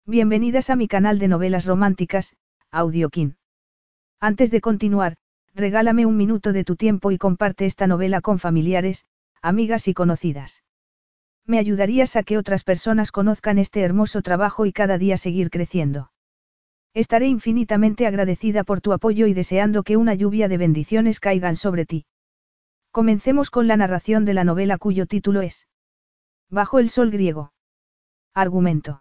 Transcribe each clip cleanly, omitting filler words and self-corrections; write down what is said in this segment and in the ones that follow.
Bienvenidas a mi canal de novelas románticas, Audiokin. Antes de continuar, regálame un minuto de tu tiempo y comparte esta novela con familiares, amigas y conocidas. Me ayudarías a que otras personas conozcan este hermoso trabajo y cada día seguir creciendo. Estaré infinitamente agradecida por tu apoyo y deseando que una lluvia de bendiciones caigan sobre ti. Comencemos con la narración de la novela cuyo título es Bajo el sol griego. Argumento.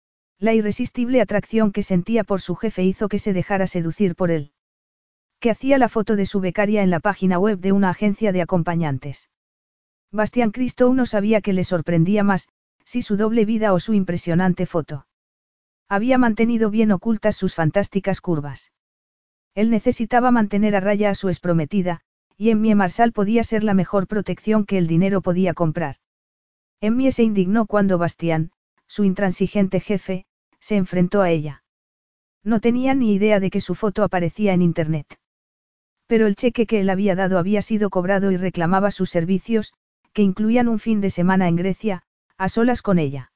La irresistible atracción que sentía por su jefe hizo que se dejara seducir por él. Que hacía la foto de su becaria en la página web de una agencia de acompañantes. Bastián Christou no sabía qué le sorprendía más, si su doble vida o su impresionante foto. Había mantenido bien ocultas sus fantásticas curvas. Él necesitaba mantener a raya a su exprometida, y Emmie Marshall podía ser la mejor protección que el dinero podía comprar. Emmie se indignó cuando Bastián, su intransigente jefe, se enfrentó a ella. No tenía ni idea de que su foto aparecía en Internet. Pero el cheque que él había dado había sido cobrado y reclamaba sus servicios, que incluían un fin de semana en Grecia, a solas con ella.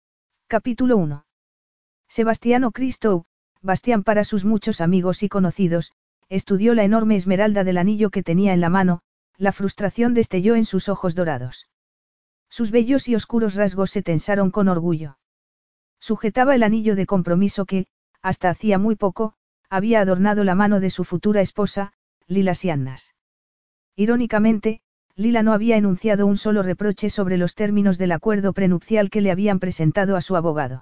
Capítulo 1. Sebastiano Christou, Bastián para sus muchos amigos y conocidos, estudió la enorme esmeralda del anillo que tenía en la mano, la frustración destelló en sus ojos dorados. Sus bellos y oscuros rasgos se tensaron con orgullo. Sujetaba el anillo de compromiso que, hasta hacía muy poco, había adornado la mano de su futura esposa, Lila Siannas. Irónicamente, Lila no había enunciado un solo reproche sobre los términos del acuerdo prenupcial que le habían presentado a su abogado.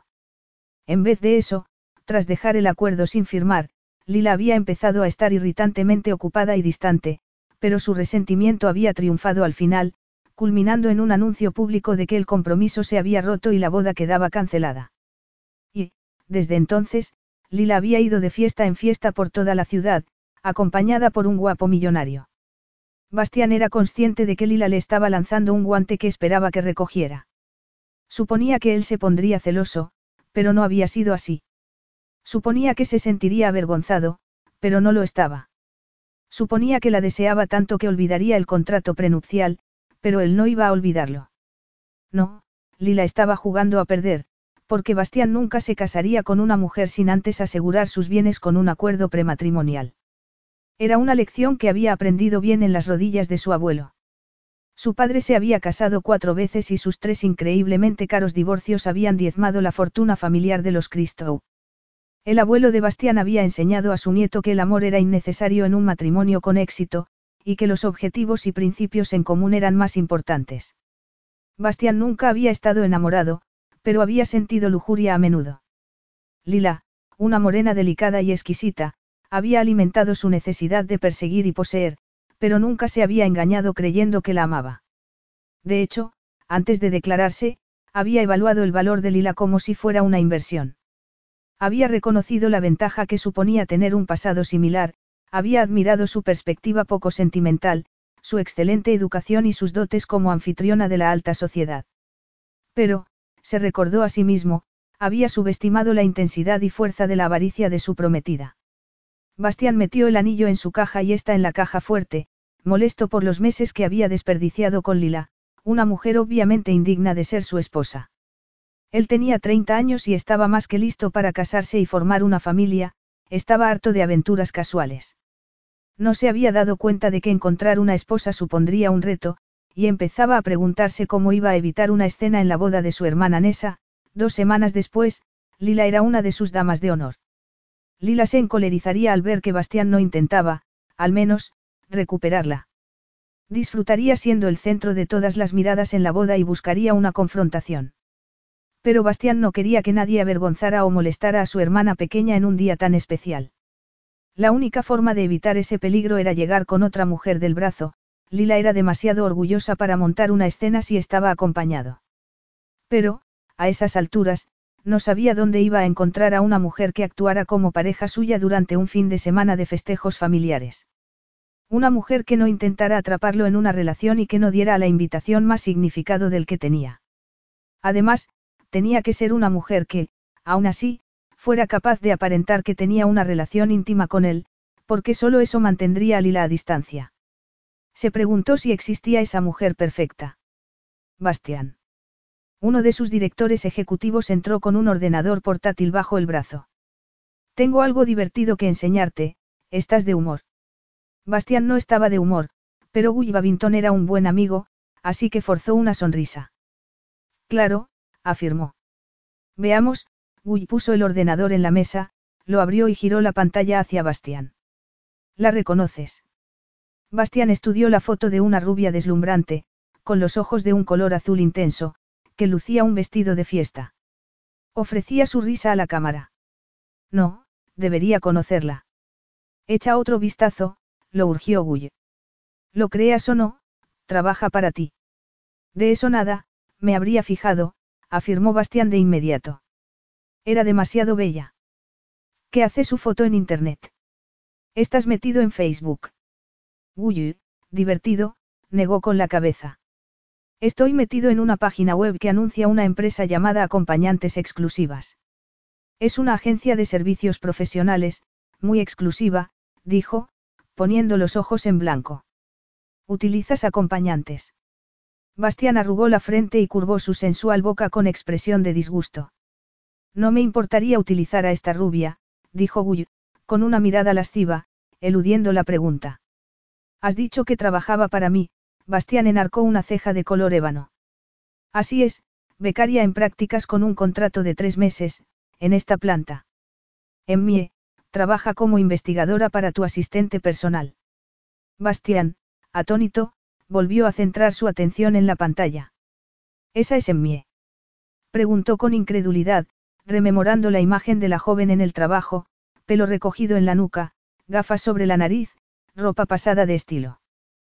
En vez de eso, tras dejar el acuerdo sin firmar, Lila había empezado a estar irritantemente ocupada y distante, pero su resentimiento había triunfado al final, culminando en un anuncio público de que el compromiso se había roto y la boda quedaba cancelada. Y, desde entonces, Lila había ido de fiesta en fiesta por toda la ciudad, acompañada por un guapo millonario. Bastián era consciente de que Lila le estaba lanzando un guante que esperaba que recogiera. Suponía que él se pondría celoso, pero no había sido así. Suponía que se sentiría avergonzado, pero no lo estaba. Suponía que la deseaba tanto que olvidaría el contrato prenupcial, pero él no iba a olvidarlo. No, Lila estaba jugando a perder, porque Bastián nunca se casaría con una mujer sin antes asegurar sus bienes con un acuerdo prematrimonial. Era una lección que había aprendido bien en las rodillas de su abuelo. Su padre se había casado 4 veces y sus 3 increíblemente caros divorcios habían diezmado la fortuna familiar de los Christou. El abuelo de Bastián había enseñado a su nieto que el amor era innecesario en un matrimonio con éxito, y que los objetivos y principios en común eran más importantes. Bastián nunca había estado enamorado, pero había sentido lujuria a menudo. Lila, una morena delicada y exquisita, había alimentado su necesidad de perseguir y poseer, pero nunca se había engañado creyendo que la amaba. De hecho, antes de declararse, había evaluado el valor de Lila como si fuera una inversión. Había reconocido la ventaja que suponía tener un pasado similar, había admirado su perspectiva poco sentimental, su excelente educación y sus dotes como anfitriona de la alta sociedad. Pero, se recordó a sí mismo, había subestimado la intensidad y fuerza de la avaricia de su prometida. Bastián metió el anillo en su caja y ésta en la caja fuerte, molesto por los meses que había desperdiciado con Lila, una mujer obviamente indigna de ser su esposa. Él tenía 30 años y estaba más que listo para casarse y formar una familia, estaba harto de aventuras casuales. No se había dado cuenta de que encontrar una esposa supondría un reto, y empezaba a preguntarse cómo iba a evitar una escena en la boda de su hermana Nessa. 2 semanas después, Lila era una de sus damas de honor. Lila se encolerizaría al ver que Bastián no intentaba, al menos, recuperarla. Disfrutaría siendo el centro de todas las miradas en la boda y buscaría una confrontación. Pero Bastián no quería que nadie avergonzara o molestara a su hermana pequeña en un día tan especial. La única forma de evitar ese peligro era llegar con otra mujer del brazo. Lila era demasiado orgullosa para montar una escena si estaba acompañado. Pero, a esas alturas, no sabía dónde iba a encontrar a una mujer que actuara como pareja suya durante un fin de semana de festejos familiares. Una mujer que no intentara atraparlo en una relación y que no diera a la invitación más significado del que tenía. Además, tenía que ser una mujer que, aún así, fuera capaz de aparentar que tenía una relación íntima con él, porque solo eso mantendría a Lila a distancia. Se preguntó si existía esa mujer perfecta. Bastián. Uno de sus directores ejecutivos entró con un ordenador portátil bajo el brazo. Tengo algo divertido que enseñarte, ¿estás de humor? Bastián no estaba de humor, pero Guy Babington era un buen amigo, así que forzó una sonrisa. Claro, afirmó. Veamos, Guy puso el ordenador en la mesa, lo abrió y giró la pantalla hacia Bastián. ¿La reconoces? Bastián estudió la foto de una rubia deslumbrante, con los ojos de un color azul intenso, que lucía un vestido de fiesta. Ofrecía su risa a la cámara. No, debería conocerla. Echa otro vistazo, lo urgió Guy. Lo creas o no, trabaja para ti. De eso nada, me habría fijado, afirmó Bastián de inmediato. Era demasiado bella. ¿Qué hace su foto en internet? ¿Estás metido en Facebook? Guy, divertido, negó con la cabeza. Estoy metido en una página web que anuncia una empresa llamada Acompañantes Exclusivas. Es una agencia de servicios profesionales, muy exclusiva, dijo, poniendo los ojos en blanco. ¿Utilizas acompañantes? Bastián arrugó la frente y curvó su sensual boca con expresión de disgusto. No me importaría utilizar a esta rubia, dijo Guy, con una mirada lasciva, eludiendo la pregunta. Has dicho que trabajaba para mí, Bastián enarcó una ceja de color ébano. Así es, becaria en prácticas con un contrato de 3 meses, en esta planta. Emmie, trabaja como investigadora para tu asistente personal. Bastián, atónito, volvió a centrar su atención en la pantalla. ¿Esa es Emmie? Preguntó con incredulidad, rememorando la imagen de la joven en el trabajo, pelo recogido en la nuca, gafas sobre la nariz, ropa pasada de estilo.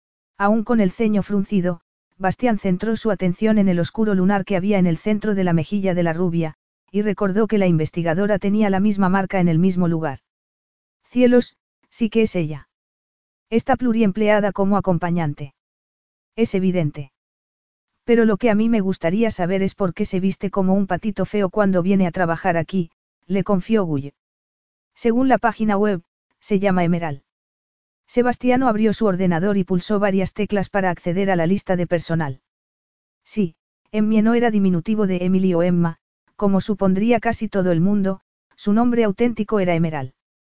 Aún con el ceño fruncido, Bastián centró su atención en el oscuro lunar que había en el centro de la mejilla de la rubia, y recordó que la investigadora tenía la misma marca en el mismo lugar. Cielos, sí que es ella. Está pluriempleada como acompañante. Es evidente. Pero lo que a mí me gustaría saber es por qué se viste como un patito feo cuando viene a trabajar aquí, le confió Guy. Según la página web, se llama Emerald. Sebastiano abrió su ordenador y pulsó varias teclas para acceder a la lista de personal. Sí, Emmie no era diminutivo de Emily o Emma, como supondría casi todo el mundo, su nombre auténtico era Emerald.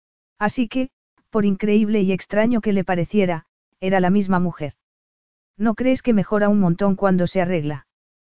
Así que, por increíble y extraño que le pareciera, era la misma mujer. ¿No crees que mejora un montón cuando se arregla?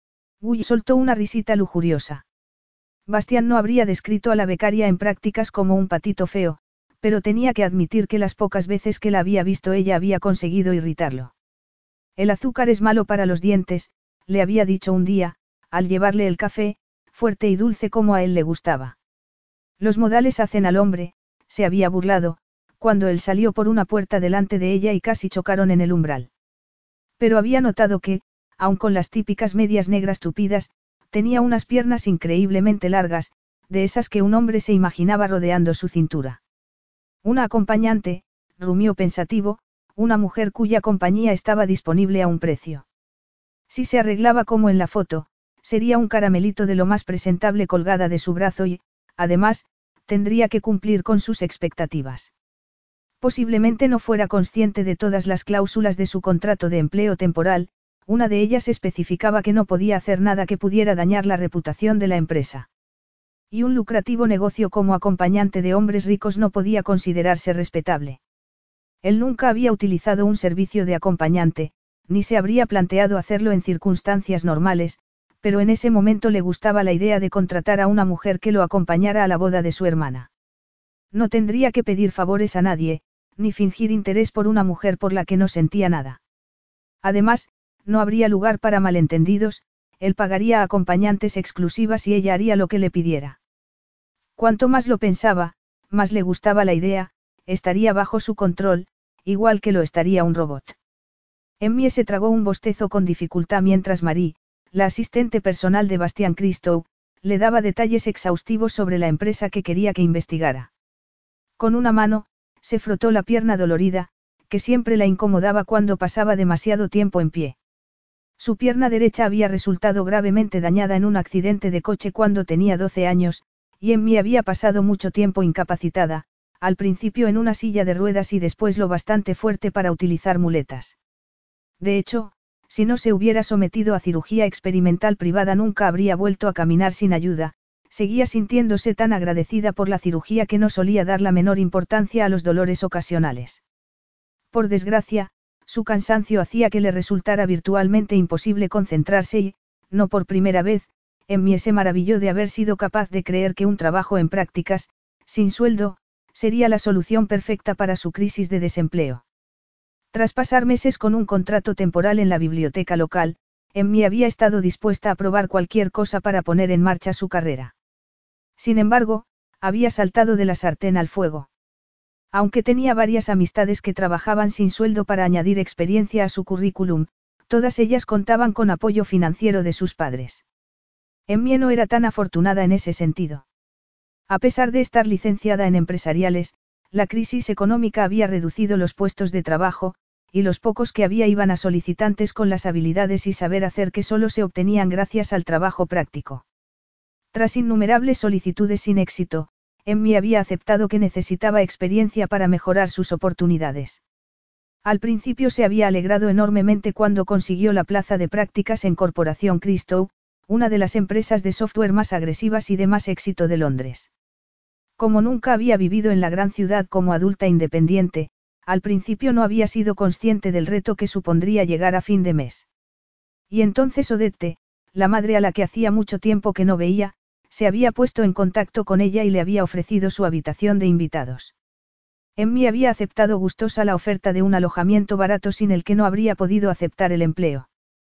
Guy soltó una risita lujuriosa. Bastián no habría descrito a la becaria en prácticas como un patito feo, pero tenía que admitir que las pocas veces que la había visto ella había conseguido irritarlo. El azúcar es malo para los dientes, le había dicho un día, al llevarle el café, fuerte y dulce como a él le gustaba. Los modales hacen al hombre, se había burlado, cuando él salió por una puerta delante de ella y casi chocaron en el umbral. Pero había notado que, aun con las típicas medias negras tupidas, tenía unas piernas increíblemente largas, de esas que un hombre se imaginaba rodeando su cintura. Una acompañante, rumió pensativo, una mujer cuya compañía estaba disponible a un precio. Si se arreglaba como en la foto, sería un caramelito de lo más presentable colgada de su brazo y, además, tendría que cumplir con sus expectativas. Posiblemente no fuera consciente de todas las cláusulas de su contrato de empleo temporal, una de ellas especificaba que no podía hacer nada que pudiera dañar la reputación de la empresa. Y un lucrativo negocio como acompañante de hombres ricos no podía considerarse respetable. Él nunca había utilizado un servicio de acompañante, ni se habría planteado hacerlo en circunstancias normales, pero en ese momento le gustaba la idea de contratar a una mujer que lo acompañara a la boda de su hermana. No tendría que pedir favores a nadie, ni fingir interés por una mujer por la que no sentía nada. Además, no habría lugar para malentendidos, él pagaría a acompañantes exclusivas y ella haría lo que le pidiera. Cuanto más lo pensaba, más le gustaba la idea, estaría bajo su control, igual que lo estaría un robot. Emmie se tragó un bostezo con dificultad mientras Marie, la asistente personal de Bastián Christou, le daba detalles exhaustivos sobre la empresa que quería que investigara. Con una mano, se frotó la pierna dolorida, que siempre la incomodaba cuando pasaba demasiado tiempo en pie. Su pierna derecha había resultado gravemente dañada en un accidente de coche cuando tenía 12 años, y Emmie había pasado mucho tiempo incapacitada, al principio en una silla de ruedas y después lo bastante fuerte para utilizar muletas. De hecho, Si no se hubiera sometido a cirugía experimental privada nunca habría vuelto a caminar sin ayuda, seguía sintiéndose tan agradecida por la cirugía que no solía dar la menor importancia a los dolores ocasionales. Por desgracia, su cansancio hacía que le resultara virtualmente imposible concentrarse y, no por primera vez, Emmy se maravilló de haber sido capaz de creer que un trabajo en prácticas, sin sueldo, sería la solución perfecta para su crisis de desempleo. Tras pasar meses con un contrato temporal en la biblioteca local, Emmy había estado dispuesta a probar cualquier cosa para poner en marcha su carrera. Sin embargo, había saltado de la sartén al fuego. Aunque tenía varias amistades que trabajaban sin sueldo para añadir experiencia a su currículum, todas ellas contaban con apoyo financiero de sus padres. Emmy no era tan afortunada en ese sentido. A pesar de estar licenciada en empresariales, la crisis económica había reducido los puestos de trabajo, y los pocos que había iban a solicitantes con las habilidades y saber hacer que solo se obtenían gracias al trabajo práctico. Tras innumerables solicitudes sin éxito, Emmy había aceptado que necesitaba experiencia para mejorar sus oportunidades. Al principio se había alegrado enormemente cuando consiguió la plaza de prácticas en Corporación Christou, una de las empresas de software más agresivas y de más éxito de Londres. Como nunca había vivido en la gran ciudad como adulta independiente, al principio no había sido consciente del reto que supondría llegar a fin de mes. Y entonces Odette, la madre a la que hacía mucho tiempo que no veía, se había puesto en contacto con ella y le había ofrecido su habitación de invitados. Emmy había aceptado gustosa la oferta de un alojamiento barato sin el que no habría podido aceptar el empleo.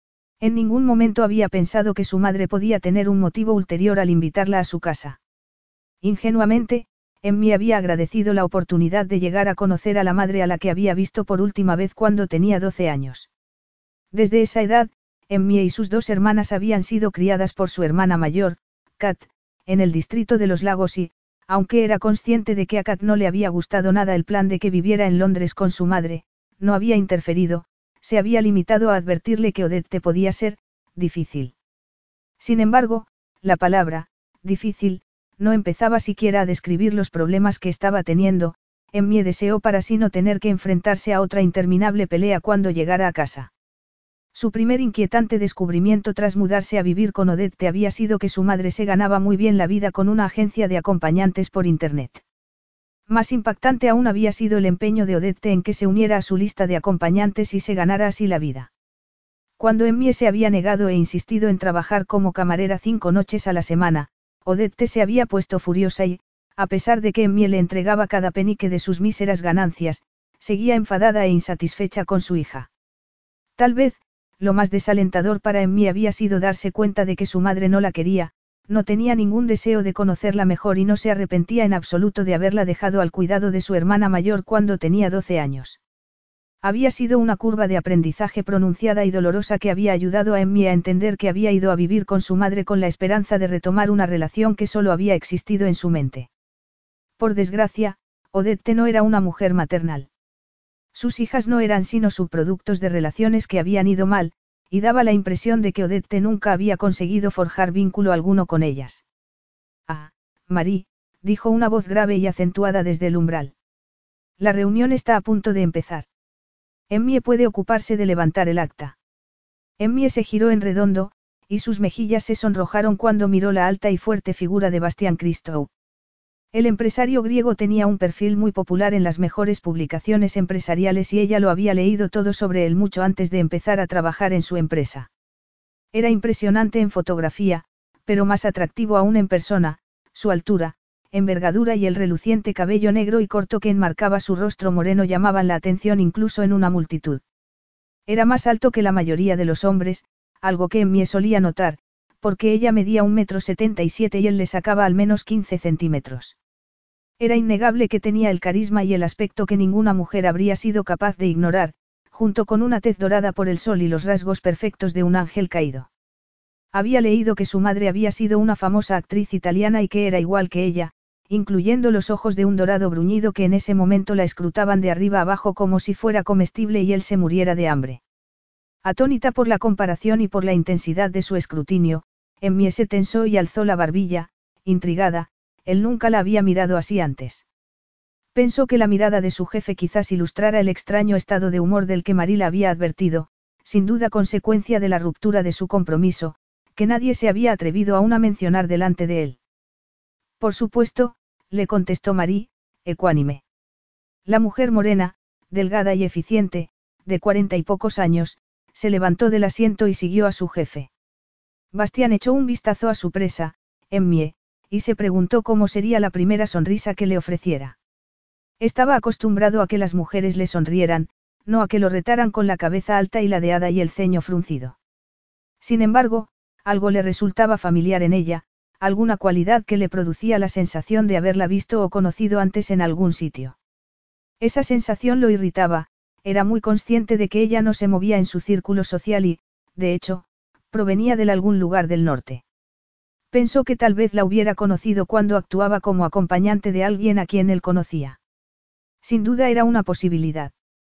En ningún momento había pensado que su madre podía tener un motivo ulterior al invitarla a su casa. Ingenuamente, Emmy había agradecido la oportunidad de llegar a conocer a la madre a la que había visto por última vez cuando tenía 12 años. Desde esa edad, Emmy y sus dos hermanas habían sido criadas por su hermana mayor, Kat, en el distrito de los Lagos y, aunque era consciente de que a Kat no le había gustado nada el plan de que viviera en Londres con su madre, no había interferido, se había limitado a advertirle que Odette podía ser difícil. Sin embargo, la palabra difícil no empezaba siquiera a describir los problemas que estaba teniendo. Emmy deseó para sí no tener que enfrentarse a otra interminable pelea cuando llegara a casa. Su primer inquietante descubrimiento tras mudarse a vivir con Odette había sido que su madre se ganaba muy bien la vida con una agencia de acompañantes por Internet. Más impactante aún había sido el empeño de Odette en que se uniera a su lista de acompañantes y se ganara así la vida. Cuando Emmy se había negado e insistido en trabajar como camarera 5 noches a la semana, Odette se había puesto furiosa y, a pesar de que Emmy le entregaba cada penique de sus míseras ganancias, seguía enfadada e insatisfecha con su hija. Tal vez, lo más desalentador para Emmy había sido darse cuenta de que su madre no la quería, no tenía ningún deseo de conocerla mejor y no se arrepentía en absoluto de haberla dejado al cuidado de su hermana mayor cuando tenía 12 años. Había sido una curva de aprendizaje pronunciada y dolorosa que había ayudado a Emmy a entender que había ido a vivir con su madre con la esperanza de retomar una relación que solo había existido en su mente. Por desgracia, Odette no era una mujer maternal. Sus hijas no eran sino subproductos de relaciones que habían ido mal, y daba la impresión de que Odette nunca había conseguido forjar vínculo alguno con ellas. «Ah, Marie», dijo una voz grave y acentuada desde el umbral. «La reunión está a punto de empezar. Emmy puede ocuparse de levantar el acta». Emmy se giró en redondo, y sus mejillas se sonrojaron cuando miró la alta y fuerte figura de Bastián Christou. El empresario griego tenía un perfil muy popular en las mejores publicaciones empresariales y ella lo había leído todo sobre él mucho antes de empezar a trabajar en su empresa. Era impresionante en fotografía, pero más atractivo aún en persona, su altura, envergadura y el reluciente cabello negro y corto que enmarcaba su rostro moreno llamaban la atención incluso en una multitud. Era más alto que la mayoría de los hombres, algo que Emmy solía notar, porque ella medía 1,77 m y él le sacaba al menos 15 centímetros. Era innegable que tenía el carisma y el aspecto que ninguna mujer habría sido capaz de ignorar, junto con una tez dorada por el sol y los rasgos perfectos de un ángel caído. Había leído que su madre había sido una famosa actriz italiana y que era igual que ella, incluyendo los ojos de un dorado bruñido que en ese momento la escrutaban de arriba abajo como si fuera comestible y él se muriera de hambre. Atónita por la comparación y por la intensidad de su escrutinio, Emmy se tensó y alzó la barbilla, intrigada. Él nunca la había mirado así antes. Pensó que la mirada de su jefe quizás ilustrara el extraño estado de humor del que Marie la había advertido, sin duda consecuencia de la ruptura de su compromiso, que nadie se había atrevido aún a mencionar delante de él. Por supuesto, le contestó Marie, ecuánime. La mujer morena, delgada y eficiente, de 40 y pocos años, se levantó del asiento y siguió a su jefe. Bastián echó un vistazo a su presa, Emmie, y se preguntó cómo sería la primera sonrisa que le ofreciera. Estaba acostumbrado a que las mujeres le sonrieran, no a que lo retaran con la cabeza alta y ladeada y el ceño fruncido. Sin embargo, algo le resultaba familiar en ella, alguna cualidad que le producía la sensación de haberla visto o conocido antes en algún sitio. Esa sensación lo irritaba, era muy consciente de que ella no se movía en su círculo social y, de hecho, provenía de algún lugar del norte. Pensó que tal vez la hubiera conocido cuando actuaba como acompañante de alguien a quien él conocía. Sin duda era una posibilidad.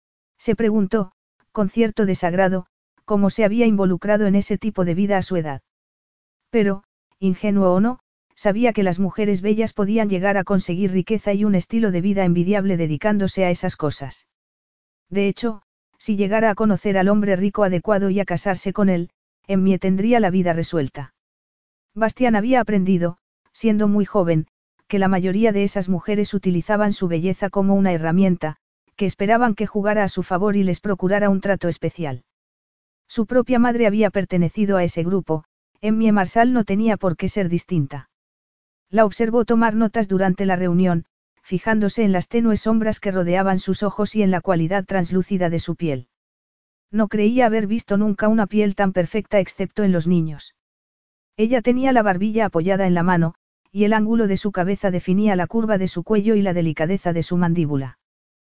Se preguntó, con cierto desagrado, cómo se había involucrado en ese tipo de vida a su edad. Pero, ingenuo o no, sabía que las mujeres bellas podían llegar a conseguir riqueza y un estilo de vida envidiable dedicándose a esas cosas. De hecho, si llegara a conocer al hombre rico adecuado y a casarse con él, Emmie tendría la vida resuelta. Bastián había aprendido, siendo muy joven, que la mayoría de esas mujeres utilizaban su belleza como una herramienta, que esperaban que jugara a su favor y les procurara un trato especial. Su propia madre había pertenecido a ese grupo, Emmie Marshall no tenía por qué ser distinta. La observó tomar notas durante la reunión, fijándose en las tenues sombras que rodeaban sus ojos y en la cualidad translúcida de su piel. No creía haber visto nunca una piel tan perfecta excepto en los niños. Ella tenía la barbilla apoyada en la mano, y el ángulo de su cabeza definía la curva de su cuello y la delicadeza de su mandíbula.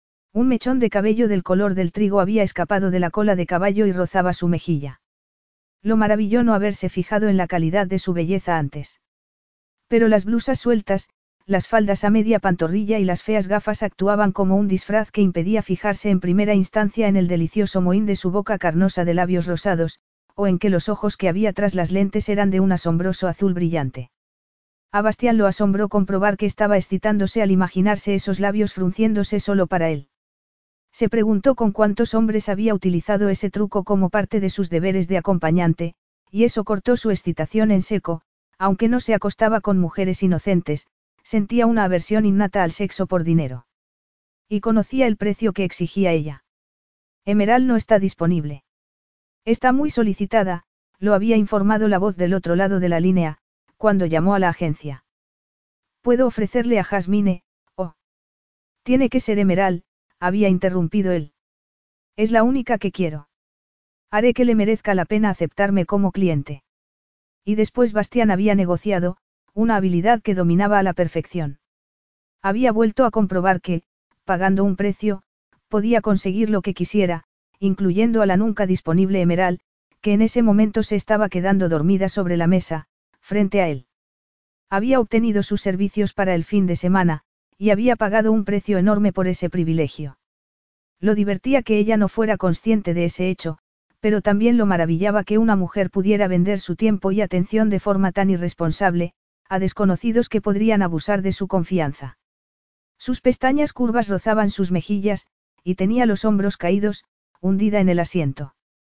Un mechón de cabello del color del trigo había escapado de la cola de caballo y rozaba su mejilla. Lo maravilló no haberse fijado en la calidad de su belleza antes. Pero las blusas sueltas, las faldas a media pantorrilla y las feas gafas actuaban como un disfraz que impedía fijarse en primera instancia en el delicioso mohín de su boca carnosa de labios rosados, o en que los ojos que había tras las lentes eran de un asombroso azul brillante. A Bastián lo asombró comprobar que estaba excitándose al imaginarse esos labios frunciéndose solo para él. Se preguntó con cuántos hombres había utilizado ese truco como parte de sus deberes de acompañante, y eso cortó su excitación en seco, aunque no se acostaba con mujeres inocentes, sentía una aversión innata al sexo por dinero. Y conocía el precio que exigía ella. Emerald no está disponible. Está muy solicitada, lo había informado la voz del otro lado de la línea, cuando llamó a la agencia. Puedo ofrecerle a Jasmine, o... Tiene que ser Emerald, había interrumpido él. Es la única que quiero. Haré que le merezca la pena aceptarme como cliente. Y después Bastián había negociado, una habilidad que dominaba a la perfección. Había vuelto a comprobar que, pagando un precio, podía conseguir lo que quisiera, incluyendo a la nunca disponible Emerald, que en ese momento se estaba quedando dormida sobre la mesa, frente a él. Había obtenido sus servicios para el fin de semana, y había pagado un precio enorme por ese privilegio. Lo divertía que ella no fuera consciente de ese hecho, pero también lo maravillaba que una mujer pudiera vender su tiempo y atención de forma tan irresponsable, a desconocidos que podrían abusar de su confianza. Sus pestañas curvas rozaban sus mejillas, y tenía los hombros caídos, hundida en el asiento.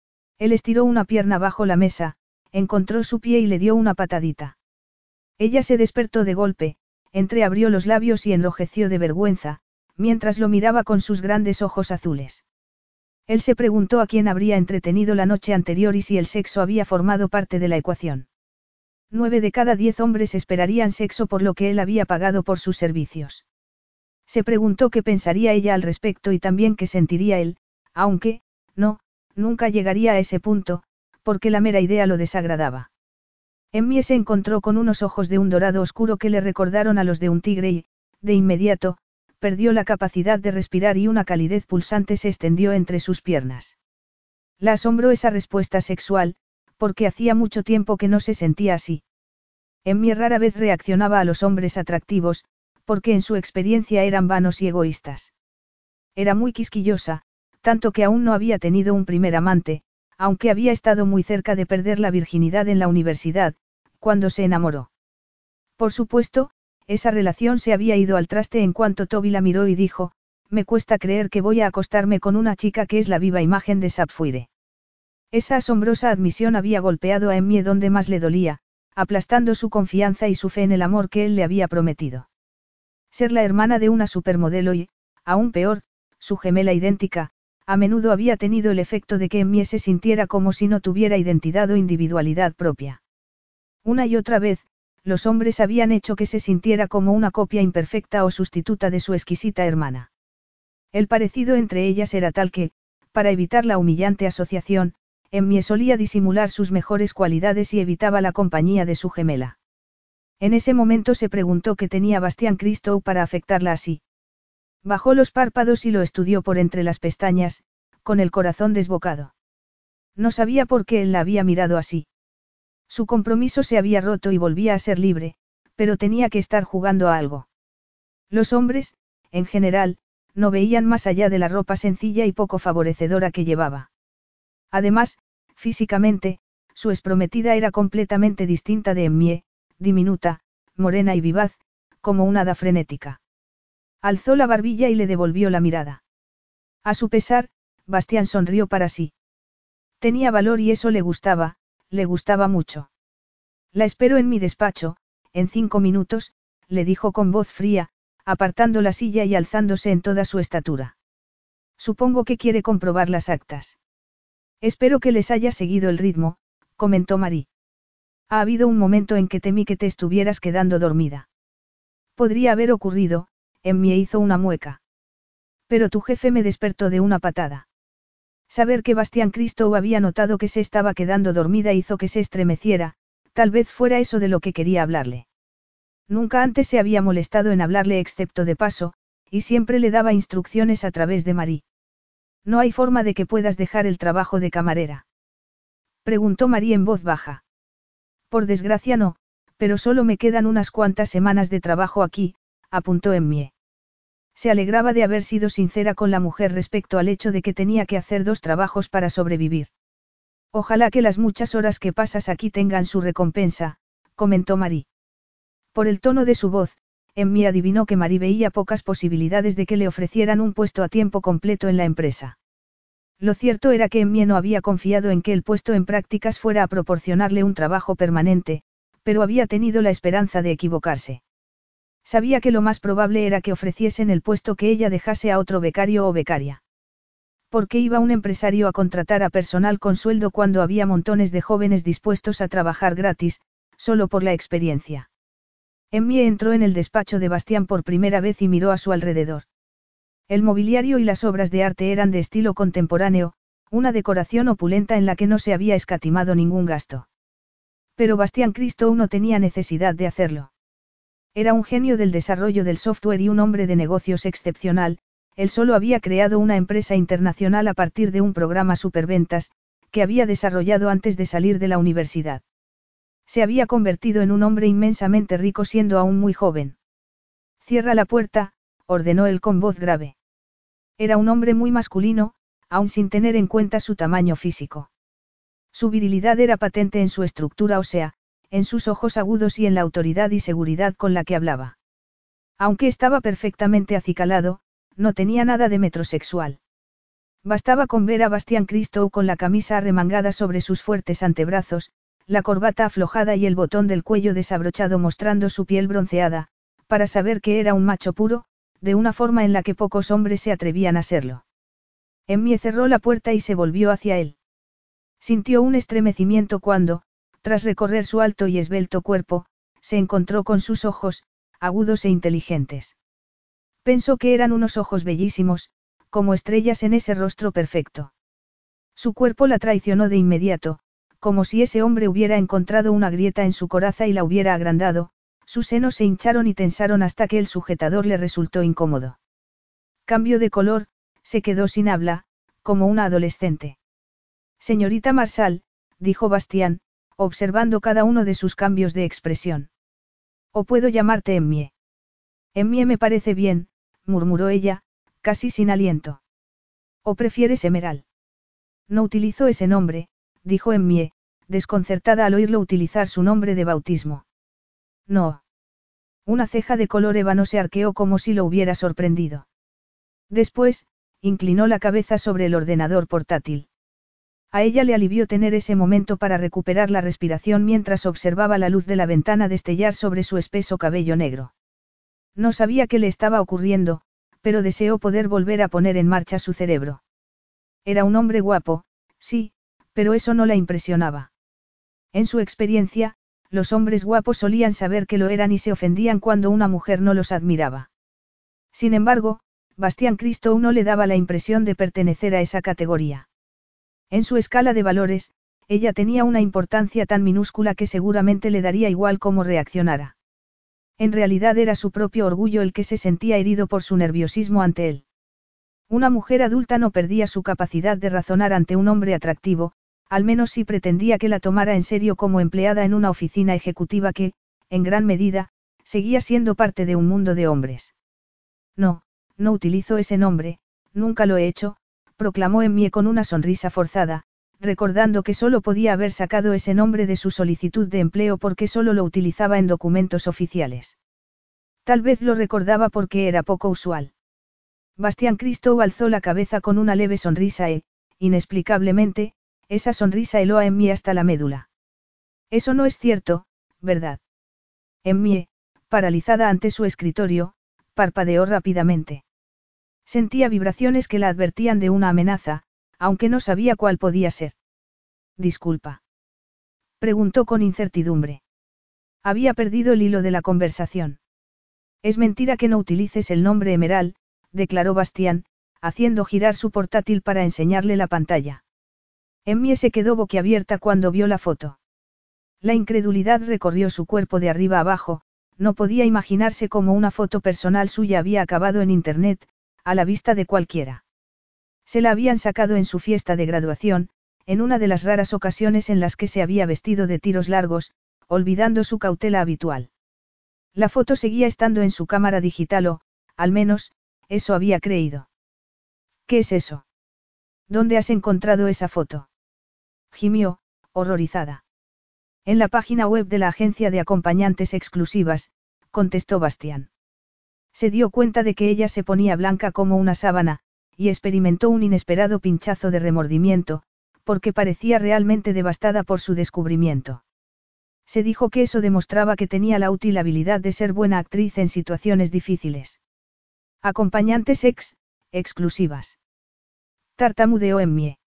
Él estiró una pierna bajo la mesa, encontró su pie y le dio una patadita. Ella se despertó de golpe, entreabrió los labios y enrojeció de vergüenza, mientras lo miraba con sus grandes ojos azules. Él se preguntó a quién habría entretenido la noche anterior y si el sexo había formado parte de la ecuación. 9 de cada 10 hombres esperarían sexo por lo que él había pagado por sus servicios. Se preguntó qué pensaría ella al respecto y también qué sentiría él, aunque, no, nunca llegaría a ese punto, porque la mera idea lo desagradaba. Emmie se encontró con unos ojos de un dorado oscuro que le recordaron a los de un tigre y, de inmediato, perdió la capacidad de respirar y una calidez pulsante se extendió entre sus piernas. La asombró esa respuesta sexual, porque hacía mucho tiempo que no se sentía así. Emmie rara vez reaccionaba a los hombres atractivos, porque en su experiencia eran vanos y egoístas. Era muy quisquillosa, tanto que aún no había tenido un primer amante, aunque había estado muy cerca de perder la virginidad en la universidad, cuando se enamoró. Por supuesto, esa relación se había ido al traste en cuanto Toby la miró y dijo, me cuesta creer que voy a acostarme con una chica que es la viva imagen de Sapphire. Esa asombrosa admisión había golpeado a Emmie donde más le dolía, aplastando su confianza y su fe en el amor que él le había prometido. Ser la hermana de una supermodelo y, aún peor, su gemela idéntica, a menudo había tenido el efecto de que Emmie se sintiera como si no tuviera identidad o individualidad propia. Una y otra vez, los hombres habían hecho que se sintiera como una copia imperfecta o sustituta de su exquisita hermana. El parecido entre ellas era tal que, para evitar la humillante asociación, Emmie solía disimular sus mejores cualidades y evitaba la compañía de su gemela. En ese momento se preguntó qué tenía Bastian Christou para afectarla así. Bajó los párpados y lo estudió por entre las pestañas, con el corazón desbocado. No sabía por qué él la había mirado así. Su compromiso se había roto y volvía a ser libre, pero tenía que estar jugando a algo. Los hombres, en general, no veían más allá de la ropa sencilla y poco favorecedora que llevaba. Además, físicamente, su exprometida era completamente distinta de Emmie, diminuta, morena y vivaz, como una hada frenética. Alzó la barbilla y le devolvió la mirada. A su pesar, Bastián sonrió para sí. Tenía valor y eso le gustaba mucho. La espero en mi despacho, en 5 minutos, le dijo con voz fría, apartando la silla y alzándose en toda su estatura. Supongo que quiere comprobar las actas. Espero que les haya seguido el ritmo, comentó Marie. Ha habido un momento en que temí que te estuvieras quedando dormida. Podría haber ocurrido, Emmie hizo una mueca. Pero tu jefe me despertó de una patada. Saber que Bastian Christou había notado que se estaba quedando dormida hizo que se estremeciera, tal vez fuera eso de lo que quería hablarle. Nunca antes se había molestado en hablarle excepto de paso, y siempre le daba instrucciones a través de Marie. ¿No hay forma de que puedas dejar el trabajo de camarera?, preguntó Marie en voz baja. Por desgracia no, pero solo me quedan unas cuantas semanas de trabajo aquí, apuntó Emmie. Se alegraba de haber sido sincera con la mujer respecto al hecho de que tenía que hacer 2 trabajos para sobrevivir. Ojalá que las muchas horas que pasas aquí tengan su recompensa, comentó Marie. Por el tono de su voz, Emmie adivinó que Marie veía pocas posibilidades de que le ofrecieran un puesto a tiempo completo en la empresa. Lo cierto era que Emmie no había confiado en que el puesto en prácticas fuera a proporcionarle un trabajo permanente, pero había tenido la esperanza de equivocarse. Sabía que lo más probable era que ofreciesen el puesto que ella dejase a otro becario o becaria. ¿Por qué iba un empresario a contratar a personal con sueldo cuando había montones de jóvenes dispuestos a trabajar gratis, solo por la experiencia? Emmie entró en el despacho de Bastián por primera vez y miró a su alrededor. El mobiliario y las obras de arte eran de estilo contemporáneo, una decoración opulenta en la que no se había escatimado ningún gasto. Pero Bastian Christou no tenía necesidad de hacerlo. Era un genio del desarrollo del software y un hombre de negocios excepcional. Él solo había creado una empresa internacional a partir de un programa superventas, que había desarrollado antes de salir de la universidad. Se había convertido en un hombre inmensamente rico siendo aún muy joven. Cierra la puerta, ordenó él con voz grave. Era un hombre muy masculino, aun sin tener en cuenta su tamaño físico. Su virilidad era patente en su estructura ósea, en sus ojos agudos y en la autoridad y seguridad con la que hablaba. Aunque estaba perfectamente acicalado, no tenía nada de metrosexual. Bastaba con ver a Bastian Christou con la camisa arremangada sobre sus fuertes antebrazos, la corbata aflojada y el botón del cuello desabrochado mostrando su piel bronceada, para saber que era un macho puro, de una forma en la que pocos hombres se atrevían a serlo. Emmie cerró la puerta y se volvió hacia él. Sintió un estremecimiento cuando, tras recorrer su alto y esbelto cuerpo, se encontró con sus ojos, agudos e inteligentes. Pensó que eran unos ojos bellísimos, como estrellas en ese rostro perfecto. Su cuerpo la traicionó de inmediato, como si ese hombre hubiera encontrado una grieta en su coraza y la hubiera agrandado, sus senos se hincharon y tensaron hasta que el sujetador le resultó incómodo. Cambió de color, se quedó sin habla, como una adolescente. Señorita Marshall, dijo Bastián, observando cada uno de sus cambios de expresión. ¿O puedo llamarte Emmie? Emmie me parece bien, murmuró ella, casi sin aliento. ¿O prefieres Emerald? No utilizo ese nombre, dijo Emmie, desconcertada al oírlo utilizar su nombre de bautismo. No. Una ceja de color ébano se arqueó como si lo hubiera sorprendido. Después, inclinó la cabeza sobre el ordenador portátil. A ella le alivió tener ese momento para recuperar la respiración mientras observaba la luz de la ventana destellar sobre su espeso cabello negro. No sabía qué le estaba ocurriendo, pero deseó poder volver a poner en marcha su cerebro. Era un hombre guapo, sí, pero eso no la impresionaba. En su experiencia, los hombres guapos solían saber que lo eran y se ofendían cuando una mujer no los admiraba. Sin embargo, Bastián Christou no le daba la impresión de pertenecer a esa categoría. En su escala de valores, ella tenía una importancia tan minúscula que seguramente le daría igual cómo reaccionara. En realidad era su propio orgullo el que se sentía herido por su nerviosismo ante él. Una mujer adulta no perdía su capacidad de razonar ante un hombre atractivo, al menos si pretendía que la tomara en serio como empleada en una oficina ejecutiva que, en gran medida, seguía siendo parte de un mundo de hombres. No, no utilizo ese nombre, nunca lo he hecho, proclamó Emmie con una sonrisa forzada, recordando que solo podía haber sacado ese nombre de su solicitud de empleo porque solo lo utilizaba en documentos oficiales. Tal vez lo recordaba porque era poco usual. Bastián Christou alzó la cabeza con una leve sonrisa e, inexplicablemente, esa sonrisa heló a Emmie hasta la médula. Eso no es cierto, ¿verdad? Emmie, paralizada ante su escritorio, parpadeó rápidamente. Sentía vibraciones que la advertían de una amenaza, aunque no sabía cuál podía ser. Disculpa. Preguntó con incertidumbre. Había perdido el hilo de la conversación. Es mentira que no utilices el nombre Emerald, declaró Bastián, haciendo girar su portátil para enseñarle la pantalla. Emmie se quedó boquiabierta cuando vio la foto. La incredulidad recorrió su cuerpo de arriba abajo, no podía imaginarse cómo una foto personal suya había acabado en Internet, a la vista de cualquiera. Se la habían sacado en su fiesta de graduación, en una de las raras ocasiones en las que se había vestido de tiros largos, olvidando su cautela habitual. La foto seguía estando en su cámara digital o, al menos, eso había creído. ¿Qué es eso? ¿Dónde has encontrado esa foto? Gimió, horrorizada. En la página web de la agencia de acompañantes exclusivas, contestó Bastián. Se dio cuenta de que ella se ponía blanca como una sábana, y experimentó un inesperado pinchazo de remordimiento, porque parecía realmente devastada por su descubrimiento. Se dijo que eso demostraba que tenía la útil habilidad de ser buena actriz en situaciones difíciles. Acompañantes exclusivas. Tartamudeó Emmie.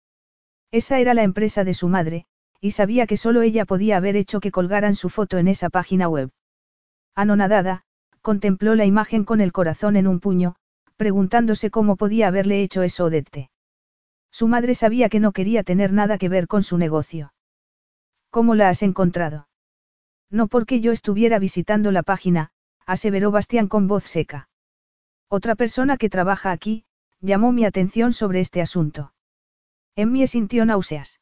Esa era la empresa de su madre, y sabía que solo ella podía haber hecho que colgaran su foto en esa página web. Anonadada, contempló la imagen con el corazón en un puño, preguntándose cómo podía haberle hecho eso Odette. Su madre sabía que no quería tener nada que ver con su negocio. ¿Cómo la has encontrado? No porque yo estuviera visitando la página, aseveró Bastián con voz seca. Otra persona que trabaja aquí, llamó mi atención sobre este asunto. Emmie sintió náuseas.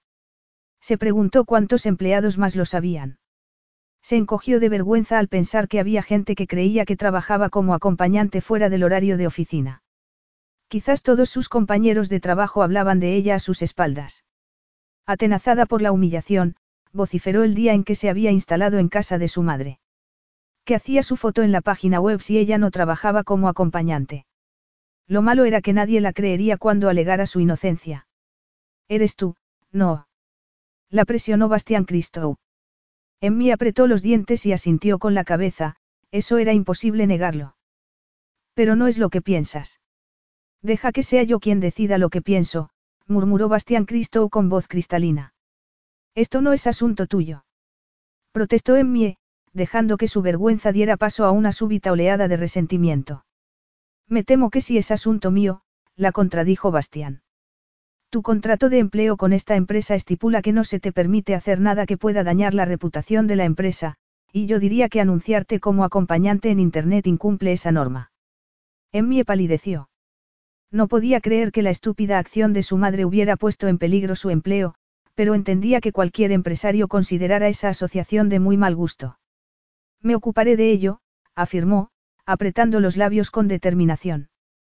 Se preguntó cuántos empleados más lo sabían. Se encogió de vergüenza al pensar que había gente que creía que trabajaba como acompañante fuera del horario de oficina. Quizás todos sus compañeros de trabajo hablaban de ella a sus espaldas. Atenazada por la humillación, vociferó el día en que se había instalado en casa de su madre. ¿Qué hacía su foto en la página web si ella no trabajaba como acompañante? Lo malo era que nadie la creería cuando alegara su inocencia. ¿Eres tú? No. La presionó Bastián Christou. Emmie apretó los dientes y asintió con la cabeza, eso era imposible negarlo. Pero no es lo que piensas. Deja que sea yo quien decida lo que pienso, murmuró Bastián Christou con voz cristalina. Esto no es asunto tuyo. Protestó Emmie, dejando que su vergüenza diera paso a una súbita oleada de resentimiento. Me temo que sí es asunto mío, la contradijo Bastián. Tu contrato de empleo con esta empresa estipula que no se te permite hacer nada que pueda dañar la reputación de la empresa, y yo diría que anunciarte como acompañante en Internet incumple esa norma. Emmie palideció. No podía creer que la estúpida acción de su madre hubiera puesto en peligro su empleo, pero entendía que cualquier empresario considerara esa asociación de muy mal gusto. Me ocuparé de ello, afirmó, apretando los labios con determinación.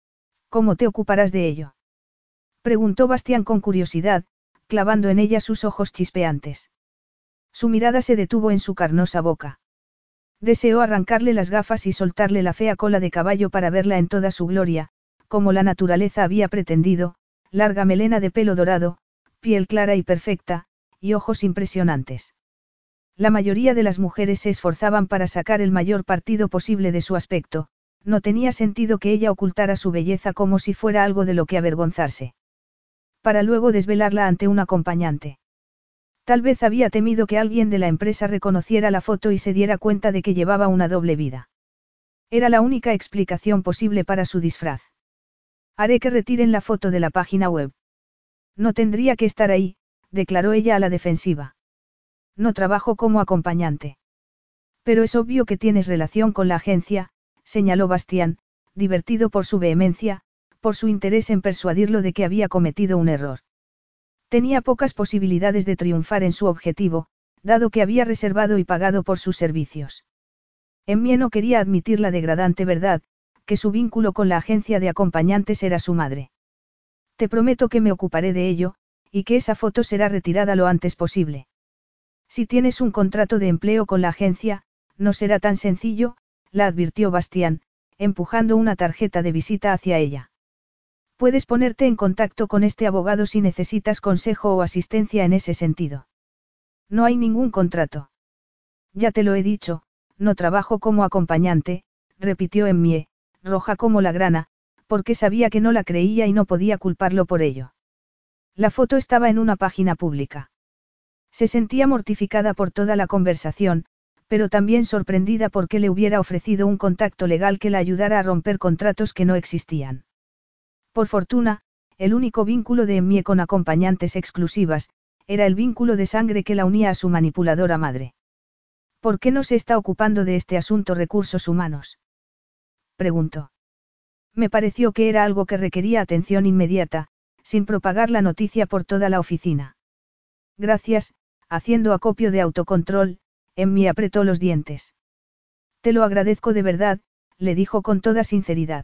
¿Cómo te ocuparás de ello? Preguntó Bastián con curiosidad, clavando en ella sus ojos chispeantes. Su mirada se detuvo en su carnosa boca. Deseó arrancarle las gafas y soltarle la fea cola de caballo para verla en toda su gloria, como la naturaleza había pretendido, larga melena de pelo dorado, piel clara y perfecta, y ojos impresionantes. La mayoría de las mujeres se esforzaban para sacar el mayor partido posible de su aspecto, no tenía sentido que ella ocultara su belleza como si fuera algo de lo que avergonzarse. Para luego desvelarla ante un acompañante. Tal vez había temido que alguien de la empresa reconociera la foto y se diera cuenta de que llevaba una doble vida. Era la única explicación posible para su disfraz. Haré que retiren la foto de la página web. No tendría que estar ahí, declaró ella a la defensiva. No trabajo como acompañante. Pero es obvio que tienes relación con la agencia, señaló Bastián, divertido por su vehemencia, por su interés en persuadirlo de que había cometido un error. Tenía pocas posibilidades de triunfar en su objetivo, dado que había reservado y pagado por sus servicios. Emmie no quería admitir la degradante verdad, que su vínculo con la agencia de acompañantes era su madre. Te prometo que me ocuparé de ello, y que esa foto será retirada lo antes posible. Si tienes un contrato de empleo con la agencia, no será tan sencillo, la advirtió Bastián, empujando una tarjeta de visita hacia ella. Puedes ponerte en contacto con este abogado si necesitas consejo o asistencia en ese sentido. No hay ningún contrato. Ya te lo he dicho, no trabajo como acompañante, repitió Emmie, roja como la grana, porque sabía que no la creía y no podía culparlo por ello. La foto estaba en una página pública. Se sentía mortificada por toda la conversación, pero también sorprendida porque le hubiera ofrecido un contacto legal que la ayudara a romper contratos que no existían. Por fortuna, el único vínculo de Emmie con acompañantes exclusivas, era el vínculo de sangre que la unía a su manipuladora madre. ¿Por qué no se está ocupando de este asunto recursos humanos? Preguntó. Me pareció que era algo que requería atención inmediata, sin propagar la noticia por toda la oficina. Gracias, haciendo acopio de autocontrol, Emmie apretó los dientes. Te lo agradezco de verdad, le dijo con toda sinceridad.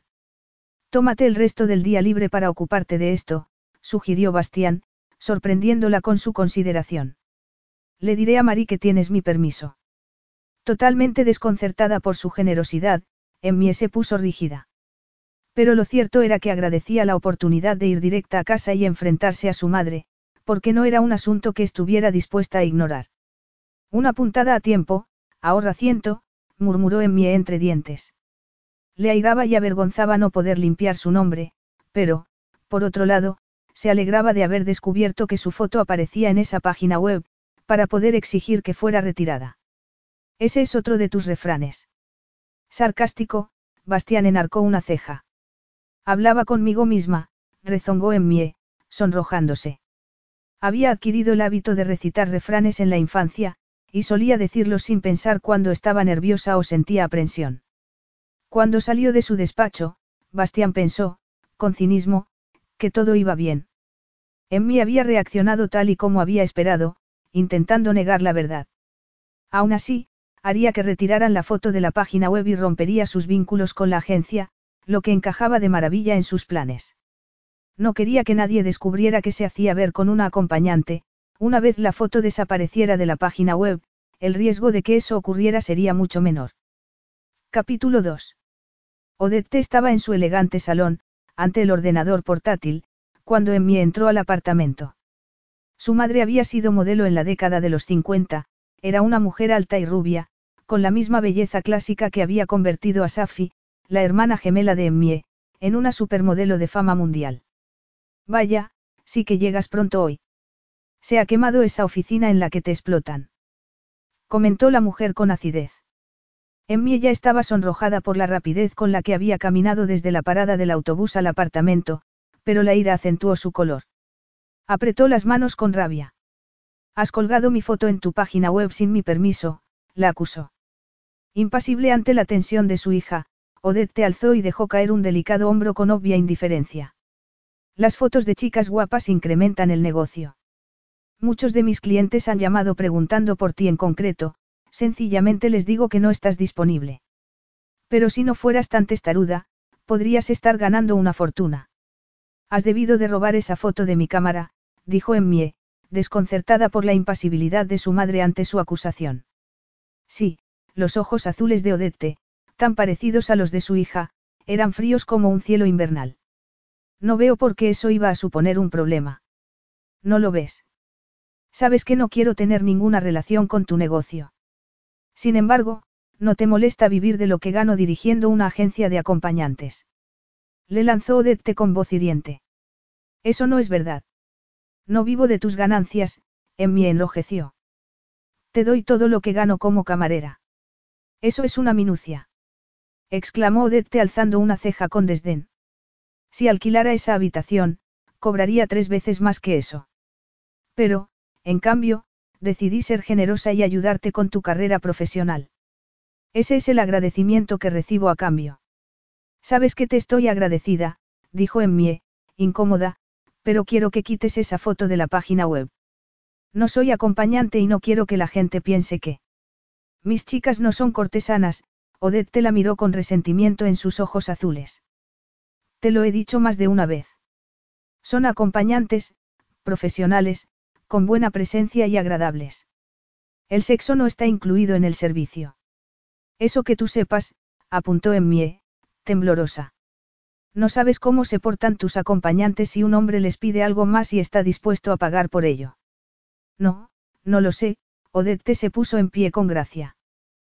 Tómate el resto del día libre para ocuparte de esto, sugirió Bastián, sorprendiéndola con su consideración. Le diré a Marie que tienes mi permiso. Totalmente desconcertada por su generosidad, Emmie se puso rígida. Pero lo cierto era que agradecía la oportunidad de ir directa a casa y enfrentarse a su madre, porque no era un asunto que estuviera dispuesta a ignorar. Una puntada a tiempo, ahorra ciento, murmuró Emmie entre dientes. Le airaba y avergonzaba no poder limpiar su nombre, pero, por otro lado, se alegraba de haber descubierto que su foto aparecía en esa página web, para poder exigir que fuera retirada. Ese es otro de tus refranes. Sarcástico, Bastián enarcó una ceja. Hablaba conmigo misma, rezongó Emmie, sonrojándose. Había adquirido el hábito de recitar refranes en la infancia, y solía decirlos sin pensar cuando estaba nerviosa o sentía aprensión. Cuando salió de su despacho, Bastián pensó, con cinismo, que todo iba bien. Emmie había reaccionado tal y como había esperado, intentando negar la verdad. Aún así, haría que retiraran la foto de la página web y rompería sus vínculos con la agencia, lo que encajaba de maravilla en sus planes. No quería que nadie descubriera que se hacía ver con una acompañante, una vez la foto desapareciera de la página web, el riesgo de que eso ocurriera sería mucho menor. Capítulo 2. Odette estaba en su elegante salón, ante el ordenador portátil, cuando Emmie entró al apartamento. Su madre había sido modelo en la década de los 50, era una mujer alta y rubia, con la misma belleza clásica que había convertido a Safi, la hermana gemela de Emmie, en una supermodelo de fama mundial. Vaya, sí que llegas pronto hoy. Se ha quemado esa oficina en la que te explotan. Comentó la mujer con acidez. Emmie ya estaba sonrojada por la rapidez con la que había caminado desde la parada del autobús al apartamento, pero la ira acentuó su color. Apretó las manos con rabia. Has colgado mi foto en tu página web sin mi permiso, la acusó. Impasible ante la tensión de su hija, Odette alzó y dejó caer un delicado hombro con obvia indiferencia. Las fotos de chicas guapas incrementan el negocio. Muchos de mis clientes han llamado preguntando por ti en concreto, sencillamente les digo que no estás disponible. Pero si no fueras tan testaruda, podrías estar ganando una fortuna. Has debido de robar esa foto de mi cámara, dijo Emmie, desconcertada por la impasibilidad de su madre ante su acusación. Sí, los ojos azules de Odette, tan parecidos a los de su hija, eran fríos como un cielo invernal. No veo por qué eso iba a suponer un problema. ¿No lo ves? Sabes que no quiero tener ninguna relación con tu negocio. Sin embargo, ¿no te molesta vivir de lo que gano dirigiendo una agencia de acompañantes? Le lanzó Odette con voz hiriente. Eso no es verdad. No vivo de tus ganancias, Emmy enrojeció. Te doy todo lo que gano como camarera. Eso es una minucia. Exclamó Odette alzando una ceja con desdén. Si alquilara esa habitación, cobraría 3 veces más que eso. Pero, en cambio, decidí ser generosa y ayudarte con tu carrera profesional. Ese es el agradecimiento que recibo a cambio. Sabes que te estoy agradecida, dijo Emmy, incómoda, pero quiero que quites esa foto de la página web. No soy acompañante y no quiero que la gente piense que... Mis chicas no son cortesanas, Odette la miró con resentimiento en sus ojos azules. Te lo he dicho más de una vez. Son acompañantes, profesionales, con buena presencia y agradables. El sexo no está incluido en el servicio. Eso que tú sepas, apuntó Emmy, temblorosa. No sabes cómo se portan tus acompañantes si un hombre les pide algo más y está dispuesto a pagar por ello. No, no lo sé, Odette se puso en pie con gracia.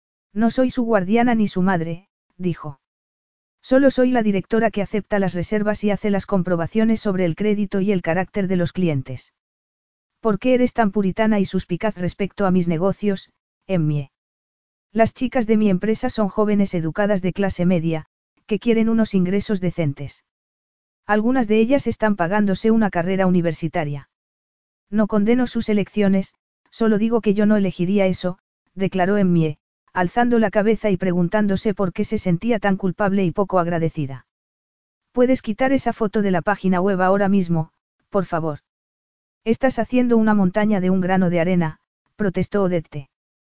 No soy su guardiana ni su madre, dijo. Solo soy la directora que acepta las reservas y hace las comprobaciones sobre el crédito y el carácter de los clientes. ¿Por qué eres tan puritana y suspicaz respecto a mis negocios, Emmy? Las chicas de mi empresa son jóvenes educadas de clase media, que quieren unos ingresos decentes. Algunas de ellas están pagándose una carrera universitaria. No condeno sus elecciones, solo digo que yo no elegiría eso, declaró Emmy, alzando la cabeza y preguntándose por qué se sentía tan culpable y poco agradecida. ¿Puedes quitar esa foto de la página web ahora mismo, por favor? Estás haciendo una montaña de un grano de arena, protestó Odette.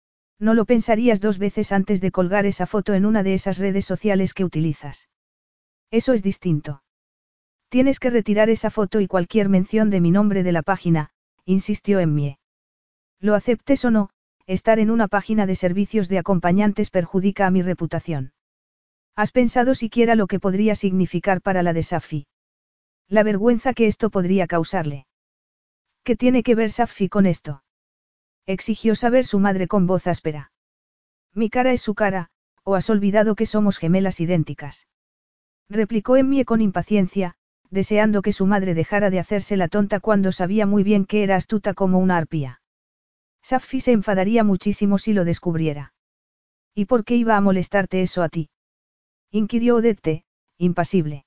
No lo pensarías 2 veces antes de colgar esa foto en una de esas redes sociales que utilizas. Eso es distinto. Tienes que retirar esa foto y cualquier mención de mi nombre de la página, insistió Emmy. Lo aceptes o no, estar en una página de servicios de acompañantes perjudica a mi reputación. ¿Has pensado siquiera lo que podría significar para la de Safi? La vergüenza que esto podría causarle. ¿Qué tiene que ver Safi con esto? Exigió saber su madre con voz áspera. Mi cara es su cara, ¿o has olvidado que somos gemelas idénticas? Replicó Emmy con impaciencia, deseando que su madre dejara de hacerse la tonta cuando sabía muy bien que era astuta como una arpía. Safi se enfadaría muchísimo si lo descubriera. ¿Y por qué iba a molestarte eso a ti? Inquirió Odette, impasible.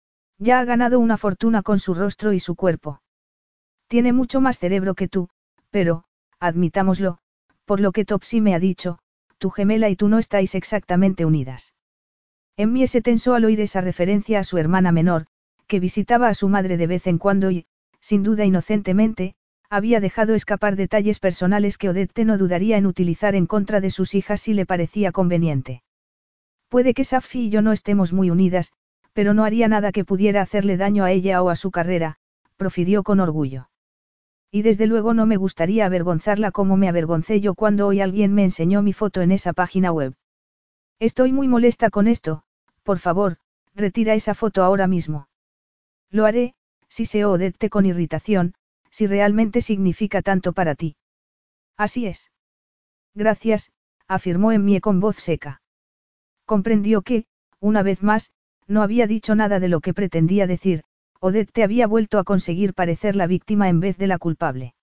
Ya ha ganado una fortuna con su rostro y su cuerpo. Tiene mucho más cerebro que tú, pero, admitámoslo, por lo que Topsy me ha dicho, tu gemela y tú no estáis exactamente unidas. Emmy se tensó al oír esa referencia a su hermana menor, que visitaba a su madre de vez en cuando y, sin duda inocentemente, había dejado escapar detalles personales que Odette no dudaría en utilizar en contra de sus hijas si le parecía conveniente. Puede que Safi y yo no estemos muy unidas, pero no haría nada que pudiera hacerle daño a ella o a su carrera, profirió con orgullo. Y desde luego no me gustaría avergonzarla como me avergoncé yo cuando hoy alguien me enseñó mi foto en esa página web. Estoy muy molesta con esto, por favor, retira esa foto ahora mismo. Lo haré, siseó Odette con irritación, si realmente significa tanto para ti. Así es. Gracias, afirmó Emmy con voz seca. Comprendió que, una vez más, no había dicho nada de lo que pretendía decir, Odette había vuelto a conseguir parecer la víctima en vez de la culpable.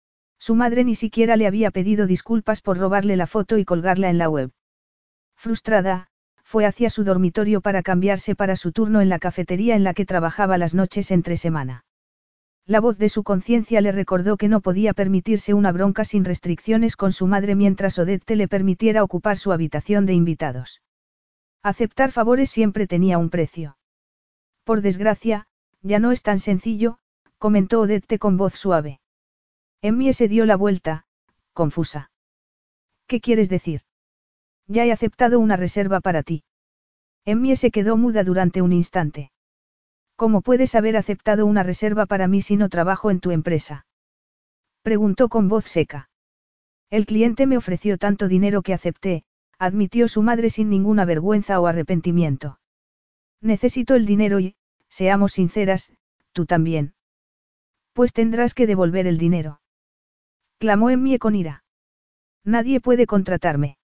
Su madre ni siquiera le había pedido disculpas por robarle la foto y colgarla en la web. Frustrada, fue hacia su dormitorio para cambiarse para su turno en la cafetería en la que trabajaba las noches entre semana. La voz de su conciencia le recordó que no podía permitirse una bronca sin restricciones con su madre mientras Odette le permitiera ocupar su habitación de invitados. Aceptar favores siempre tenía un precio. Por desgracia, ya no es tan sencillo, comentó Odette con voz suave. Emmy se dio la vuelta, confusa. ¿Qué quieres decir? Ya he aceptado una reserva para ti. Emmy se quedó muda durante un instante. ¿Cómo puedes haber aceptado una reserva para mí si no trabajo en tu empresa? Preguntó con voz seca. El cliente me ofreció tanto dinero que acepté, admitió su madre sin ninguna vergüenza o arrepentimiento. Necesito el dinero y, seamos sinceras, tú también. Pues tendrás que devolver el dinero. Clamó Emmie con ira. Nadie puede contratarme.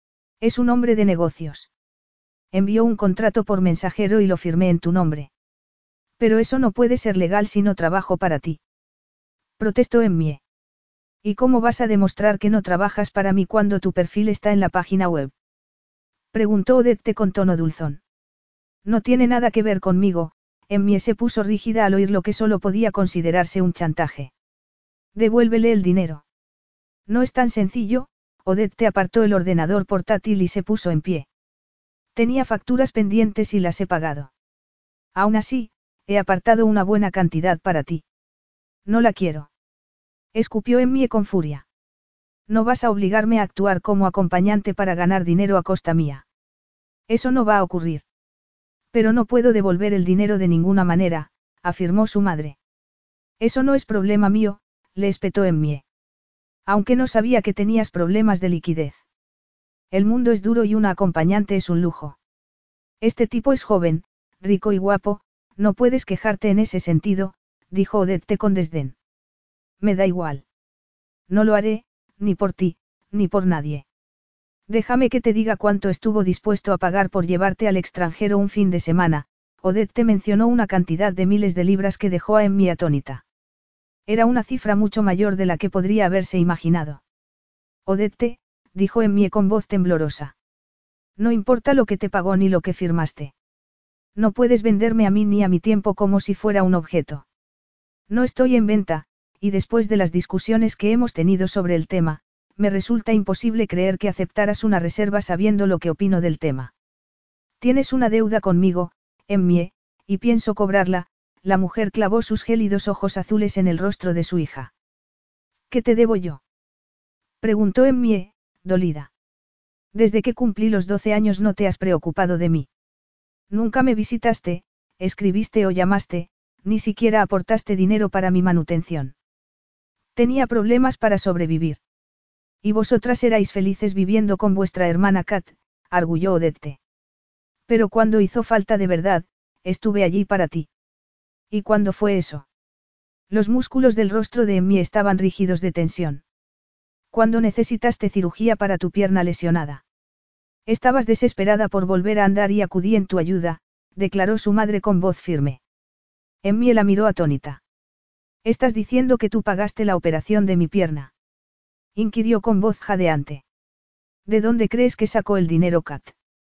Es un hombre de negocios. Envió un contrato por mensajero y lo firmé en tu nombre. Pero eso no puede ser legal si no trabajo para ti. Protestó Emmie. ¿Y cómo vas a demostrar que no trabajas para mí cuando tu perfil está en la página web? Preguntó Odette con tono dulzón. No tiene nada que ver conmigo. Emmie se puso rígida al oír lo que solo podía considerarse un chantaje. Devuélvele el dinero. No es tan sencillo. Odette apartó el ordenador portátil y se puso en pie. Tenía facturas pendientes y las he pagado. Aún así, he apartado una buena cantidad para ti. No la quiero. Escupió Emmie con furia. No vas a obligarme a actuar como acompañante para ganar dinero a costa mía. Eso no va a ocurrir. Pero no puedo devolver el dinero de ninguna manera, afirmó su madre. Eso no es problema mío, le espetó Emmie. Aunque no sabía que tenías problemas de liquidez. El mundo es duro y una acompañante es un lujo. Este tipo es joven, rico y guapo, no puedes quejarte en ese sentido, dijo Odette con desdén. Me da igual. No lo haré, ni por ti, ni por nadie. Déjame que te diga cuánto estuvo dispuesto a pagar por llevarte al extranjero un fin de semana. Odette mencionó una cantidad de miles de libras que dejó a Emmie atónita. Era una cifra mucho mayor de la que podría haberse imaginado. Odette, dijo Emmie con voz temblorosa. No importa lo que te pagó ni lo que firmaste. No puedes venderme a mí ni a mi tiempo como si fuera un objeto. No estoy en venta, y después de las discusiones que hemos tenido sobre el tema, me resulta imposible creer que aceptaras una reserva sabiendo lo que opino del tema. Tienes una deuda conmigo, Emmie, y pienso cobrarla. La mujer clavó sus gélidos ojos azules en el rostro de su hija. ¿Qué te debo yo? Preguntó Emmie, dolida. Desde que cumplí los 12 años no te has preocupado de mí. Nunca me visitaste, escribiste o llamaste, ni siquiera aportaste dinero para mi manutención. Tenía problemas para sobrevivir. Y vosotras erais felices viviendo con vuestra hermana Kat, arguyó Odette. Pero cuando hizo falta de verdad, estuve allí para ti. ¿Y cuándo fue eso? Los músculos del rostro de Emmie estaban rígidos de tensión. ¿Cuándo necesitaste cirugía para tu pierna lesionada? Estabas desesperada por volver a andar y acudí en tu ayuda, declaró su madre con voz firme. Emmie la miró atónita. ¿Estás diciendo que tú pagaste la operación de mi pierna? Inquirió con voz jadeante. ¿De dónde crees que sacó el dinero Kat?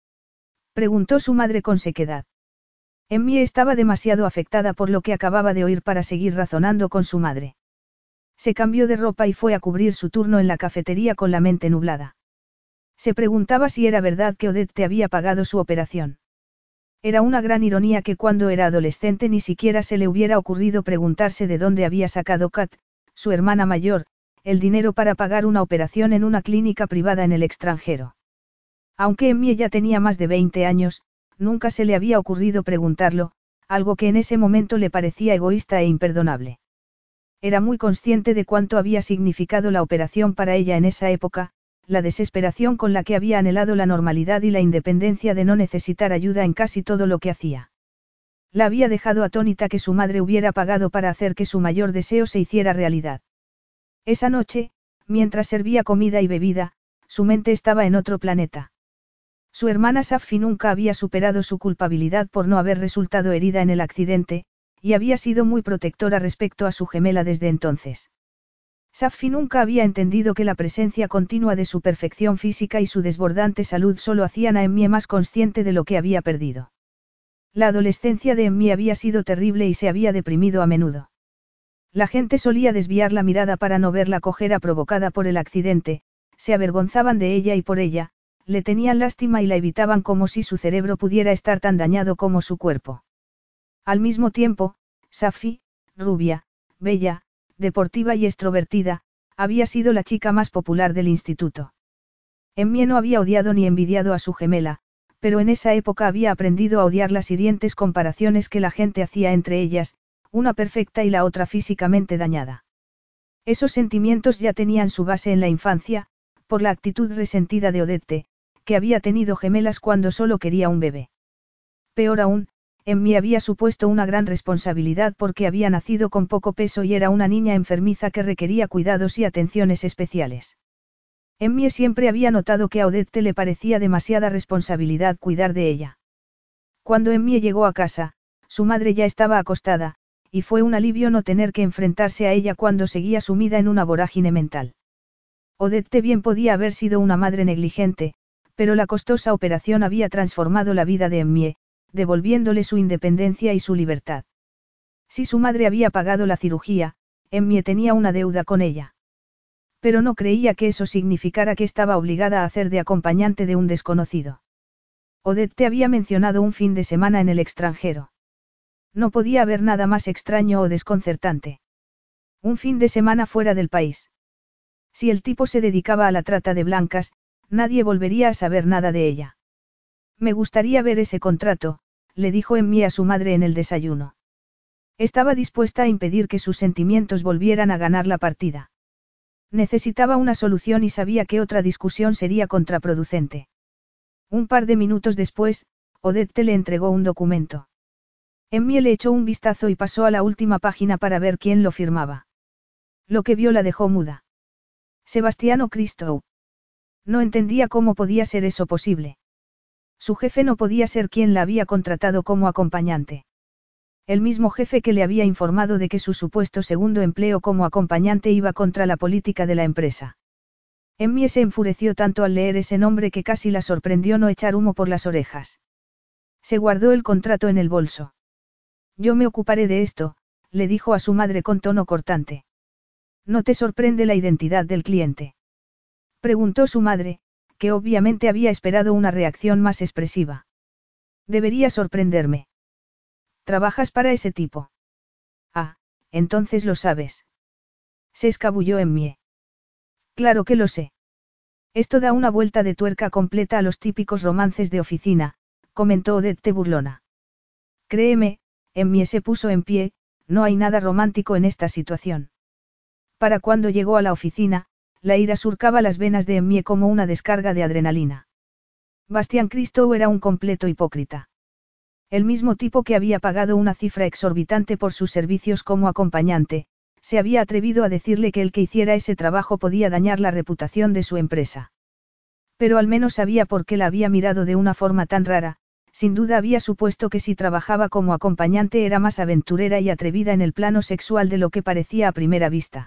Preguntó su madre con sequedad. Emmie estaba demasiado afectada por lo que acababa de oír para seguir razonando con su madre. Se cambió de ropa y fue a cubrir su turno en la cafetería con la mente nublada. Se preguntaba si era verdad que Odette te había pagado su operación. Era una gran ironía que cuando era adolescente ni siquiera se le hubiera ocurrido preguntarse de dónde había sacado Kat, su hermana mayor, el dinero para pagar una operación en una clínica privada en el extranjero. Aunque Emmie ya tenía más de 20 años, nunca se le había ocurrido preguntarlo, algo que en ese momento le parecía egoísta e imperdonable. Era muy consciente de cuánto había significado la operación para ella en esa época, la desesperación con la que había anhelado la normalidad y la independencia de no necesitar ayuda en casi todo lo que hacía. La había dejado atónita que su madre hubiera pagado para hacer que su mayor deseo se hiciera realidad. Esa noche, mientras servía comida y bebida, su mente estaba en otro planeta. Su hermana Safi nunca había superado su culpabilidad por no haber resultado herida en el accidente, y había sido muy protectora respecto a su gemela desde entonces. Safi nunca había entendido que la presencia continua de su perfección física y su desbordante salud solo hacían a Emmie más consciente de lo que había perdido. La adolescencia de Emmie había sido terrible y se había deprimido a menudo. La gente solía desviar la mirada para no ver la cojera provocada por el accidente, se avergonzaban de ella y por ella, le tenían lástima y la evitaban como si su cerebro pudiera estar tan dañado como su cuerpo. Al mismo tiempo, Safi, rubia, bella, deportiva y extrovertida, había sido la chica más popular del instituto. Emmie no había odiado ni envidiado a su gemela, pero en esa época había aprendido a odiar las hirientes comparaciones que la gente hacía entre ellas, una perfecta y la otra físicamente dañada. Esos sentimientos ya tenían su base en la infancia, por la actitud resentida de Odette, que había tenido gemelas cuando solo quería un bebé. Peor aún, En mí había supuesto una gran responsabilidad porque había nacido con poco peso y era una niña enfermiza que requería cuidados y atenciones especiales. En mí siempre había notado que a Odette le parecía demasiada responsabilidad cuidar de ella. Cuando Emmie llegó a casa, su madre ya estaba acostada, y fue un alivio no tener que enfrentarse a ella cuando seguía sumida en una vorágine mental. Odette bien podía haber sido una madre negligente, pero la costosa operación había transformado la vida de Emmie, devolviéndole su independencia y su libertad. Si su madre había pagado la cirugía, Emmie tenía una deuda con ella. Pero no creía que eso significara que estaba obligada a hacer de acompañante de un desconocido. Odette te había mencionado un fin de semana en el extranjero. No podía haber nada más extraño o desconcertante. Un fin de semana fuera del país. Si el tipo se dedicaba a la trata de blancas, nadie volvería a saber nada de ella. Me gustaría ver ese contrato, le dijo Emmie a su madre en el desayuno. Estaba dispuesta a impedir que sus sentimientos volvieran a ganar la partida. Necesitaba una solución y sabía que otra discusión sería contraproducente. Un par de minutos después, Odette le entregó un documento. Emmie le echó un vistazo y pasó a la última página para ver quién lo firmaba. Lo que vio la dejó muda. Sebastiano Christou. No entendía cómo podía ser eso posible. Su jefe no podía ser quien la había contratado como acompañante. El mismo jefe que le había informado de que su supuesto segundo empleo como acompañante iba contra la política de la empresa. Emmie se enfureció tanto al leer ese nombre que casi la sorprendió no echar humo por las orejas. Se guardó el contrato en el bolso. Yo me ocuparé de esto, le dijo a su madre con tono cortante. ¿No te sorprende la identidad del cliente? Preguntó su madre, que obviamente había esperado una reacción más expresiva. Debería sorprenderme. ¿Trabajas para ese tipo? Ah, entonces lo sabes. Se escabulló Emmie. Claro que lo sé. Esto da una vuelta de tuerca completa a los típicos romances de oficina, comentó Odette burlona. Créeme, Emmie se puso en pie, no hay nada romántico en esta situación. Para cuando llegó a la oficina, la ira surcaba las venas de Emmie como una descarga de adrenalina. Bastián Christou era un completo hipócrita. El mismo tipo que había pagado una cifra exorbitante por sus servicios como acompañante, se había atrevido a decirle que el que hiciera ese trabajo podía dañar la reputación de su empresa. Pero al menos sabía por qué la había mirado de una forma tan rara, sin duda había supuesto que si trabajaba como acompañante era más aventurera y atrevida en el plano sexual de lo que parecía a primera vista.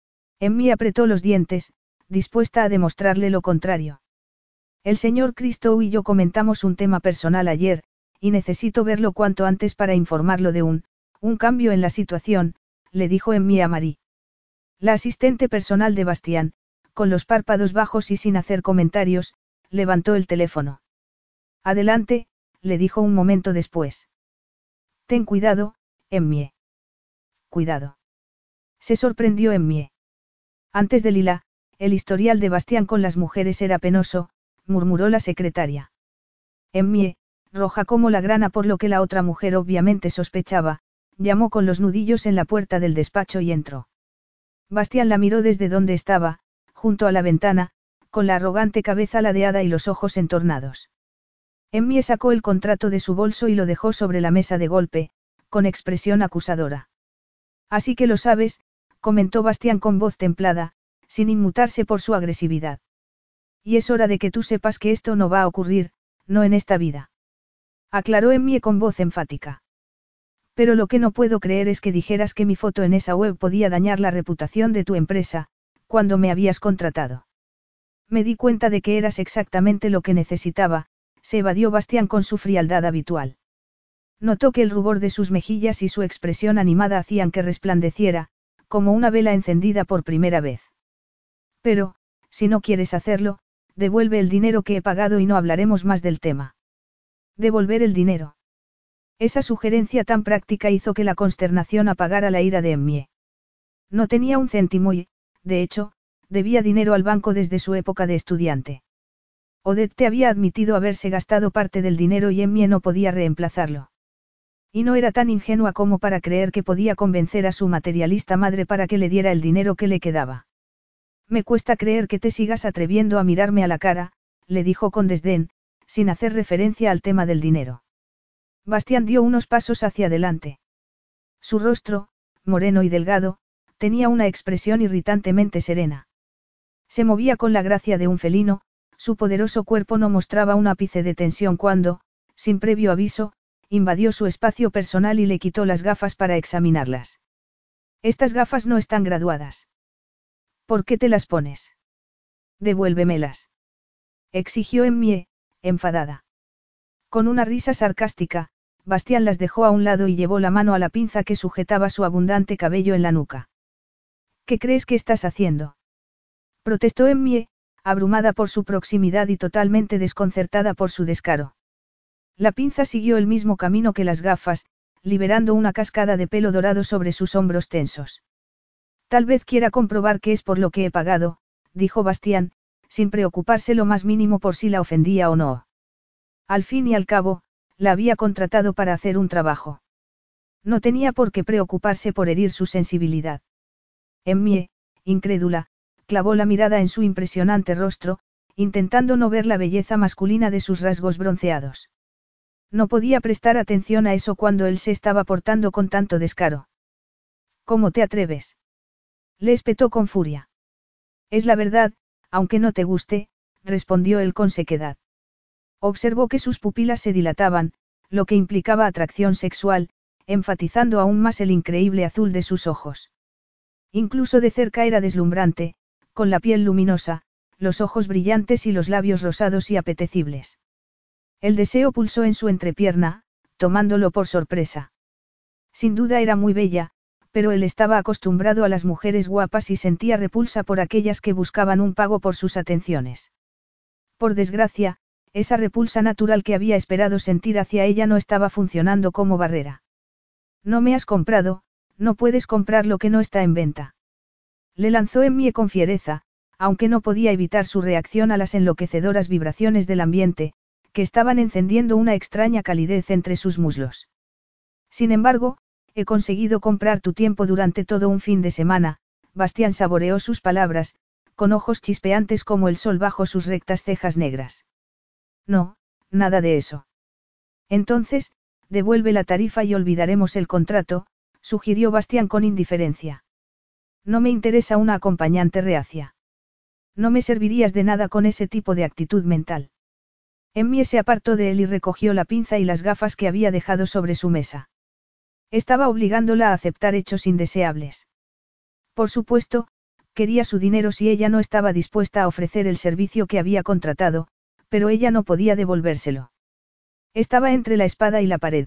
Emmie apretó los dientes, dispuesta a demostrarle lo contrario. El señor Christou y yo comentamos un tema personal ayer, y necesito verlo cuanto antes para informarlo de un cambio en la situación, le dijo Emmie a Marie. La asistente personal de Bastián, con los párpados bajos y sin hacer comentarios, levantó el teléfono. Adelante, le dijo un momento después. Ten cuidado, Emmie. Cuidado. Se sorprendió Emmie. Antes de Lila, el historial de Bastián con las mujeres era penoso, murmuró la secretaria. Emmie, roja como la grana por lo que la otra mujer obviamente sospechaba, llamó con los nudillos en la puerta del despacho y entró. Bastián la miró desde donde estaba, junto a la ventana, con la arrogante cabeza ladeada y los ojos entornados. Emmie sacó el contrato de su bolso y lo dejó sobre la mesa de golpe, con expresión acusadora. Así que lo sabes, comentó Bastián con voz templada, sin inmutarse por su agresividad. Y es hora de que tú sepas que esto no va a ocurrir, no en esta vida. Aclaró Emmie con voz enfática. Pero lo que no puedo creer es que dijeras que mi foto en esa web podía dañar la reputación de tu empresa, cuando me habías contratado. Me di cuenta de que eras exactamente lo que necesitaba, se evadió Bastián con su frialdad habitual. Notó que el rubor de sus mejillas y su expresión animada hacían que resplandeciera, como una vela encendida por primera vez. Pero, si no quieres hacerlo, devuelve el dinero que he pagado y no hablaremos más del tema. Devolver el dinero. Esa sugerencia tan práctica hizo que la consternación apagara la ira de Emmie. No tenía un céntimo y, de hecho, debía dinero al banco desde su época de estudiante. Odette te había admitido haberse gastado parte del dinero y Emmie no podía reemplazarlo. Y no era tan ingenua como para creer que podía convencer a su materialista madre para que le diera el dinero que le quedaba. Me cuesta creer que te sigas atreviendo a mirarme a la cara, le dijo con desdén, sin hacer referencia al tema del dinero. Bastián dio unos pasos hacia adelante. Su rostro, moreno y delgado, tenía una expresión irritantemente serena. Se movía con la gracia de un felino, su poderoso cuerpo no mostraba un ápice de tensión cuando, sin previo aviso, invadió su espacio personal y le quitó las gafas para examinarlas. Estas gafas no están graduadas. ¿Por qué te las pones? Devuélvemelas. Exigió Emmie, enfadada. Con una risa sarcástica, Bastián las dejó a un lado y llevó la mano a la pinza que sujetaba su abundante cabello en la nuca. ¿Qué crees que estás haciendo? Protestó Emmie, abrumada por su proximidad y totalmente desconcertada por su descaro. La pinza siguió el mismo camino que las gafas, liberando una cascada de pelo dorado sobre sus hombros tensos. Tal vez quiera comprobar qué es por lo que he pagado, dijo Bastián, sin preocuparse lo más mínimo por si la ofendía o no. Al fin y al cabo, la había contratado para hacer un trabajo. No tenía por qué preocuparse por herir su sensibilidad. Emmie, incrédula, clavó la mirada en su impresionante rostro, intentando no ver la belleza masculina de sus rasgos bronceados. No podía prestar atención a eso cuando él se estaba portando con tanto descaro. ¿Cómo te atreves? Le espetó con furia. Es la verdad, aunque no te guste, respondió él con sequedad. Observó que sus pupilas se dilataban, lo que implicaba atracción sexual, enfatizando aún más el increíble azul de sus ojos. Incluso de cerca era deslumbrante, con la piel luminosa, los ojos brillantes y los labios rosados y apetecibles. El deseo pulsó en su entrepierna, tomándolo por sorpresa. Sin duda era muy bella, pero él estaba acostumbrado a las mujeres guapas y sentía repulsa por aquellas que buscaban un pago por sus atenciones. Por desgracia, esa repulsa natural que había esperado sentir hacia ella no estaba funcionando como barrera. No me has comprado, no puedes comprar lo que no está en venta. Le lanzó Emmie con fiereza, aunque no podía evitar su reacción a las enloquecedoras vibraciones del ambiente, que estaban encendiendo una extraña calidez entre sus muslos. Sin embargo, he conseguido comprar tu tiempo durante todo un fin de semana, Bastián saboreó sus palabras, con ojos chispeantes como el sol bajo sus rectas cejas negras. No, nada de eso. Entonces, devuelve la tarifa y olvidaremos el contrato, sugirió Bastián con indiferencia. No me interesa una acompañante reacia. No me servirías de nada con ese tipo de actitud mental. Emmie se apartó de él y recogió la pinza y las gafas que había dejado sobre su mesa. Estaba obligándola a aceptar hechos indeseables. Por supuesto, quería su dinero si ella no estaba dispuesta a ofrecer el servicio que había contratado, pero ella no podía devolvérselo. Estaba entre la espada y la pared.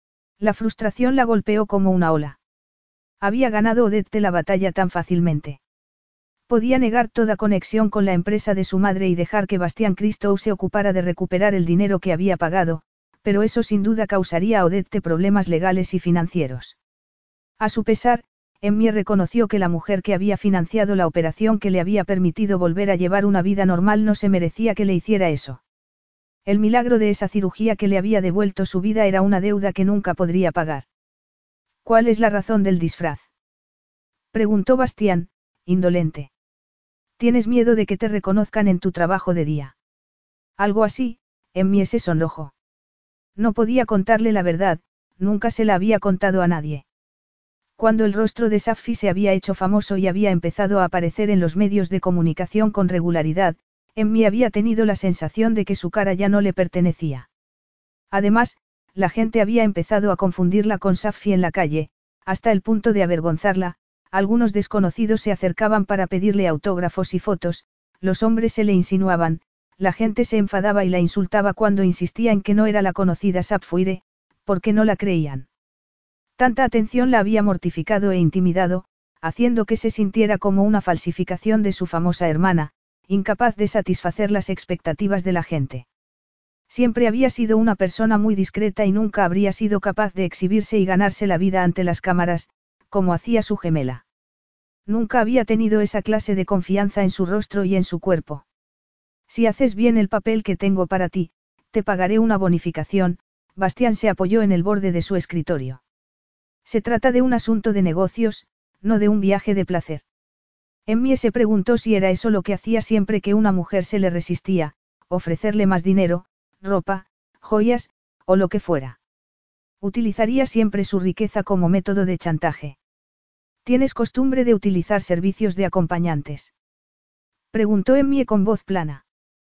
La frustración la golpeó como una ola. Había ganado Odette la batalla tan fácilmente. Podía negar toda conexión con la empresa de su madre y dejar que Bastián Christou se ocupara de recuperar el dinero que había pagado, pero eso sin duda causaría a Odette problemas legales y financieros. A su pesar, Emmie reconoció que la mujer que había financiado la operación que le había permitido volver a llevar una vida normal no se merecía que le hiciera eso. El milagro de esa cirugía que le había devuelto su vida era una deuda que nunca podría pagar. ¿Cuál es la razón del disfraz? Preguntó Bastián, indolente. ¿Tienes miedo de que te reconozcan en tu trabajo de día? Algo así, Emmie se sonrojó. No podía contarle la verdad, nunca se la había contado a nadie. Cuando el rostro de Safi se había hecho famoso y había empezado a aparecer en los medios de comunicación con regularidad, Emmie había tenido la sensación de que su cara ya no le pertenecía. Además, la gente había empezado a confundirla con Safi en la calle, hasta el punto de avergonzarla. Algunos desconocidos se acercaban para pedirle autógrafos y fotos, los hombres se le insinuaban, la gente se enfadaba y la insultaba cuando insistía en que no era la conocida Sapphire, porque no la creían. Tanta atención la había mortificado e intimidado, haciendo que se sintiera como una falsificación de su famosa hermana, incapaz de satisfacer las expectativas de la gente. Siempre había sido una persona muy discreta y nunca habría sido capaz de exhibirse y ganarse la vida ante las cámaras, como hacía su gemela. Nunca había tenido esa clase de confianza en su rostro y en su cuerpo. Si haces bien el papel que tengo para ti, te pagaré una bonificación. Bastián se apoyó en el borde de su escritorio. Se trata de un asunto de negocios, no de un viaje de placer. Emmie se preguntó si era eso lo que hacía siempre que una mujer se le resistía, ofrecerle más dinero, ropa, joyas, o lo que fuera. Utilizaría siempre su riqueza como método de chantaje. ¿Tienes costumbre de utilizar servicios de acompañantes? Preguntó Emmie con voz plana.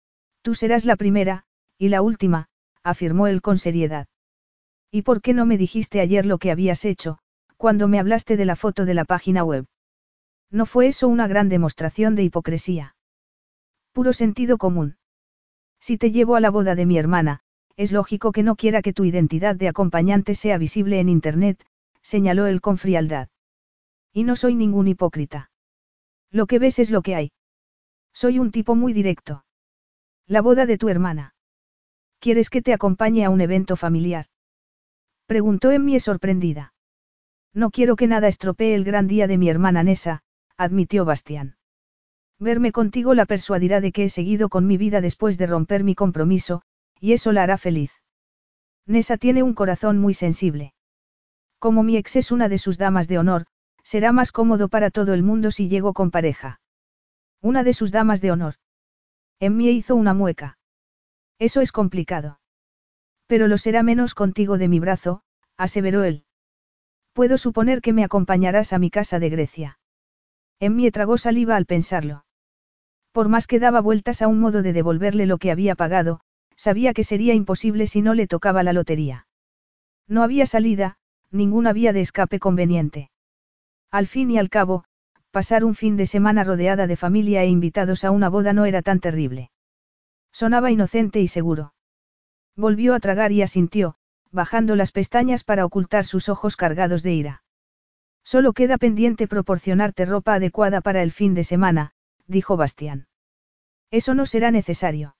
Tú serás la primera, y la última, afirmó él con seriedad. ¿Y por qué no me dijiste ayer lo que habías hecho, cuando me hablaste de la foto de la página web? ¿No fue eso una gran demostración de hipocresía? Puro sentido común. Si te llevo a la boda de mi hermana, es lógico que no quiera que tu identidad de acompañante sea visible en Internet, señaló él con frialdad. Y no soy ningún hipócrita. Lo que ves es lo que hay. Soy un tipo muy directo. La boda de tu hermana. ¿Quieres que te acompañe a un evento familiar? Preguntó Emmie sorprendida. No quiero que nada estropee el gran día de mi hermana Nessa, admitió Bastián. Verme contigo la persuadirá de que he seguido con mi vida después de romper mi compromiso, y eso la hará feliz. Nessa tiene un corazón muy sensible. Como mi ex es una de sus damas de honor, será más cómodo para todo el mundo si llego con pareja. Una de sus damas de honor. Emmie hizo una mueca. Eso es complicado. Pero lo será menos contigo de mi brazo, aseveró él. Puedo suponer que me acompañarás a mi casa de Grecia. Emmie tragó saliva al pensarlo. Por más que daba vueltas a un modo de devolverle lo que había pagado, sabía que sería imposible si no le tocaba la lotería. No había salida, ninguna vía de escape conveniente. Al fin y al cabo, pasar un fin de semana rodeada de familia e invitados a una boda no era tan terrible. Sonaba inocente y seguro. Volvió a tragar y asintió, bajando las pestañas para ocultar sus ojos cargados de ira. Solo queda pendiente proporcionarte ropa adecuada para el fin de semana, dijo Bastián. Eso no será necesario.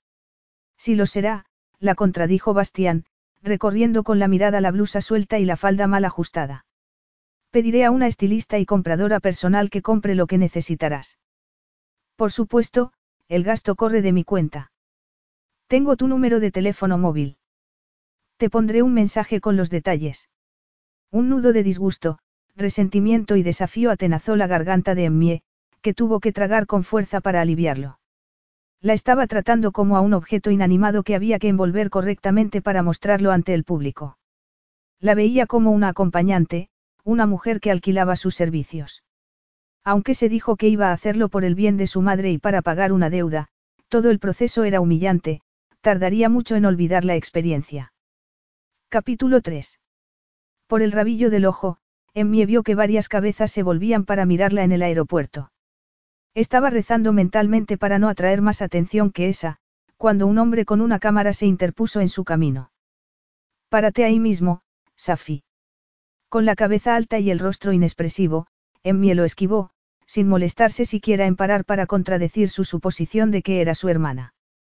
Sí lo será, la contradijo Bastián, recorriendo con la mirada la blusa suelta y la falda mal ajustada. Pediré a una estilista y compradora personal que compre lo que necesitarás. Por supuesto, el gasto corre de mi cuenta. Tengo tu número de teléfono móvil. Te pondré un mensaje con los detalles. Un nudo de disgusto, resentimiento y desafío atenazó la garganta de Emmie, que tuvo que tragar con fuerza para aliviarlo. La estaba tratando como a un objeto inanimado que había que envolver correctamente para mostrarlo ante el público. La veía como una acompañante, una mujer que alquilaba sus servicios. Aunque se dijo que iba a hacerlo por el bien de su madre y para pagar una deuda, todo el proceso era humillante, tardaría mucho en olvidar la experiencia. Capítulo 3. Por el rabillo del ojo, Emmie vio que varias cabezas se volvían para mirarla en el aeropuerto. Estaba rezando mentalmente para no atraer más atención que esa, cuando un hombre con una cámara se interpuso en su camino. Párate ahí mismo, Safi. Con la cabeza alta y el rostro inexpresivo, Emmie lo esquivó, sin molestarse siquiera en parar para contradecir su suposición de que era su hermana.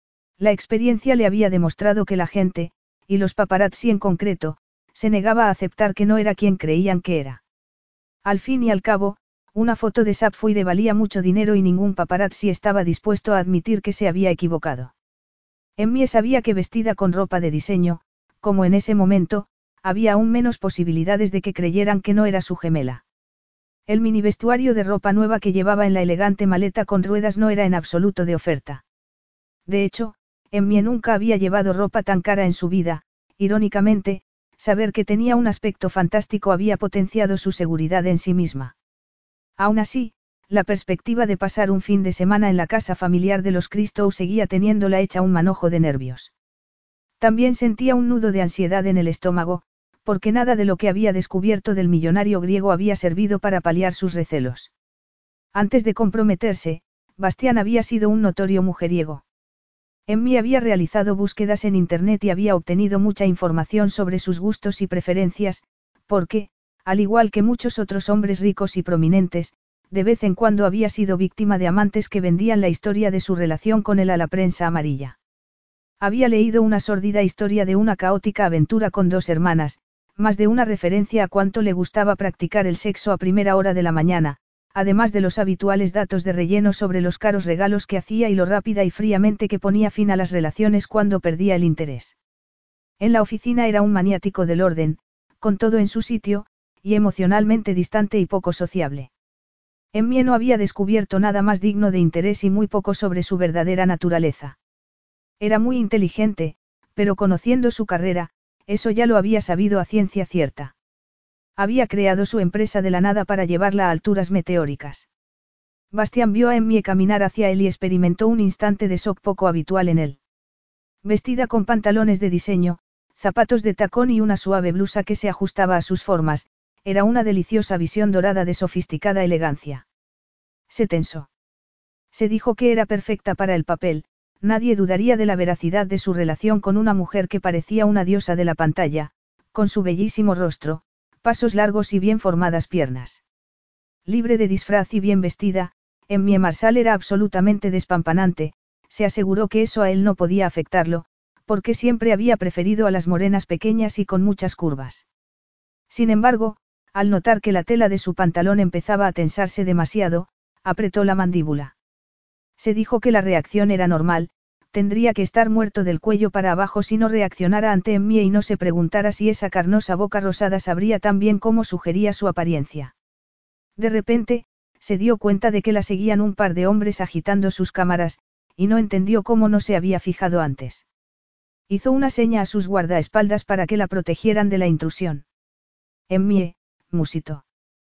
La experiencia le había demostrado que la gente, y los paparazzi en concreto, se negaba a aceptar que no era quien creían que era. Al fin y al cabo, una foto de Sapphire valía mucho dinero y ningún paparazzi estaba dispuesto a admitir que se había equivocado. Emmie sabía que vestida con ropa de diseño, como en ese momento, había aún menos posibilidades de que creyeran que no era su gemela. El mini vestuario de ropa nueva que llevaba en la elegante maleta con ruedas no era en absoluto de oferta. De hecho, Emmie nunca había llevado ropa tan cara en su vida, irónicamente, saber que tenía un aspecto fantástico había potenciado su seguridad en sí misma. Aún así, la perspectiva de pasar un fin de semana en la casa familiar de los Christou seguía teniéndola hecha un manojo de nervios. También sentía un nudo de ansiedad en el estómago, porque nada de lo que había descubierto del millonario griego había servido para paliar sus recelos. Antes de comprometerse, Bastián había sido un notorio mujeriego. Emmie había realizado búsquedas en Internet y había obtenido mucha información sobre sus gustos y preferencias, porque, al igual que muchos otros hombres ricos y prominentes, de vez en cuando había sido víctima de amantes que vendían la historia de su relación con él a la prensa amarilla. Había leído una sórdida historia de una caótica aventura con dos hermanas, más de una referencia a cuánto le gustaba practicar el sexo a primera hora de la mañana, además de los habituales datos de relleno sobre los caros regalos que hacía y lo rápida y fríamente que ponía fin a las relaciones cuando perdía el interés. En la oficina era un maniático del orden, con todo en su sitio, y emocionalmente distante y poco sociable. Emmie no había descubierto nada más digno de interés y muy poco sobre su verdadera naturaleza. Era muy inteligente, pero conociendo su carrera, eso ya lo había sabido a ciencia cierta. Había creado su empresa de la nada para llevarla a alturas meteóricas. Bastián vio a Emmie caminar hacia él y experimentó un instante de shock poco habitual en él. Vestida con pantalones de diseño, zapatos de tacón y una suave blusa que se ajustaba a sus formas, era una deliciosa visión dorada de sofisticada elegancia. Se tensó. Se dijo que era perfecta para el papel, nadie dudaría de la veracidad de su relación con una mujer que parecía una diosa de la pantalla, con su bellísimo rostro, pasos largos y bien formadas piernas. Libre de disfraz y bien vestida, Emmie Marshall era absolutamente despampanante, se aseguró que eso a él no podía afectarlo, porque siempre había preferido a las morenas pequeñas y con muchas curvas. Sin embargo, al notar que la tela de su pantalón empezaba a tensarse demasiado, apretó la mandíbula. Se dijo que la reacción era normal, tendría que estar muerto del cuello para abajo si no reaccionara ante Emmie y no se preguntara si esa carnosa boca rosada sabría tan bien como sugería su apariencia. De repente, se dio cuenta de que la seguían un par de hombres agitando sus cámaras, y no entendió cómo no se había fijado antes. Hizo una seña a sus guardaespaldas para que la protegieran de la intrusión. Emmie, musitó.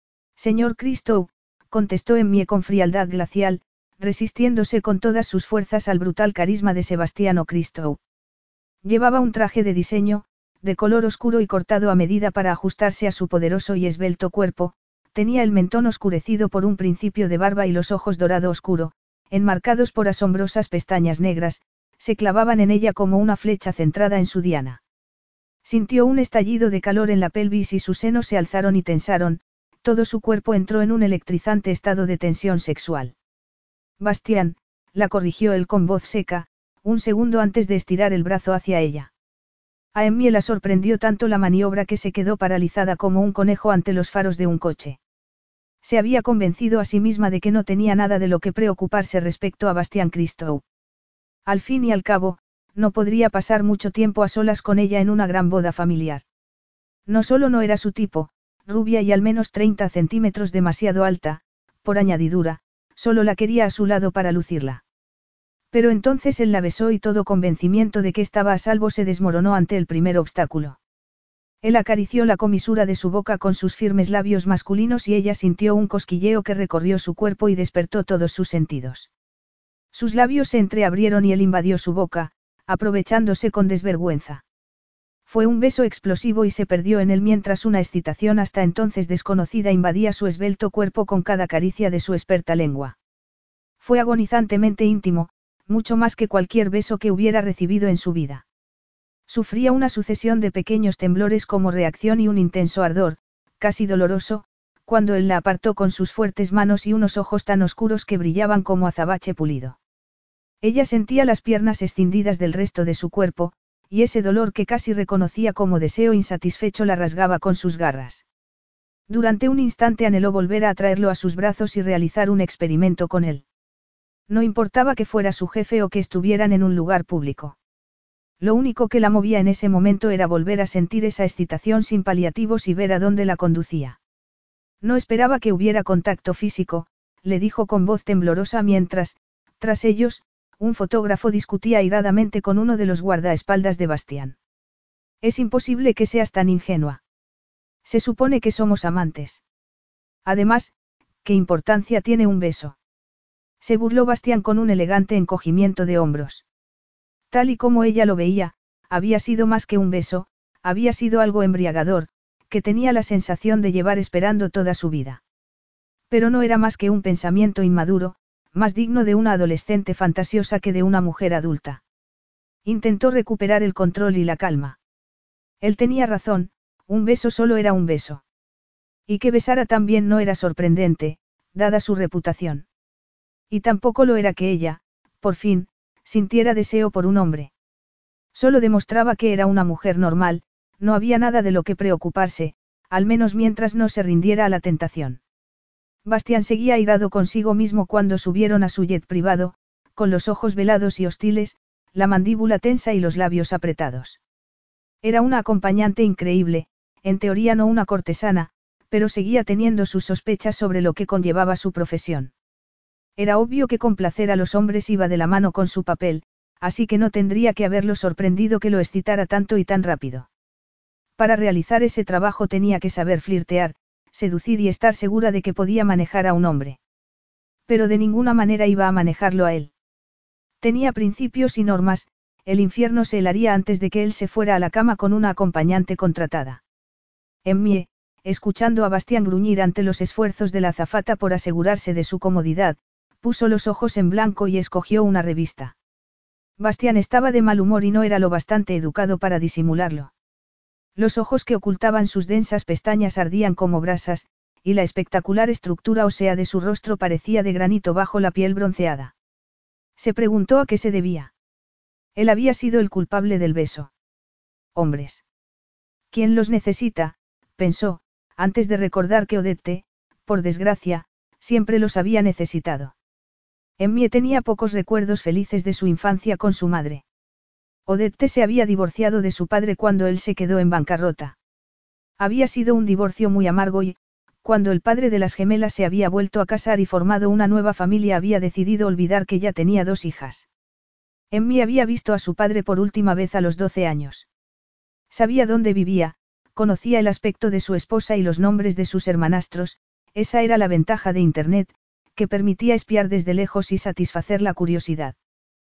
Señor Christou, contestó Emmie con frialdad glacial, resistiéndose con todas sus fuerzas al brutal carisma de Sebastiano Christou. Llevaba un traje de diseño, de color oscuro y cortado a medida para ajustarse a su poderoso y esbelto cuerpo, tenía el mentón oscurecido por un principio de barba y los ojos dorado oscuro, enmarcados por asombrosas pestañas negras, se clavaban en ella como una flecha centrada en su diana. Sintió un estallido de calor en la pelvis y sus senos se alzaron y tensaron, todo su cuerpo entró en un electrizante estado de tensión sexual. Bastián, la corrigió él con voz seca, un segundo antes de estirar el brazo hacia ella. A Emmie la sorprendió tanto la maniobra que se quedó paralizada como un conejo ante los faros de un coche. Se había convencido a sí misma de que no tenía nada de lo que preocuparse respecto a Bastián Christou. Al fin y al cabo, no podría pasar mucho tiempo a solas con ella en una gran boda familiar. No solo no era su tipo, rubia y al menos 30 centímetros demasiado alta, por añadidura, solo la quería a su lado para lucirla. Pero entonces él la besó y todo convencimiento de que estaba a salvo se desmoronó ante el primer obstáculo. Él acarició la comisura de su boca con sus firmes labios masculinos y ella sintió un cosquilleo que recorrió su cuerpo y despertó todos sus sentidos. Sus labios se entreabrieron y él invadió su boca, aprovechándose con desvergüenza. Fue un beso explosivo y se perdió en él mientras una excitación hasta entonces desconocida invadía su esbelto cuerpo con cada caricia de su experta lengua. Fue agonizantemente íntimo, mucho más que cualquier beso que hubiera recibido en su vida. Sufría una sucesión de pequeños temblores como reacción y un intenso ardor, casi doloroso, cuando él la apartó con sus fuertes manos y unos ojos tan oscuros que brillaban como azabache pulido. Ella sentía las piernas escindidas del resto de su cuerpo, y ese dolor que casi reconocía como deseo insatisfecho la rasgaba con sus garras. Durante un instante anheló volver a atraerlo a sus brazos y realizar un experimento con él. No importaba que fuera su jefe o que estuvieran en un lugar público. Lo único que la movía en ese momento era volver a sentir esa excitación sin paliativos y ver a dónde la conducía. No esperaba que hubiera contacto físico, le dijo con voz temblorosa mientras, tras ellos, un fotógrafo discutía airadamente con uno de los guardaespaldas de Bastián. Es imposible que seas tan ingenua. Se supone que somos amantes. Además, ¿qué importancia tiene un beso? Se burló Bastián con un elegante encogimiento de hombros. Tal y como ella lo veía, había sido más que un beso, había sido algo embriagador, que tenía la sensación de llevar esperando toda su vida. Pero no era más que un pensamiento inmaduro, más digno de una adolescente fantasiosa que de una mujer adulta. Intentó recuperar el control y la calma. Él tenía razón, un beso solo era un beso. Y que besara tan bien no era sorprendente, dada su reputación. Y tampoco lo era que ella, por fin, sintiera deseo por un hombre. Solo demostraba que era una mujer normal, no había nada de lo que preocuparse, al menos mientras no se rindiera a la tentación. Bastián seguía airado consigo mismo cuando subieron a su jet privado, con los ojos velados y hostiles, la mandíbula tensa y los labios apretados. Era una acompañante increíble, en teoría no una cortesana, pero seguía teniendo sus sospechas sobre lo que conllevaba su profesión. Era obvio que complacer a los hombres iba de la mano con su papel, así que no tendría que haberlo sorprendido que lo excitara tanto y tan rápido. Para realizar ese trabajo tenía que saber flirtear, seducir y estar segura de que podía manejar a un hombre. Pero de ninguna manera iba a manejarlo a él. Tenía principios y normas, el infierno se helaría antes de que él se fuera a la cama con una acompañante contratada. Emmie, escuchando a Bastián gruñir ante los esfuerzos de la azafata por asegurarse de su comodidad, puso los ojos en blanco y escogió una revista. Bastián estaba de mal humor y no era lo bastante educado para disimularlo. Los ojos que ocultaban sus densas pestañas ardían como brasas, y la espectacular estructura ósea de su rostro parecía de granito bajo la piel bronceada. Se preguntó a qué se debía. Él había sido el culpable del beso. Hombres. ¿Quién los necesita?, pensó, antes de recordar que Odette, por desgracia, siempre los había necesitado. Emmie tenía pocos recuerdos felices de su infancia con su madre. Odette se había divorciado de su padre cuando él se quedó en bancarrota. Había sido un divorcio muy amargo y, cuando el padre de las gemelas se había vuelto a casar y formado una nueva familia, había decidido olvidar que ya tenía 2 hijas. Emmie había visto a su padre por última vez a los 12 años. Sabía dónde vivía, conocía el aspecto de su esposa y los nombres de sus hermanastros, esa era la ventaja de Internet, que permitía espiar desde lejos y satisfacer la curiosidad.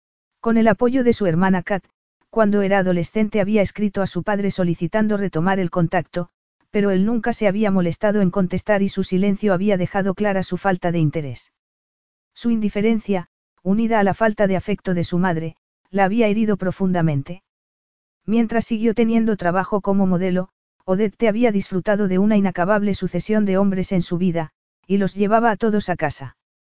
Con el apoyo de su hermana Kat, cuando era adolescente había escrito a su padre solicitando retomar el contacto, pero él nunca se había molestado en contestar y su silencio había dejado clara su falta de interés. Su indiferencia, unida a la falta de afecto de su madre, la había herido profundamente. Mientras siguió teniendo trabajo como modelo, Odette había disfrutado de una inacabable sucesión de hombres en su vida, y los llevaba a todos a casa.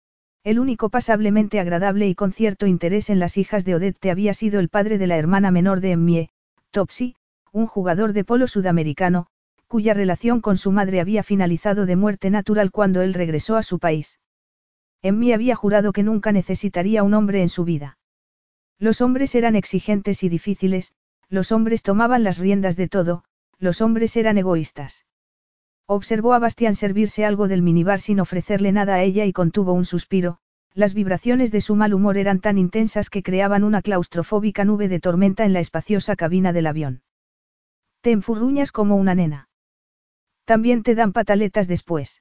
El único pasablemente agradable y con cierto interés en las hijas de Odette había sido el padre de la hermana menor de Emmie, Topsy, un jugador de polo sudamericano, cuya relación con su madre había finalizado de muerte natural cuando él regresó a su país. Emmie había jurado que nunca necesitaría un hombre en su vida. Los hombres eran exigentes y difíciles, los hombres tomaban las riendas de todo, los hombres eran egoístas. Observó a Bastián servirse algo del minibar sin ofrecerle nada a ella y contuvo un suspiro, las vibraciones de su mal humor eran tan intensas que creaban una claustrofóbica nube de tormenta en la espaciosa cabina del avión. Te enfurruñas como una nena. También te dan pataletas después.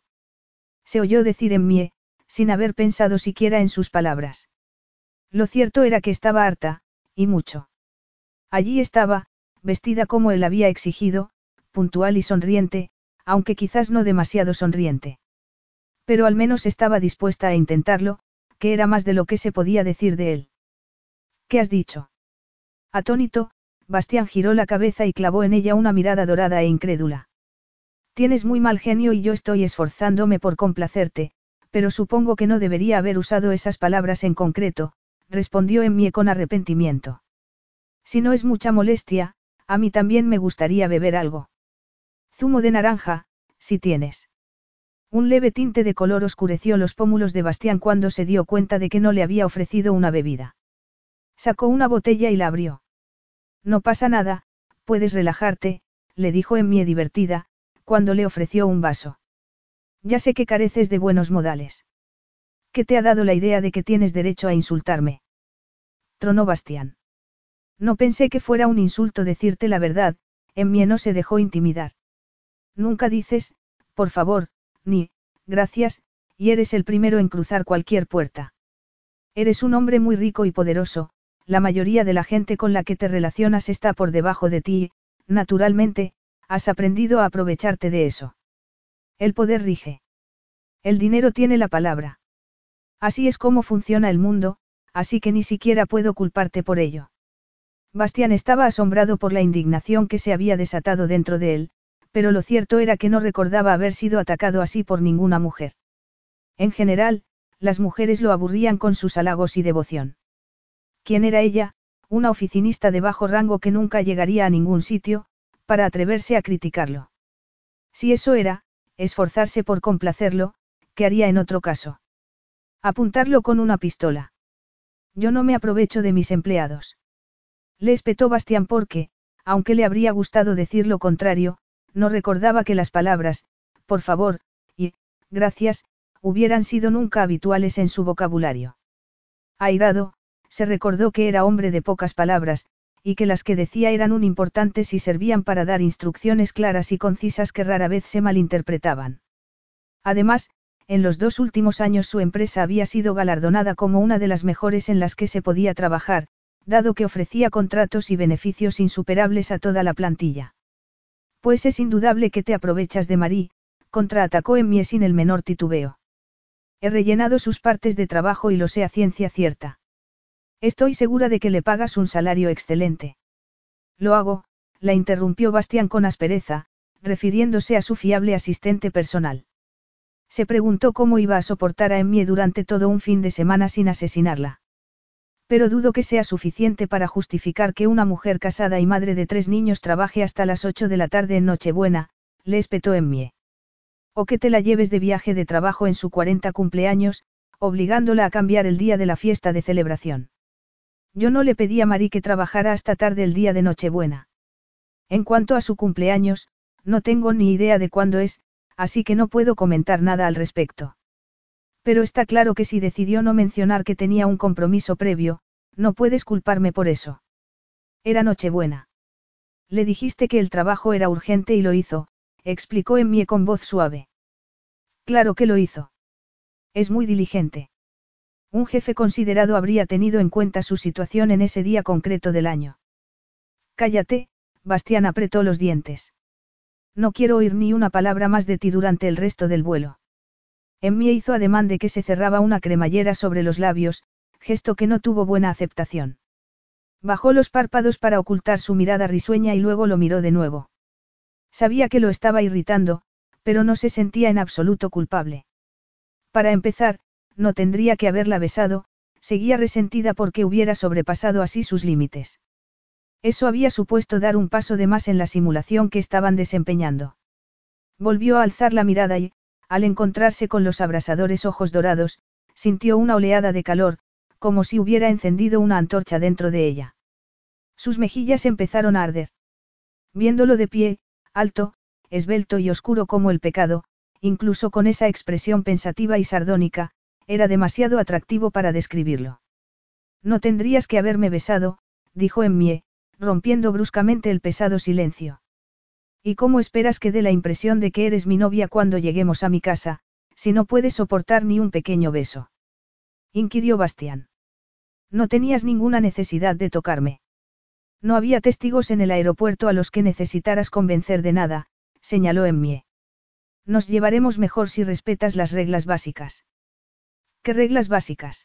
Se oyó decir Emmie, sin haber pensado siquiera en sus palabras. Lo cierto era que estaba harta, y mucho. Allí estaba, vestida como él había exigido, puntual y sonriente, aunque quizás no demasiado sonriente. Pero al menos estaba dispuesta a intentarlo, que era más de lo que se podía decir de él. ¿Qué has dicho? Atónito, Bastián giró la cabeza y clavó en ella una mirada dorada e incrédula. Tienes muy mal genio y yo estoy esforzándome por complacerte, pero supongo que no debería haber usado esas palabras en concreto, respondió Emmie con arrepentimiento. Si no es mucha molestia, a mí también me gustaría beber algo. Zumo de naranja, si tienes. Un leve tinte de color oscureció los pómulos de Bastián cuando se dio cuenta de que no le había ofrecido una bebida. Sacó una botella y la abrió. No pasa nada, puedes relajarte, le dijo Emmie divertida, cuando le ofreció un vaso. Ya sé que careces de buenos modales. ¿Qué te ha dado la idea de que tienes derecho a insultarme? Tronó Bastián. No pensé que fuera un insulto decirte la verdad, Emmie no se dejó intimidar. Nunca dices, por favor, ni, gracias, y eres el primero en cruzar cualquier puerta. Eres un hombre muy rico y poderoso, la mayoría de la gente con la que te relacionas está por debajo de ti y, naturalmente, has aprendido a aprovecharte de eso. El poder rige. El dinero tiene la palabra. Así es como funciona el mundo, así que ni siquiera puedo culparte por ello. Bastián estaba asombrado por la indignación que se había desatado dentro de él, pero lo cierto era que no recordaba haber sido atacado así por ninguna mujer. En general, las mujeres lo aburrían con sus halagos y devoción. ¿Quién era ella, una oficinista de bajo rango que nunca llegaría a ningún sitio, para atreverse a criticarlo? Si eso era, esforzarse por complacerlo, ¿qué haría en otro caso? Apuntarlo con una pistola. Yo no me aprovecho de mis empleados. Le espetó Bastián porque, aunque le habría gustado decir lo contrario, no recordaba que las palabras, por favor, y, gracias, hubieran sido nunca habituales en su vocabulario. Airado, se recordó que era hombre de pocas palabras, y que las que decía eran un importantes y servían para dar instrucciones claras y concisas que rara vez se malinterpretaban. Además, en los 2 últimos años su empresa había sido galardonada como una de las mejores en las que se podía trabajar, dado que ofrecía contratos y beneficios insuperables a toda la plantilla. Pues es indudable que te aprovechas de Marie, contraatacó Emmie sin el menor titubeo. He rellenado sus partes de trabajo y lo sé a ciencia cierta. Estoy segura de que le pagas un salario excelente. Lo hago, la interrumpió Bastián con aspereza, refiriéndose a su fiable asistente personal. Se preguntó cómo iba a soportar a Emmie durante todo un fin de semana sin asesinarla. Pero dudo que sea suficiente para justificar que una mujer casada y madre de 3 niños trabaje hasta las 8 de la tarde en Nochebuena, le espetó Emmie. O que te la lleves de viaje de trabajo en su 40 cumpleaños, obligándola a cambiar el día de la fiesta de celebración. Yo no le pedí a Marie que trabajara hasta tarde el día de Nochebuena. En cuanto a su cumpleaños, no tengo ni idea de cuándo es, así que no puedo comentar nada al respecto. Pero está claro que si decidió no mencionar que tenía un compromiso previo, no puedes culparme por eso. Era Nochebuena. Le dijiste que el trabajo era urgente y lo hizo, explicó Emmie con voz suave. Claro que lo hizo. Es muy diligente. Un jefe considerado habría tenido en cuenta su situación en ese día concreto del año. Cállate, Bastián apretó los dientes. No quiero oír ni una palabra más de ti durante el resto del vuelo. Emmie hizo ademán de que se cerraba una cremallera sobre los labios, gesto que no tuvo buena aceptación. Bajó los párpados para ocultar su mirada risueña y luego lo miró de nuevo. Sabía que lo estaba irritando, pero no se sentía en absoluto culpable. Para empezar, no tendría que haberla besado, seguía resentida porque hubiera sobrepasado así sus límites. Eso había supuesto dar un paso de más en la simulación que estaban desempeñando. Volvió a alzar la mirada y, al encontrarse con los abrasadores ojos dorados, sintió una oleada de calor, como si hubiera encendido una antorcha dentro de ella. Sus mejillas empezaron a arder. Viéndolo de pie, alto, esbelto y oscuro como el pecado, incluso con esa expresión pensativa y sardónica, era demasiado atractivo para describirlo. No tendrías que haberme besado, dijo Emmie, rompiendo bruscamente el pesado silencio. ¿Y cómo esperas que dé la impresión de que eres mi novia cuando lleguemos a mi casa, si no puedes soportar ni un pequeño beso? Inquirió Bastián. No tenías ninguna necesidad de tocarme. No había testigos en el aeropuerto a los que necesitaras convencer de nada, señaló Emmie. Nos llevaremos mejor si respetas las reglas básicas. ¿Qué reglas básicas?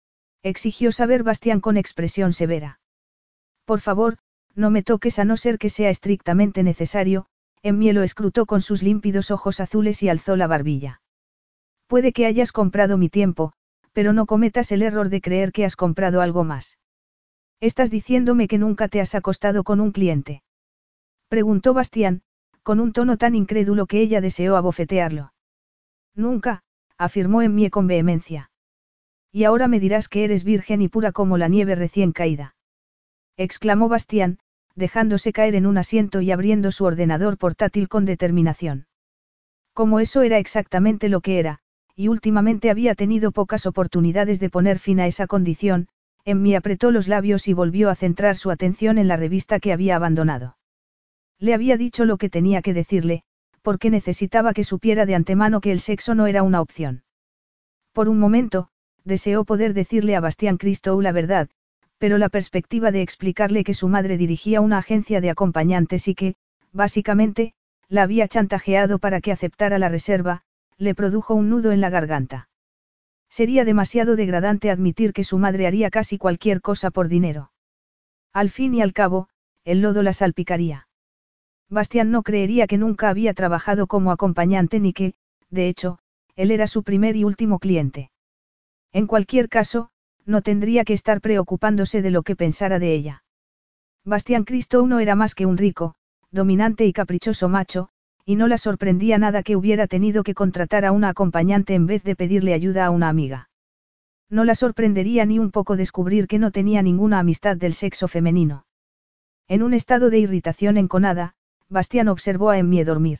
Exigió saber Bastián con expresión severa. Por favor, no me toques a no ser que sea estrictamente necesario, Emmie lo escrutó con sus límpidos ojos azules y alzó la barbilla. Puede que hayas comprado mi tiempo, pero no cometas el error de creer que has comprado algo más. ¿Estás diciéndome que nunca te has acostado con un cliente? Preguntó Bastián, con un tono tan incrédulo que ella deseó abofetearlo. Nunca, afirmó Emmie con vehemencia. Y ahora me dirás que eres virgen y pura como la nieve recién caída. Exclamó Bastián, dejándose caer en un asiento y abriendo su ordenador portátil con determinación. Como eso era exactamente lo que era, y últimamente había tenido pocas oportunidades de poner fin a esa condición, Emmie apretó los labios y volvió a centrar su atención en la revista que había abandonado. Le había dicho lo que tenía que decirle, porque necesitaba que supiera de antemano que el sexo no era una opción. Por un momento, deseó poder decirle a Bastián Christou la verdad, pero la perspectiva de explicarle que su madre dirigía una agencia de acompañantes y que, básicamente, la había chantajeado para que aceptara la reserva, le produjo un nudo en la garganta. Sería demasiado degradante admitir que su madre haría casi cualquier cosa por dinero. Al fin y al cabo, el lodo la salpicaría. Bastián no creería que nunca había trabajado como acompañante ni que, de hecho, él era su primer y último cliente. En cualquier caso, no tendría que estar preocupándose de lo que pensara de ella. Bastián Christou no era más que un rico, dominante y caprichoso macho, y no la sorprendía nada que hubiera tenido que contratar a una acompañante en vez de pedirle ayuda a una amiga. No la sorprendería ni un poco descubrir que no tenía ninguna amistad del sexo femenino. En un estado de irritación enconada, Bastián observó a Emmie dormir.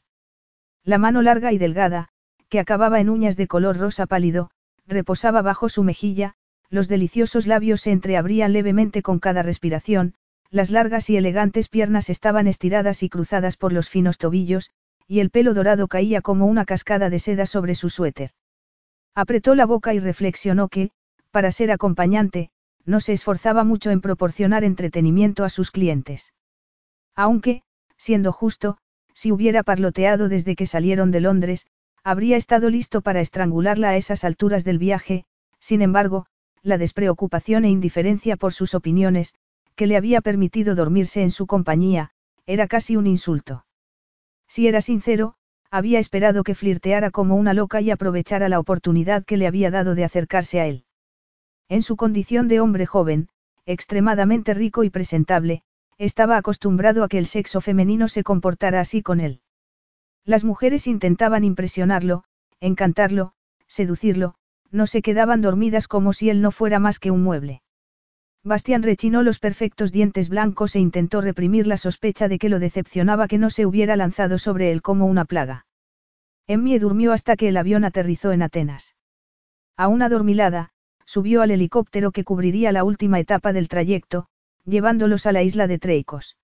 La mano larga y delgada, que acababa en uñas de color rosa pálido, reposaba bajo su mejilla, los deliciosos labios se entreabrían levemente con cada respiración, las largas y elegantes piernas estaban estiradas y cruzadas por los finos tobillos, y el pelo dorado caía como una cascada de seda sobre su suéter. Apretó la boca y reflexionó que, para ser acompañante, no se esforzaba mucho en proporcionar entretenimiento a sus clientes. Aunque, siendo justo, si hubiera parloteado desde que salieron de Londres, habría estado listo para estrangularla a esas alturas del viaje. Sin embargo, la despreocupación e indiferencia por sus opiniones, que le había permitido dormirse en su compañía, era casi un insulto. Si era sincero, había esperado que flirteara como una loca y aprovechara la oportunidad que le había dado de acercarse a él. En su condición de hombre joven, extremadamente rico y presentable, estaba acostumbrado a que el sexo femenino se comportara así con él. Las mujeres intentaban impresionarlo, encantarlo, seducirlo, no se quedaban dormidas como si él no fuera más que un mueble. Bastián rechinó los perfectos dientes blancos e intentó reprimir la sospecha de que lo decepcionaba que no se hubiera lanzado sobre él como una plaga. Emmie durmió hasta que el avión aterrizó en Atenas. Aún adormilada, subió al helicóptero que cubriría la última etapa del trayecto, llevándolos a la isla de Treicos.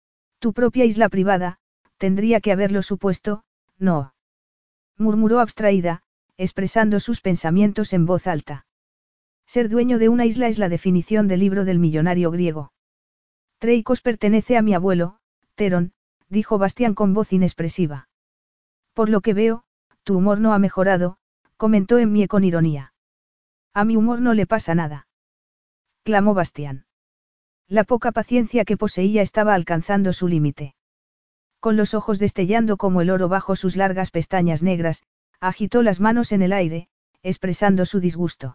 Tu propia isla privada, tendría que haberlo supuesto, ¿no? Murmuró abstraída, expresando sus pensamientos en voz alta. Ser dueño de una isla es la definición del libro del millonario griego. Treicos pertenece a mi abuelo, Terón, dijo Bastián con voz inexpresiva. Por lo que veo, tu humor no ha mejorado, comentó Emmie con ironía. A mi humor no le pasa nada. Clamó Bastián. La poca paciencia que poseía estaba alcanzando su límite. Con los ojos destellando como el oro bajo sus largas pestañas negras, agitó las manos en el aire, expresando su disgusto.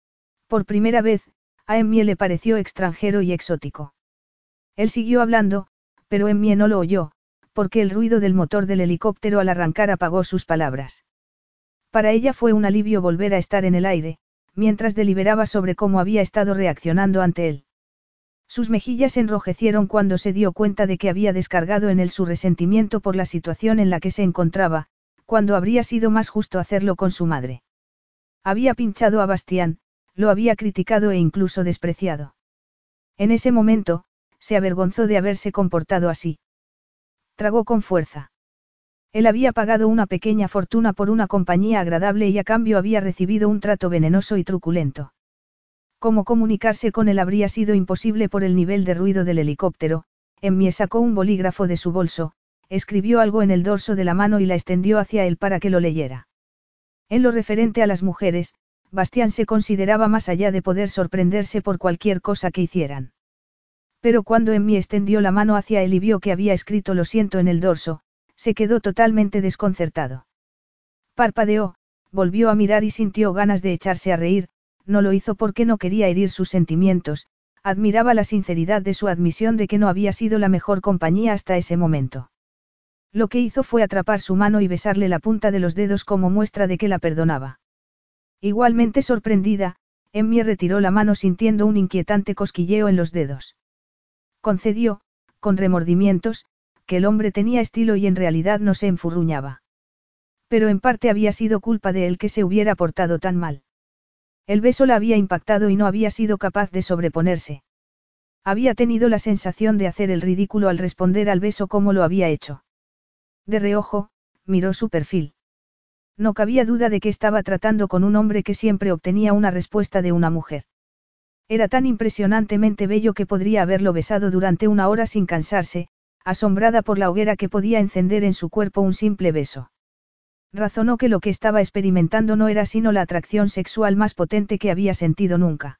Por primera vez, a Emmie le pareció extranjero y exótico. Él siguió hablando, pero Emmie no lo oyó, porque el ruido del motor del helicóptero al arrancar apagó sus palabras. Para ella fue un alivio volver a estar en el aire, mientras deliberaba sobre cómo había estado reaccionando ante él. Sus mejillas enrojecieron cuando se dio cuenta de que había descargado en él su resentimiento por la situación en la que se encontraba, cuando habría sido más justo hacerlo con su madre. Había pinchado a Bastián, lo había criticado e incluso despreciado. En ese momento, se avergonzó de haberse comportado así. Tragó con fuerza. Él había pagado una pequeña fortuna por una compañía agradable y a cambio había recibido un trato venenoso y truculento. Cómo comunicarse con él habría sido imposible por el nivel de ruido del helicóptero. Emmie sacó un bolígrafo de su bolso, escribió algo en el dorso de la mano y la extendió hacia él para que lo leyera. En lo referente a las mujeres, Bastián se consideraba más allá de poder sorprenderse por cualquier cosa que hicieran. Pero cuando Emmie extendió la mano hacia él y vio que había escrito lo siento en el dorso, se quedó totalmente desconcertado. Parpadeó, volvió a mirar y sintió ganas de echarse a reír. No lo hizo porque no quería herir sus sentimientos, admiraba la sinceridad de su admisión de que no había sido la mejor compañía hasta ese momento. Lo que hizo fue atrapar su mano y besarle la punta de los dedos como muestra de que la perdonaba. Igualmente sorprendida, Emmie retiró la mano sintiendo un inquietante cosquilleo en los dedos. Concedió, con remordimientos, que el hombre tenía estilo y en realidad no se enfurruñaba. Pero en parte había sido culpa de él que se hubiera portado tan mal. El beso la había impactado y no había sido capaz de sobreponerse. Había tenido la sensación de hacer el ridículo al responder al beso como lo había hecho. De reojo, miró su perfil. No cabía duda de que estaba tratando con un hombre que siempre obtenía una respuesta de una mujer. Era tan impresionantemente bello que podría haberlo besado durante una hora sin cansarse, asombrada por la hoguera que podía encender en su cuerpo un simple beso. Razonó que lo que estaba experimentando no era sino la atracción sexual más potente que había sentido nunca.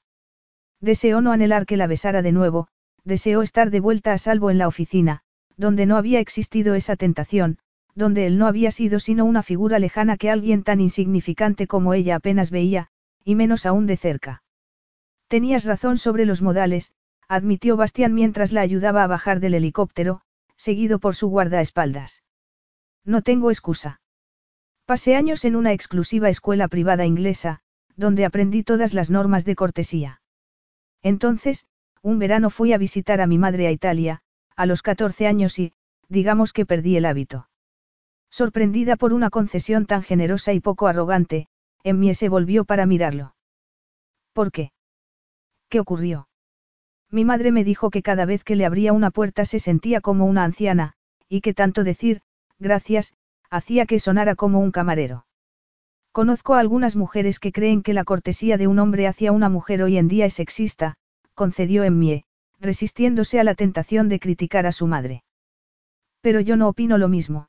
Deseó no anhelar que la besara de nuevo, deseó estar de vuelta a salvo en la oficina, donde no había existido esa tentación, donde él no había sido sino una figura lejana que alguien tan insignificante como ella apenas veía, y menos aún de cerca. Tenías razón sobre los modales, admitió Bastián mientras la ayudaba a bajar del helicóptero, seguido por su guardaespaldas. No tengo excusa. Pasé años en una exclusiva escuela privada inglesa, donde aprendí todas las normas de cortesía. Entonces, un verano fui a visitar a mi madre a Italia, a los 14 años y, digamos que perdí el hábito. Sorprendida por una concesión tan generosa y poco arrogante, Emmie se volvió para mirarlo. ¿Por qué? ¿Qué ocurrió? Mi madre me dijo que cada vez que le abría una puerta se sentía como una anciana, y que tanto decir, gracias, hacía que sonara como un camarero. Conozco a algunas mujeres que creen que la cortesía de un hombre hacia una mujer hoy en día es sexista, concedió Emmie, resistiéndose a la tentación de criticar a su madre. Pero yo no opino lo mismo.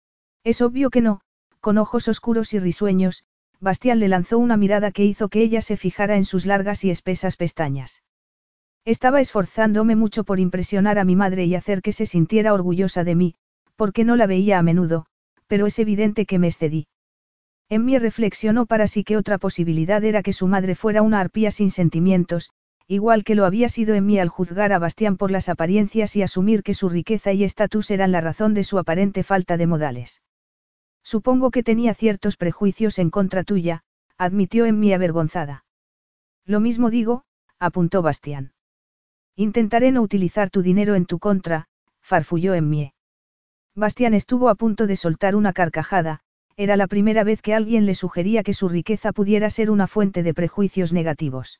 Es obvio que no, con ojos oscuros y risueños, Bastián le lanzó una mirada que hizo que ella se fijara en sus largas y espesas pestañas. Estaba esforzándome mucho por impresionar a mi madre y hacer que se sintiera orgullosa de mí, porque no la veía a menudo, pero es evidente que me excedí. Emmie reflexionó para sí que otra posibilidad era que su madre fuera una arpía sin sentimientos, igual que lo había sido Emmie al juzgar a Bastián por las apariencias y asumir que su riqueza y estatus eran la razón de su aparente falta de modales. Supongo que tenía ciertos prejuicios en contra tuya, admitió Emmie avergonzada. Lo mismo digo, apuntó Bastián. Intentaré no utilizar tu dinero en tu contra, farfulló Emmie. Bastián estuvo a punto de soltar una carcajada, era la primera vez que alguien le sugería que su riqueza pudiera ser una fuente de prejuicios negativos.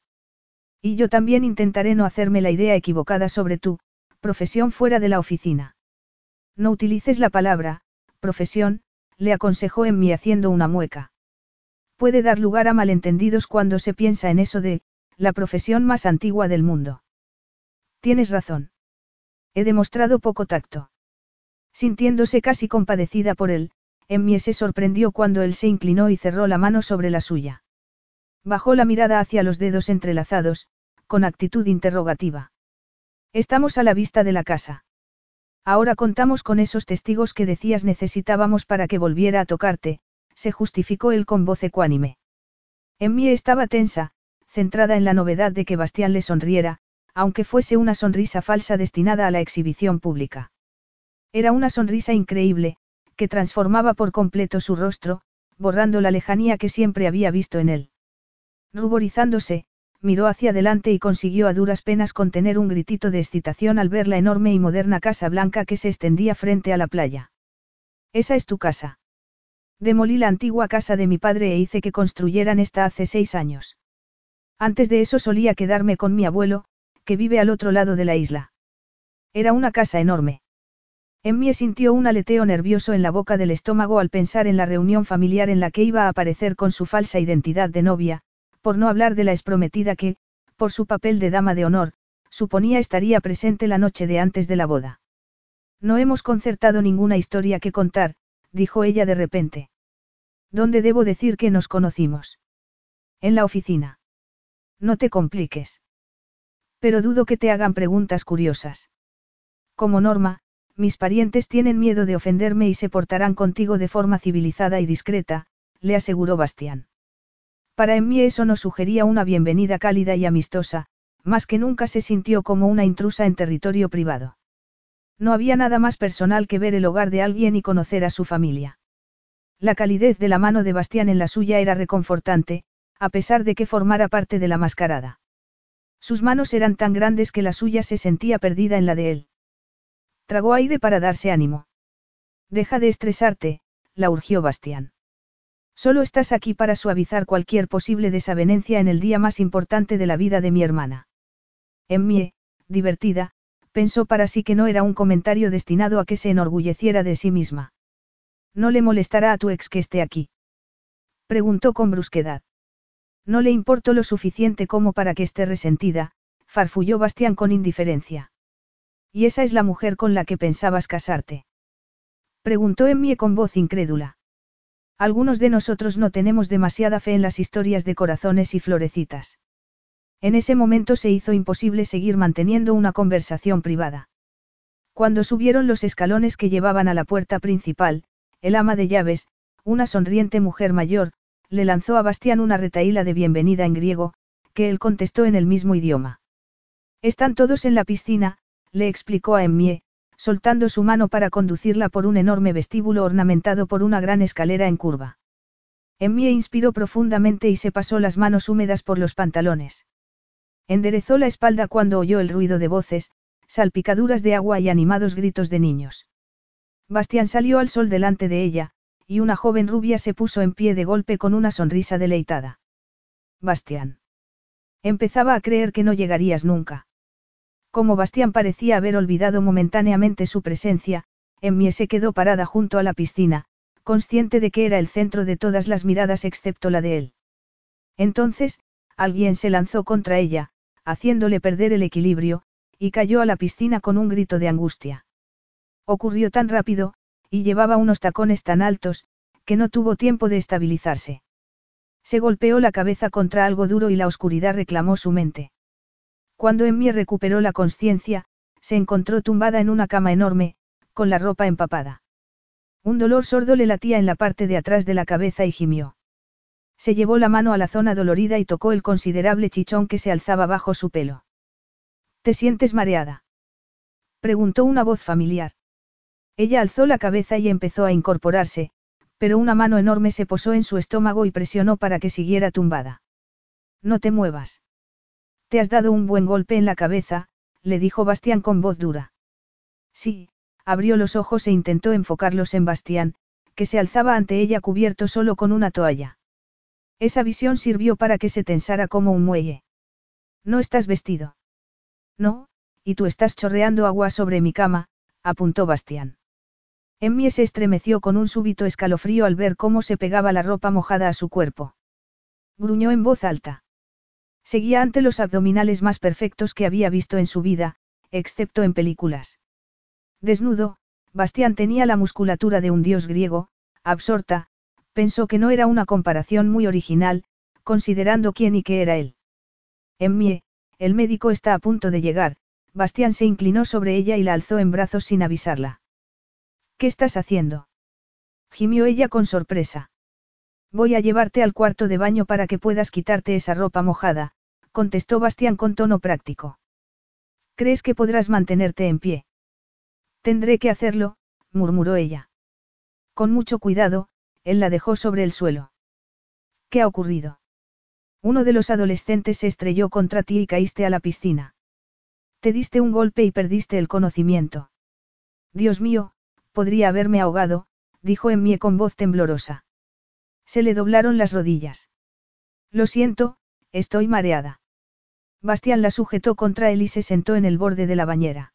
Y yo también intentaré no hacerme la idea equivocada sobre tu profesión fuera de la oficina. No utilices la palabra profesión, le aconsejó Emmie haciendo una mueca. Puede dar lugar a malentendidos cuando se piensa en eso de la profesión más antigua del mundo. Tienes razón. He demostrado poco tacto. Sintiéndose casi compadecida por él, Emmie se sorprendió cuando él se inclinó y cerró la mano sobre la suya. Bajó la mirada hacia los dedos entrelazados, con actitud interrogativa. Estamos a la vista de la casa. Ahora contamos con esos testigos que decías necesitábamos para que volviera a tocarte, se justificó él con voz ecuánime. Emmie estaba tensa, centrada en la novedad de que Bastián le sonriera, aunque fuese una sonrisa falsa destinada a la exhibición pública. Era una sonrisa increíble, que transformaba por completo su rostro, borrando la lejanía que siempre había visto en él. Ruborizándose, miró hacia adelante y consiguió a duras penas contener un gritito de excitación al ver la enorme y moderna casa blanca que se extendía frente a la playa. Esa es tu casa. Demolí la antigua casa de mi padre e hice que construyeran esta hace 6 años. Antes de eso solía quedarme con mi abuelo, que vive al otro lado de la isla. Era una casa enorme. Emmie sintió un aleteo nervioso en la boca del estómago al pensar en la reunión familiar en la que iba a aparecer con su falsa identidad de novia, por no hablar de la exprometida que, por su papel de dama de honor, suponía estaría presente la noche de antes de la boda. No hemos concertado ninguna historia que contar, dijo ella de repente. ¿Dónde debo decir que nos conocimos? En la oficina. No te compliques. Pero dudo que te hagan preguntas curiosas. Como norma, mis parientes tienen miedo de ofenderme y se portarán contigo de forma civilizada y discreta, le aseguró Bastián. Para Emmie eso no sugería una bienvenida cálida y amistosa, más que nunca se sintió como una intrusa en territorio privado. No había nada más personal que ver el hogar de alguien y conocer a su familia. La calidez de la mano de Bastián en la suya era reconfortante, a pesar de que formara parte de la mascarada. Sus manos eran tan grandes que la suya se sentía perdida en la de él. Tragó aire para darse ánimo. Deja de estresarte, la urgió Bastián. Solo estás aquí para suavizar cualquier posible desavenencia en el día más importante de la vida de mi hermana. Emmie, divertida, pensó para sí que no era un comentario destinado a que se enorgulleciera de sí misma. ¿No le molestará a tu ex que esté aquí? Preguntó con brusquedad. No le importó lo suficiente como para que esté resentida, farfulló Bastián con indiferencia. ¿Y esa es la mujer con la que pensabas casarte? Preguntó Emmie con voz incrédula. Algunos de nosotros no tenemos demasiada fe en las historias de corazones y florecitas. En ese momento se hizo imposible seguir manteniendo una conversación privada. Cuando subieron los escalones que llevaban a la puerta principal, el ama de llaves, una sonriente mujer mayor, le lanzó a Bastián una retahíla de bienvenida en griego, que él contestó en el mismo idioma. Están todos en la piscina, le explicó a Emmie, soltando su mano para conducirla por un enorme vestíbulo ornamentado por una gran escalera en curva. Emmie inspiró profundamente y se pasó las manos húmedas por los pantalones. Enderezó la espalda cuando oyó el ruido de voces, salpicaduras de agua y animados gritos de niños. Bastián salió al sol delante de ella, y una joven rubia se puso en pie de golpe con una sonrisa deleitada. Bastián. Empezaba a creer que no llegarías nunca. Como Bastián parecía haber olvidado momentáneamente su presencia, Emmie se quedó parada junto a la piscina, consciente de que era el centro de todas las miradas excepto la de él. Entonces, alguien se lanzó contra ella, haciéndole perder el equilibrio, y cayó a la piscina con un grito de angustia. Ocurrió tan rápido, y llevaba unos tacones tan altos, que no tuvo tiempo de estabilizarse. Se golpeó la cabeza contra algo duro y la oscuridad reclamó su mente. Cuando Emmie recuperó la consciencia, se encontró tumbada en una cama enorme, con la ropa empapada. Un dolor sordo le latía en la parte de atrás de la cabeza y gimió. Se llevó la mano a la zona dolorida y tocó el considerable chichón que se alzaba bajo su pelo. ¿Te sientes mareada?, preguntó una voz familiar. Ella alzó la cabeza y empezó a incorporarse, pero una mano enorme se posó en su estómago y presionó para que siguiera tumbada. No te muevas. Te has dado un buen golpe en la cabeza, le dijo Bastián con voz dura. Sí, abrió los ojos e intentó enfocarlos en Bastián, que se alzaba ante ella cubierto solo con una toalla. Esa visión sirvió para que se tensara como un muelle. ¿No estás vestido? No, y tú estás chorreando agua sobre mi cama, apuntó Bastián. Emmie se estremeció con un súbito escalofrío al ver cómo se pegaba la ropa mojada a su cuerpo. Gruñó en voz alta. Seguía ante los abdominales más perfectos que había visto en su vida, excepto en películas. Desnudo, Bastián tenía la musculatura de un dios griego, absorta, pensó que no era una comparación muy original, considerando quién y qué era él. Emmie, el médico está a punto de llegar, Bastián se inclinó sobre ella y la alzó en brazos sin avisarla. ¿Qué estás haciendo?, gimió ella con sorpresa. Voy a llevarte al cuarto de baño para que puedas quitarte esa ropa mojada, contestó Bastián con tono práctico. ¿Crees que podrás mantenerte en pie? Tendré que hacerlo, murmuró ella. Con mucho cuidado, él la dejó sobre el suelo. ¿Qué ha ocurrido? Uno de los adolescentes se estrelló contra ti y caíste a la piscina. Te diste un golpe y perdiste el conocimiento. Dios mío, podría haberme ahogado, dijo Emmie con voz temblorosa. Se le doblaron las rodillas. Lo siento, estoy mareada. Bastián la sujetó contra él y se sentó en el borde de la bañera.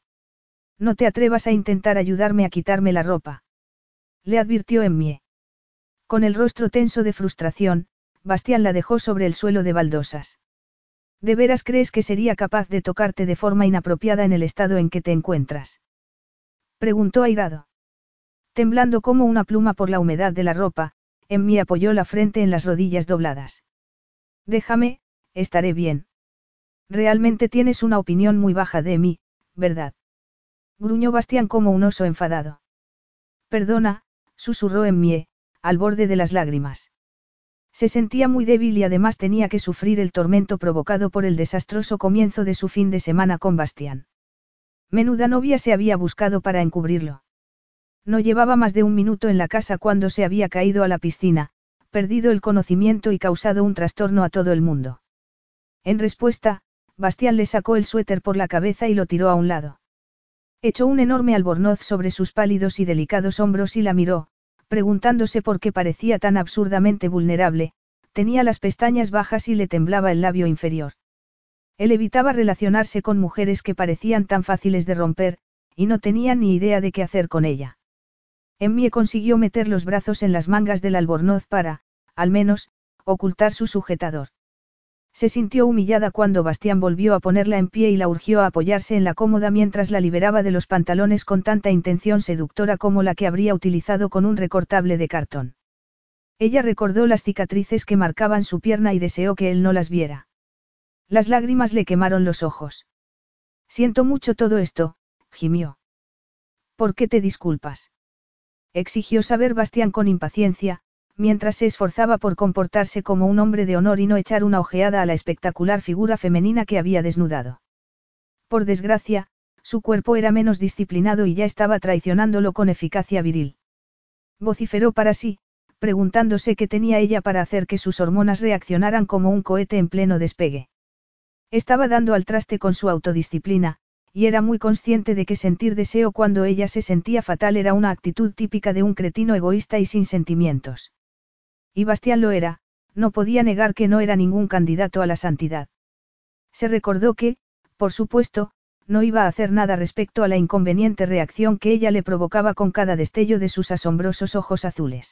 No te atrevas a intentar ayudarme a quitarme la ropa, le advirtió Emmie. Con el rostro tenso de frustración, Bastián la dejó sobre el suelo de baldosas. ¿De veras crees que sería capaz de tocarte de forma inapropiada en el estado en que te encuentras?, preguntó airado. Temblando como una pluma por la humedad de la ropa, Emmie apoyó la frente en las rodillas dobladas. Déjame, estaré bien. Realmente tienes una opinión muy baja de mí, ¿verdad?, gruñó Bastián como un oso enfadado. Perdona, susurró Emmie, al borde de las lágrimas. Se sentía muy débil y además tenía que sufrir el tormento provocado por el desastroso comienzo de su fin de semana con Bastián. Menuda novia se había buscado para encubrirlo. No llevaba más de un minuto en la casa cuando se había caído a la piscina, perdido el conocimiento y causado un trastorno a todo el mundo. En respuesta, Bastián le sacó el suéter por la cabeza y lo tiró a un lado. Echó un enorme albornoz sobre sus pálidos y delicados hombros y la miró, preguntándose por qué parecía tan absurdamente vulnerable, tenía las pestañas bajas y le temblaba el labio inferior. Él evitaba relacionarse con mujeres que parecían tan fáciles de romper, y no tenía ni idea de qué hacer con ella. Emmie consiguió meter los brazos en las mangas del albornoz para, al menos, ocultar su sujetador. Se sintió humillada cuando Bastián volvió a ponerla en pie y la urgió a apoyarse en la cómoda mientras la liberaba de los pantalones con tanta intención seductora como la que habría utilizado con un recortable de cartón. Ella recordó las cicatrices que marcaban su pierna y deseó que él no las viera. Las lágrimas le quemaron los ojos. Siento mucho todo esto, gimió. ¿Por qué te disculpas?, exigió saber Bastián con impaciencia, mientras se esforzaba por comportarse como un hombre de honor y no echar una ojeada a la espectacular figura femenina que había desnudado. Por desgracia, su cuerpo era menos disciplinado y ya estaba traicionándolo con eficacia viril. Vociferó para sí, preguntándose qué tenía ella para hacer que sus hormonas reaccionaran como un cohete en pleno despegue. Estaba dando al traste con su autodisciplina, y era muy consciente de que sentir deseo cuando ella se sentía fatal era una actitud típica de un cretino egoísta y sin sentimientos. Y Bastián lo era, no podía negar que no era ningún candidato a la santidad. Se recordó que, por supuesto, no iba a hacer nada respecto a la inconveniente reacción que ella le provocaba con cada destello de sus asombrosos ojos azules.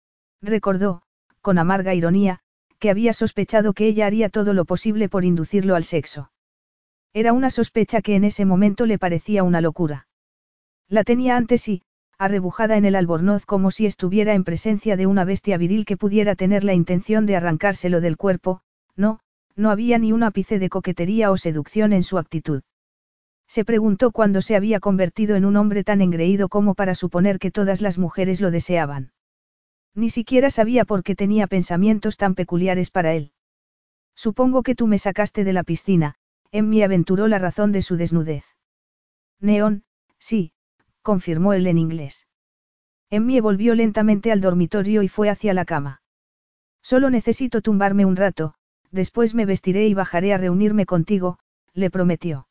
Recordó, con amarga ironía, que había sospechado que ella haría todo lo posible por inducirlo al sexo. Era una sospecha que en ese momento le parecía una locura. La tenía ante sí, arrebujada en el albornoz como si estuviera en presencia de una bestia viril que pudiera tener la intención de arrancárselo del cuerpo. No había ni un ápice de coquetería o seducción en su actitud. Se preguntó cuándo se había convertido en un hombre tan engreído como para suponer que todas las mujeres lo deseaban. Ni siquiera sabía por qué tenía pensamientos tan peculiares para él. Supongo que tú me sacaste de la piscina, Emmy aventuró la razón de su desnudez. Neón, sí, confirmó él en inglés. Emmy volvió lentamente al dormitorio y fue hacia la cama. Solo necesito tumbarme un rato, después me vestiré y bajaré a reunirme contigo, le prometió.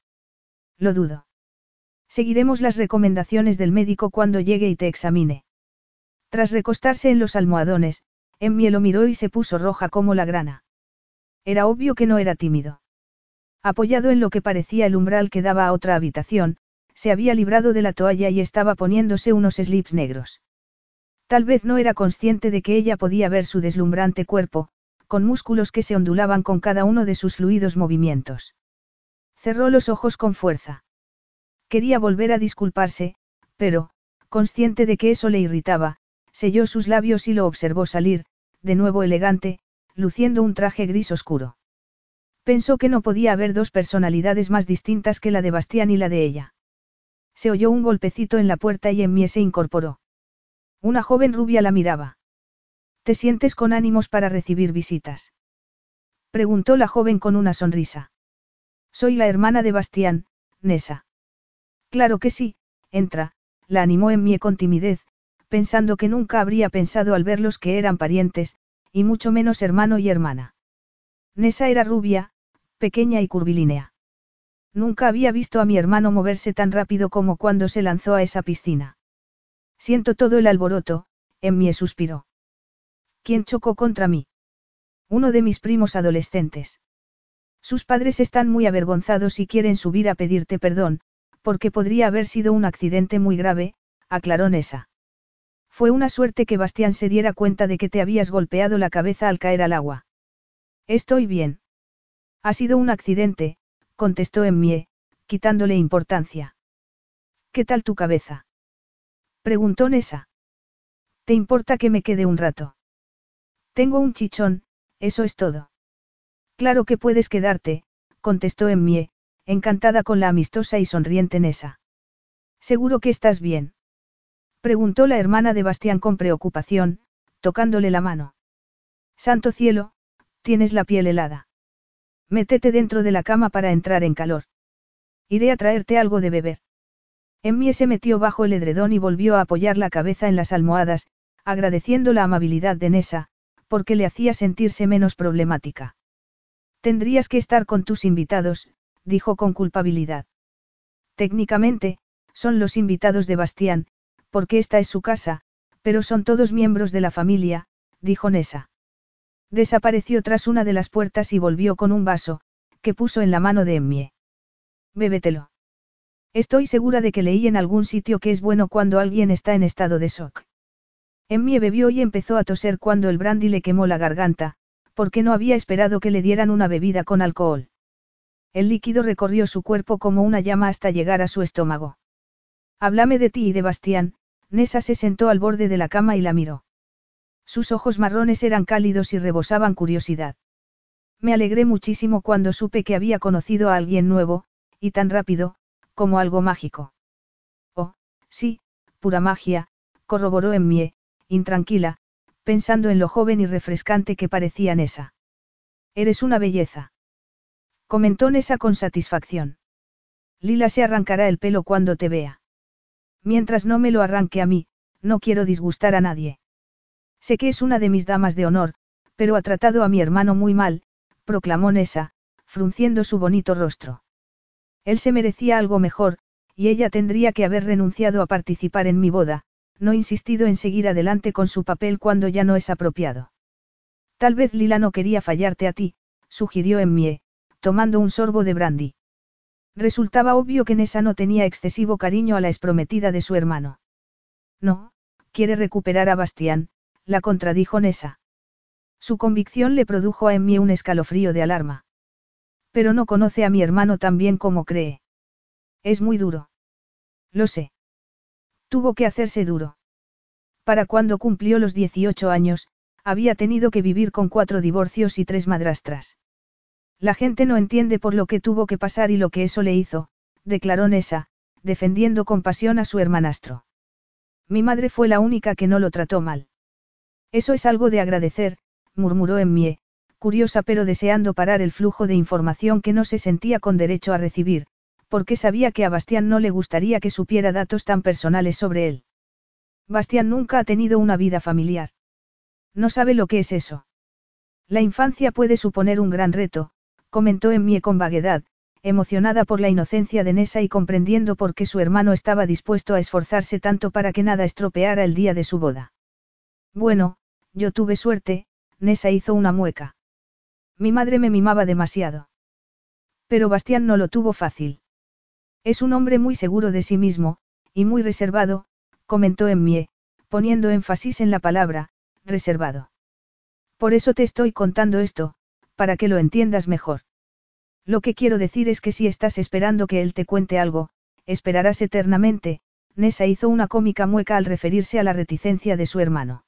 Lo dudo. Seguiremos las recomendaciones del médico cuando llegue y te examine. Tras recostarse en los almohadones, Emmy lo miró y se puso roja como la grana. Era obvio que no era tímido. Apoyado en lo que parecía el umbral que daba a otra habitación, se había librado de la toalla y estaba poniéndose unos slips negros. Tal vez no era consciente de que ella podía ver su deslumbrante cuerpo, con músculos que se ondulaban con cada uno de sus fluidos movimientos. Cerró los ojos con fuerza. Quería volver a disculparse, pero, consciente de que eso le irritaba, selló sus labios y lo observó salir, de nuevo elegante, luciendo un traje gris oscuro. Pensó que no podía haber dos personalidades más distintas que la de Bastián y la de ella. Se oyó un golpecito en la puerta y Emmy se incorporó. Una joven rubia la miraba. ¿Te sientes con ánimos para recibir visitas?, preguntó la joven con una sonrisa. Soy la hermana de Bastián, Nessa. Claro que sí, entra, la animó Emmy con timidez, pensando que nunca habría pensado al verlos que eran parientes, y mucho menos hermano y hermana. Nessa era rubia, pequeña y curvilínea. Nunca había visto a mi hermano moverse tan rápido como cuando se lanzó a esa piscina. Siento todo el alboroto, Emmy suspiró. ¿Quién chocó contra mí? Uno de mis primos adolescentes. Sus padres están muy avergonzados y quieren subir a pedirte perdón, porque podría haber sido un accidente muy grave, aclaró Nessa. Fue una suerte que Bastián se diera cuenta de que te habías golpeado la cabeza al caer al agua. Estoy bien. Ha sido un accidente, contestó Emmy, quitándole importancia. ¿Qué tal tu cabeza?, preguntó Nessa. ¿Te importa que me quede un rato? Tengo un chichón, eso es todo. Claro que puedes quedarte, contestó Emmy, encantada con la amistosa y sonriente Nessa. ¿Seguro que estás bien?, preguntó la hermana de Bastián con preocupación, tocándole la mano. Santo cielo, tienes la piel helada. Métete dentro de la cama para entrar en calor. Iré a traerte algo de beber. Emmy se metió bajo el edredón y volvió a apoyar la cabeza en las almohadas, agradeciendo la amabilidad de Nessa, porque le hacía sentirse menos problemática. Tendrías que estar con tus invitados, dijo con culpabilidad. Técnicamente, son los invitados de Bastián, porque esta es su casa, pero son todos miembros de la familia, dijo Nessa. Desapareció tras una de las puertas y volvió con un vaso, que puso en la mano de Emmy. Bébetelo. Estoy segura de que leí en algún sitio que es bueno cuando alguien está en estado de shock. Emmy bebió y empezó a toser cuando el brandy le quemó la garganta, porque no había esperado que le dieran una bebida con alcohol. El líquido recorrió su cuerpo como una llama hasta llegar a su estómago. Háblame de ti y de Bastián. Nessa se sentó al borde de la cama y la miró. Sus ojos marrones eran cálidos y rebosaban curiosidad. Me alegré muchísimo cuando supe que había conocido a alguien nuevo, y tan rápido, como algo mágico. Oh, sí, pura magia, corroboró Emmy, intranquila, pensando en lo joven y refrescante que parecía Nessa. Eres una belleza, comentó Nessa con satisfacción. Lila se arrancará el pelo cuando te vea. Mientras no me lo arranque a mí, no quiero disgustar a nadie. Sé que es una de mis damas de honor, pero ha tratado a mi hermano muy mal, proclamó Nessa, frunciendo su bonito rostro. Él se merecía algo mejor, y ella tendría que haber renunciado a participar en mi boda, no insistido en seguir adelante con su papel cuando ya no es apropiado. Tal vez Lila no quería fallarte a ti, sugirió Emmy, tomando un sorbo de brandy. Resultaba obvio que Nessa no tenía excesivo cariño a la exprometida de su hermano. No, quiere recuperar a Bastián, la contradijo Nessa. Su convicción le produjo a Emmie un escalofrío de alarma. Pero no conoce a mi hermano tan bien como cree. Es muy duro. Lo sé. Tuvo que hacerse duro. Para cuando cumplió los 18 años, había tenido que vivir con 4 divorcios y 3 madrastras. La gente no entiende por lo que tuvo que pasar y lo que eso le hizo, declaró Nessa, defendiendo con pasión a su hermanastro. Mi madre fue la única que no lo trató mal. Eso es algo de agradecer, murmuró Emmie, curiosa pero deseando parar el flujo de información que no se sentía con derecho a recibir, porque sabía que a Bastián no le gustaría que supiera datos tan personales sobre él. Bastián nunca ha tenido una vida familiar. No sabe lo que es eso. La infancia puede suponer un gran reto, comentó Emmie con vaguedad, emocionada por la inocencia de Nessa y comprendiendo por qué su hermano estaba dispuesto a esforzarse tanto para que nada estropeara el día de su boda. Bueno, yo tuve suerte, Nessa hizo una mueca. Mi madre me mimaba demasiado. Pero Bastián no lo tuvo fácil. Es un hombre muy seguro de sí mismo, y muy reservado, comentó Emmie, poniendo énfasis en la palabra, reservado. Por eso te estoy contando esto, para que lo entiendas mejor. Lo que quiero decir es que si estás esperando que él te cuente algo, esperarás eternamente. Nessa hizo una cómica mueca al referirse a la reticencia de su hermano.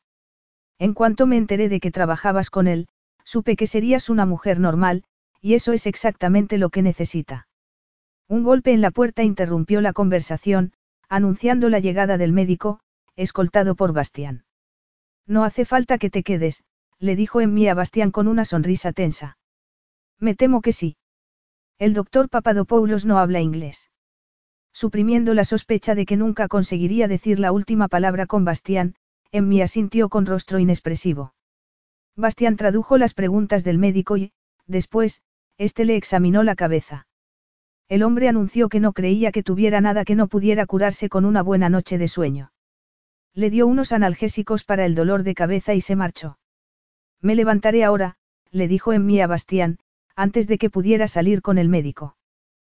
En cuanto me enteré de que trabajabas con él, supe que serías una mujer normal, y eso es exactamente lo que necesita. Un golpe en la puerta interrumpió la conversación, anunciando la llegada del médico, escoltado por Bastián. No hace falta que te quedes, le dijo Emmie a Bastián con una sonrisa tensa. Me temo que sí. El doctor Papadopoulos no habla inglés. Suprimiendo la sospecha de que nunca conseguiría decir la última palabra con Bastián, Emmie asintió con rostro inexpresivo. Bastián tradujo las preguntas del médico y, después, éste le examinó la cabeza. El hombre anunció que no creía que tuviera nada que no pudiera curarse con una buena noche de sueño. Le dio unos analgésicos para el dolor de cabeza y se marchó. Me levantaré ahora, le dijo Emmie a Bastián, antes de que pudiera salir con el médico.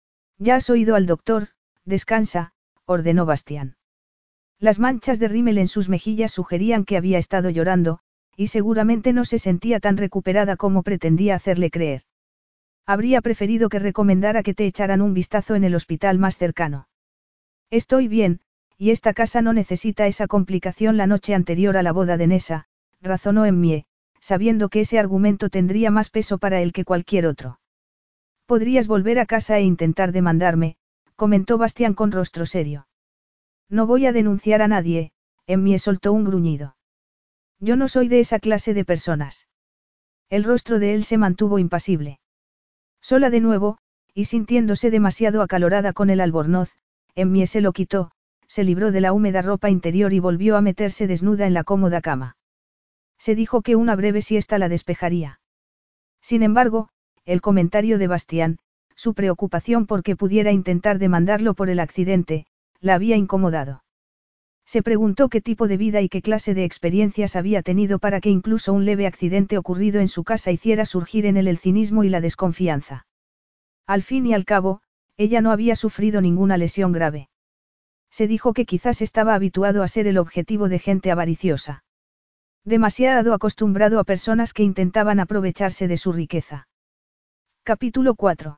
Ya has oído al doctor, descansa, ordenó Bastián. Las manchas de rímel en sus mejillas sugerían que había estado llorando, y seguramente no se sentía tan recuperada como pretendía hacerle creer. Habría preferido que recomendara que te echaran un vistazo en el hospital más cercano. Estoy bien, y esta casa no necesita esa complicación la noche anterior a la boda de Nessa, razonó Emmie, sabiendo que ese argumento tendría más peso para él que cualquier otro. Podrías volver a casa e intentar demandarme, comentó Bastián con rostro serio. No voy a denunciar a nadie, Emmie soltó un gruñido. Yo no soy de esa clase de personas. El rostro de él se mantuvo impasible. Sola de nuevo, y sintiéndose demasiado acalorada con el albornoz, Emmie se lo quitó, se libró de la húmeda ropa interior y volvió a meterse desnuda en la cómoda cama. Se dijo que una breve siesta la despejaría. Sin embargo, el comentario de Bastián, su preocupación por que pudiera intentar demandarlo por el accidente, la había incomodado. Se preguntó qué tipo de vida y qué clase de experiencias había tenido para que incluso un leve accidente ocurrido en su casa hiciera surgir en él el cinismo y la desconfianza. Al fin y al cabo, ella no había sufrido ninguna lesión grave. Se dijo que quizás estaba habituado a ser el objetivo de gente avariciosa. Demasiado acostumbrado a personas que intentaban aprovecharse de su riqueza. Capítulo 4.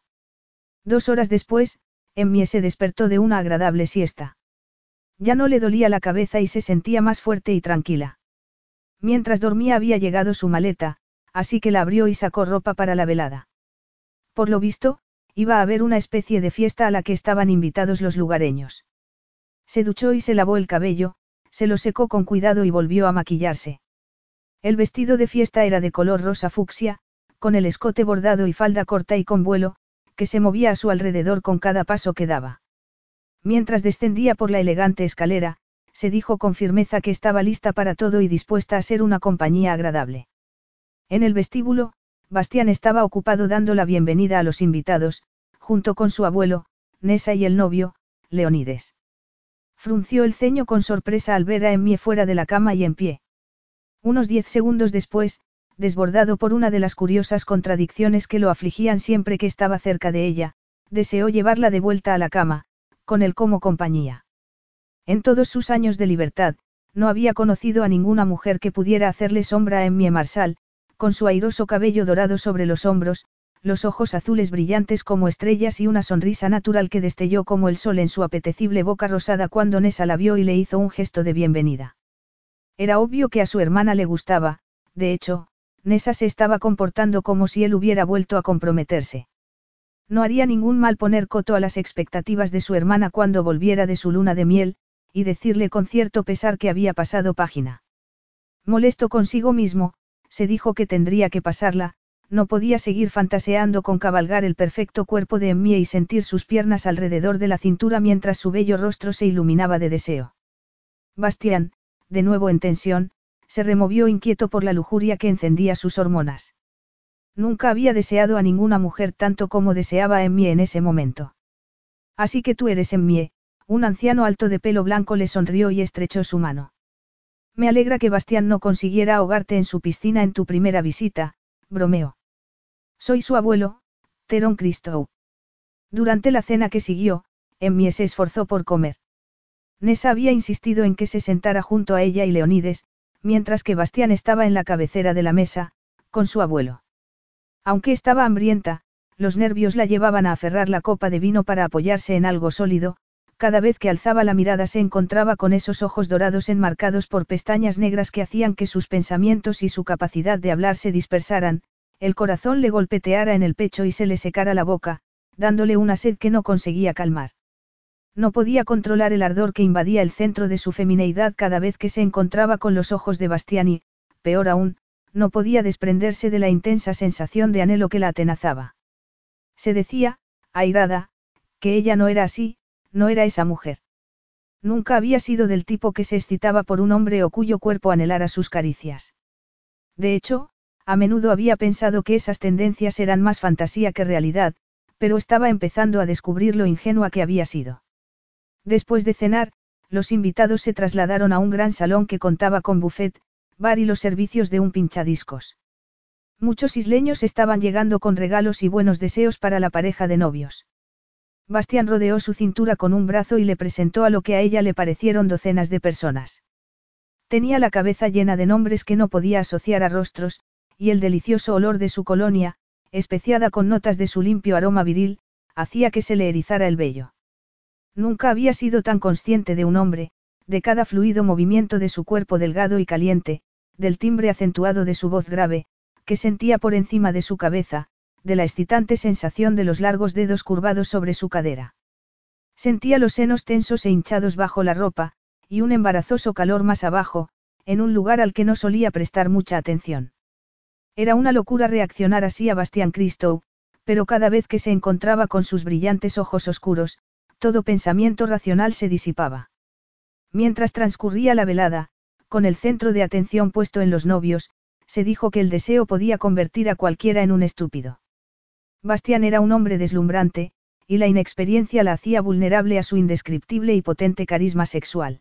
2 horas después, Emmie se despertó de una agradable siesta. Ya no le dolía la cabeza y se sentía más fuerte y tranquila. Mientras dormía había llegado su maleta, así que la abrió y sacó ropa para la velada. Por lo visto, iba a haber una especie de fiesta a la que estaban invitados los lugareños. Se duchó y se lavó el cabello, se lo secó con cuidado y volvió a maquillarse. El vestido de fiesta era de color rosa fucsia, con el escote bordado y falda corta y con vuelo, que se movía a su alrededor con cada paso que daba. Mientras descendía por la elegante escalera, se dijo con firmeza que estaba lista para todo y dispuesta a ser una compañía agradable. En el vestíbulo, Bastián estaba ocupado dando la bienvenida a los invitados, junto con su abuelo, Nessa y el novio, Leonides. Frunció el ceño con sorpresa al ver a Emmie fuera de la cama y en pie. Unos 10 segundos después, desbordado por una de las curiosas contradicciones que lo afligían siempre que estaba cerca de ella, Deseó llevarla de vuelta a la cama, con él como compañía. En todos sus años de libertad, no había conocido a ninguna mujer que pudiera hacerle sombra a Emmie Marshall, con su airoso cabello dorado sobre los hombros, los ojos azules brillantes como estrellas y una sonrisa natural que destelló como el sol en su apetecible boca rosada cuando Nessa la vio y le hizo un gesto de bienvenida. Era obvio que a su hermana le gustaba, de hecho, Nessa se estaba comportando como si él hubiera vuelto a comprometerse. No haría ningún mal poner coto a las expectativas de su hermana cuando volviera de su luna de miel, y decirle con cierto pesar que había pasado página. Molesto consigo mismo, se dijo que tendría que pasarla, no podía seguir fantaseando con cabalgar el perfecto cuerpo de Emmie y sentir sus piernas alrededor de la cintura mientras su bello rostro se iluminaba de deseo. Bastián, de nuevo en tensión, se removió inquieto por la lujuria que encendía sus hormonas. Nunca había deseado a ninguna mujer tanto como deseaba a Emmie en ese momento. Así que tú eres Emmie, un anciano alto de pelo blanco le sonrió y estrechó su mano. Me alegra que Bastián no consiguiera ahogarte en su piscina en tu primera visita, bromeó. Soy su abuelo, Teron Christou. Durante la cena que siguió, Emmie se esforzó por comer. Nessa había insistido en que se sentara junto a ella y Leonides, mientras que Bastián estaba en la cabecera de la mesa, con su abuelo. Aunque estaba hambrienta, los nervios la llevaban a aferrar la copa de vino para apoyarse en algo sólido, cada vez que alzaba la mirada se encontraba con esos ojos dorados enmarcados por pestañas negras que hacían que sus pensamientos y su capacidad de hablar se dispersaran, el corazón le golpeteara en el pecho y se le secara la boca, dándole una sed que no conseguía calmar. No podía controlar el ardor que invadía el centro de su femineidad cada vez que se encontraba con los ojos de Bastián y, peor aún, no podía desprenderse de la intensa sensación de anhelo que la atenazaba. Se decía, airada, que ella no era así, no era esa mujer. Nunca había sido del tipo que se excitaba por un hombre o cuyo cuerpo anhelara sus caricias. De hecho, a menudo había pensado que esas tendencias eran más fantasía que realidad, pero estaba empezando a descubrir lo ingenua que había sido. Después de cenar, los invitados se trasladaron a un gran salón que contaba con buffet, bar y los servicios de un pinchadiscos. Muchos isleños estaban llegando con regalos y buenos deseos para la pareja de novios. Bastián rodeó su cintura con un brazo y le presentó a lo que a ella le parecieron docenas de personas. Tenía la cabeza llena de nombres que no podía asociar a rostros, y el delicioso olor de su colonia, especiada con notas de su limpio aroma viril, hacía que se le erizara el vello. Nunca había sido tan consciente de un hombre, de cada fluido movimiento de su cuerpo delgado y caliente, del timbre acentuado de su voz grave, que sentía por encima de su cabeza, de la excitante sensación de los largos dedos curvados sobre su cadera. Sentía los senos tensos e hinchados bajo la ropa, y un embarazoso calor más abajo, en un lugar al que no solía prestar mucha atención. Era una locura reaccionar así a Bastián Christou, pero cada vez que se encontraba con sus brillantes ojos oscuros, todo pensamiento racional se disipaba. Mientras transcurría la velada, con el centro de atención puesto en los novios, se dijo que el deseo podía convertir a cualquiera en un estúpido. Bastián era un hombre deslumbrante, y la inexperiencia la hacía vulnerable a su indescriptible y potente carisma sexual.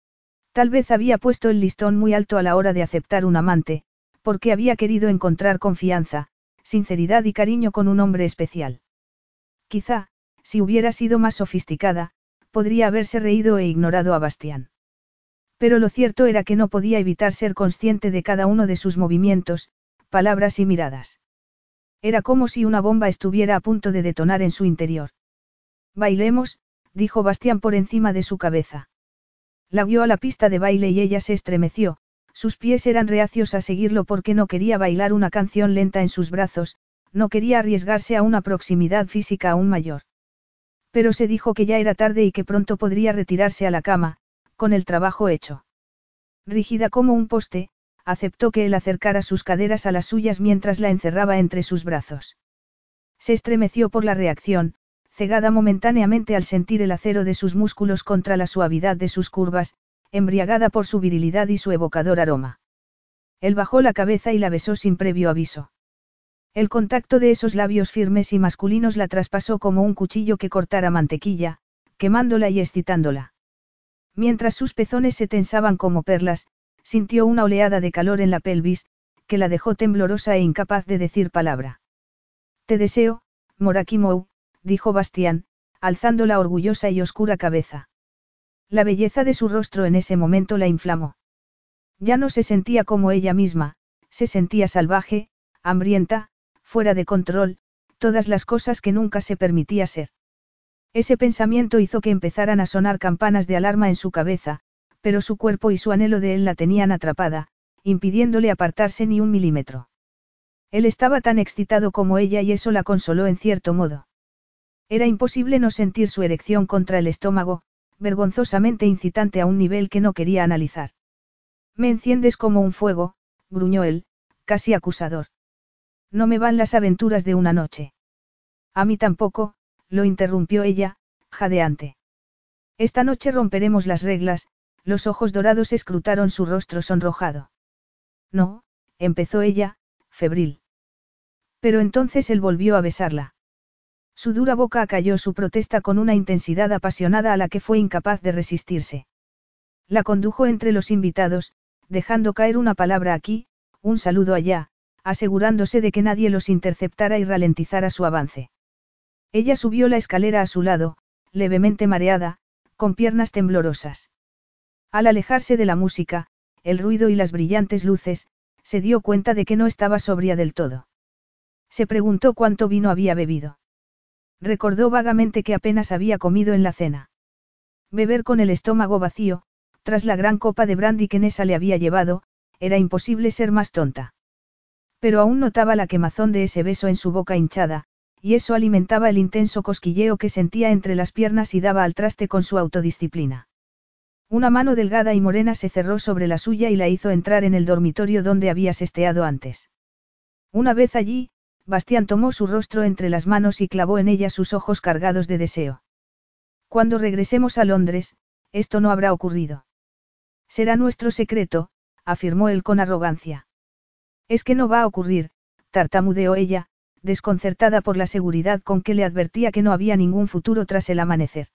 Tal vez había puesto el listón muy alto a la hora de aceptar un amante, porque había querido encontrar confianza, sinceridad y cariño con un hombre especial. Quizá, si hubiera sido más sofisticada, podría haberse reído e ignorado a Bastián. Pero lo cierto era que no podía evitar ser consciente de cada uno de sus movimientos, palabras y miradas. Era como si una bomba estuviera a punto de detonar en su interior. Bailemos, dijo Bastián por encima de su cabeza. La guió a la pista de baile y ella se estremeció, sus pies eran reacios a seguirlo porque no quería bailar una canción lenta en sus brazos, no quería arriesgarse a una proximidad física aún mayor. Pero se dijo que ya era tarde y que pronto podría retirarse a la cama, con el trabajo hecho. Rígida como un poste, aceptó que él acercara sus caderas a las suyas mientras la encerraba entre sus brazos. Se estremeció por la reacción, cegada momentáneamente al sentir el acero de sus músculos contra la suavidad de sus curvas, embriagada por su virilidad y su evocador aroma. Él bajó la cabeza y la besó sin previo aviso. El contacto de esos labios firmes y masculinos la traspasó como un cuchillo que cortara mantequilla, quemándola y excitándola. Mientras sus pezones se tensaban como perlas, sintió una oleada de calor en la pelvis, que la dejó temblorosa e incapaz de decir palabra. Te deseo, Morakimou, dijo Bastián, alzando la orgullosa y oscura cabeza. La belleza de su rostro en ese momento la inflamó. Ya no se sentía como ella misma, se sentía salvaje, hambrienta, fuera de control, todas las cosas que nunca se permitía ser. Ese pensamiento hizo que empezaran a sonar campanas de alarma en su cabeza, pero su cuerpo y su anhelo de él la tenían atrapada, impidiéndole apartarse ni un milímetro. Él estaba tan excitado como ella y eso la consoló en cierto modo. Era imposible no sentir su erección contra el estómago, vergonzosamente incitante a un nivel que no quería analizar. Me enciendes como un fuego, gruñó él, casi acusador. No me van las aventuras de una noche. A mí tampoco, lo interrumpió ella, jadeante. Esta noche romperemos las reglas, los ojos dorados escrutaron su rostro sonrojado. No, empezó ella, febril. Pero entonces él volvió a besarla. Su dura boca acalló su protesta con una intensidad apasionada a la que fue incapaz de resistirse. La condujo entre los invitados, dejando caer una palabra aquí, un saludo allá, asegurándose de que nadie los interceptara y ralentizara su avance. Ella subió la escalera a su lado, levemente mareada, con piernas temblorosas. Al alejarse de la música, el ruido y las brillantes luces, se dio cuenta de que no estaba sobria del todo. Se preguntó cuánto vino había bebido. Recordó vagamente que apenas había comido en la cena. Beber con el estómago vacío, tras la gran copa de brandy que Nessa le había llevado, era imposible ser más tonta. Pero aún notaba la quemazón de ese beso en su boca hinchada, y eso alimentaba el intenso cosquilleo que sentía entre las piernas y daba al traste con su autodisciplina. Una mano delgada y morena se cerró sobre la suya y la hizo entrar en el dormitorio donde había sesteado antes. Una vez allí, Bastián tomó su rostro entre las manos y clavó en ella sus ojos cargados de deseo. Cuando regresemos a Londres, esto no habrá ocurrido. Será nuestro secreto, afirmó él con arrogancia. Es que no va a ocurrir, tartamudeó ella, desconcertada por la seguridad con que le advertía que no había ningún futuro tras el amanecer.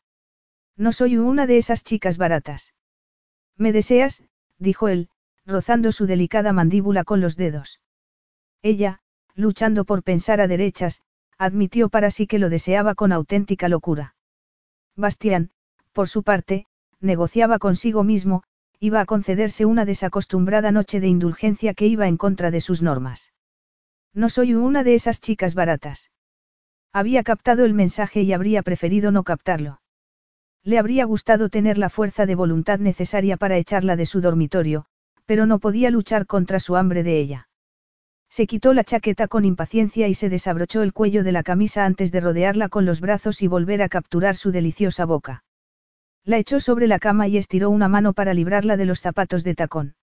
No soy una de esas chicas baratas. ¿Me deseas?, dijo él, rozando su delicada mandíbula con los dedos. Ella, luchando por pensar a derechas, admitió para sí que lo deseaba con auténtica locura. Bastián, por su parte, negociaba consigo mismo, iba a concederse una desacostumbrada noche de indulgencia que iba en contra de sus normas. No soy una de esas chicas baratas. Había captado el mensaje y habría preferido no captarlo. Le habría gustado tener la fuerza de voluntad necesaria para echarla de su dormitorio, pero no podía luchar contra su hambre de ella. Se quitó la chaqueta con impaciencia y se desabrochó el cuello de la camisa antes de rodearla con los brazos y volver a capturar su deliciosa boca. La echó sobre la cama y estiró una mano para librarla de los zapatos de tacón.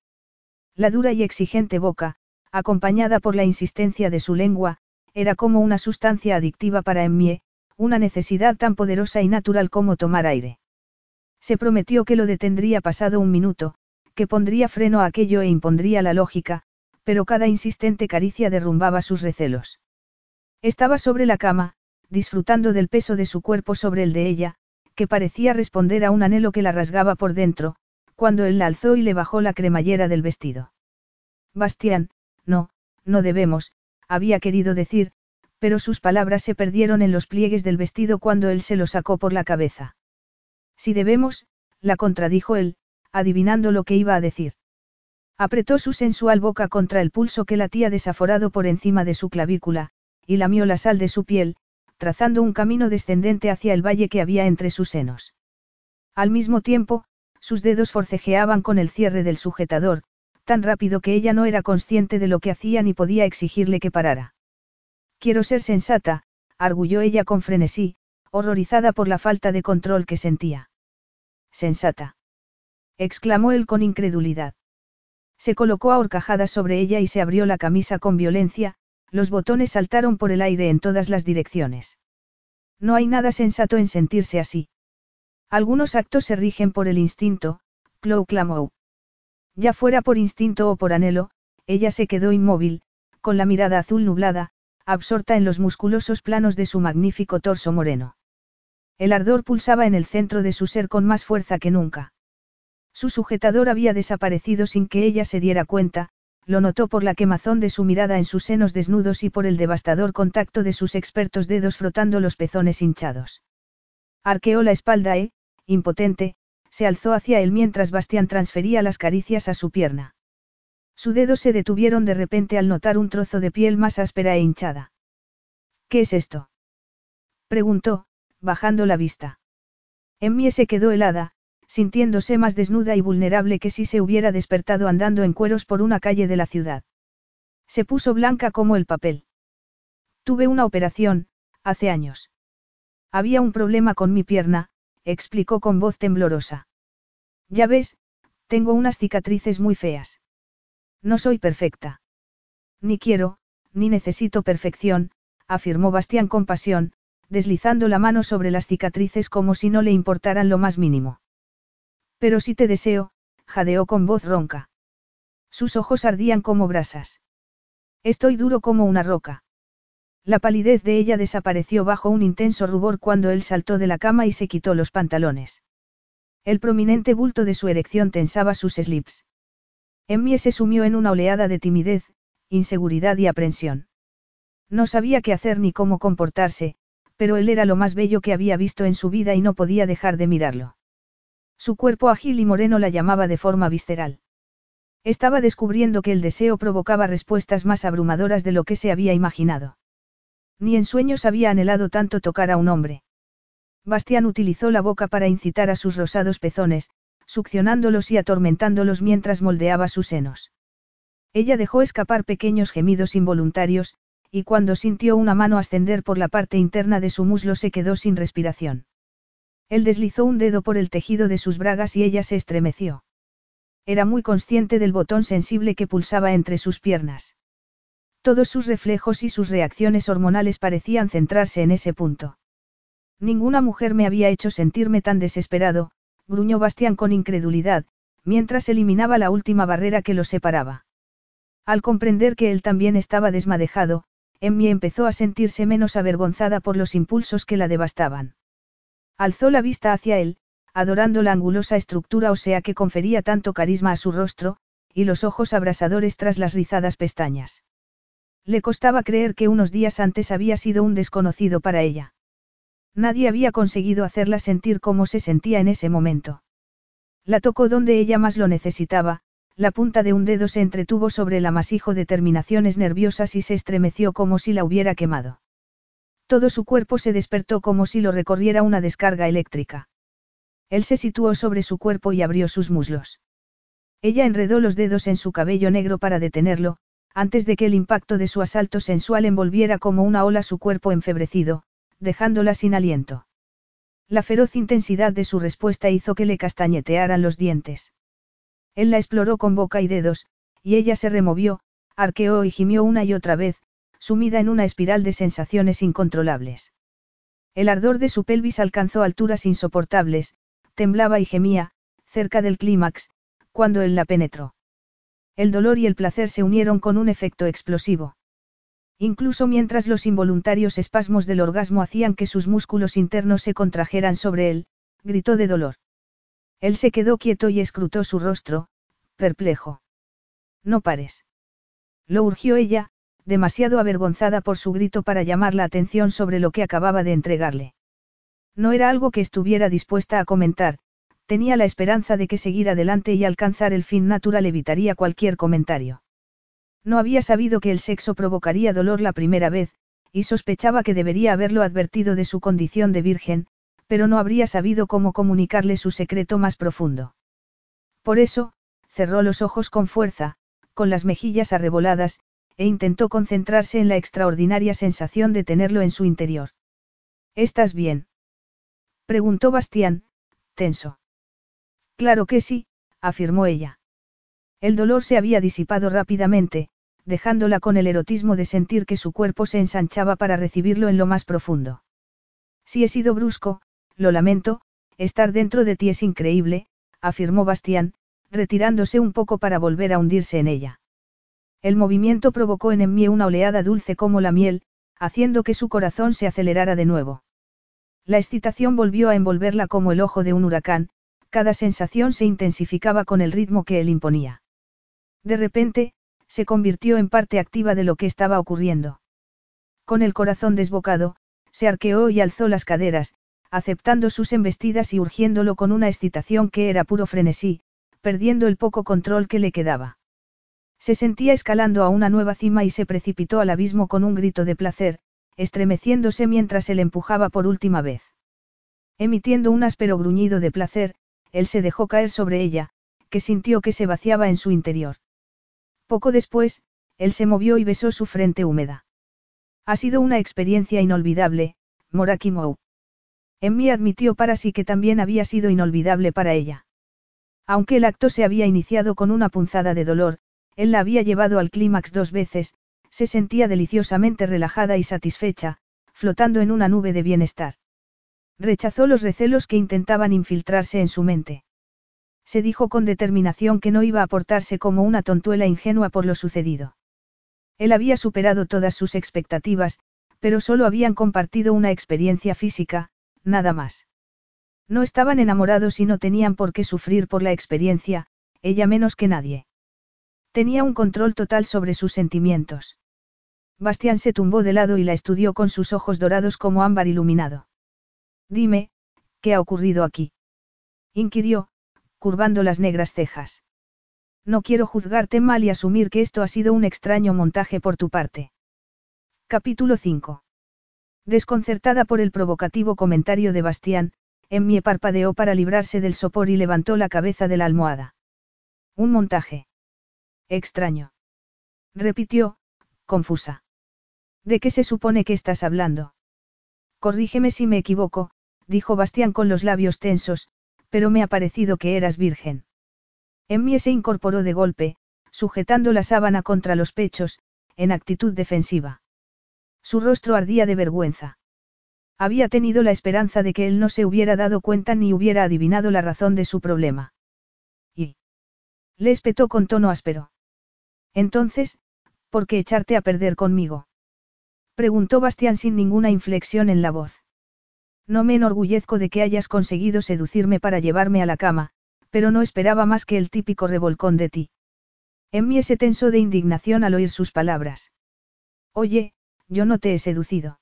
La dura y exigente boca, acompañada por la insistencia de su lengua, era como una sustancia adictiva para Emmie, una necesidad tan poderosa y natural como tomar aire. Se prometió que lo detendría pasado un minuto, que pondría freno a aquello e impondría la lógica, pero cada insistente caricia derrumbaba sus recelos. Estaba sobre la cama, disfrutando del peso de su cuerpo sobre el de ella, que parecía responder a un anhelo que la rasgaba por dentro, cuando él la alzó y le bajó la cremallera del vestido. Bastián, no, no debemos, había querido decir, pero sus palabras se perdieron en los pliegues del vestido cuando él se lo sacó por la cabeza. Si debemos, la contradijo él, adivinando lo que iba a decir. Apretó su sensual boca contra el pulso que latía desaforado por encima de su clavícula, y lamió la sal de su piel, trazando un camino descendente hacia el valle que había entre sus senos. Al mismo tiempo, sus dedos forcejeaban con el cierre del sujetador, tan rápido que ella no era consciente de lo que hacía ni podía exigirle que parara. Quiero ser sensata, arguyó ella con frenesí, horrorizada por la falta de control que sentía. Sensata, exclamó él con incredulidad. Se colocó a horcajadas sobre ella y se abrió la camisa con violencia, los botones saltaron por el aire en todas las direcciones. No hay nada sensato en sentirse así. Algunos actos se rigen por el instinto, Chloe clamó. Ya fuera por instinto o por anhelo, ella se quedó inmóvil, con la mirada azul nublada, absorta en los musculosos planos de su magnífico torso moreno. El ardor pulsaba en el centro de su ser con más fuerza que nunca. Su sujetador había desaparecido sin que ella se diera cuenta, lo notó por la quemazón de su mirada en sus senos desnudos y por el devastador contacto de sus expertos dedos frotando los pezones hinchados. Arqueó la espalda e, impotente, se alzó hacia él mientras Bastián transfería las caricias a su pierna. Sus dedos se detuvieron de repente al notar un trozo de piel más áspera e hinchada. ¿Qué es esto?, preguntó, bajando la vista. Emmie se quedó helada, sintiéndose más desnuda y vulnerable que si se hubiera despertado andando en cueros por una calle de la ciudad. Se puso blanca como el papel. Tuve una operación, hace años. Había un problema con mi pierna, explicó con voz temblorosa. Ya ves, tengo unas cicatrices muy feas. No soy perfecta. Ni quiero, ni necesito perfección, afirmó Bastián con pasión, deslizando la mano sobre las cicatrices como si no le importaran lo más mínimo. Pero si te deseo, jadeó con voz ronca. Sus ojos ardían como brasas. Estoy duro como una roca. La palidez de ella desapareció bajo un intenso rubor cuando él saltó de la cama y se quitó los pantalones. El prominente bulto de su erección tensaba sus slips. Emmie se sumió en una oleada de timidez, inseguridad y aprensión. No sabía qué hacer ni cómo comportarse, pero él era lo más bello que había visto en su vida y no podía dejar de mirarlo. Su cuerpo ágil y moreno la llamaba de forma visceral. Estaba descubriendo que el deseo provocaba respuestas más abrumadoras de lo que se había imaginado. Ni en sueños había anhelado tanto tocar a un hombre. Bastián utilizó la boca para incitar a sus rosados pezones, succionándolos y atormentándolos mientras moldeaba sus senos. Ella dejó escapar pequeños gemidos involuntarios, y cuando sintió una mano ascender por la parte interna de su muslo se quedó sin respiración. Él deslizó un dedo por el tejido de sus bragas y ella se estremeció. Era muy consciente del botón sensible que pulsaba entre sus piernas. Todos sus reflejos y sus reacciones hormonales parecían centrarse en ese punto. Ninguna mujer me había hecho sentirme tan desesperado, gruñó Bastián con incredulidad, mientras eliminaba la última barrera que los separaba. Al comprender que él también estaba desmadejado, Emmie empezó a sentirse menos avergonzada por los impulsos que la devastaban. Alzó la vista hacia él, adorando la angulosa estructura ósea que confería tanto carisma a su rostro, y los ojos abrasadores tras las rizadas pestañas. Le costaba creer que unos días antes había sido un desconocido para ella. Nadie había conseguido hacerla sentir cómo se sentía en ese momento. La tocó donde ella más lo necesitaba, la punta de un dedo se entretuvo sobre el amasijo de terminaciones nerviosas y se estremeció como si la hubiera quemado. Todo su cuerpo se despertó como si lo recorriera una descarga eléctrica. Él se situó sobre su cuerpo y abrió sus muslos. Ella enredó los dedos en su cabello negro para detenerlo, antes de que el impacto de su asalto sensual envolviera como una ola su cuerpo enfebrecido, dejándola sin aliento. La feroz intensidad de su respuesta hizo que le castañetearan los dientes. Él la exploró con boca y dedos, y ella se removió, arqueó y gimió una y otra vez, sumida en una espiral de sensaciones incontrolables. El ardor de su pelvis alcanzó alturas insoportables, temblaba y gemía, cerca del clímax, cuando él la penetró. El dolor y el placer se unieron con un efecto explosivo. Incluso mientras los involuntarios espasmos del orgasmo hacían que sus músculos internos se contrajeran sobre él, gritó de dolor. Él se quedó quieto y escrutó su rostro, perplejo. No pares. Lo urgió ella, demasiado avergonzada por su grito para llamar la atención sobre lo que acababa de entregarle. No era algo que estuviera dispuesta a comentar, tenía la esperanza de que seguir adelante y alcanzar el fin natural evitaría cualquier comentario. No había sabido que el sexo provocaría dolor la primera vez, y sospechaba que debería haberlo advertido de su condición de virgen, pero no habría sabido cómo comunicarle su secreto más profundo. Por eso, cerró los ojos con fuerza, con las mejillas arreboladas, e intentó concentrarse en la extraordinaria sensación de tenerlo en su interior. ¿Estás bien?, preguntó Bastián, tenso. Claro que sí, afirmó ella. El dolor se había disipado rápidamente, dejándola con el erotismo de sentir que su cuerpo se ensanchaba para recibirlo en lo más profundo. Si he sido brusco, lo lamento, estar dentro de ti es increíble, afirmó Bastián, retirándose un poco para volver a hundirse en ella. El movimiento provocó en Emmie una oleada dulce como la miel, haciendo que su corazón se acelerara de nuevo. La excitación volvió a envolverla como el ojo de un huracán, cada sensación se intensificaba con el ritmo que él imponía. De repente, se convirtió en parte activa de lo que estaba ocurriendo. Con el corazón desbocado, se arqueó y alzó las caderas, aceptando sus embestidas y urgiéndolo con una excitación que era puro frenesí, perdiendo el poco control que le quedaba. Se sentía escalando a una nueva cima y se precipitó al abismo con un grito de placer, estremeciéndose mientras él empujaba por última vez. Emitiendo un áspero gruñido de placer, él se dejó caer sobre ella, que sintió que se vaciaba en su interior. Poco después, él se movió y besó su frente húmeda. Ha sido una experiencia inolvidable, Moraki Mou. Emmy admitió para sí que también había sido inolvidable para ella. Aunque el acto se había iniciado con una punzada de dolor, él la había llevado al clímax 2 veces, se sentía deliciosamente relajada y satisfecha, flotando en una nube de bienestar. Rechazó los recelos que intentaban infiltrarse en su mente. Se dijo con determinación que no iba a portarse como una tontuela ingenua por lo sucedido. Él había superado todas sus expectativas, pero solo habían compartido una experiencia física, nada más. No estaban enamorados y no tenían por qué sufrir por la experiencia, ella menos que nadie. Tenía un control total sobre sus sentimientos. Bastián se tumbó de lado y la estudió con sus ojos dorados como ámbar iluminado. Dime, ¿qué ha ocurrido aquí? Inquirió, curvando las negras cejas. No quiero juzgarte mal y asumir que esto ha sido un extraño montaje por tu parte. Capítulo 5. Desconcertada por el provocativo comentario de Bastián, Emmy parpadeó para librarse del sopor y levantó la cabeza de la almohada. Un montaje. Extraño. Repitió, confusa. ¿De qué se supone que estás hablando? Corrígeme si me equivoco, dijo Bastián con los labios tensos, pero me ha parecido que eras virgen. Emmy se incorporó de golpe, sujetando la sábana contra los pechos, en actitud defensiva. Su rostro ardía de vergüenza. Había tenido la esperanza de que él no se hubiera dado cuenta ni hubiera adivinado la razón de su problema. Y le espetó con tono áspero. Entonces, ¿por qué echarte a perder conmigo? Preguntó Bastián sin ninguna inflexión en la voz. No me enorgullezco de que hayas conseguido seducirme para llevarme a la cama, pero no esperaba más que el típico revolcón de ti. Emmy se tensó de indignación al oír sus palabras. Oye, yo no te he seducido.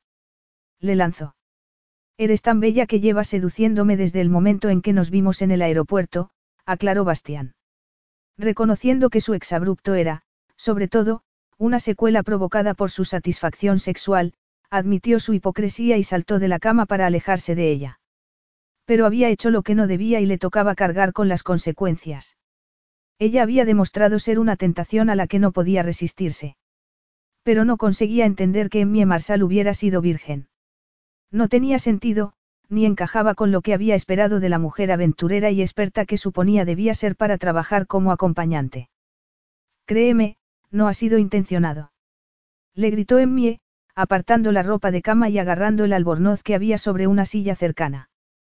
Le lanzó. Eres tan bella que llevas seduciéndome desde el momento en que nos vimos en el aeropuerto, aclaró Bastián. Reconociendo que su exabrupto era, sobre todo, una secuela provocada por su satisfacción sexual, admitió su hipocresía y saltó de la cama para alejarse de ella. Pero había hecho lo que no debía y le tocaba cargar con las consecuencias. Ella había demostrado ser una tentación a la que no podía resistirse. Pero no conseguía entender que Emmy Marshall hubiera sido virgen. No tenía sentido, ni encajaba con lo que había esperado de la mujer aventurera y experta que suponía debía ser para trabajar como acompañante. Créeme, no ha sido intencionado. Le gritó Emmy, apartando la ropa de cama y agarrando el albornoz que había sobre una silla cercana.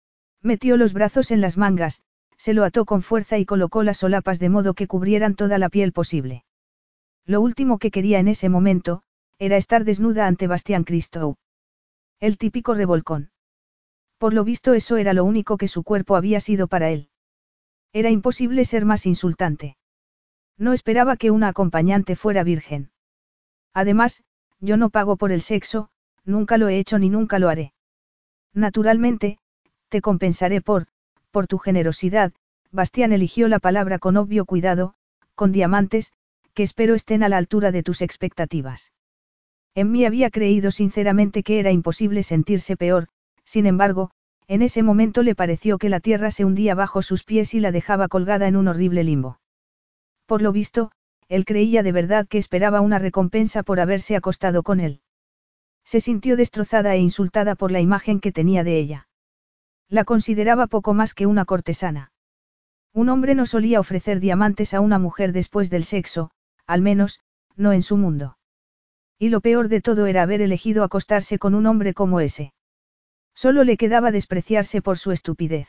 Metió los brazos en las mangas, se lo ató con fuerza y colocó las solapas de modo que cubrieran toda la piel posible. Lo último que quería en ese momento, era estar desnuda ante Bastián Christou. El típico revolcón. Por lo visto eso era lo único que su cuerpo había sido para él. Era imposible ser más insultante. No esperaba que una acompañante fuera virgen. Además, yo no pago por el sexo, nunca lo he hecho ni nunca lo haré. Naturalmente, te compensaré por tu generosidad, Bastián eligió la palabra con obvio cuidado, con diamantes, que espero estén a la altura de tus expectativas. Emmy había creído sinceramente que era imposible sentirse peor, sin embargo, en ese momento le pareció que la tierra se hundía bajo sus pies y la dejaba colgada en un horrible limbo. Por lo visto, él creía de verdad que esperaba una recompensa por haberse acostado con él. Se sintió destrozada e insultada por la imagen que tenía de ella. La consideraba poco más que una cortesana. Un hombre no solía ofrecer diamantes a una mujer después del sexo, al menos, no en su mundo. Y lo peor de todo era haber elegido acostarse con un hombre como ese. Solo le quedaba despreciarse por su estupidez.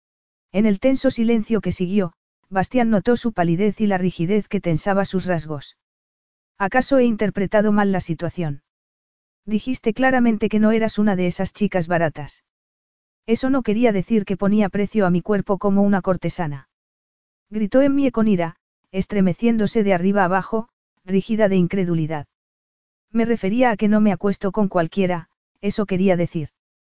En el tenso silencio que siguió, Bastián notó su palidez y la rigidez que tensaba sus rasgos. ¿Acaso he interpretado mal la situación? Dijiste claramente que no eras una de esas chicas baratas. Eso no quería decir que ponía precio a mi cuerpo como una cortesana. Gritó Emmy con ira, estremeciéndose de arriba abajo, rígida de incredulidad. Me refería a que no me acuesto con cualquiera, eso quería decir.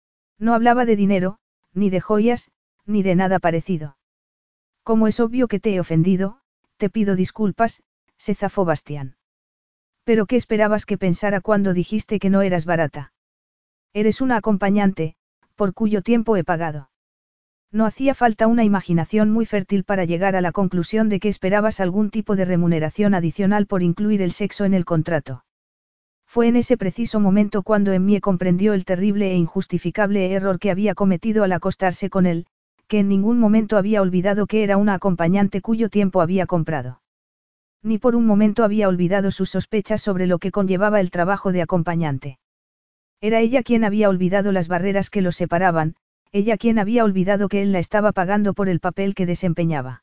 No hablaba de dinero, ni de joyas, ni de nada parecido. Como es obvio que te he ofendido, te pido disculpas, se zafó Bastián. ¿Pero qué esperabas que pensara cuando dijiste que no eras barata? Eres una acompañante, por cuyo tiempo he pagado. No hacía falta una imaginación muy fértil para llegar a la conclusión de que esperabas algún tipo de remuneración adicional por incluir el sexo en el contrato. Fue en ese preciso momento cuando Emmie comprendió el terrible e injustificable error que había cometido al acostarse con él, que en ningún momento había olvidado que era una acompañante cuyo tiempo había comprado. Ni por un momento había olvidado sus sospechas sobre lo que conllevaba el trabajo de acompañante. Era ella quien había olvidado las barreras que los separaban, ella quien había olvidado que él la estaba pagando por el papel que desempeñaba.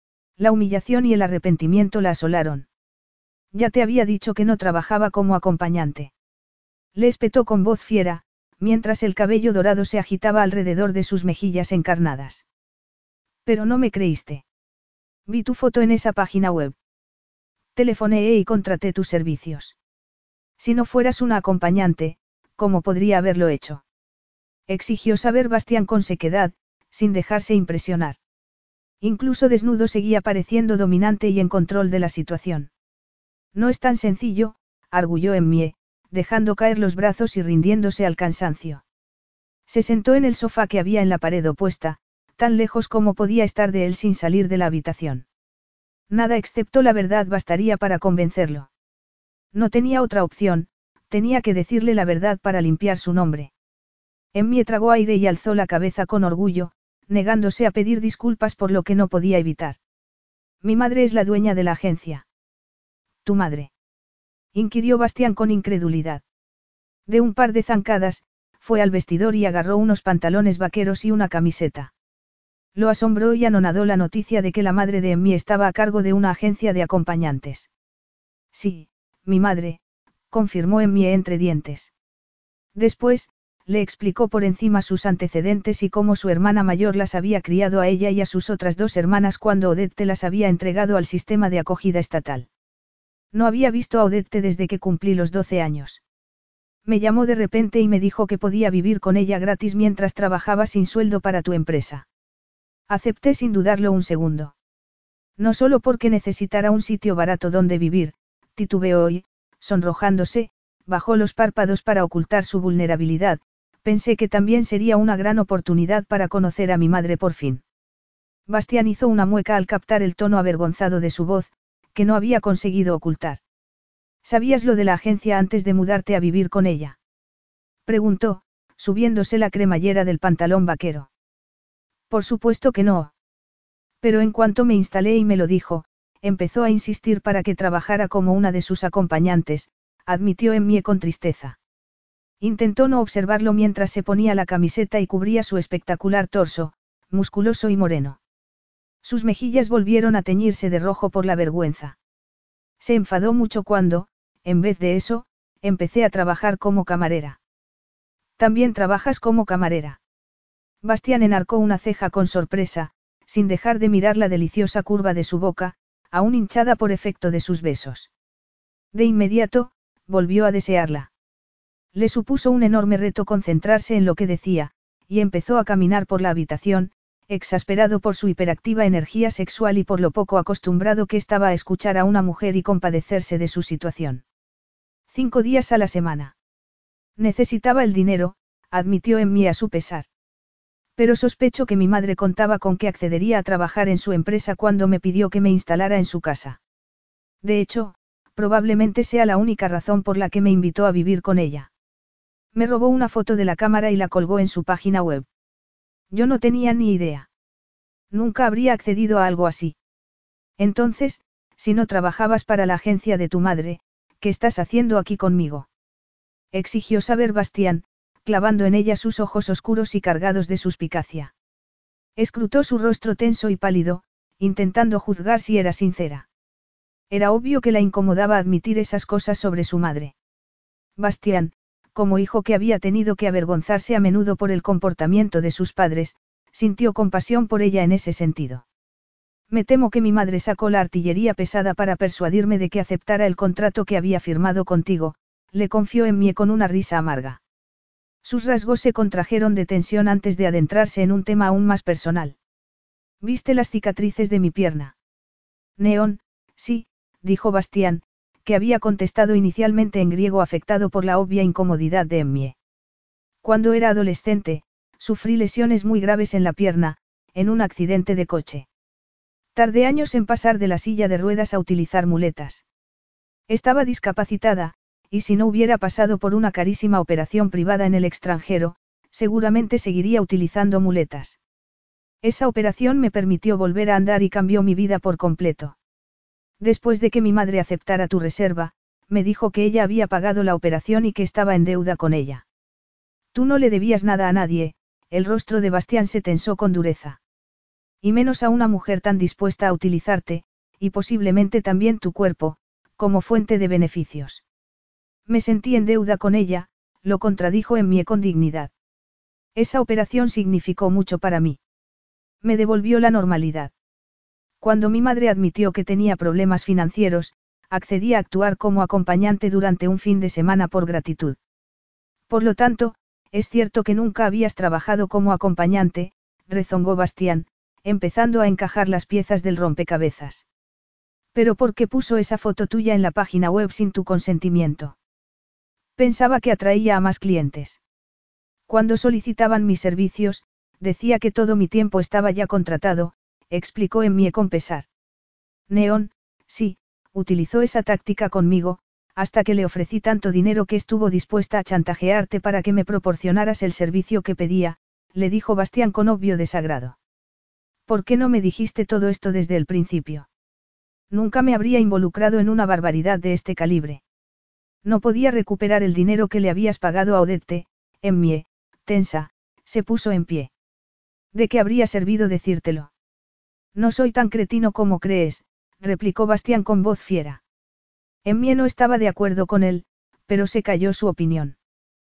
La humillación y el arrepentimiento la asolaron. Ya te había dicho que no trabajaba como acompañante. Le espetó con voz fiera, mientras el cabello dorado se agitaba alrededor de sus mejillas encarnadas. Pero no me creíste. Vi tu foto en esa página web. Telefoneé y contraté tus servicios. Si no fueras una acompañante, ¿cómo podría haberlo hecho? Exigió saber Bastián con sequedad, sin dejarse impresionar. Incluso desnudo seguía pareciendo dominante y en control de la situación. No es tan sencillo, arguyó Emmie, dejando caer los brazos y rindiéndose al cansancio. Se sentó en el sofá que había en la pared opuesta, tan lejos como podía estar de él sin salir de la habitación. Nada excepto la verdad bastaría para convencerlo. No tenía otra opción, tenía que decirle la verdad para limpiar su nombre. Emmie tragó aire y alzó la cabeza con orgullo, negándose a pedir disculpas por lo que no podía evitar. Mi madre es la dueña de la agencia. ¿Tu madre? Inquirió Bastián con incredulidad. De un par de zancadas, fue al vestidor y agarró unos pantalones vaqueros y una camiseta. Lo asombró y anonadó la noticia de que la madre de Emmie estaba a cargo de una agencia de acompañantes. Sí, mi madre, confirmó Emmie entre dientes. Después, le explicó por encima sus antecedentes y cómo su hermana mayor las había criado a ella y a sus otras dos hermanas cuando Odette las había entregado al sistema de acogida estatal. No había visto a Odette desde que cumplí los 12 años. Me llamó de repente y me dijo que podía vivir con ella gratis mientras trabajaba sin sueldo para tu empresa. Acepté sin dudarlo un segundo. No solo porque necesitara un sitio barato donde vivir, titubeó y, sonrojándose, bajó los párpados para ocultar su vulnerabilidad, pensé que también sería una gran oportunidad para conocer a mi madre por fin. Bastián hizo una mueca al captar el tono avergonzado de su voz, que no había conseguido ocultar. ¿Sabías lo de la agencia antes de mudarte a vivir con ella? Preguntó, subiéndose la cremallera del pantalón vaquero. Por supuesto que no. Pero en cuanto me instalé y me lo dijo, empezó a insistir para que trabajara como una de sus acompañantes, admitió Emmie con tristeza. Intentó no observarlo mientras se ponía la camiseta y cubría su espectacular torso, musculoso y moreno. Sus mejillas volvieron a teñirse de rojo por la vergüenza. Se enfadó mucho cuando, en vez de eso, empecé a trabajar como camarera. ¿También trabajas como camarera? Bastián enarcó una ceja con sorpresa, sin dejar de mirar la deliciosa curva de su boca, aún hinchada por efecto de sus besos. De inmediato, volvió a desearla. Le supuso un enorme reto concentrarse en lo que decía, y empezó a caminar por la habitación, exasperado por su hiperactiva energía sexual y por lo poco acostumbrado que estaba a escuchar a una mujer y compadecerse de su situación. 5 días a la semana. Necesitaba el dinero, admitió Emmie a su pesar. Pero sospecho que mi madre contaba con que accedería a trabajar en su empresa cuando me pidió que me instalara en su casa. De hecho, probablemente sea la única razón por la que me invitó a vivir con ella. Me robó una foto de la cámara y la colgó en su página web. Yo no tenía ni idea. Nunca habría accedido a algo así. Entonces, si no trabajabas para la agencia de tu madre, ¿qué estás haciendo aquí conmigo? Exigió saber Bastián, clavando en ella sus ojos oscuros y cargados de suspicacia. Escrutó su rostro tenso y pálido, intentando juzgar si era sincera. Era obvio que la incomodaba admitir esas cosas sobre su madre. Bastián, como hijo que había tenido que avergonzarse a menudo por el comportamiento de sus padres, sintió compasión por ella en ese sentido. Me temo que mi madre sacó la artillería pesada para persuadirme de que aceptara el contrato que había firmado contigo, le confió en mí con una risa amarga. Sus rasgos se contrajeron de tensión antes de adentrarse en un tema aún más personal. ¿Viste las cicatrices de mi pierna? Neón, sí, dijo Bastián, que había contestado inicialmente en griego afectado por la obvia incomodidad de Emmie. Cuando era adolescente, sufrí lesiones muy graves en la pierna, en un accidente de coche. Tardé años en pasar de la silla de ruedas a utilizar muletas. Estaba discapacitada, y si no hubiera pasado por una carísima operación privada en el extranjero, seguramente seguiría utilizando muletas. Esa operación me permitió volver a andar y cambió mi vida por completo. Después de que mi madre aceptara tu reserva, me dijo que ella había pagado la operación y que estaba en deuda con ella. Tú no le debías nada a nadie, el rostro de Bastián se tensó con dureza. Y menos a una mujer tan dispuesta a utilizarte, y posiblemente también tu cuerpo, como fuente de beneficios. Me sentí en deuda con ella, lo contradijo Emmie con dignidad. Esa operación significó mucho para mí. Me devolvió la normalidad. Cuando mi madre admitió que tenía problemas financieros, accedí a actuar como acompañante durante un fin de semana por gratitud. Por lo tanto, es cierto que nunca habías trabajado como acompañante, rezongó Bastián, empezando a encajar las piezas del rompecabezas. ¿Pero por qué puso esa foto tuya en la página web sin tu consentimiento? Pensaba que atraía a más clientes. Cuando solicitaban mis servicios, decía que todo mi tiempo estaba ya contratado, explicó Emmie con pesar. Neón, sí, utilizó esa táctica conmigo, hasta que le ofrecí tanto dinero que estuvo dispuesta a chantajearte para que me proporcionaras el servicio que pedía, le dijo Bastián con obvio desagrado. ¿Por qué no me dijiste todo esto desde el principio? Nunca me habría involucrado en una barbaridad de este calibre. No podía recuperar el dinero que le habías pagado a Odette, Emmie, tensa, se puso en pie. ¿De qué habría servido decírtelo? No soy tan cretino como crees, replicó Bastián con voz fiera. Emmie no estaba de acuerdo con él, pero se calló su opinión.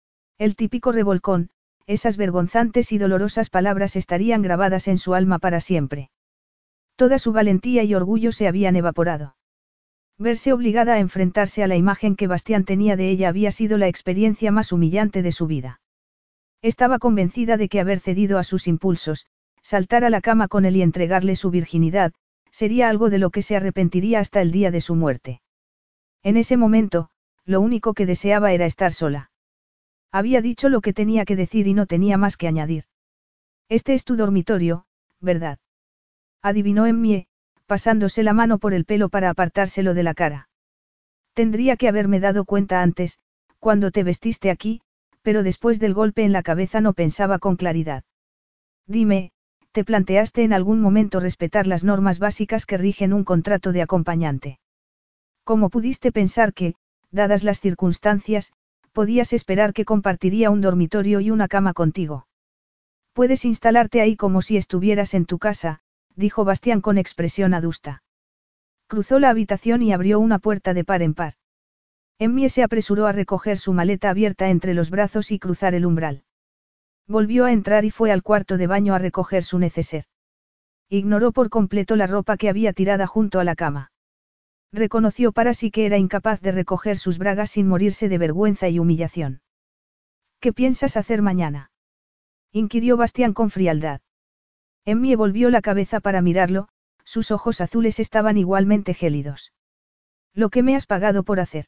El típico revolcón, esas vergonzantes y dolorosas palabras estarían grabadas en su alma para siempre. Toda su valentía y orgullo se habían evaporado. Verse obligada a enfrentarse a la imagen que Bastián tenía de ella había sido la experiencia más humillante de su vida. Estaba convencida de que haber cedido a sus impulsos, saltar a la cama con él y entregarle su virginidad, sería algo de lo que se arrepentiría hasta el día de su muerte. En ese momento, lo único que deseaba era estar sola. Había dicho lo que tenía que decir y no tenía más que añadir. Este es tu dormitorio, ¿verdad? Adivinó Emmie, pasándose la mano por el pelo para apartárselo de la cara. Tendría que haberme dado cuenta antes, cuando te vestiste aquí, pero después del golpe en la cabeza no pensaba con claridad. Dime, ¿te planteaste en algún momento respetar las normas básicas que rigen un contrato de acompañante? ¿Cómo pudiste pensar que, dadas las circunstancias, podías esperar que compartiría un dormitorio y una cama contigo? Puedes instalarte ahí como si estuvieras en tu casa, dijo Bastián con expresión adusta. Cruzó la habitación y abrió una puerta de par en par. Emmie se apresuró a recoger su maleta abierta entre los brazos y cruzar el umbral. Volvió a entrar y fue al cuarto de baño a recoger su neceser. Ignoró por completo la ropa que había tirada junto a la cama. Reconoció para sí que era incapaz de recoger sus bragas sin morirse de vergüenza y humillación. ¿Qué piensas hacer mañana?, inquirió Bastián con frialdad. Emmie volvió la cabeza para mirarlo, sus ojos azules estaban igualmente gélidos. Lo que me has pagado por hacer.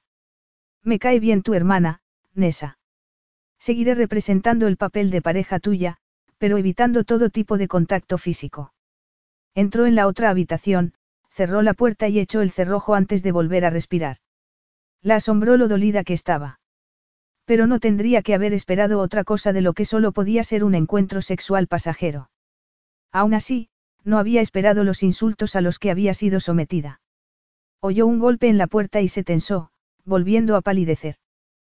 Me cae bien tu hermana, Nessa. Seguiré representando el papel de pareja tuya, pero evitando todo tipo de contacto físico. Entró en la otra habitación, cerró la puerta y echó el cerrojo antes de volver a respirar. La asombró lo dolida que estaba. Pero no tendría que haber esperado otra cosa de lo que solo podía ser un encuentro sexual pasajero. Aún así, no había esperado los insultos a los que había sido sometida. Oyó un golpe en la puerta y se tensó, volviendo a palidecer.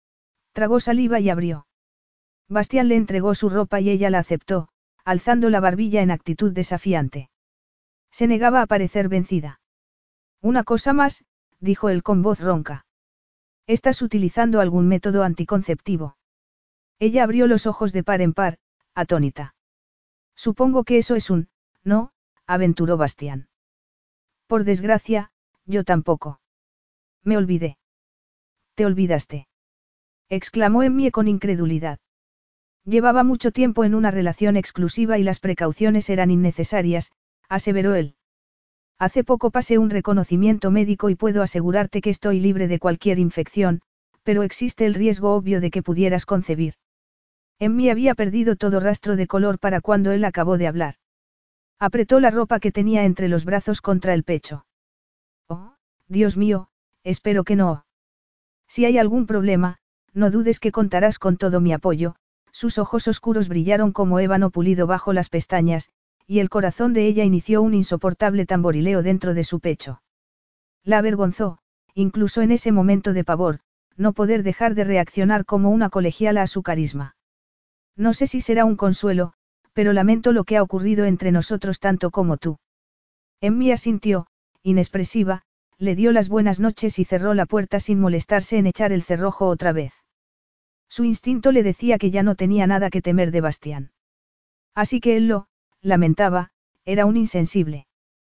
Tragó saliva y abrió. Bastián le entregó su ropa y ella la aceptó, alzando la barbilla en actitud desafiante. Se negaba a parecer vencida. Una cosa más, dijo él con voz ronca. ¿Estás utilizando algún método anticonceptivo? Ella abrió los ojos de par en par, atónita. Supongo que eso es no, aventuró Bastián. Por desgracia, yo tampoco. Me olvidé. ¿Te olvidaste? Exclamó Emmie con incredulidad. Llevaba mucho tiempo en una relación exclusiva y las precauciones eran innecesarias, aseveró él. Hace poco pasé un reconocimiento médico y puedo asegurarte que estoy libre de cualquier infección, pero existe el riesgo obvio de que pudieras concebir. Emmie había perdido todo rastro de color para cuando él acabó de hablar. Apretó la ropa que tenía entre los brazos contra el pecho. Oh, Dios mío, espero que no. Si hay algún problema, no dudes que contarás con todo mi apoyo. Sus ojos oscuros brillaron como ébano pulido bajo las pestañas, y el corazón de ella inició un insoportable tamborileo dentro de su pecho. La avergonzó, incluso en ese momento de pavor, no poder dejar de reaccionar como una colegiala a su carisma. No sé si será un consuelo, pero lamento lo que ha ocurrido entre nosotros tanto como tú. Emmie asintió, inexpresiva, le dio las buenas noches y cerró la puerta sin molestarse en echar el cerrojo otra vez. Su instinto le decía que ya no tenía nada que temer de Bastián. Así que él lo lamentaba, era un insensible.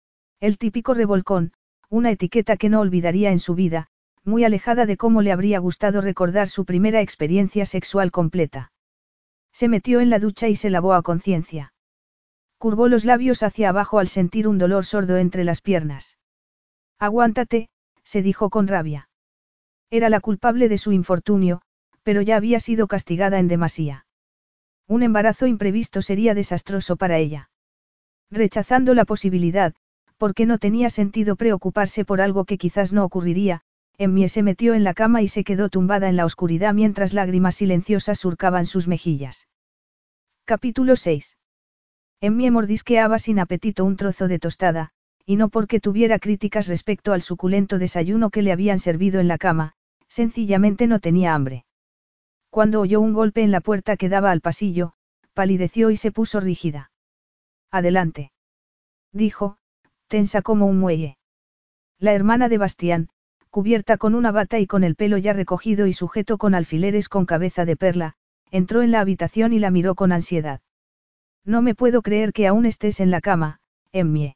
El típico revolcón, una etiqueta que no olvidaría en su vida, muy alejada de cómo le habría gustado recordar su primera experiencia sexual completa. Se metió en la ducha y se lavó a conciencia. Curvó los labios hacia abajo al sentir un dolor sordo entre las piernas. Aguántate, se dijo con rabia. Era la culpable de su infortunio, pero ya había sido castigada en demasía. Un embarazo imprevisto sería desastroso para ella. Rechazando la posibilidad, porque no tenía sentido preocuparse por algo que quizás no ocurriría, Emmie se metió en la cama y se quedó tumbada en la oscuridad mientras lágrimas silenciosas surcaban sus mejillas. Capítulo 6. Emmie mordisqueaba sin apetito un trozo de tostada, y no porque tuviera críticas respecto al suculento desayuno que le habían servido en la cama, sencillamente no tenía hambre. Cuando oyó un golpe en la puerta que daba al pasillo, palideció y se puso rígida. Adelante. Dijo, tensa como un muelle. La hermana de Bastián, cubierta con una bata y con el pelo ya recogido y sujeto con alfileres con cabeza de perla, entró en la habitación y la miró con ansiedad. No me puedo creer que aún estés en la cama, Emmie.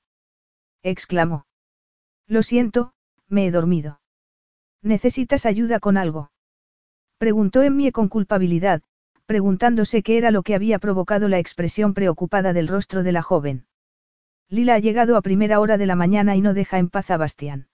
Exclamó. Lo siento, me he dormido. ¿Necesitas ayuda con algo? Preguntó Emmie con culpabilidad, preguntándose qué era lo que había provocado la expresión preocupada del rostro de la joven. Lila ha llegado a primera hora de la mañana y no deja en paz a Bastián.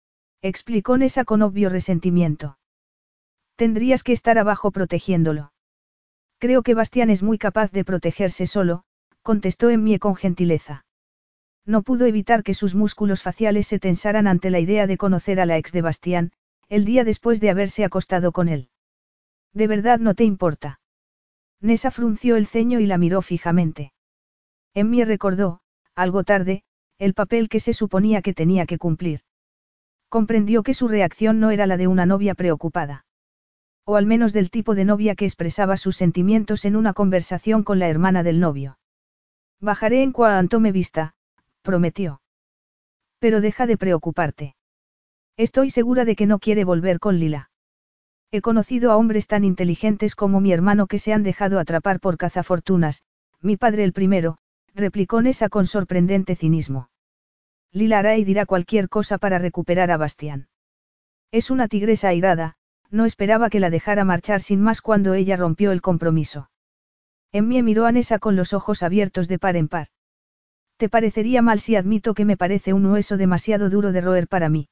Explicó Nessa con obvio resentimiento. Tendrías que estar abajo protegiéndolo. Creo que Bastián es muy capaz de protegerse solo, contestó Emmie con gentileza. No pudo evitar que sus músculos faciales se tensaran ante la idea de conocer a la ex de Bastián, el día después de haberse acostado con él. ¿De verdad no te importa? Nessa frunció el ceño y la miró fijamente. Emmie recordó, algo tarde, el papel que se suponía que tenía que cumplir. Comprendió que su reacción no era la de una novia preocupada. O al menos del tipo de novia que expresaba sus sentimientos en una conversación con la hermana del novio. Bajaré en cuanto me vista, prometió. Pero deja de preocuparte. Estoy segura de que no quiere volver con Lila. He conocido a hombres tan inteligentes como mi hermano que se han dejado atrapar por cazafortunas, mi padre el primero, replicó Nessa con sorprendente cinismo. Lila hará y dirá cualquier cosa para recuperar a Bastián. Es una tigresa airada, no esperaba que la dejara marchar sin más cuando ella rompió el compromiso. Emmie miró a Nessa con los ojos abiertos de par en par. ¿Te parecería mal si admito que me parece un hueso demasiado duro de roer para mí?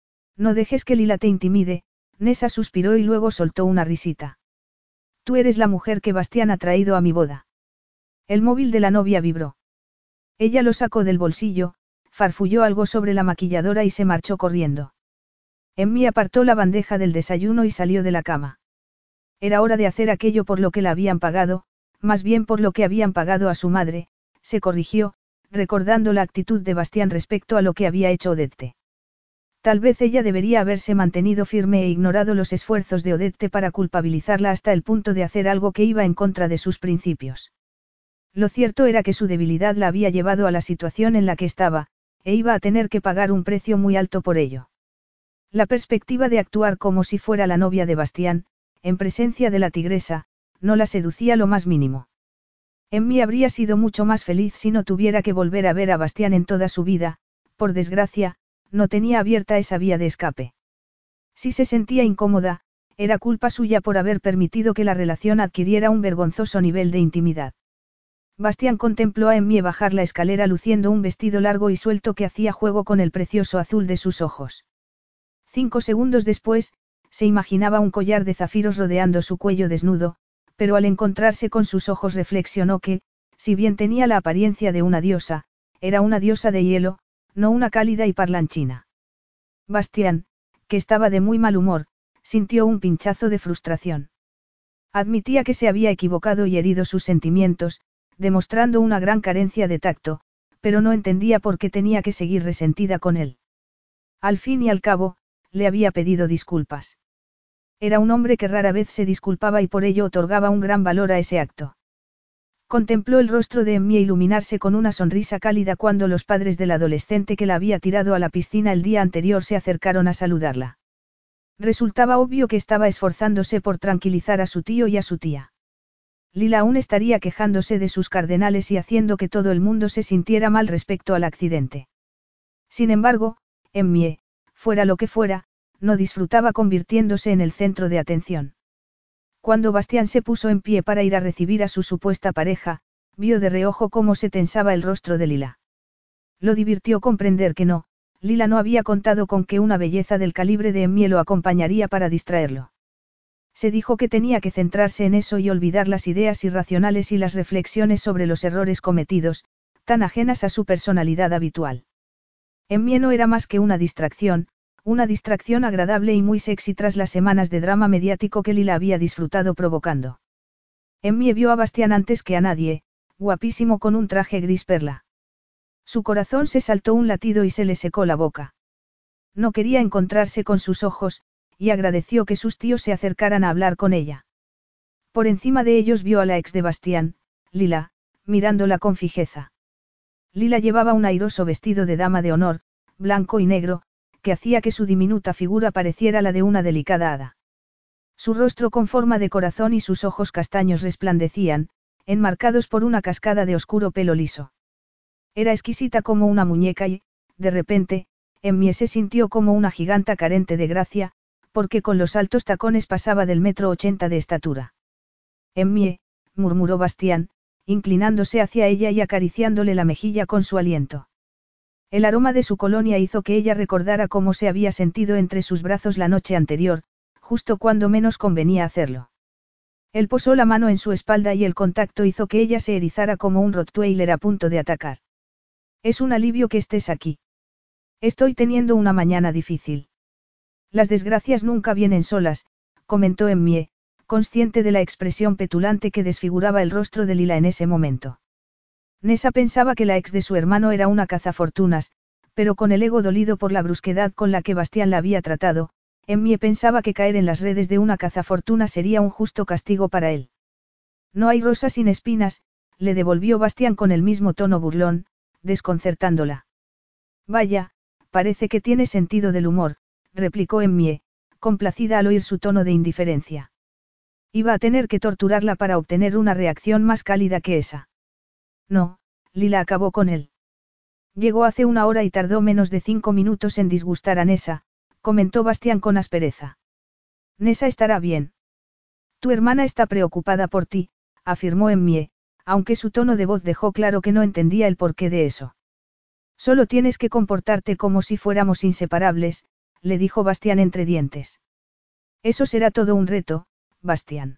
No dejes que Lila te intimide, Nessa suspiró y luego soltó una risita. Tú eres la mujer que Bastián ha traído a mi boda. El móvil de la novia vibró. Ella lo sacó del bolsillo, farfulló algo sobre la maquilladora y se marchó corriendo. Emmie apartó la bandeja del desayuno y salió de la cama. Era hora de hacer aquello por lo que la habían pagado, más bien por lo que habían pagado a su madre, se corrigió, recordando la actitud de Bastián respecto a lo que había hecho Odette. Tal vez ella debería haberse mantenido firme e ignorado los esfuerzos de Odette para culpabilizarla hasta el punto de hacer algo que iba en contra de sus principios. Lo cierto era que su debilidad la había llevado a la situación en la que estaba, e iba a tener que pagar un precio muy alto por ello. La perspectiva de actuar como si fuera la novia de Bastián, en presencia de la tigresa, no la seducía lo más mínimo. Emmie habría sido mucho más feliz si no tuviera que volver a ver a Bastián en toda su vida, por desgracia, no tenía abierta esa vía de escape. Si se sentía incómoda, era culpa suya por haber permitido que la relación adquiriera un vergonzoso nivel de intimidad. Bastián contempló a Emmie bajar la escalera luciendo un vestido largo y suelto que hacía juego con el precioso azul de sus ojos. 5 segundos después, se imaginaba un collar de zafiros rodeando su cuello desnudo, pero al encontrarse con sus ojos reflexionó que, si bien tenía la apariencia de una diosa, era una diosa de hielo, no una cálida y parlanchina. Bastián, que estaba de muy mal humor, sintió un pinchazo de frustración. Admitía que se había equivocado y herido sus sentimientos, demostrando una gran carencia de tacto, pero no entendía por qué tenía que seguir resentida con él. Al fin y al cabo, le había pedido disculpas. Era un hombre que rara vez se disculpaba y por ello otorgaba un gran valor a ese acto. Contempló el rostro de Emmie iluminarse con una sonrisa cálida cuando los padres del adolescente que la había tirado a la piscina el día anterior se acercaron a saludarla. Resultaba obvio que estaba esforzándose por tranquilizar a su tío y a su tía. Lila aún estaría quejándose de sus cardenales y haciendo que todo el mundo se sintiera mal respecto al accidente. Sin embargo, Emmie, fuera lo que fuera, no disfrutaba convirtiéndose en el centro de atención. Cuando Bastián se puso en pie para ir a recibir a su supuesta pareja, vio de reojo cómo se tensaba el rostro de Lila. Lo divirtió comprender que no, Lila no había contado con que una belleza del calibre de Emmie lo acompañaría para distraerlo. Se dijo que tenía que centrarse en eso y olvidar las ideas irracionales y las reflexiones sobre los errores cometidos, tan ajenas a su personalidad habitual. Emmie no era más que una distracción agradable y muy sexy tras las semanas de drama mediático que Lila había disfrutado provocando. Emmie vio a Bastián antes que a nadie, guapísimo con un traje gris perla. Su corazón se saltó un latido y se le secó la boca. No quería encontrarse con sus ojos, y agradeció que sus tíos se acercaran a hablar con ella. Por encima de ellos vio a la ex de Bastián, Lila, mirándola con fijeza. Lila llevaba un airoso vestido de dama de honor, blanco y negro, que hacía que su diminuta figura pareciera la de una delicada hada. Su rostro con forma de corazón y sus ojos castaños resplandecían, enmarcados por una cascada de oscuro pelo liso. Era exquisita como una muñeca y, de repente, Emmie se sintió como una giganta carente de gracia, porque con los altos tacones pasaba del 1,80 m de estatura. Emmie, murmuró Bastián, inclinándose hacia ella y acariciándole la mejilla con su aliento. El aroma de su colonia hizo que ella recordara cómo se había sentido entre sus brazos la noche anterior, justo cuando menos convenía hacerlo. Él posó la mano en su espalda y el contacto hizo que ella se erizara como un rottweiler a punto de atacar. Es un alivio que estés aquí. Estoy teniendo una mañana difícil. Las desgracias nunca vienen solas, comentó Emmie, consciente de la expresión petulante que desfiguraba el rostro de Lila en ese momento. Nessa pensaba que la ex de su hermano era una cazafortunas, pero con el ego dolido por la brusquedad con la que Bastián la había tratado, Emmie pensaba que caer en las redes de una cazafortuna sería un justo castigo para él. No hay rosas sin espinas, le devolvió Bastián con el mismo tono burlón, desconcertándola. Vaya, parece que tiene sentido del humor, replicó Emmie, complacida al oír su tono de indiferencia. Iba a tener que torturarla para obtener una reacción más cálida que esa. No, Lila acabó con él. Llegó hace 1 hora y tardó menos de 5 minutos en disgustar a Nessa, comentó Bastián con aspereza. Nessa estará bien. Tu hermana está preocupada por ti, afirmó Emmie, aunque su tono de voz dejó claro que no entendía el porqué de eso. Solo tienes que comportarte como si fuéramos inseparables, le dijo Bastián entre dientes. Eso será todo un reto, Bastián.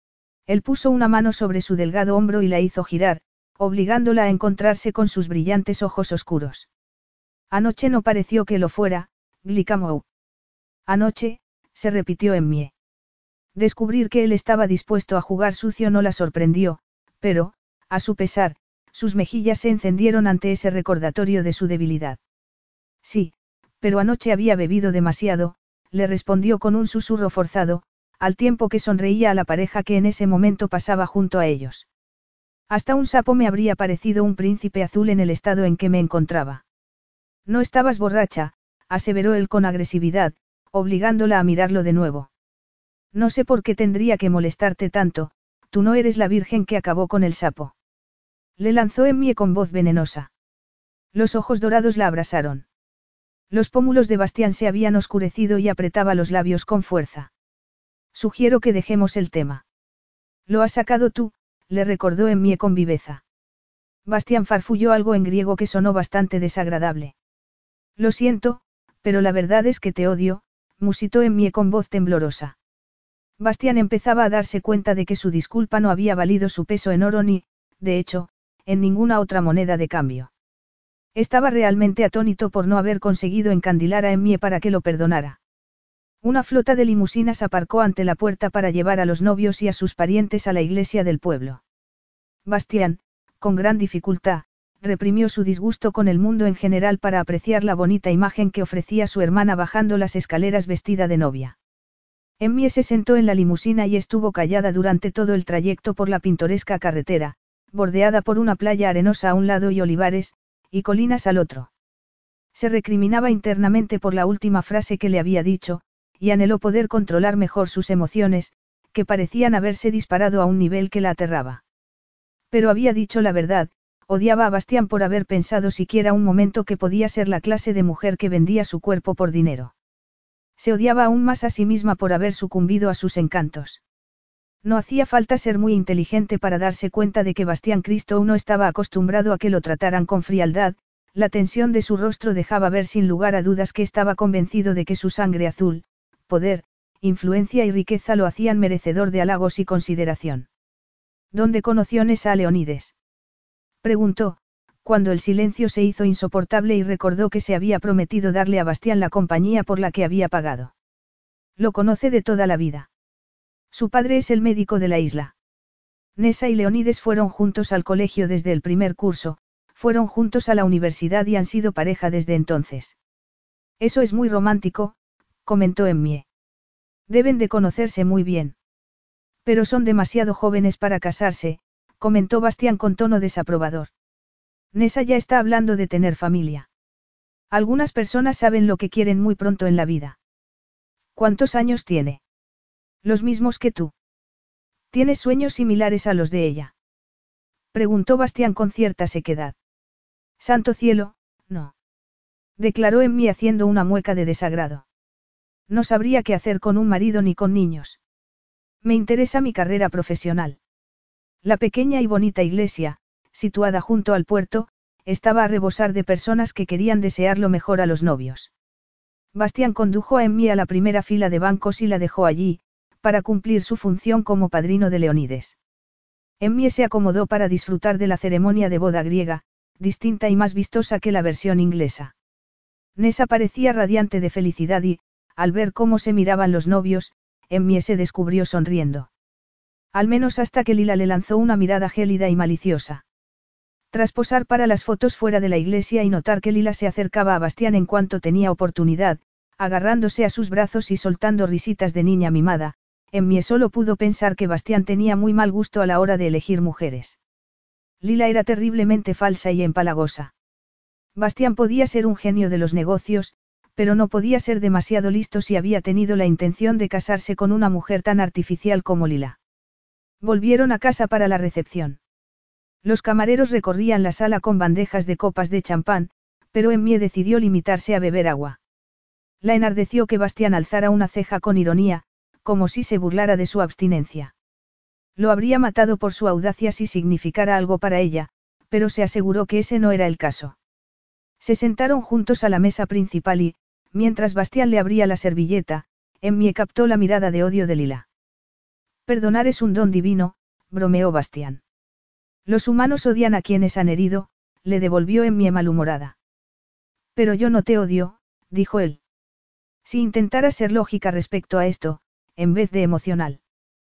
Él puso una mano sobre su delgado hombro y la hizo girar, obligándola a encontrarse con sus brillantes ojos oscuros. Anoche no pareció que lo fuera, Glicamou. Anoche, se repitió Emmie. Descubrir que él estaba dispuesto a jugar sucio no la sorprendió, pero, a su pesar, sus mejillas se encendieron ante ese recordatorio de su debilidad. Sí, pero anoche había bebido demasiado, le respondió con un susurro forzado, al tiempo que sonreía a la pareja que en ese momento pasaba junto a ellos. Hasta un sapo me habría parecido un príncipe azul en el estado en que me encontraba. No estabas borracha, aseveró él con agresividad, obligándola a mirarlo de nuevo. No sé por qué tendría que molestarte tanto, tú no eres la virgen que acabó con el sapo. Le lanzó Emmie con voz venenosa. Los ojos dorados la abrasaron. Los pómulos de Bastián se habían oscurecido y apretaba los labios con fuerza. Sugiero que dejemos el tema. Lo has sacado tú, le recordó Emmie con viveza. Bastián farfulló algo en griego que sonó bastante desagradable. Lo siento, pero la verdad es que te odio, musitó Emmie con voz temblorosa. Bastián empezaba a darse cuenta de que su disculpa no había valido su peso en oro ni, de hecho, en ninguna otra moneda de cambio. Estaba realmente atónito por no haber conseguido encandilar a Emmie para que lo perdonara. Una flota de limusinas aparcó ante la puerta para llevar a los novios y a sus parientes a la iglesia del pueblo. Bastián, con gran dificultad, reprimió su disgusto con el mundo en general para apreciar la bonita imagen que ofrecía su hermana bajando las escaleras vestida de novia. Emmie se sentó en la limusina y estuvo callada durante todo el trayecto por la pintoresca carretera, bordeada por una playa arenosa a un lado y olivares, y colinas al otro. Se recriminaba internamente por la última frase que le había dicho, y anheló poder controlar mejor sus emociones, que parecían haberse disparado a un nivel que la aterraba. Pero había dicho la verdad, odiaba a Bastián por haber pensado siquiera un momento que podía ser la clase de mujer que vendía su cuerpo por dinero. Se odiaba aún más a sí misma por haber sucumbido a sus encantos. No hacía falta ser muy inteligente para darse cuenta de que Bastián Cristo no estaba acostumbrado a que lo trataran con frialdad, la tensión de su rostro dejaba ver sin lugar a dudas que estaba convencido de que su sangre azul, poder, influencia y riqueza lo hacían merecedor de halagos y consideración. ¿Dónde conoció Nessa a Leonides? Preguntó, cuando el silencio se hizo insoportable y recordó que se había prometido darle a Bastián la compañía por la que había pagado. Lo conoce de toda la vida. Su padre es el médico de la isla. Nessa y Leonides fueron juntos al colegio desde el primer curso, fueron juntos a la universidad y han sido pareja desde entonces. Eso es muy romántico, comentó Emmie. Deben de conocerse muy bien. Pero son demasiado jóvenes para casarse, comentó Bastián con tono desaprobador. Nessa ya está hablando de tener familia. Algunas personas saben lo que quieren muy pronto en la vida. ¿Cuántos años tiene? Los mismos que tú. ¿Tienes sueños similares a los de ella? Preguntó Bastián con cierta sequedad. Santo cielo, no. Declaró Emmie haciendo una mueca de desagrado. No sabría qué hacer con un marido ni con niños. Me interesa mi carrera profesional. La pequeña y bonita iglesia, situada junto al puerto, estaba a rebosar de personas que querían desear lo mejor a los novios. Bastián condujo a Emmie a la primera fila de bancos y la dejó allí, para cumplir su función como padrino de Leonides. Emmie se acomodó para disfrutar de la ceremonia de boda griega, distinta y más vistosa que la versión inglesa. Nessa parecía radiante de felicidad y, al ver cómo se miraban los novios, Emmie se descubrió sonriendo. Al menos hasta que Lila le lanzó una mirada gélida y maliciosa. Tras posar para las fotos fuera de la iglesia y notar que Lila se acercaba a Bastián en cuanto tenía oportunidad, agarrándose a sus brazos y soltando risitas de niña mimada, Emmie solo pudo pensar que Bastián tenía muy mal gusto a la hora de elegir mujeres. Lila era terriblemente falsa y empalagosa. Bastián podía ser un genio de los negocios, pero no podía ser demasiado listo si había tenido la intención de casarse con una mujer tan artificial como Lila. Volvieron a casa para la recepción. Los camareros recorrían la sala con bandejas de copas de champán, pero Emmie decidió limitarse a beber agua. La enardeció que Bastián alzara una ceja con ironía, como si se burlara de su abstinencia. Lo habría matado por su audacia si significara algo para ella, pero se aseguró que ese no era el caso. Se sentaron juntos a la mesa principal y, mientras Bastián le abría la servilleta, Emmie captó la mirada de odio de Lila. Perdonar es un don divino, bromeó Bastián. Los humanos odian a quienes han herido, le devolvió Emmie malhumorada. Pero yo no te odio, dijo él. Si intentara ser lógica respecto a esto, en vez de emocional.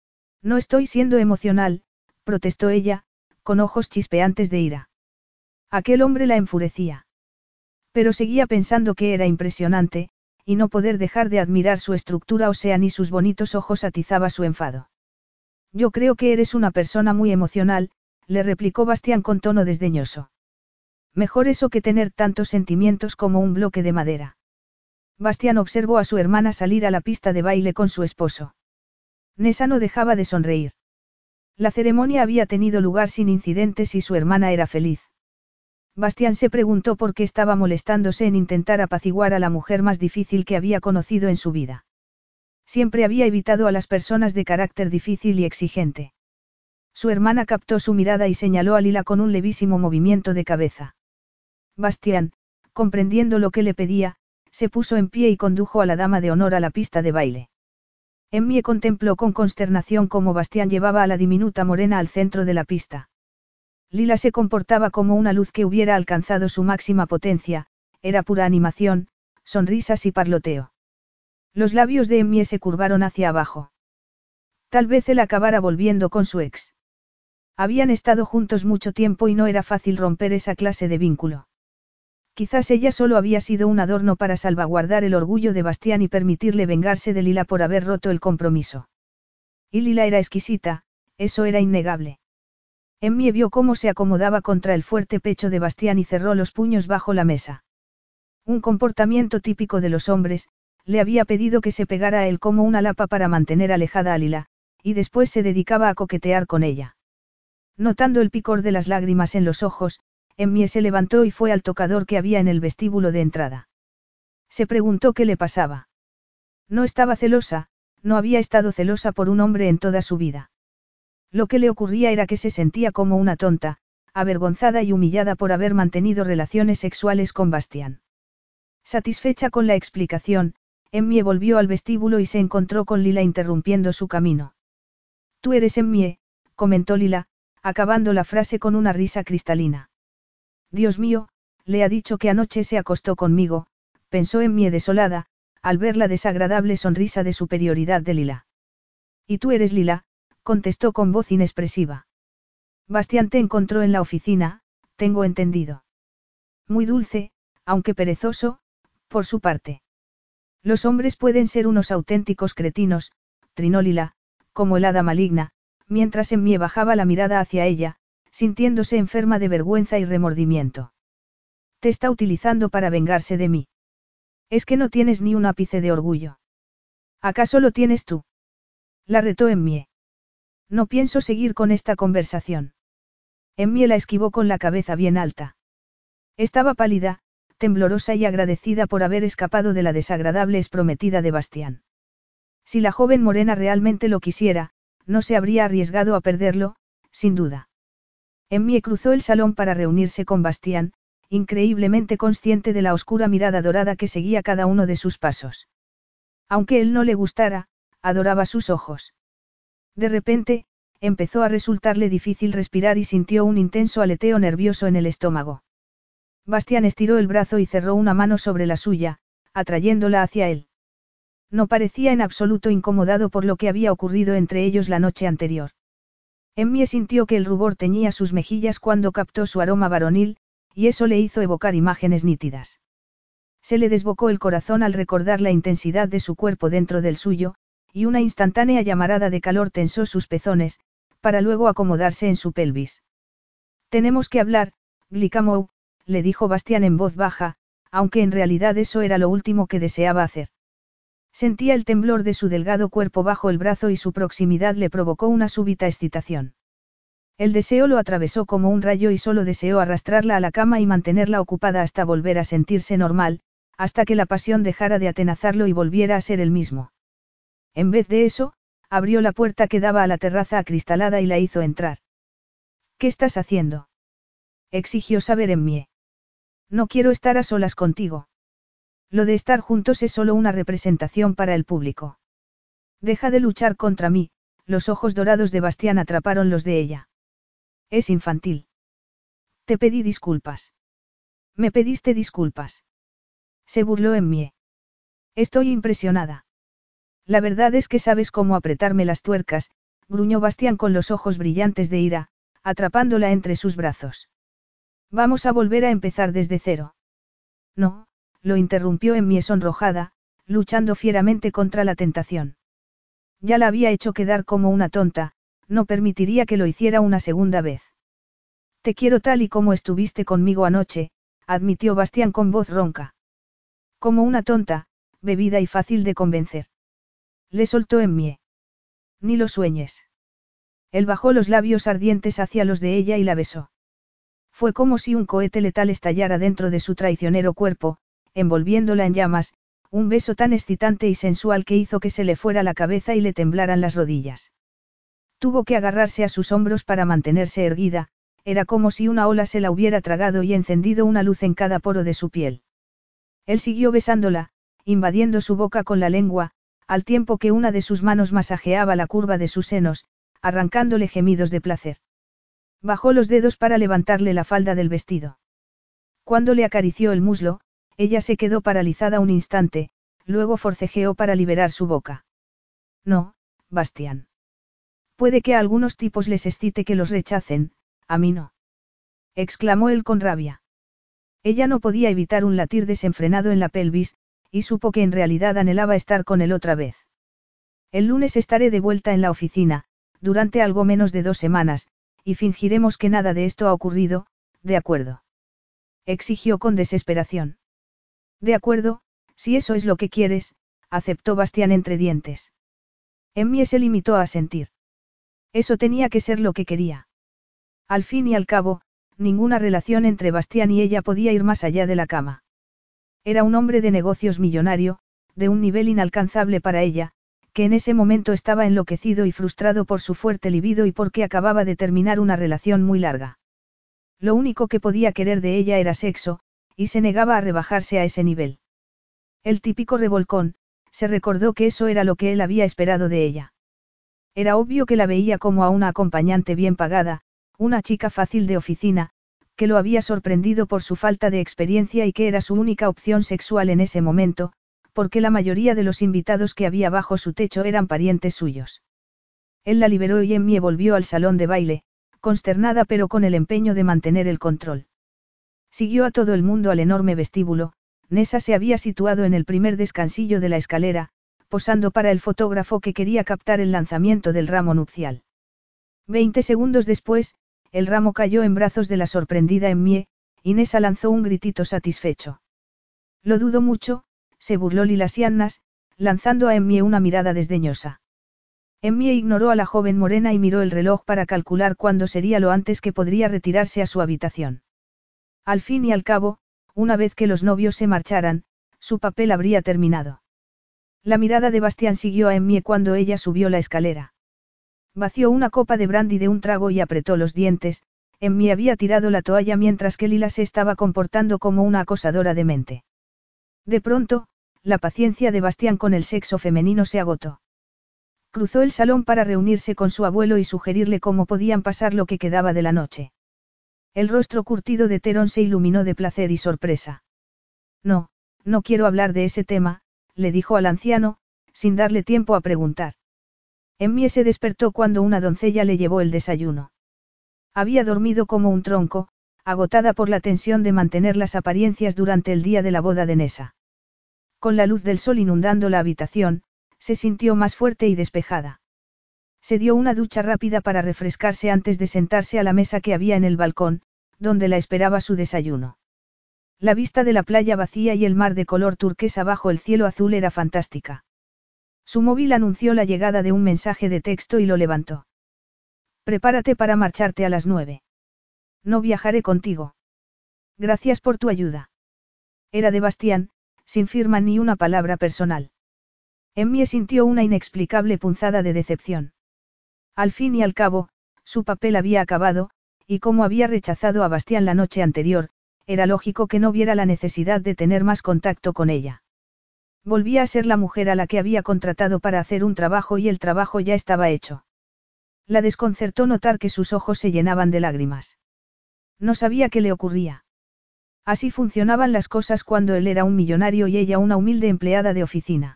No estoy siendo emocional, protestó ella, con ojos chispeantes de ira. Aquel hombre la enfurecía. Pero seguía pensando que era impresionante, y no poder dejar de admirar su estructura ósea ni sus bonitos ojos atizaba su enfado. Yo creo que eres una persona muy emocional, le replicó Bastián con tono desdeñoso. Mejor eso que tener tantos sentimientos como un bloque de madera. Bastián observó a su hermana salir a la pista de baile con su esposo. Nessa no dejaba de sonreír. La ceremonia había tenido lugar sin incidentes y su hermana era feliz. Bastián se preguntó por qué estaba molestándose en intentar apaciguar a la mujer más difícil que había conocido en su vida. Siempre había evitado a las personas de carácter difícil y exigente. Su hermana captó su mirada y señaló a Lila con un levísimo movimiento de cabeza. Bastián, comprendiendo lo que le pedía, se puso en pie y condujo a la dama de honor a la pista de baile. Emmie contempló con consternación cómo Bastián llevaba a la diminuta morena al centro de la pista. Lila se comportaba como una luz que hubiera alcanzado su máxima potencia, era pura animación, sonrisas y parloteo. Los labios de Emmie se curvaron hacia abajo. Tal vez él acabara volviendo con su ex. Habían estado juntos mucho tiempo y no era fácil romper esa clase de vínculo. Quizás ella solo había sido un adorno para salvaguardar el orgullo de Bastián y permitirle vengarse de Lila por haber roto el compromiso. Y Lila era exquisita, eso era innegable. Emmie vio cómo se acomodaba contra el fuerte pecho de Bastián y cerró los puños bajo la mesa. Un comportamiento típico de los hombres, le había pedido que se pegara a él como una lapa para mantener alejada a Lila, y después se dedicaba a coquetear con ella. Notando el picor de las lágrimas en los ojos, Emmie se levantó y fue al tocador que había en el vestíbulo de entrada. Se preguntó qué le pasaba. No estaba celosa, no había estado celosa por un hombre en toda su vida. Lo que le ocurría era que se sentía como una tonta, avergonzada y humillada por haber mantenido relaciones sexuales con Bastián. Satisfecha con la explicación, Emmie volvió al vestíbulo y se encontró con Lila interrumpiendo su camino. Tú eres Emmie, comentó Lila, acabando la frase con una risa cristalina. Dios mío, le ha dicho que anoche se acostó conmigo, pensó Emmie desolada, al ver la desagradable sonrisa de superioridad de Lila. Y tú eres Lila, contestó con voz inexpresiva. Bastián te encontró en la oficina, tengo entendido. Muy dulce, aunque perezoso, por su parte. Los hombres pueden ser unos auténticos cretinos, trinó Lila, como el hada maligna, mientras Emmie bajaba la mirada hacia ella, sintiéndose enferma de vergüenza y remordimiento. Te está utilizando para vengarse de mí. Es que no tienes ni un ápice de orgullo. ¿Acaso lo tienes tú? La retó Emmie. No pienso seguir con esta conversación. Emmie la esquivó con la cabeza bien alta. Estaba pálida, temblorosa y agradecida por haber escapado de la desagradable exprometida de Bastián. Si la joven morena realmente lo quisiera, no se habría arriesgado a perderlo, sin duda. Emmie cruzó el salón para reunirse con Bastián, increíblemente consciente de la oscura mirada dorada que seguía cada uno de sus pasos. Aunque él no le gustara, adoraba sus ojos. De repente, empezó a resultarle difícil respirar y sintió un intenso aleteo nervioso en el estómago. Bastián estiró el brazo y cerró una mano sobre la suya, atrayéndola hacia él. No parecía en absoluto incomodado por lo que había ocurrido entre ellos la noche anterior. Emmie sintió que el rubor teñía sus mejillas cuando captó su aroma varonil, y eso le hizo evocar imágenes nítidas. Se le desbocó el corazón al recordar la intensidad de su cuerpo dentro del suyo, y una instantánea llamarada de calor tensó sus pezones, para luego acomodarse en su pelvis. Tenemos que hablar, Glicamou, le dijo Bastián en voz baja, aunque en realidad eso era lo último que deseaba hacer. Sentía el temblor de su delgado cuerpo bajo el brazo y su proximidad le provocó una súbita excitación. El deseo lo atravesó como un rayo y solo deseó arrastrarla a la cama y mantenerla ocupada hasta volver a sentirse normal, hasta que la pasión dejara de atenazarlo y volviera a ser el mismo. En vez de eso, abrió la puerta que daba a la terraza acristalada y la hizo entrar. ¿Qué estás haciendo? Exigió saber Emmie. No quiero estar a solas contigo. Lo de estar juntos es solo una representación para el público. Deja de luchar contra mí, los ojos dorados de Bastián atraparon los de ella. Es infantil. Te pedí disculpas. Me pediste disculpas. Se burló Emmie. Estoy impresionada. La verdad es que sabes cómo apretarme las tuercas, gruñó Bastián con los ojos brillantes de ira, atrapándola entre sus brazos. Vamos a volver a empezar desde cero. No, lo interrumpió Emmie sonrojada, luchando fieramente contra la tentación. Ya la había hecho quedar como una tonta, no permitiría que lo hiciera una segunda vez. Te quiero tal y como estuviste conmigo anoche, admitió Bastián con voz ronca. Como una tonta, bebida y fácil de convencer. Le soltó Emmie. Ni lo sueñes. Él bajó los labios ardientes hacia los de ella y la besó. Fue como si un cohete letal estallara dentro de su traicionero cuerpo, envolviéndola en llamas, un beso tan excitante y sensual que hizo que se le fuera la cabeza y le temblaran las rodillas. Tuvo que agarrarse a sus hombros para mantenerse erguida, era como si una ola se la hubiera tragado y encendido una luz en cada poro de su piel. Él siguió besándola, invadiendo su boca con la lengua, al tiempo que una de sus manos masajeaba la curva de sus senos, arrancándole gemidos de placer. Bajó los dedos para levantarle la falda del vestido. Cuando le acarició el muslo, ella se quedó paralizada un instante, luego forcejeó para liberar su boca. No, Bastián. Puede que a algunos tipos les excite que los rechacen, a mí no. Exclamó él con rabia. Ella no podía evitar un latir desenfrenado en la pelvis, y supo que en realidad anhelaba estar con él otra vez. El lunes estaré de vuelta en la oficina, durante algo menos de 2 semanas, y fingiremos que nada de esto ha ocurrido, ¿de acuerdo? Exigió con desesperación. De acuerdo, si eso es lo que quieres, aceptó Bastián entre dientes. Emmie se limitó a asentir. Eso tenía que ser lo que quería. Al fin y al cabo, ninguna relación entre Bastián y ella podía ir más allá de la cama. Era un hombre de negocios millonario, de un nivel inalcanzable para ella, que en ese momento estaba enloquecido y frustrado por su fuerte libido y porque acababa de terminar una relación muy larga. Lo único que podía querer de ella era sexo, y se negaba a rebajarse a ese nivel. El típico revolcón, se recordó que eso era lo que él había esperado de ella. Era obvio que la veía como a una acompañante bien pagada, una chica fácil de oficina, que lo había sorprendido por su falta de experiencia y que era su única opción sexual en ese momento, porque la mayoría de los invitados que había bajo su techo eran parientes suyos. Él la liberó y Emmie volvió al salón de baile, consternada pero con el empeño de mantener el control. Siguió a todo el mundo al enorme vestíbulo. Nessa se había situado en el primer descansillo de la escalera, posando para el fotógrafo que quería captar el lanzamiento del ramo nupcial. 20 segundos después, el ramo cayó en brazos de la sorprendida Emmie, y Nessa lanzó un gritito satisfecho. Lo dudo mucho, se burló Lila Siannas, lanzando a Emmie una mirada desdeñosa. Emmie ignoró a la joven morena y miró el reloj para calcular cuándo sería lo antes que podría retirarse a su habitación. Al fin y al cabo, una vez que los novios se marcharan, su papel habría terminado. La mirada de Bastián siguió a Emmie cuando ella subió la escalera. Vació una copa de brandy de un trago y apretó los dientes. Emmie había tirado la toalla mientras que Lila se estaba comportando como una acosadora demente. De pronto, la paciencia de Bastián con el sexo femenino se agotó. Cruzó el salón para reunirse con su abuelo y sugerirle cómo podían pasar lo que quedaba de la noche. El rostro curtido de Terón se iluminó de placer y sorpresa. No, no quiero hablar de ese tema, le dijo al anciano, sin darle tiempo a preguntar. Emmie se despertó cuando una doncella le llevó el desayuno. Había dormido como un tronco, agotada por la tensión de mantener las apariencias durante el día de la boda de Nessa. Con la luz del sol inundando la habitación, se sintió más fuerte y despejada. Se dio una ducha rápida para refrescarse antes de sentarse a la mesa que había en el balcón, donde la esperaba su desayuno. La vista de la playa vacía y el mar de color turquesa bajo el cielo azul era fantástica. Su móvil anunció la llegada de un mensaje de texto y lo levantó. Prepárate para marcharte a las 9. No viajaré contigo. Gracias por tu ayuda. Era de Bastián, sin firma ni una palabra personal. Emmie sintió una inexplicable punzada de decepción. Al fin y al cabo, su papel había acabado, y como había rechazado a Bastián la noche anterior, era lógico que no viera la necesidad de tener más contacto con ella. Volvía a ser la mujer a la que había contratado para hacer un trabajo y el trabajo ya estaba hecho. La desconcertó notar que sus ojos se llenaban de lágrimas. No sabía qué le ocurría. Así funcionaban las cosas cuando él era un millonario y ella una humilde empleada de oficina.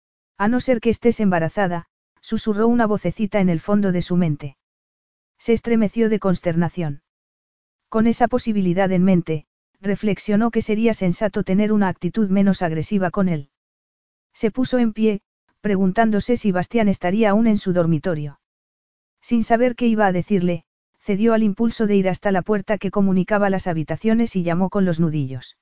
A no ser que estés embarazada, susurró una vocecita en el fondo de su mente. Se estremeció de consternación. Con esa posibilidad en mente, reflexionó que sería sensato tener una actitud menos agresiva con él. Se puso en pie, preguntándose si Bastián estaría aún en su dormitorio. Sin saber qué iba a decirle, cedió al impulso de ir hasta la puerta que comunicaba las habitaciones y llamó con los nudillos.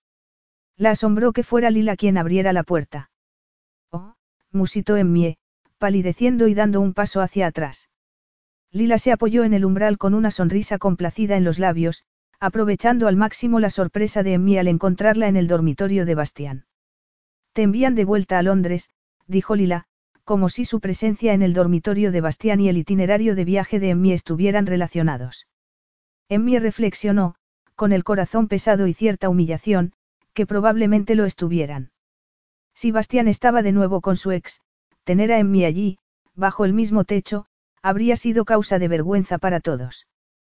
La asombró que fuera Lila quien abriera la puerta. Oh, musitó Emmie, palideciendo y dando un paso hacia atrás. Lila se apoyó en el umbral con una sonrisa complacida en los labios, aprovechando al máximo la sorpresa de Emmy al encontrarla en el dormitorio de Bastián. Te envían de vuelta a Londres, dijo Lila, como si su presencia en el dormitorio de Bastián y el itinerario de viaje de Emmy estuvieran relacionados. Emmy reflexionó, con el corazón pesado y cierta humillación, que probablemente lo estuvieran. Si Bastián estaba de nuevo con su ex, tener a Emmy allí, bajo el mismo techo, habría sido causa de vergüenza para todos.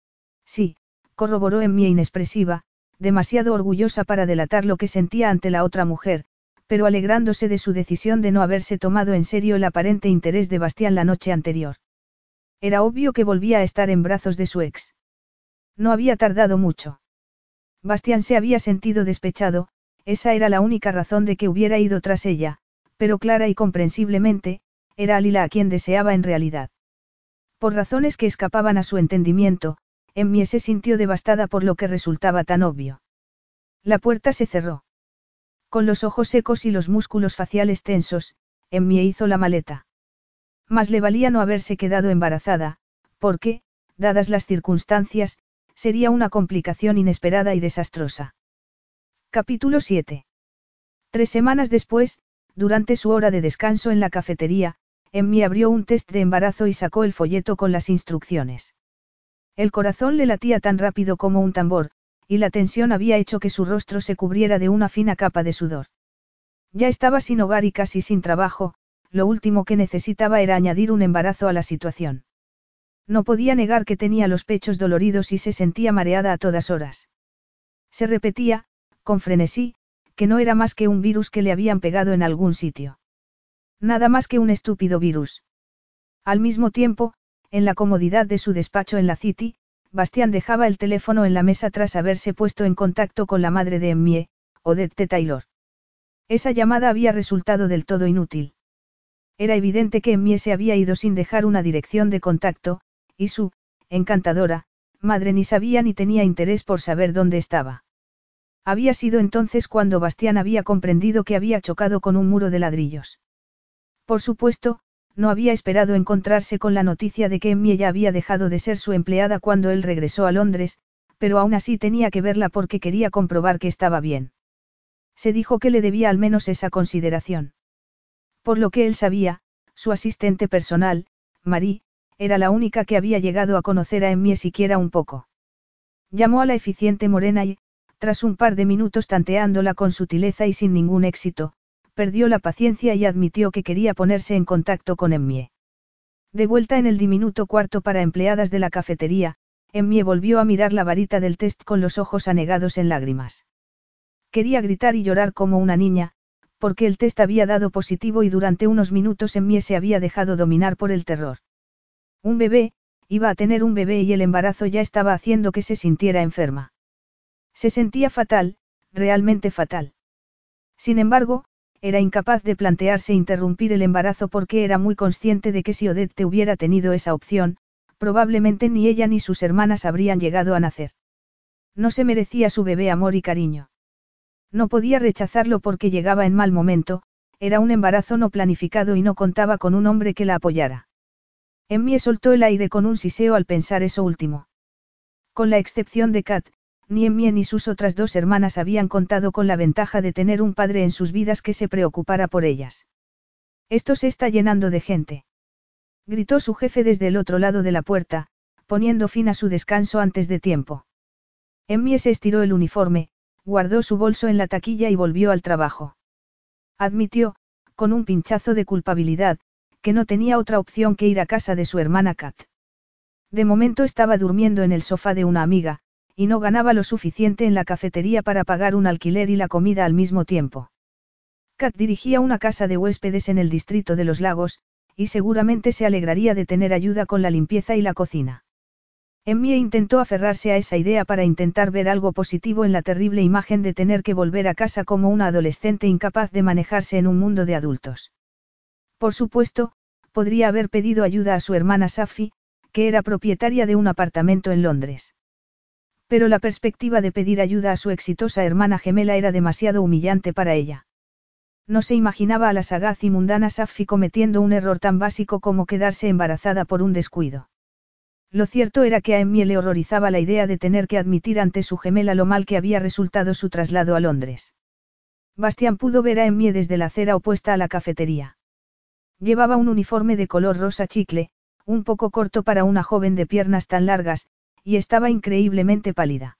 Sí, corroboró Emmy inexpresiva, demasiado orgullosa para delatar lo que sentía ante la otra mujer, pero alegrándose de su decisión de no haberse tomado en serio el aparente interés de Bastián la noche anterior. Era obvio que volvía a estar en brazos de su ex. No había tardado mucho. Bastián se había sentido despechado, esa era la única razón de que hubiera ido tras ella, pero clara y comprensiblemente, era a Lila a quien deseaba en realidad. Por razones que escapaban a su entendimiento, Emmy se sintió devastada por lo que resultaba tan obvio. La puerta se cerró. Con los ojos secos y los músculos faciales tensos, Emmy hizo la maleta. Más le valía no haberse quedado embarazada, porque, dadas las circunstancias, sería una complicación inesperada y desastrosa. Capítulo 7. 3 semanas después, durante su hora de descanso en la cafetería, Emmy abrió un test de embarazo y sacó el folleto con las instrucciones. El corazón le latía tan rápido como un tambor, y la tensión había hecho que su rostro se cubriera de una fina capa de sudor. Ya estaba sin hogar y casi sin trabajo, lo último que necesitaba era añadir un embarazo a la situación. No podía negar que tenía los pechos doloridos y se sentía mareada a todas horas. Se repetía, con frenesí, que no era más que un virus que le habían pegado en algún sitio. Nada más que un estúpido virus. Al mismo tiempo, en la comodidad de su despacho en la City, Bastián dejaba el teléfono en la mesa tras haberse puesto en contacto con la madre de Emmy, Odette Taylor. Esa llamada había resultado del todo inútil. Era evidente que Emmy se había ido sin dejar una dirección de contacto, y su, encantadora, madre ni sabía ni tenía interés por saber dónde estaba. Había sido entonces cuando Bastián había comprendido que había chocado con un muro de ladrillos. Por supuesto, no había esperado encontrarse con la noticia de que Emmy ya había dejado de ser su empleada cuando él regresó a Londres, pero aún así tenía que verla porque quería comprobar que estaba bien. Se dijo que le debía al menos esa consideración. Por lo que él sabía, su asistente personal, Marie, era la única que había llegado a conocer a Emmy siquiera un poco. Llamó a la eficiente morena y, tras un par de minutos tanteándola con sutileza y sin ningún éxito, perdió la paciencia y admitió que quería ponerse en contacto con Emmy. De vuelta en el diminuto cuarto para empleadas de la cafetería, Emmy volvió a mirar la varita del test con los ojos anegados en lágrimas. Quería gritar y llorar como una niña, porque el test había dado positivo y durante unos minutos Emmy se había dejado dominar por el terror. Un bebé, iba a tener un bebé y el embarazo ya estaba haciendo que se sintiera enferma. Se sentía fatal, realmente fatal. Sin embargo, era incapaz de plantearse interrumpir el embarazo porque era muy consciente de que si Odette hubiera tenido esa opción, probablemente ni ella ni sus hermanas habrían llegado a nacer. No se merecía su bebé amor y cariño. No podía rechazarlo porque llegaba en mal momento, era un embarazo no planificado y no contaba con un hombre que la apoyara. Emmy soltó el aire con un siseo al pensar eso último. Con la excepción de Kat, ni Emmy ni sus otras dos hermanas habían contado con la ventaja de tener un padre en sus vidas que se preocupara por ellas. Esto se está llenando de gente. Gritó su jefe desde el otro lado de la puerta, poniendo fin a su descanso antes de tiempo. Emmy se estiró el uniforme, guardó su bolso en la taquilla y volvió al trabajo. Admitió, con un pinchazo de culpabilidad, que no tenía otra opción que ir a casa de su hermana Kat. De momento estaba durmiendo en el sofá de una amiga, y no ganaba lo suficiente en la cafetería para pagar un alquiler y la comida al mismo tiempo. Kat dirigía una casa de huéspedes en el distrito de Los Lagos, y seguramente se alegraría de tener ayuda con la limpieza y la cocina. Emmy intentó aferrarse a esa idea para intentar ver algo positivo en la terrible imagen de tener que volver a casa como una adolescente incapaz de manejarse en un mundo de adultos. Por supuesto, podría haber pedido ayuda a su hermana Safi, que era propietaria de un apartamento en Londres. Pero la perspectiva de pedir ayuda a su exitosa hermana gemela era demasiado humillante para ella. No se imaginaba a la sagaz y mundana Safi cometiendo un error tan básico como quedarse embarazada por un descuido. Lo cierto era que a Emmie le horrorizaba la idea de tener que admitir ante su gemela lo mal que había resultado su traslado a Londres. Bastián pudo ver a Emmie desde la acera opuesta a la cafetería. Llevaba un uniforme de color rosa chicle, un poco corto para una joven de piernas tan largas, y estaba increíblemente pálida.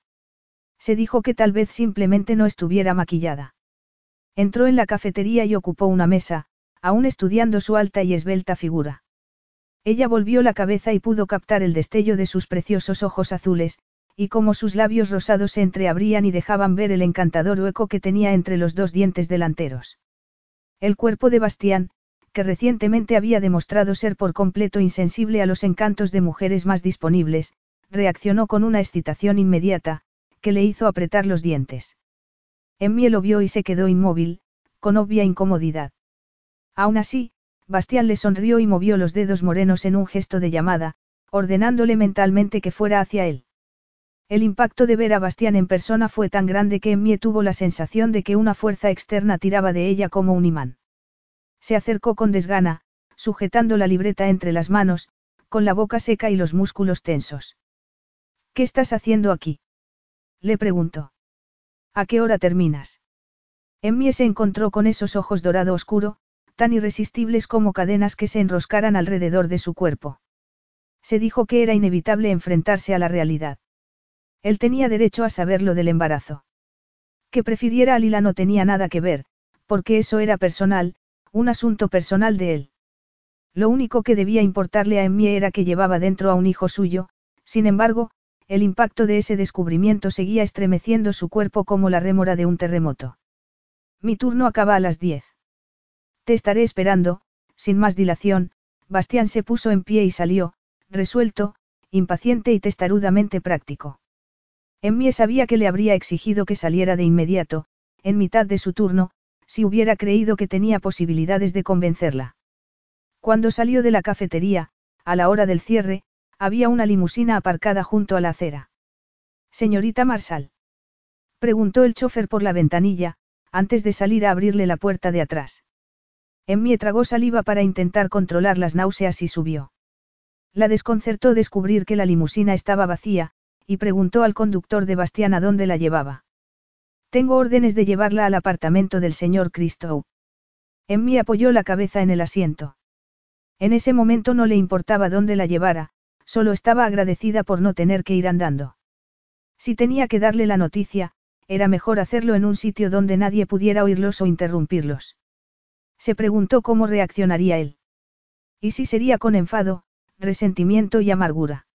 Se dijo que tal vez simplemente no estuviera maquillada. Entró en la cafetería y ocupó una mesa, aún estudiando su alta y esbelta figura. Ella volvió la cabeza y pudo captar el destello de sus preciosos ojos azules, y cómo sus labios rosados se entreabrían y dejaban ver el encantador hueco que tenía entre los dos dientes delanteros. El cuerpo de Bastián, que recientemente había demostrado ser por completo insensible a los encantos de mujeres más disponibles, reaccionó con una excitación inmediata, que le hizo apretar los dientes. Emmie lo vio y se quedó inmóvil, con obvia incomodidad. Aún así, Bastián le sonrió y movió los dedos morenos en un gesto de llamada, ordenándole mentalmente que fuera hacia él. El impacto de ver a Bastián en persona fue tan grande que Emmie tuvo la sensación de que una fuerza externa tiraba de ella como un imán. Se acercó con desgana, sujetando la libreta entre las manos, con la boca seca y los músculos tensos. ¿Qué estás haciendo aquí?, le preguntó. ¿A qué hora terminas? Emmie se encontró con esos ojos dorado oscuro, tan irresistibles como cadenas que se enroscaran alrededor de su cuerpo. Se dijo que era inevitable enfrentarse a la realidad. Él tenía derecho a saber lo del embarazo. Que prefiriera a Lila no tenía nada que ver, porque eso era personal, un asunto personal de él. Lo único que debía importarle a Emmie era que llevaba dentro a un hijo suyo, sin embargo, el impacto de ese descubrimiento seguía estremeciendo su cuerpo como la rémora de un terremoto. Mi turno acaba a las 10. Te estaré esperando. Sin más dilación, Bastián se puso en pie y salió, resuelto, impaciente y testarudamente práctico. Emmie sabía que le habría exigido que saliera de inmediato, en mitad de su turno, si hubiera creído que tenía posibilidades de convencerla. Cuando salió de la cafetería, a la hora del cierre, había una limusina aparcada junto a la acera. «Señorita Marshall», preguntó el chofer por la ventanilla, antes de salir a abrirle la puerta de atrás. Emmie tragó saliva para intentar controlar las náuseas y subió. La desconcertó descubrir que la limusina estaba vacía, y preguntó al conductor de Bastián a dónde la llevaba. «Tengo órdenes de llevarla al apartamento del señor Christou». Emmie apoyó la cabeza en el asiento. En ese momento no le importaba dónde la llevara, solo estaba agradecida por no tener que ir andando. Si tenía que darle la noticia, era mejor hacerlo en un sitio donde nadie pudiera oírlos o interrumpirlos. Se preguntó cómo reaccionaría él. Y si sería con enfado, resentimiento y amargura.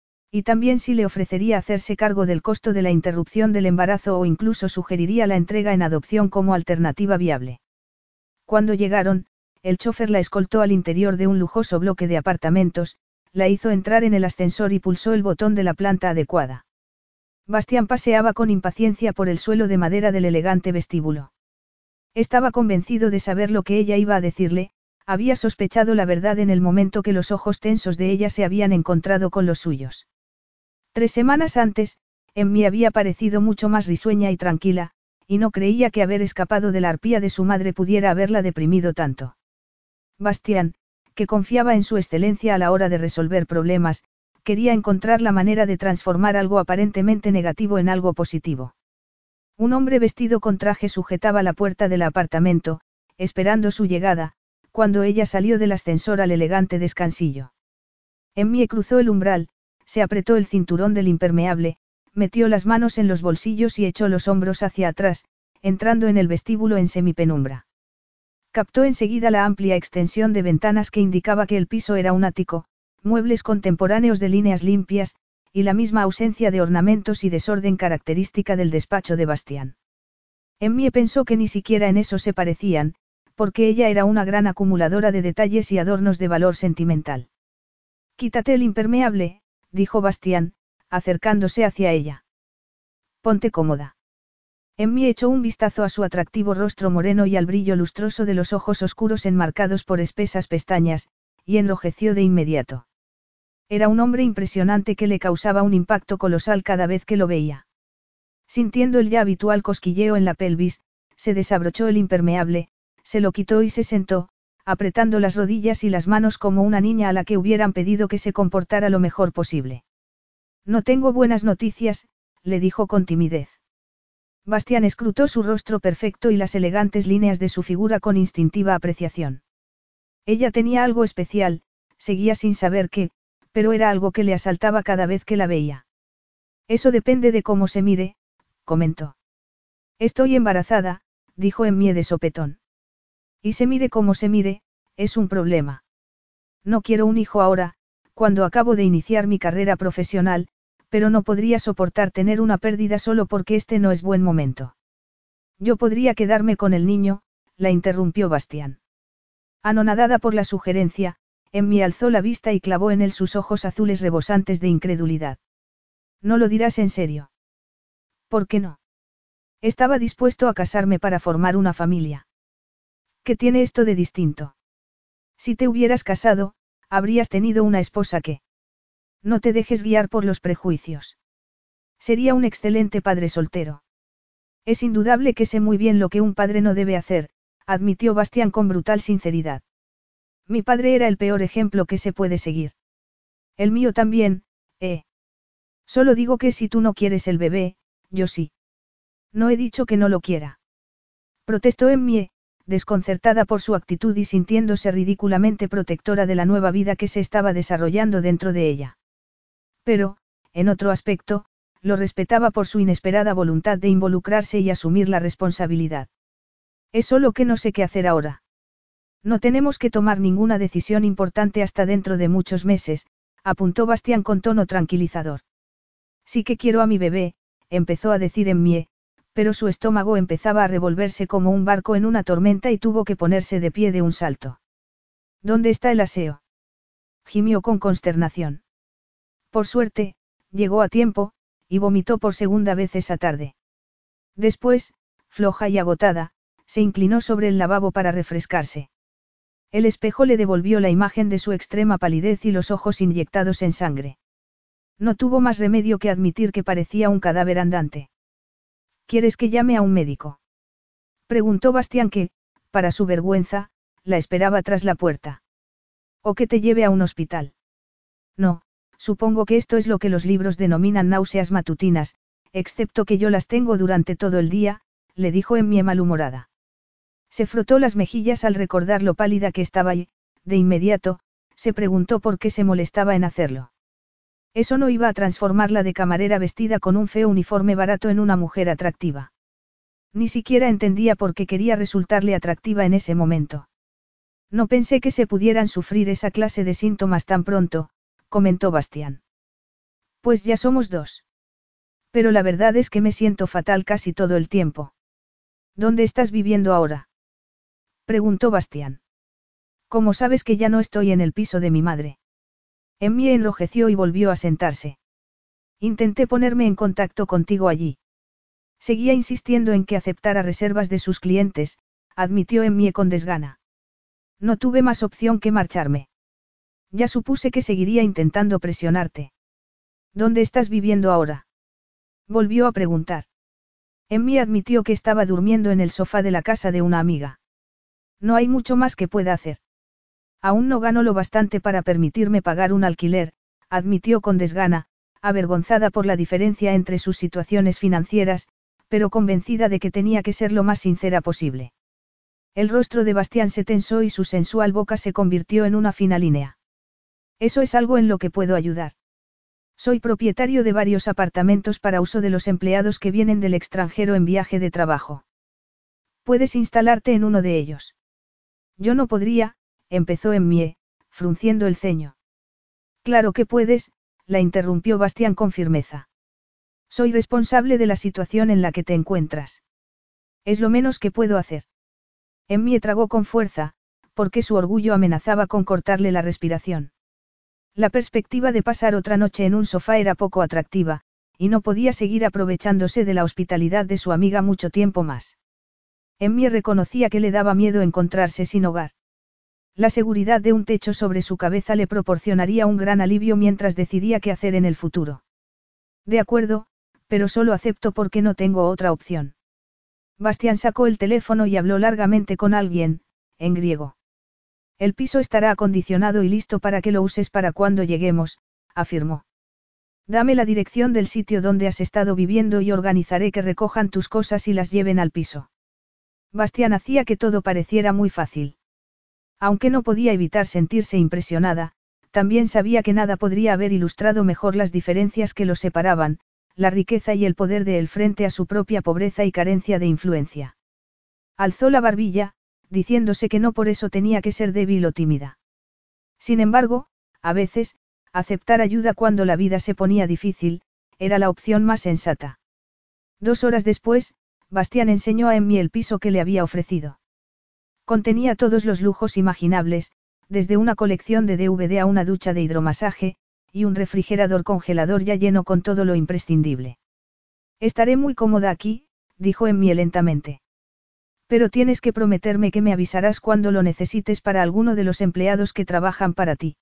Y también si le ofrecería hacerse cargo del costo de la interrupción del embarazo o incluso sugeriría la entrega en adopción como alternativa viable. Cuando llegaron, el chofer la escoltó al interior de un lujoso bloque de apartamentos, la hizo entrar en el ascensor y pulsó el botón de la planta adecuada. Bastián paseaba con impaciencia por el suelo de madera del elegante vestíbulo. Estaba convencido de saber lo que ella iba a decirle, había sospechado la verdad en el momento que los ojos tensos de ella se habían encontrado con los suyos. 3 semanas antes, Emmie había parecido mucho más risueña y tranquila, y no creía que haber escapado de la arpía de su madre pudiera haberla deprimido tanto. Bastián, que confiaba en su excelencia a la hora de resolver problemas, quería encontrar la manera de transformar algo aparentemente negativo en algo positivo. Un hombre vestido con traje sujetaba la puerta del apartamento, esperando su llegada, cuando ella salió del ascensor al elegante descansillo. Emmie cruzó el umbral, se apretó el cinturón del impermeable, metió las manos en los bolsillos y echó los hombros hacia atrás, entrando en el vestíbulo en semipenumbra. Captó enseguida la amplia extensión de ventanas que indicaba que el piso era un ático, muebles contemporáneos de líneas limpias, y la misma ausencia de ornamentos y desorden característica del despacho de Bastián. Emmie pensó que ni siquiera en eso se parecían, porque ella era una gran acumuladora de detalles y adornos de valor sentimental. «Quítate el impermeable», dijo Bastián, acercándose hacia ella. «Ponte cómoda». Emmie echó un vistazo a su atractivo rostro moreno y al brillo lustroso de los ojos oscuros enmarcados por espesas pestañas, y enrojeció de inmediato. Era un hombre impresionante que le causaba un impacto colosal cada vez que lo veía. Sintiendo el ya habitual cosquilleo en la pelvis, se desabrochó el impermeable, se lo quitó y se sentó, apretando las rodillas y las manos como una niña a la que hubieran pedido que se comportara lo mejor posible. No tengo buenas noticias, le dijo con timidez. Bastián escrutó su rostro perfecto y las elegantes líneas de su figura con instintiva apreciación. Ella tenía algo especial, seguía sin saber qué, pero era algo que le asaltaba cada vez que la veía. Eso depende de cómo se mire, comentó. Estoy embarazada, dijo Emmie de sopetón. Y se mire como se mire, es un problema. No quiero un hijo ahora, cuando acabo de iniciar mi carrera profesional, pero no podría soportar tener una pérdida solo porque este no es buen momento. Yo podría quedarme con el niño, la interrumpió Bastián. Anonadada por la sugerencia, Emmie alzó la vista y clavó en él sus ojos azules rebosantes de incredulidad. ¿No lo dirás en serio? ¿Por qué no? Estaba dispuesto a casarme para formar una familia. ¿Qué tiene esto de distinto? Si te hubieras casado, habrías tenido una esposa que... No te dejes guiar por los prejuicios. Sería un excelente padre soltero. Es indudable que sé muy bien lo que un padre no debe hacer, admitió Bastián con brutal sinceridad. Mi padre era el peor ejemplo que se puede seguir. El mío también, ¿eh? Solo digo que si tú no quieres el bebé, yo sí. No he dicho que no lo quiera. Protestó Emmie, desconcertada por su actitud y sintiéndose ridículamente protectora de la nueva vida que se estaba desarrollando dentro de ella. Pero, en otro aspecto, lo respetaba por su inesperada voluntad de involucrarse y asumir la responsabilidad. Es solo que no sé qué hacer ahora. No tenemos que tomar ninguna decisión importante hasta dentro de muchos meses, apuntó Bastián con tono tranquilizador. Sí que quiero a mi bebé, empezó a decir Emmie, pero su estómago empezaba a revolverse como un barco en una tormenta y tuvo que ponerse de pie de un salto. ¿Dónde está el aseo? Gimió con consternación. Por suerte, llegó a tiempo, y vomitó por segunda vez esa tarde. Después, floja y agotada, se inclinó sobre el lavabo para refrescarse. El espejo le devolvió la imagen de su extrema palidez y los ojos inyectados en sangre. No tuvo más remedio que admitir que parecía un cadáver andante. ¿Quieres que llame a un médico? Preguntó Bastián que, para su vergüenza, la esperaba tras la puerta. ¿O que te lleve a un hospital? No, supongo que esto es lo que los libros denominan náuseas matutinas, excepto que yo las tengo durante todo el día, le dijo Emmie malhumorada. Se frotó las mejillas al recordar lo pálida que estaba y, de inmediato, se preguntó por qué se molestaba en hacerlo. Eso no iba a transformarla de camarera vestida con un feo uniforme barato en una mujer atractiva. Ni siquiera entendía por qué quería resultarle atractiva en ese momento. No pensé que se pudieran sufrir esa clase de síntomas tan pronto, comentó Bastián. Pues ya somos dos. Pero la verdad es que me siento fatal casi todo el tiempo. ¿Dónde estás viviendo ahora? Preguntó Bastián. ¿Cómo sabes que ya no estoy en el piso de mi madre? Emmie enrojeció y volvió a sentarse. Intenté ponerme en contacto contigo allí. Seguía insistiendo en que aceptara reservas de sus clientes, admitió Emmie con desgana. No tuve más opción que marcharme. Ya supuse que seguiría intentando presionarte. ¿Dónde estás viviendo ahora? Volvió a preguntar. Emmie admitió que estaba durmiendo en el sofá de la casa de una amiga. No hay mucho más que pueda hacer. Aún no gano lo bastante para permitirme pagar un alquiler, admitió con desgana, avergonzada por la diferencia entre sus situaciones financieras, pero convencida de que tenía que ser lo más sincera posible. El rostro de Bastián se tensó y su sensual boca se convirtió en una fina línea. Eso es algo en lo que puedo ayudar. Soy propietario de varios apartamentos para uso de los empleados que vienen del extranjero en viaje de trabajo. Puedes instalarte en uno de ellos. Yo no podría, empezó Emmie, frunciendo el ceño. Claro que puedes, la interrumpió Bastián con firmeza. Soy responsable de la situación en la que te encuentras. Es lo menos que puedo hacer. Emmie tragó con fuerza, porque su orgullo amenazaba con cortarle la respiración. La perspectiva de pasar otra noche en un sofá era poco atractiva, y no podía seguir aprovechándose de la hospitalidad de su amiga mucho tiempo más. Emmie reconocía que le daba miedo encontrarse sin hogar. La seguridad de un techo sobre su cabeza le proporcionaría un gran alivio mientras decidía qué hacer en el futuro. De acuerdo, pero solo acepto porque no tengo otra opción. Bastián sacó el teléfono y habló largamente con alguien, en griego. El piso estará acondicionado y listo para que lo uses para cuando lleguemos, afirmó. Dame la dirección del sitio donde has estado viviendo y organizaré que recojan tus cosas y las lleven al piso. Bastián hacía que todo pareciera muy fácil. Aunque no podía evitar sentirse impresionada, también sabía que nada podría haber ilustrado mejor las diferencias que los separaban, la riqueza y el poder de él frente a su propia pobreza y carencia de influencia. Alzó la barbilla, diciéndose que no por eso tenía que ser débil o tímida. Sin embargo, a veces, aceptar ayuda cuando la vida se ponía difícil, era la opción más sensata. 2 horas después, Bastián enseñó a Emmy el piso que le había ofrecido. Contenía todos los lujos imaginables, desde una colección de DVD a una ducha de hidromasaje, y un refrigerador congelador ya lleno con todo lo imprescindible. Estaré muy cómoda aquí, dijo Emmy lentamente. Pero tienes que prometerme que me avisarás cuando lo necesites para alguno de los empleados que trabajan para ti.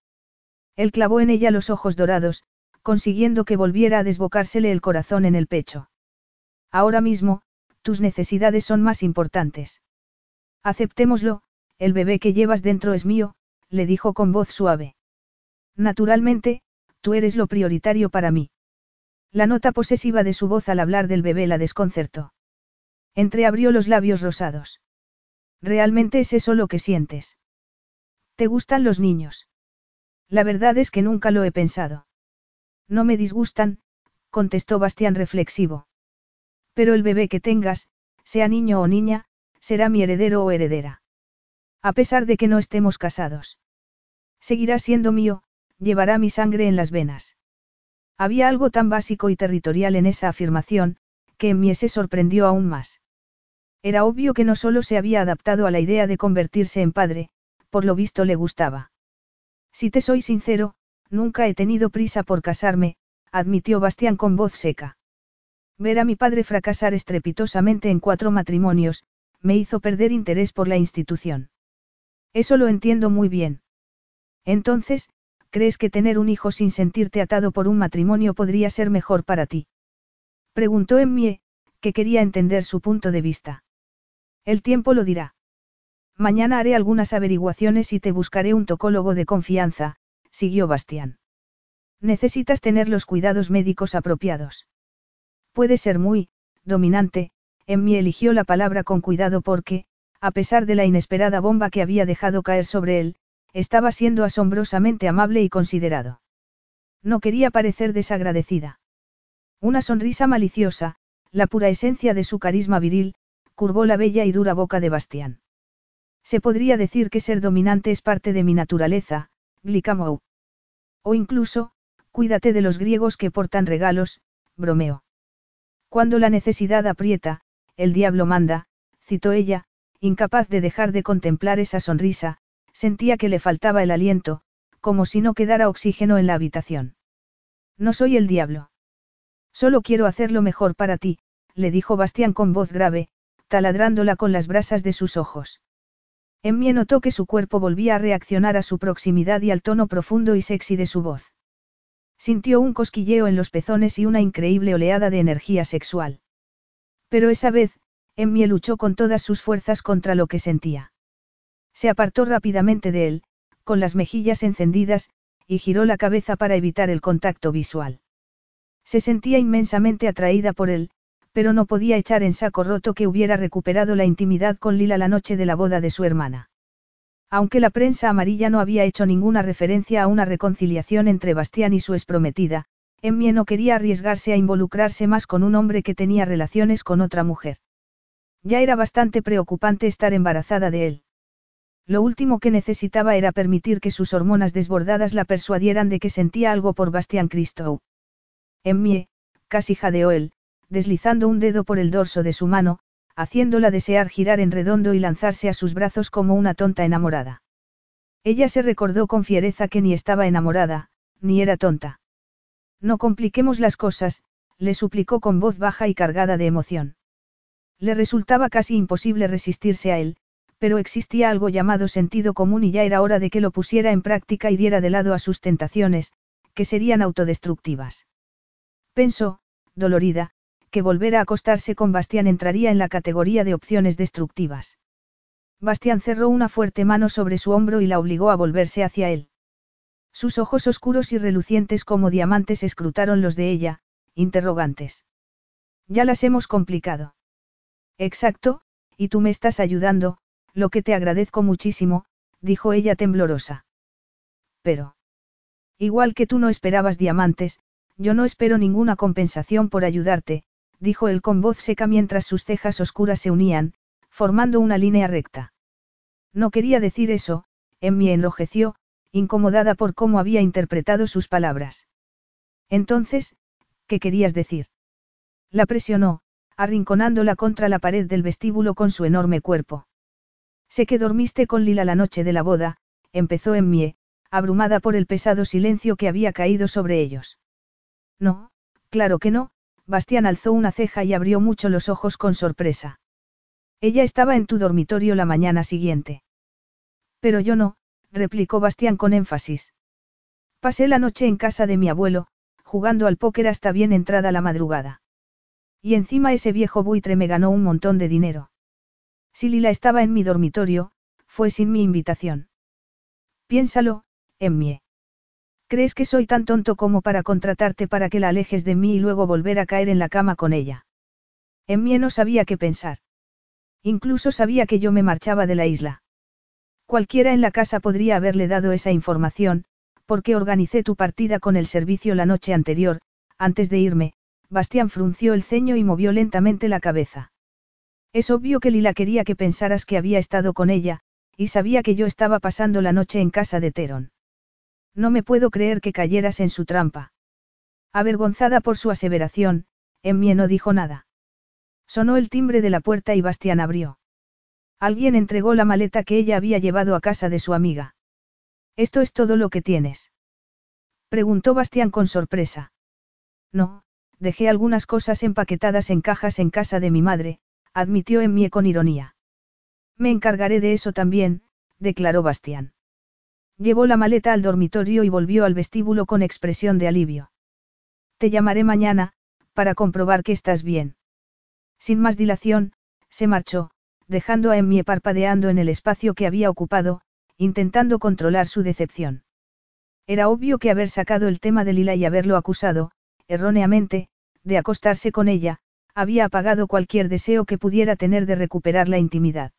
Él clavó en ella los ojos dorados, consiguiendo que volviera a desbocársele el corazón en el pecho. Ahora mismo, tus necesidades son más importantes. Aceptémoslo, el bebé que llevas dentro es mío, le dijo con voz suave. Naturalmente, tú eres lo prioritario para mí. La nota posesiva de su voz al hablar del bebé la desconcertó. Entreabrió los labios rosados. ¿Realmente es eso lo que sientes? ¿Te gustan los niños? La verdad es que nunca lo he pensado. No me disgustan, contestó Bastián reflexivo. Pero el bebé que tengas, sea niño o niña, será mi heredero o heredera. A pesar de que no estemos casados. Seguirá siendo mío, llevará mi sangre en las venas. Había algo tan básico y territorial en esa afirmación, que Emmy se sorprendió aún más. Era obvio que no solo se había adaptado a la idea de convertirse en padre, por lo visto le gustaba. Si te soy sincero, nunca he tenido prisa por casarme, admitió Bastián con voz seca. Ver a mi padre fracasar estrepitosamente en 4 matrimonios, me hizo perder interés por la institución. Eso lo entiendo muy bien. Entonces, ¿crees que tener un hijo sin sentirte atado por un matrimonio podría ser mejor para ti? Preguntó Emmy, que quería entender su punto de vista. El tiempo lo dirá. Mañana haré algunas averiguaciones y te buscaré un tocólogo de confianza, siguió Bastián. Necesitas tener los cuidados médicos apropiados. Puede ser muy dominante, Emmy eligió la palabra con cuidado porque, a pesar de la inesperada bomba que había dejado caer sobre él, estaba siendo asombrosamente amable y considerado. No quería parecer desagradecida. Una sonrisa maliciosa, la pura esencia de su carisma viril, curvó la bella y dura boca de Bastián. Se podría decir que ser dominante es parte de mi naturaleza, Glicamou. O incluso, cuídate de los griegos que portan regalos, bromeó. Cuando la necesidad aprieta, el diablo manda, citó ella, incapaz de dejar de contemplar esa sonrisa, sentía que le faltaba el aliento, como si no quedara oxígeno en la habitación. No soy el diablo. Solo quiero hacer lo mejor para ti, le dijo Bastián con voz grave, taladrándola con las brasas de sus ojos. Emmy notó que su cuerpo volvía a reaccionar a su proximidad y al tono profundo y sexy de su voz. Sintió un cosquilleo en los pezones y una increíble oleada de energía sexual. Pero esa vez, Emmy luchó con todas sus fuerzas contra lo que sentía. Se apartó rápidamente de él, con las mejillas encendidas, y giró la cabeza para evitar el contacto visual. Se sentía inmensamente atraída por él, pero no podía echar en saco roto que hubiera recuperado la intimidad con Lila la noche de la boda de su hermana. Aunque la prensa amarilla no había hecho ninguna referencia a una reconciliación entre Bastián y su exprometida, Emmy no quería arriesgarse a involucrarse más con un hombre que tenía relaciones con otra mujer. Ya era bastante preocupante estar embarazada de él. Lo último que necesitaba era permitir que sus hormonas desbordadas la persuadieran de que sentía algo por Bastián Christou. Emmy, casi jadeó él, deslizando un dedo por el dorso de su mano, haciéndola desear girar en redondo y lanzarse a sus brazos como una tonta enamorada. Ella se recordó con fiereza que ni estaba enamorada, ni era tonta. No compliquemos las cosas, le suplicó con voz baja y cargada de emoción. Le resultaba casi imposible resistirse a él, pero existía algo llamado sentido común y ya era hora de que lo pusiera en práctica y diera de lado a sus tentaciones, que serían autodestructivas. Pensó, dolorida, que volver a acostarse con Bastián entraría en la categoría de opciones destructivas. Bastián cerró una fuerte mano sobre su hombro y la obligó a volverse hacia él. Sus ojos oscuros y relucientes como diamantes escrutaron los de ella, interrogantes. Ya las hemos complicado. Exacto, y tú me estás ayudando, lo que te agradezco muchísimo, dijo ella temblorosa. Pero. Igual que tú no esperabas diamantes, yo no espero ninguna compensación por ayudarte, dijo él con voz seca mientras sus cejas oscuras se unían, formando una línea recta. No quería decir eso, Emmy enrojeció, incomodada por cómo había interpretado sus palabras. Entonces, ¿qué querías decir? La presionó, arrinconándola contra la pared del vestíbulo con su enorme cuerpo. Sé que dormiste con Lila la noche de la boda, empezó Emmy, abrumada por el pesado silencio que había caído sobre ellos. No, claro que no, Bastián alzó una ceja y abrió mucho los ojos con sorpresa. Ella estaba en tu dormitorio la mañana siguiente. Pero yo no, replicó Bastián con énfasis. Pasé la noche en casa de mi abuelo, jugando al póker hasta bien entrada la madrugada. Y encima ese viejo buitre me ganó un montón de dinero. Si Lila estaba en mi dormitorio, fue sin mi invitación. Piénsalo, Emmy. ¿Crees que soy tan tonto como para contratarte para que la alejes de mí y luego volver a caer en la cama con ella? Emmy no sabía qué pensar. Incluso sabía que yo me marchaba de la isla. Cualquiera en la casa podría haberle dado esa información, porque organicé tu partida con el servicio la noche anterior, antes de irme. Bastián frunció el ceño y movió lentamente la cabeza. Es obvio que Lila quería que pensaras que había estado con ella, y sabía que yo estaba pasando la noche en casa de Teron. No me puedo creer que cayeras en su trampa. Avergonzada por su aseveración, Emmy no dijo nada. Sonó el timbre de la puerta y Bastián abrió. Alguien entregó la maleta que ella había llevado a casa de su amiga. ¿Esto es todo lo que tienes?, preguntó Bastián con sorpresa. No, dejé algunas cosas empaquetadas en cajas en casa de mi madre, admitió Emmy con ironía. Me encargaré de eso también, declaró Bastián. Llevó la maleta al dormitorio y volvió al vestíbulo con expresión de alivio. Te llamaré mañana, para comprobar que estás bien. Sin más dilación, se marchó, dejando a Emmy parpadeando en el espacio que había ocupado, intentando controlar su decepción. Era obvio que haber sacado el tema de Lila y haberlo acusado, erróneamente, de acostarse con ella, había apagado cualquier deseo que pudiera tener de recuperar la intimidad.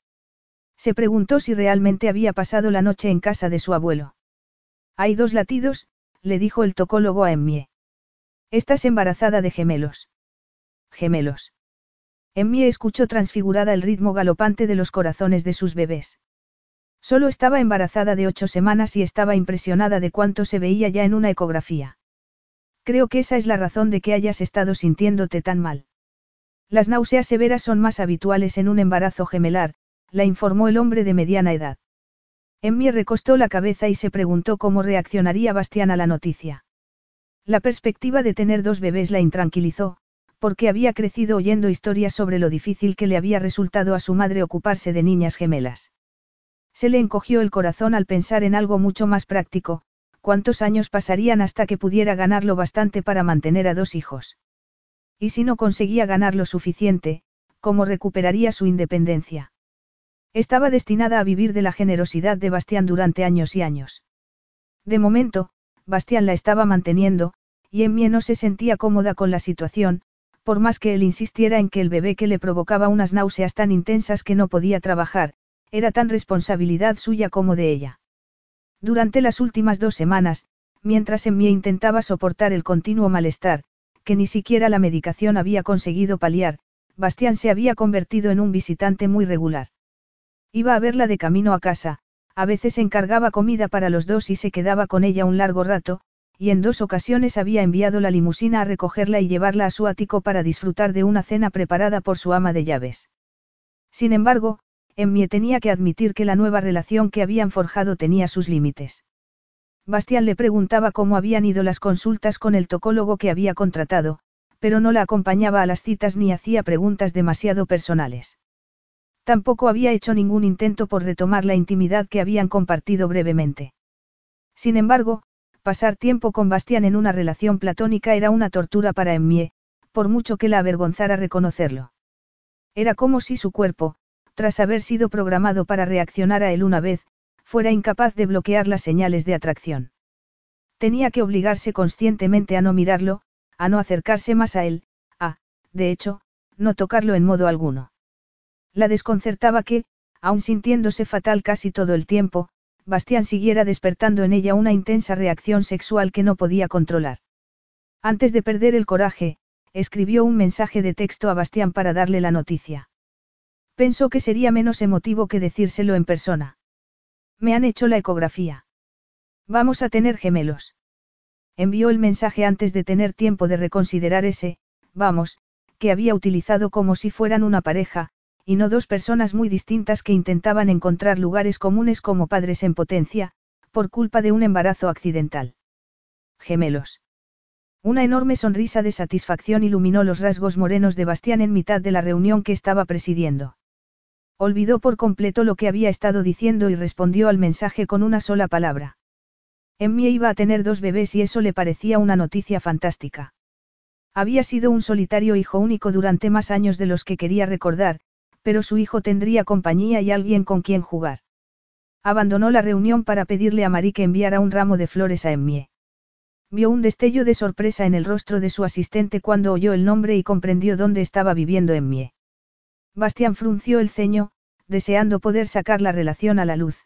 Se preguntó si realmente había pasado la noche en casa de su abuelo. Hay 2 latidos, le dijo el tocólogo a Emmy. Estás embarazada de gemelos. Gemelos. Emmy escuchó transfigurada el ritmo galopante de los corazones de sus bebés. Solo estaba embarazada de 8 semanas y estaba impresionada de cuánto se veía ya en una ecografía. Creo que esa es la razón de que hayas estado sintiéndote tan mal. Las náuseas severas son más habituales en un embarazo gemelar, la informó el hombre de mediana edad. Emmy recostó la cabeza y se preguntó cómo reaccionaría Bastián a la noticia. La perspectiva de tener 2 bebés la intranquilizó, porque había crecido oyendo historias sobre lo difícil que le había resultado a su madre ocuparse de niñas gemelas. Se le encogió el corazón al pensar en algo mucho más práctico, cuántos años pasarían hasta que pudiera ganar lo bastante para mantener a 2 hijos. Y si no conseguía ganar lo suficiente, ¿cómo recuperaría su independencia? Estaba destinada a vivir de la generosidad de Bastián durante años y años. De momento, Bastián la estaba manteniendo, y Emmy no se sentía cómoda con la situación, por más que él insistiera en que el bebé que le provocaba unas náuseas tan intensas que no podía trabajar, era tan responsabilidad suya como de ella. Durante las últimas 2 semanas, mientras Emmy intentaba soportar el continuo malestar, que ni siquiera la medicación había conseguido paliar, Bastián se había convertido en un visitante muy regular. Iba a verla de camino a casa, a veces encargaba comida para los 2 y se quedaba con ella un largo rato, y en 2 ocasiones había enviado la limusina a recogerla y llevarla a su ático para disfrutar de una cena preparada por su ama de llaves. Sin embargo, Emmy tenía que admitir que la nueva relación que habían forjado tenía sus límites. Bastián le preguntaba cómo habían ido las consultas con el tocólogo que había contratado, pero no la acompañaba a las citas ni hacía preguntas demasiado personales. Tampoco había hecho ningún intento por retomar la intimidad que habían compartido brevemente. Sin embargo, pasar tiempo con Bastián en una relación platónica era una tortura para Emmy, por mucho que la avergonzara reconocerlo. Era como si su cuerpo, tras haber sido programado para reaccionar a él una vez, fuera incapaz de bloquear las señales de atracción. Tenía que obligarse conscientemente a no mirarlo, a no acercarse más a él, de hecho, no tocarlo en modo alguno. La desconcertaba que, aun sintiéndose fatal casi todo el tiempo, Bastián siguiera despertando en ella una intensa reacción sexual que no podía controlar. Antes de perder el coraje, escribió un mensaje de texto a Bastián para darle la noticia. Pensó que sería menos emotivo que decírselo en persona. Me han hecho la ecografía. Vamos a tener gemelos. Envió el mensaje antes de tener tiempo de reconsiderar vamos, que había utilizado como si fueran una pareja, y no dos personas muy distintas que intentaban encontrar lugares comunes como padres en potencia, por culpa de un embarazo accidental. Gemelos. Una enorme sonrisa de satisfacción iluminó los rasgos morenos de Bastián en mitad de la reunión que estaba presidiendo. Olvidó por completo lo que había estado diciendo y respondió al mensaje con una sola palabra. Emmie iba a tener 2 bebés y eso le parecía una noticia fantástica. Había sido un solitario hijo único durante más años de los que quería recordar, pero su hijo tendría compañía y alguien con quien jugar. Abandonó la reunión para pedirle a Marie que enviara un ramo de flores a Emmie. Vio un destello de sorpresa en el rostro de su asistente cuando oyó el nombre y comprendió dónde estaba viviendo Emmie. Bastián frunció el ceño, deseando poder sacar la relación a la luz.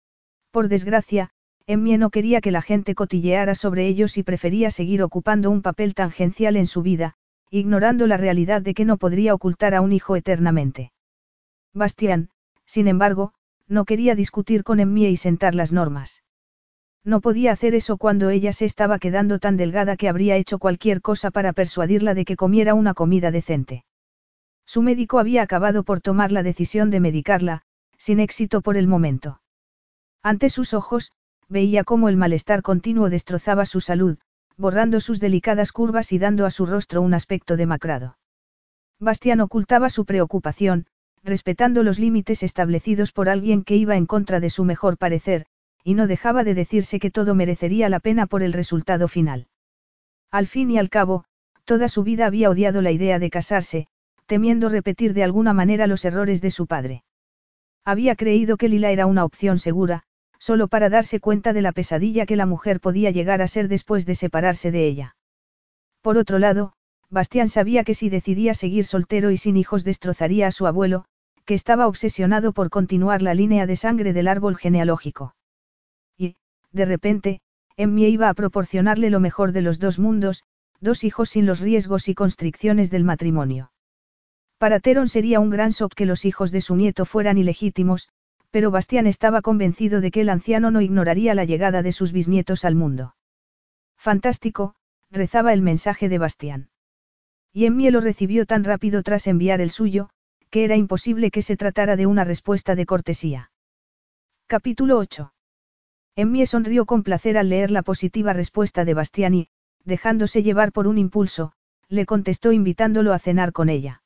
Por desgracia, Emmie no quería que la gente cotilleara sobre ellos y prefería seguir ocupando un papel tangencial en su vida, ignorando la realidad de que no podría ocultar a un hijo eternamente. Bastián, sin embargo, no quería discutir con Emmie y sentar las normas. No podía hacer eso cuando ella se estaba quedando tan delgada que habría hecho cualquier cosa para persuadirla de que comiera una comida decente. Su médico había acabado por tomar la decisión de medicarla, sin éxito por el momento. Ante sus ojos, veía cómo el malestar continuo destrozaba su salud, borrando sus delicadas curvas y dando a su rostro un aspecto demacrado. Bastián ocultaba su preocupación, respetando los límites establecidos por alguien que iba en contra de su mejor parecer, y no dejaba de decirse que todo merecería la pena por el resultado final. Al fin y al cabo, toda su vida había odiado la idea de casarse, temiendo repetir de alguna manera los errores de su padre. Había creído que Lila era una opción segura, solo para darse cuenta de la pesadilla que la mujer podía llegar a ser después de separarse de ella. Por otro lado, Bastián sabía que si decidía seguir soltero y sin hijos destrozaría a su abuelo, que estaba obsesionado por continuar la línea de sangre del árbol genealógico. Y, de repente, Emmie iba a proporcionarle lo mejor de los 2 mundos, 2 hijos sin los riesgos y constricciones del matrimonio. Para Teron sería un gran shock que los hijos de su nieto fueran ilegítimos, pero Bastián estaba convencido de que el anciano no ignoraría la llegada de sus bisnietos al mundo. Fantástico, rezaba el mensaje de Bastián. Y Emmie lo recibió tan rápido tras enviar el suyo, que era imposible que se tratara de una respuesta de cortesía. Capítulo 8. Emmie sonrió con placer al leer la positiva respuesta de Bastián y, dejándose llevar por un impulso, le contestó invitándolo a cenar con ella.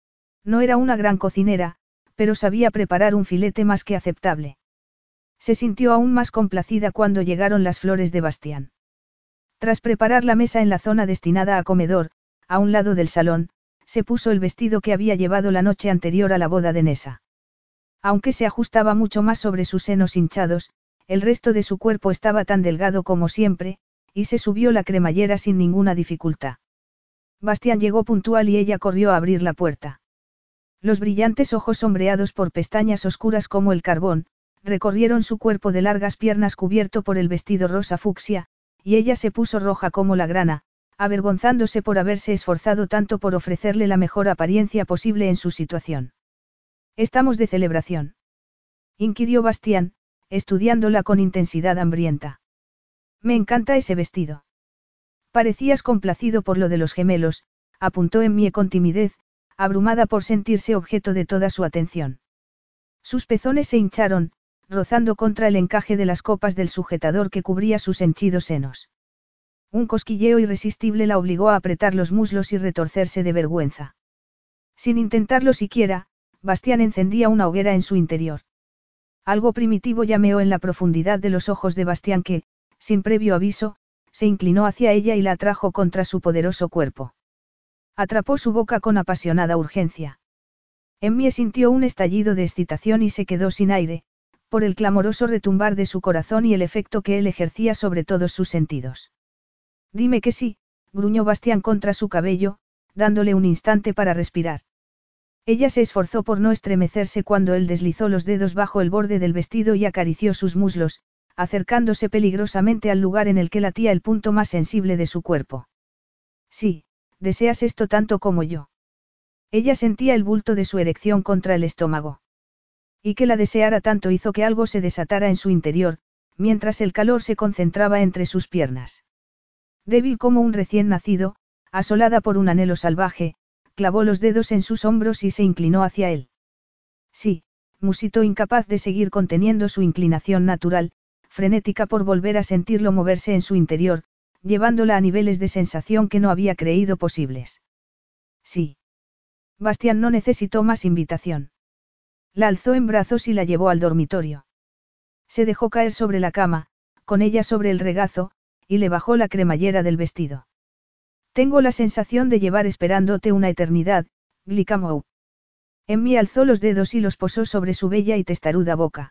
No era una gran cocinera, pero sabía preparar un filete más que aceptable. Se sintió aún más complacida cuando llegaron las flores de Bastián. Tras preparar la mesa en la zona destinada a comedor, a un lado del salón, se puso el vestido que había llevado la noche anterior a la boda de Nessa. Aunque se ajustaba mucho más sobre sus senos hinchados, el resto de su cuerpo estaba tan delgado como siempre, y se subió la cremallera sin ninguna dificultad. Bastián llegó puntual y ella corrió a abrir la puerta. Los brillantes ojos sombreados por pestañas oscuras como el carbón, recorrieron su cuerpo de largas piernas cubierto por el vestido rosa fucsia, y ella se puso roja como la grana, avergonzándose por haberse esforzado tanto por ofrecerle la mejor apariencia posible en su situación. ¿Estamos de celebración?, inquirió Bastián, estudiándola con intensidad hambrienta. Me encanta ese vestido. Parecías complacido por lo de los gemelos, apuntó Emmie con timidez, abrumada por sentirse objeto de toda su atención. Sus pezones se hincharon, rozando contra el encaje de las copas del sujetador que cubría sus henchidos senos. Un cosquilleo irresistible la obligó a apretar los muslos y retorcerse de vergüenza. Sin intentarlo siquiera, Bastián encendía una hoguera en su interior. Algo primitivo llameó en la profundidad de los ojos de Bastián que, sin previo aviso, se inclinó hacia ella y la atrajo contra su poderoso cuerpo. Atrapó su boca con apasionada urgencia. Emmie sintió un estallido de excitación y se quedó sin aire, por el clamoroso retumbar de su corazón y el efecto que él ejercía sobre todos sus sentidos. Dime que sí, gruñó Bastián contra su cabello, dándole un instante para respirar. Ella se esforzó por no estremecerse cuando él deslizó los dedos bajo el borde del vestido y acarició sus muslos, acercándose peligrosamente al lugar en el que latía el punto más sensible de su cuerpo. Sí, deseas esto tanto como yo. Ella sentía el bulto de su erección contra el estómago. Y que la deseara tanto hizo que algo se desatara en su interior, mientras el calor se concentraba entre sus piernas. Débil como un recién nacido, asolada por un anhelo salvaje, clavó los dedos en sus hombros y se inclinó hacia él. Sí, musitó incapaz de seguir conteniendo su inclinación natural, frenética por volver a sentirlo moverse en su interior, llevándola a niveles de sensación que no había creído posibles. Sí. Bastián no necesitó más invitación. La alzó en brazos y la llevó al dormitorio. Se dejó caer sobre la cama, con ella sobre el regazo, y le bajó la cremallera del vestido. Tengo la sensación de llevar esperándote una eternidad, Glicamou. Emmie alzó los dedos y los posó sobre su bella y testaruda boca.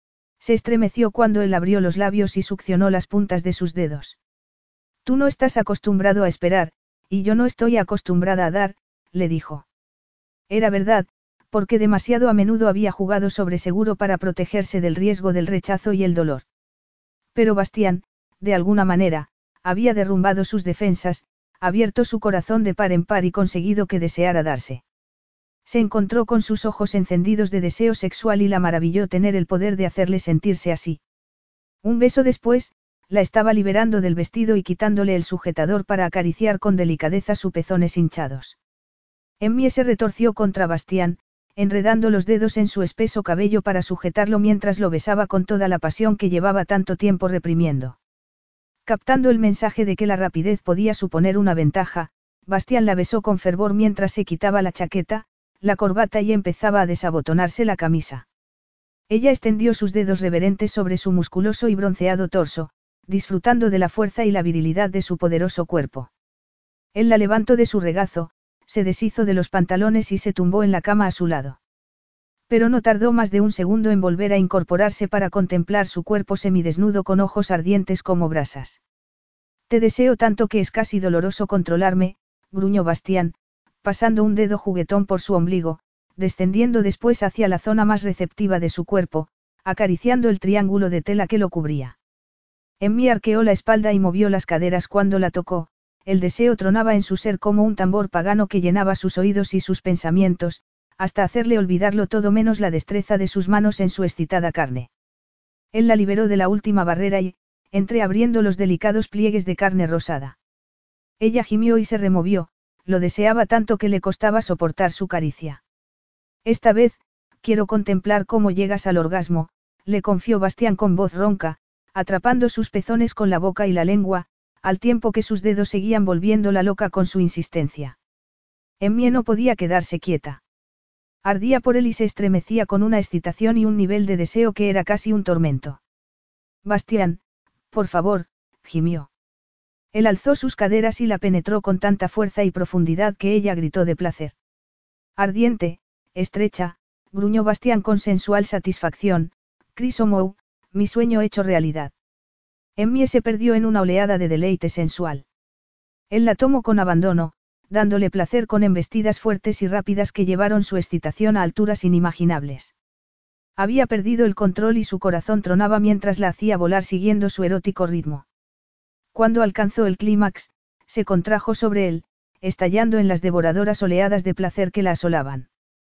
Se estremeció cuando él abrió los labios y succionó las puntas de sus dedos. Tú no estás acostumbrado a esperar, y yo no estoy acostumbrada a dar, le dijo. Era verdad, porque demasiado a menudo había jugado sobre seguro para protegerse del riesgo del rechazo y el dolor. Pero Bastián, de alguna manera, había derrumbado sus defensas, abierto su corazón de par en par y conseguido que deseara darse. Se encontró con sus ojos encendidos de deseo sexual y la maravilló tener el poder de hacerle sentirse así. Un beso después, la estaba liberando del vestido y quitándole el sujetador para acariciar con delicadeza sus pezones hinchados. Emmie se retorció contra Bastián, enredando los dedos en su espeso cabello para sujetarlo mientras lo besaba con toda la pasión que llevaba tanto tiempo reprimiendo. Captando el mensaje de que la rapidez podía suponer una ventaja, Bastián la besó con fervor mientras se quitaba la chaqueta, la corbata y empezaba a desabotonarse la camisa. Ella extendió sus dedos reverentes sobre su musculoso y bronceado torso, disfrutando de la fuerza y la virilidad de su poderoso cuerpo. Él la levantó de su regazo, se deshizo de los pantalones y se tumbó en la cama a su lado. Pero no tardó más de un segundo en volver a incorporarse para contemplar su cuerpo semidesnudo con ojos ardientes como brasas. Te deseo tanto que es casi doloroso controlarme, gruñó Bastián, pasando un dedo juguetón por su ombligo, descendiendo después hacia la zona más receptiva de su cuerpo, acariciando el triángulo de tela que lo cubría. Emmie arqueó la espalda y movió las caderas cuando la tocó, el deseo tronaba en su ser como un tambor pagano que llenaba sus oídos y sus pensamientos, hasta hacerle olvidarlo todo menos la destreza de sus manos en su excitada carne. Él la liberó de la última barrera y, entreabriendo los delicados pliegues de carne rosada. Ella gimió y se removió, lo deseaba tanto que le costaba soportar su caricia. Esta vez, quiero contemplar cómo llegas al orgasmo, le confió Bastián con voz ronca, atrapando sus pezones con la boca y la lengua, al tiempo que sus dedos seguían volviéndola loca con su insistencia. Emmie no podía quedarse quieta. Ardía por él y se estremecía con una excitación y un nivel de deseo que era casi un tormento. Bastián, por favor, gimió. Él alzó sus caderas y la penetró con tanta fuerza y profundidad que ella gritó de placer. Ardiente, estrecha, gruñó Bastián con sensual satisfacción, Crisomou, mi sueño hecho realidad. Emmie se perdió en una oleada de deleite sensual. Él la tomó con abandono, dándole placer con embestidas fuertes y rápidas que llevaron su excitación a alturas inimaginables. Había perdido el control y su corazón tronaba mientras la hacía volar siguiendo su erótico ritmo. Cuando alcanzó el clímax, se contrajo sobre él, estallando en las devoradoras oleadas de placer que la asolaban.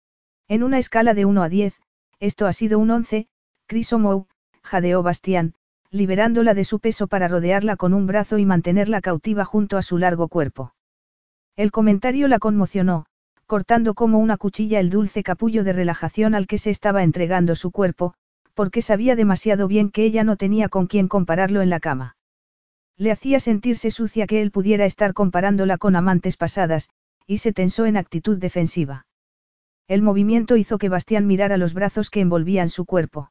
En una escala de 1 a 10, esto ha sido un 11, Crisomou, jadeó Bastián, liberándola de su peso para rodearla con un brazo y mantenerla cautiva junto a su largo cuerpo. El comentario la conmocionó, cortando como una cuchilla el dulce capullo de relajación al que se estaba entregando su cuerpo, porque sabía demasiado bien que ella no tenía con quién compararlo en la cama. Le hacía sentirse sucia que él pudiera estar comparándola con amantes pasadas, y se tensó en actitud defensiva. El movimiento hizo que Bastián mirara los brazos que envolvían su cuerpo.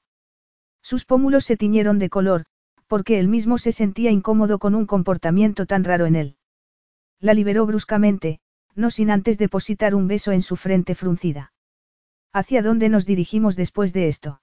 Sus pómulos se tiñeron de color, porque él mismo se sentía incómodo con un comportamiento tan raro en él. La liberó bruscamente, no sin antes depositar un beso en su frente fruncida. ¿Hacia dónde nos dirigimos después de esto?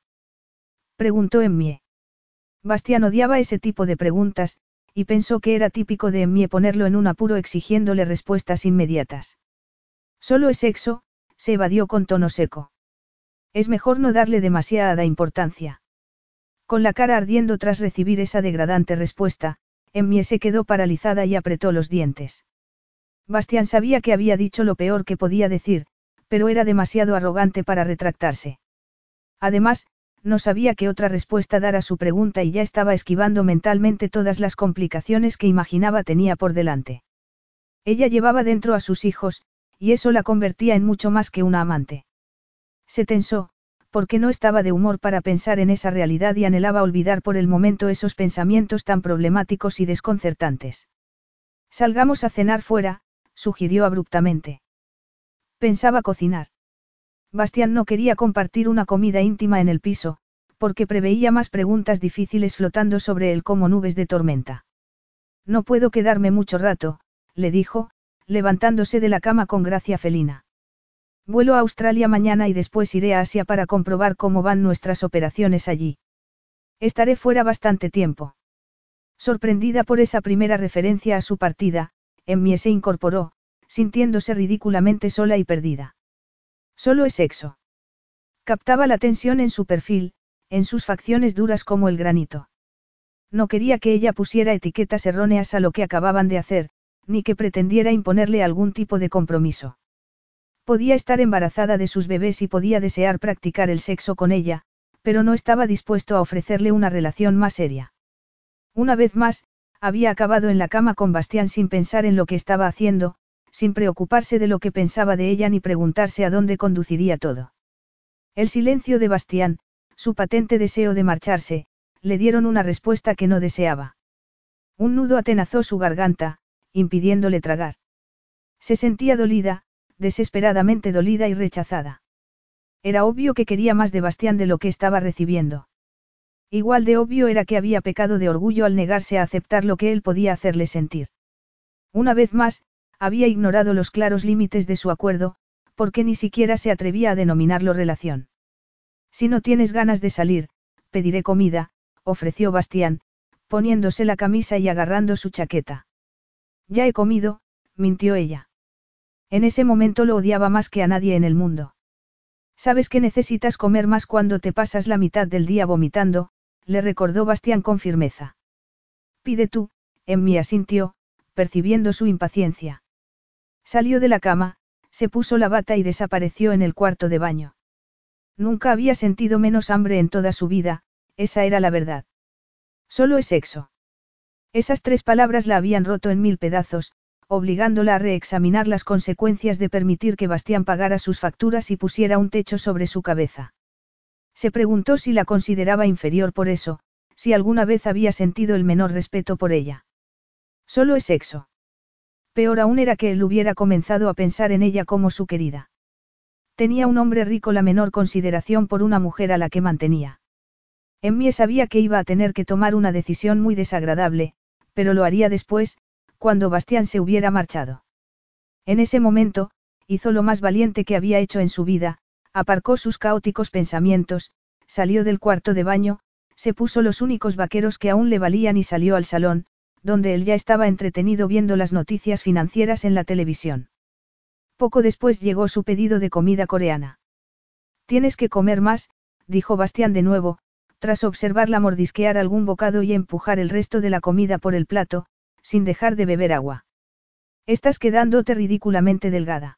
Preguntó Emmie. Bastián odiaba ese tipo de preguntas, y pensó que era típico de Emmie ponerlo en un apuro exigiéndole respuestas inmediatas. Solo es sexo, se evadió con tono seco. Es mejor no darle demasiada importancia. Con la cara ardiendo tras recibir esa degradante respuesta, Emmie se quedó paralizada y apretó los dientes. Bastián sabía que había dicho lo peor que podía decir, pero era demasiado arrogante para retractarse. Además, no sabía qué otra respuesta dar a su pregunta y ya estaba esquivando mentalmente todas las complicaciones que imaginaba tenía por delante. Ella llevaba dentro a sus hijos, y eso la convertía en mucho más que una amante. Se tensó, porque no estaba de humor para pensar en esa realidad y anhelaba olvidar por el momento esos pensamientos tan problemáticos y desconcertantes. Salgamos a cenar fuera, sugirió abruptamente. Pensaba cocinar. Bastián no quería compartir una comida íntima en el piso, porque preveía más preguntas difíciles flotando sobre él como nubes de tormenta. No puedo quedarme mucho rato, le dijo, levantándose de la cama con gracia felina. Vuelo a Australia mañana y después iré a Asia para comprobar cómo van nuestras operaciones allí. Estaré fuera bastante tiempo. Sorprendida por esa primera referencia a su partida, Emmie se incorporó, sintiéndose ridículamente sola y perdida. Solo es sexo. Captaba la tensión en su perfil, en sus facciones duras como el granito. No quería que ella pusiera etiquetas erróneas a lo que acababan de hacer, ni que pretendiera imponerle algún tipo de compromiso. Podía estar embarazada de sus bebés y podía desear practicar el sexo con ella, pero no estaba dispuesto a ofrecerle una relación más seria. Una vez más, había acabado en la cama con Bastián sin pensar en lo que estaba haciendo, sin preocuparse de lo que pensaba de ella ni preguntarse a dónde conduciría todo. El silencio de Bastián, su patente deseo de marcharse, le dieron una respuesta que no deseaba. Un nudo atenazó su garganta, impidiéndole tragar. Se sentía dolida, desesperadamente dolida y rechazada. Era obvio que quería más de Bastián de lo que estaba recibiendo. Igual de obvio era que había pecado de orgullo al negarse a aceptar lo que él podía hacerle sentir. Una vez más, había ignorado los claros límites de su acuerdo, porque ni siquiera se atrevía a denominarlo relación. Si no tienes ganas de salir, pediré comida, ofreció Bastián, poniéndose la camisa y agarrando su chaqueta. Ya he comido, mintió ella. En ese momento lo odiaba más que a nadie en el mundo. Sabes que necesitas comer más cuando te pasas la mitad del día vomitando, le recordó Bastián con firmeza. Pide tú, Emmie asintió, percibiendo su impaciencia. Salió de la cama, se puso la bata y desapareció en el cuarto de baño. Nunca había sentido menos hambre en toda su vida, esa era la verdad. Solo es sexo. Esas 3 palabras la habían roto en 1000 pedazos, obligándola a reexaminar las consecuencias de permitir que Bastián pagara sus facturas y pusiera un techo sobre su cabeza. Se preguntó si la consideraba inferior por eso, si alguna vez había sentido el menor respeto por ella. Solo es sexo. Peor aún era que él hubiera comenzado a pensar en ella como su querida. Tenía un hombre rico la menor consideración por una mujer a la que mantenía. Emmie sabía que iba a tener que tomar una decisión muy desagradable, pero lo haría después, cuando Bastián se hubiera marchado. En ese momento, hizo lo más valiente que había hecho en su vida, aparcó sus caóticos pensamientos, salió del cuarto de baño, se puso los únicos vaqueros que aún le valían y salió al salón, donde él ya estaba entretenido viendo las noticias financieras en la televisión. Poco después llegó su pedido de comida coreana. Tienes que comer más, dijo Bastián de nuevo, tras observarla mordisquear algún bocado y empujar el resto de la comida por el plato, sin dejar de beber agua. Estás quedándote ridículamente delgada.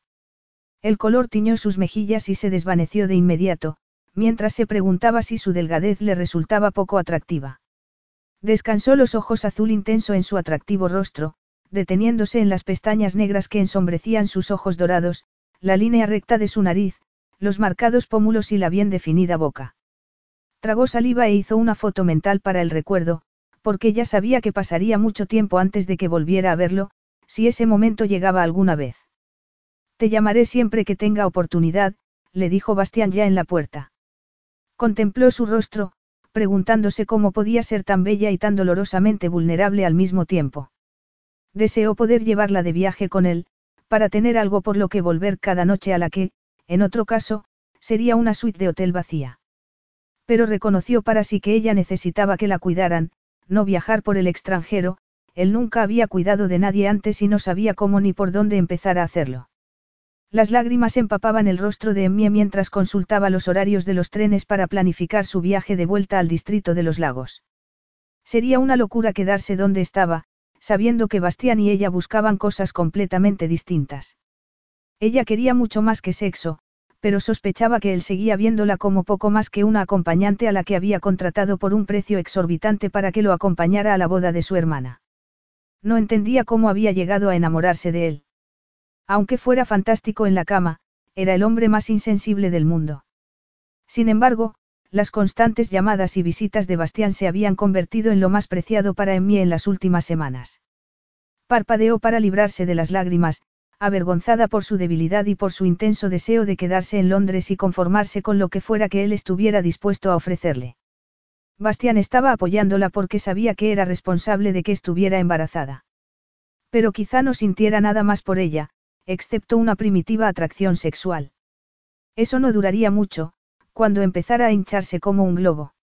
El color tiñó sus mejillas y se desvaneció de inmediato, mientras se preguntaba si su delgadez le resultaba poco atractiva. Descansó los ojos azul intenso en su atractivo rostro, deteniéndose en las pestañas negras que ensombrecían sus ojos dorados, la línea recta de su nariz, los marcados pómulos y la bien definida boca. Tragó saliva e hizo una foto mental para el recuerdo, porque ya sabía que pasaría mucho tiempo antes de que volviera a verlo, si ese momento llegaba alguna vez. Te llamaré siempre que tenga oportunidad, le dijo Bastián ya en la puerta. Contempló su rostro, preguntándose cómo podía ser tan bella y tan dolorosamente vulnerable al mismo tiempo. Deseó poder llevarla de viaje con él, para tener algo por lo que volver cada noche a la que, en otro caso, Sería una suite de hotel vacía. Pero reconoció para sí que ella necesitaba que la cuidaran, no viajar por el extranjero, él nunca había cuidado de nadie antes y no sabía cómo ni por dónde empezar a hacerlo. Las lágrimas empapaban el rostro de Emmie mientras consultaba los horarios de los trenes para planificar su viaje de vuelta al distrito de los lagos. Sería una locura quedarse donde estaba, sabiendo que Bastián y ella buscaban cosas completamente distintas. Ella quería mucho más que sexo, pero sospechaba que él seguía viéndola como poco más que una acompañante a la que había contratado por un precio exorbitante para que lo acompañara a la boda de su hermana. No entendía cómo había llegado a enamorarse de él. Aunque fuera fantástico en la cama, era el hombre más insensible del mundo. Sin embargo, las constantes llamadas y visitas de Bastián se habían convertido en lo más preciado para Emmie en las últimas semanas. Parpadeó para librarse de las lágrimas, avergonzada por su debilidad y por su intenso deseo de quedarse en Londres y conformarse con lo que fuera que él estuviera dispuesto a ofrecerle. Bastián estaba apoyándola porque sabía que era responsable de que estuviera embarazada. Pero quizá no sintiera nada más por ella, excepto una primitiva atracción sexual. Eso no duraría mucho, cuando empezara a hincharse como un globo.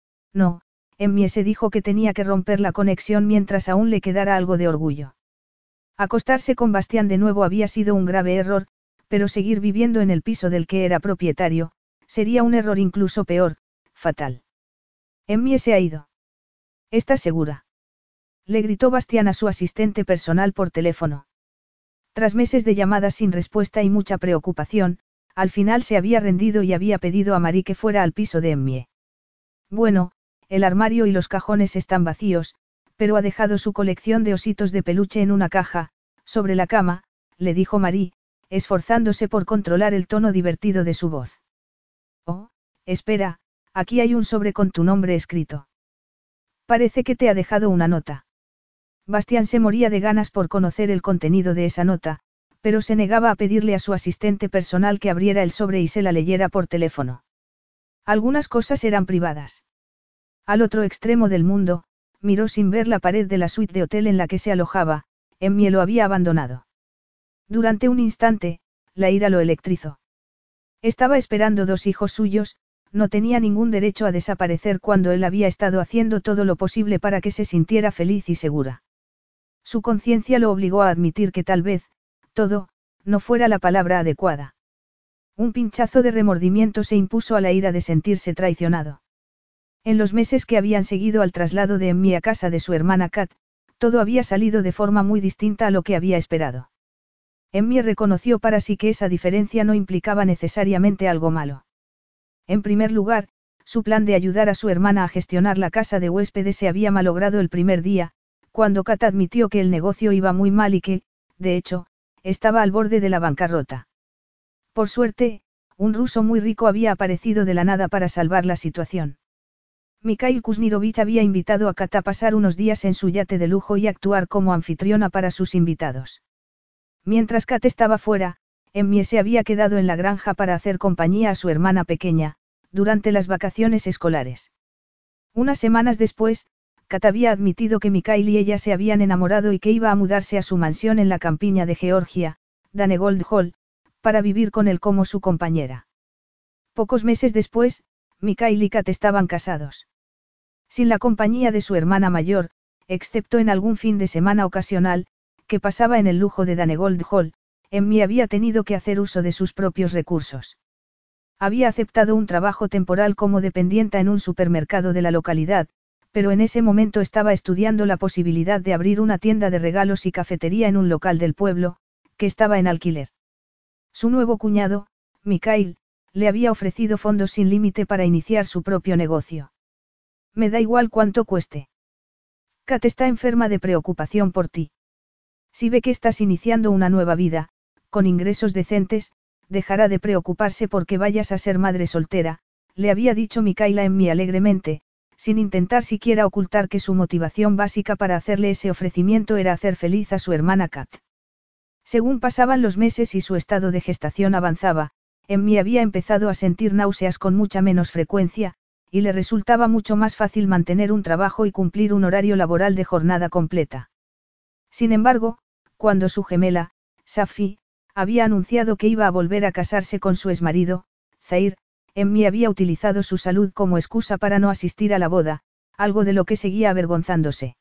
No, Emmie se dijo que tenía que romper la conexión mientras aún le quedara algo de orgullo. Acostarse con Bastián de nuevo había sido un grave error, pero seguir viviendo en el piso del que era propietario, sería un error incluso peor, fatal. Emmie se ha ido. ¿Estás segura? Le gritó Bastián a su asistente personal por teléfono. Tras meses de llamadas sin respuesta y mucha preocupación, al final se había rendido y había pedido a Marie que fuera al piso de Emmie. Bueno, el armario y los cajones están vacíos, pero ha dejado su colección de ositos de peluche en una caja, sobre la cama, le dijo Marie, esforzándose por controlar el tono divertido de su voz. Oh, espera, aquí hay un sobre con tu nombre escrito. Parece que te ha dejado una nota. Bastián se moría de ganas por conocer el contenido de esa nota, pero se negaba a pedirle a su asistente personal que abriera el sobre y se la leyera por teléfono. Algunas cosas eran privadas. Al otro extremo del mundo, miró sin ver la pared de la suite de hotel en la que se alojaba, Emmie lo había abandonado. Durante un instante, la ira lo electrizó. Estaba esperando 2 hijos suyos, no tenía ningún derecho a desaparecer cuando él había estado haciendo todo lo posible para que se sintiera feliz y segura. Su conciencia lo obligó a admitir que tal vez, todo, no fuera la palabra adecuada. Un pinchazo de remordimiento se impuso a la ira de sentirse traicionado. En los meses que habían seguido al traslado de Emmie a casa de su hermana Kat, todo había salido de forma muy distinta a lo que había esperado. Emmie reconoció para sí que esa diferencia no implicaba necesariamente algo malo. En primer lugar, su plan de ayudar a su hermana a gestionar la casa de huéspedes se había malogrado el primer día, cuando Kat admitió que el negocio iba muy mal y que, de hecho, estaba al borde de la bancarrota. Por suerte, un ruso muy rico había aparecido de la nada para salvar la situación. Mikhail Kuznirovich había invitado a Kat a pasar unos días en su yate de lujo y actuar como anfitriona para sus invitados. Mientras Kat estaba fuera, Emmie se había quedado en la granja para hacer compañía a su hermana pequeña, durante las vacaciones escolares. Unas semanas después, Kat había admitido que Mikhail y ella se habían enamorado y que iba a mudarse a su mansión en la campiña de Georgia, Danegold Hall, para vivir con él como su compañera. Pocos meses después, Mikhail y Kat estaban casados. Sin la compañía de su hermana mayor, excepto en algún fin de semana ocasional, que pasaba en el lujo de Danegold Hall, Emmie había tenido que hacer uso de sus propios recursos. Había aceptado un trabajo temporal como dependienta en un supermercado de la localidad, pero en ese momento estaba estudiando la posibilidad de abrir una tienda de regalos y cafetería en un local del pueblo, que estaba en alquiler. Su nuevo cuñado, Mikhail, le había ofrecido fondos sin límite para iniciar su propio negocio. Me da igual cuánto cueste. Kat está enferma de preocupación por ti. Si ve que estás iniciando una nueva vida, con ingresos decentes, dejará de preocuparse porque vayas a ser madre soltera, le había dicho Mikhail a Emmie alegremente, sin intentar siquiera ocultar que su motivación básica para hacerle ese ofrecimiento era hacer feliz a su hermana Kat. Según pasaban los meses y su estado de gestación avanzaba, Emmie había empezado a sentir náuseas con mucha menos frecuencia, y le resultaba mucho más fácil mantener un trabajo y cumplir un horario laboral de jornada completa. Sin embargo, cuando su gemela, Safi, había anunciado que iba a volver a casarse con su exmarido, Zahir, Emmy había utilizado su salud como excusa para no asistir a la boda, algo de lo que seguía avergonzándose.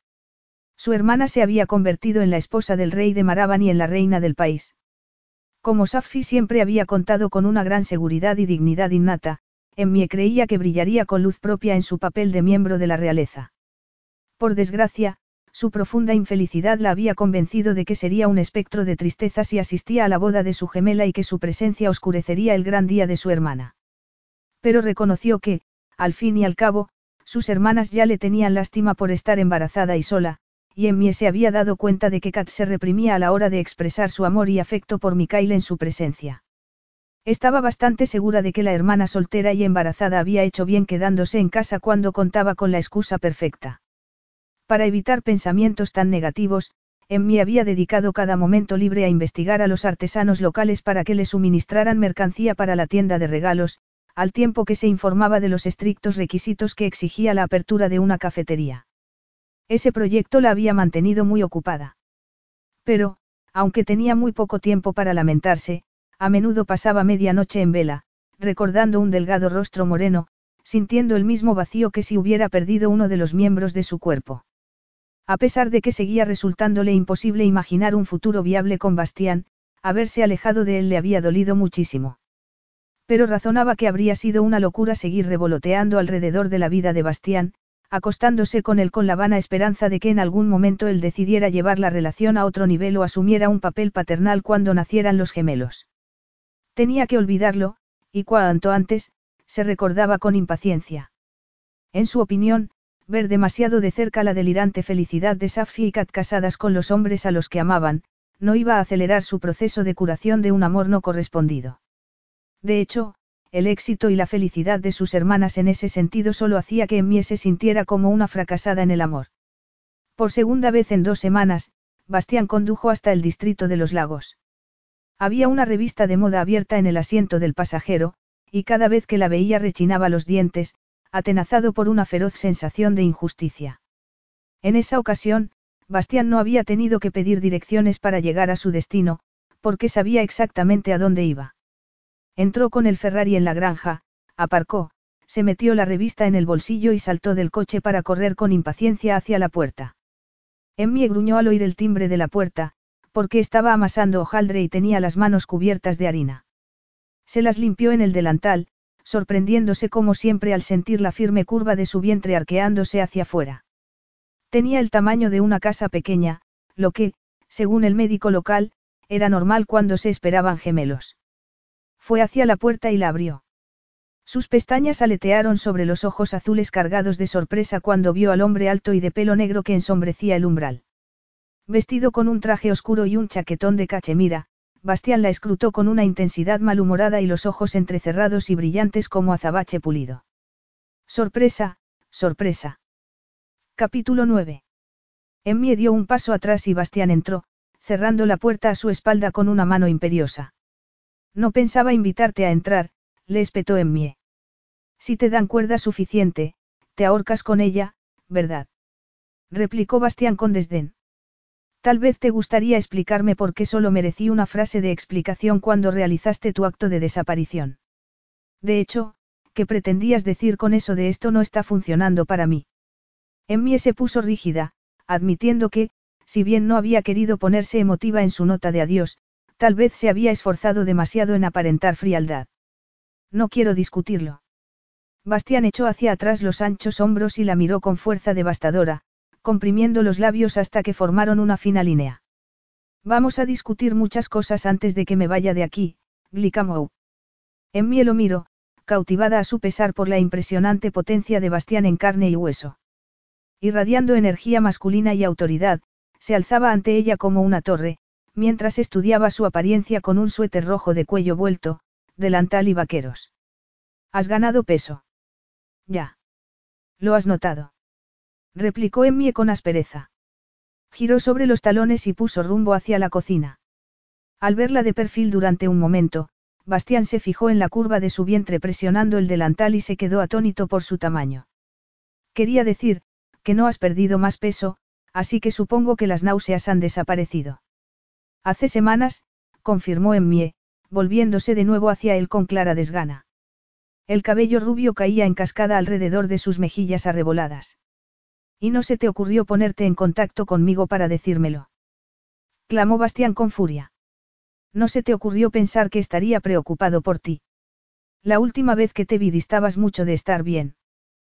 Su hermana se había convertido en la esposa del rey de Maraban y en la reina del país. Como Safi siempre había contado con una gran seguridad y dignidad innata, Emmy creía que brillaría con luz propia en su papel de miembro de la realeza. Por desgracia, su profunda infelicidad la había convencido de que sería un espectro de tristeza si asistía a la boda de su gemela y que su presencia oscurecería el gran día de su hermana. Pero reconoció que, al fin y al cabo, sus hermanas ya le tenían lástima por estar embarazada y sola, y Emmy se había dado cuenta de que Kat se reprimía a la hora de expresar su amor y afecto por Mikhail en su presencia. Estaba bastante segura de que la hermana soltera y embarazada había hecho bien quedándose en casa cuando contaba con la excusa perfecta. Para evitar pensamientos tan negativos, Emmy había dedicado cada momento libre a investigar a los artesanos locales para que le suministraran mercancía para la tienda de regalos, al tiempo que se informaba de los estrictos requisitos que exigía la apertura de una cafetería. Ese proyecto la había mantenido muy ocupada. Pero, aunque tenía muy poco tiempo para lamentarse, a menudo pasaba medianoche en vela, recordando un delgado rostro moreno, sintiendo el mismo vacío que si hubiera perdido uno de los miembros de su cuerpo. A pesar de que seguía resultándole imposible imaginar un futuro viable con Bastián, haberse alejado de él le había dolido muchísimo. Pero razonaba que habría sido una locura seguir revoloteando alrededor de la vida de Bastián, acostándose con él con la vana esperanza de que en algún momento él decidiera llevar la relación a otro nivel o asumiera un papel paternal cuando nacieran los gemelos. Tenía que olvidarlo, y cuanto antes, se recordaba con impaciencia. En su opinión, ver demasiado de cerca la delirante felicidad de Safi y Kat casadas con los hombres a los que amaban, no iba a acelerar su proceso de curación de un amor no correspondido. De hecho, el éxito y la felicidad de sus hermanas en ese sentido solo hacía que Emmy se sintiera como una fracasada en el amor. Por segunda vez en 2 semanas, Bastián condujo hasta el distrito de los lagos. Había una revista de moda abierta en el asiento del pasajero, y cada vez que la veía rechinaba los dientes, atenazado por una feroz sensación de injusticia. En esa ocasión, Bastián no había tenido que pedir direcciones para llegar a su destino, porque sabía exactamente a dónde iba. Entró con el Ferrari en la granja, aparcó, se metió la revista en el bolsillo y saltó del coche para correr con impaciencia hacia la puerta. Emmy gruñó al oír el timbre de la puerta, porque estaba amasando hojaldre y tenía las manos cubiertas de harina. Se las limpió en el delantal, sorprendiéndose como siempre al sentir la firme curva de su vientre arqueándose hacia afuera. Tenía el tamaño de una casa pequeña, lo que, según el médico local, era normal cuando se esperaban gemelos. Fue hacia la puerta y la abrió. Sus pestañas aletearon sobre los ojos azules cargados de sorpresa cuando vio al hombre alto y de pelo negro que ensombrecía el umbral. Vestido con un traje oscuro y un chaquetón de cachemira, Bastián la escrutó con una intensidad malhumorada y los ojos entrecerrados y brillantes como azabache pulido. Sorpresa, sorpresa. Capítulo 9. Emmy dio un paso atrás y Bastián entró, cerrando la puerta a su espalda con una mano imperiosa. No pensaba invitarte a entrar, le espetó Emmy. Si te dan cuerda suficiente, te ahorcas con ella, ¿verdad? Replicó Bastián con desdén. Tal vez te gustaría explicarme por qué solo merecí una frase de explicación cuando realizaste tu acto de desaparición. De hecho, ¿qué pretendías decir con eso de esto no está funcionando para mí? Emmy se puso rígida, admitiendo que, si bien no había querido ponerse emotiva en su nota de adiós, tal vez se había esforzado demasiado en aparentar frialdad. No quiero discutirlo. Bastián echó hacia atrás los anchos hombros y la miró con fuerza devastadora, comprimiendo los labios hasta que formaron una fina línea. Vamos a discutir muchas cosas antes de que me vaya de aquí, Glicamou. Emmy lo miró, cautivada a su pesar por la impresionante potencia de Bastián en carne y hueso. Irradiando energía masculina y autoridad, se alzaba ante ella como una torre, mientras estudiaba su apariencia con un suéter rojo de cuello vuelto, delantal y vaqueros. ¿Has ganado peso? Ya. ¿Lo has notado? Replicó Emmy con aspereza. Giró sobre los talones y puso rumbo hacia la cocina. Al verla de perfil durante un momento, Bastián se fijó en la curva de su vientre presionando el delantal y se quedó atónito por su tamaño. Quería decir, que no has perdido más peso, así que supongo que las náuseas han desaparecido. Hace semanas, confirmó Emmy, volviéndose de nuevo hacia él con clara desgana. El cabello rubio caía en cascada alrededor de sus mejillas arreboladas. ¿Y no se te ocurrió ponerte en contacto conmigo para decírmelo? Clamó Bastián con furia. ¿No se te ocurrió pensar que estaría preocupado por ti? La última vez que te vi distabas mucho de estar bien.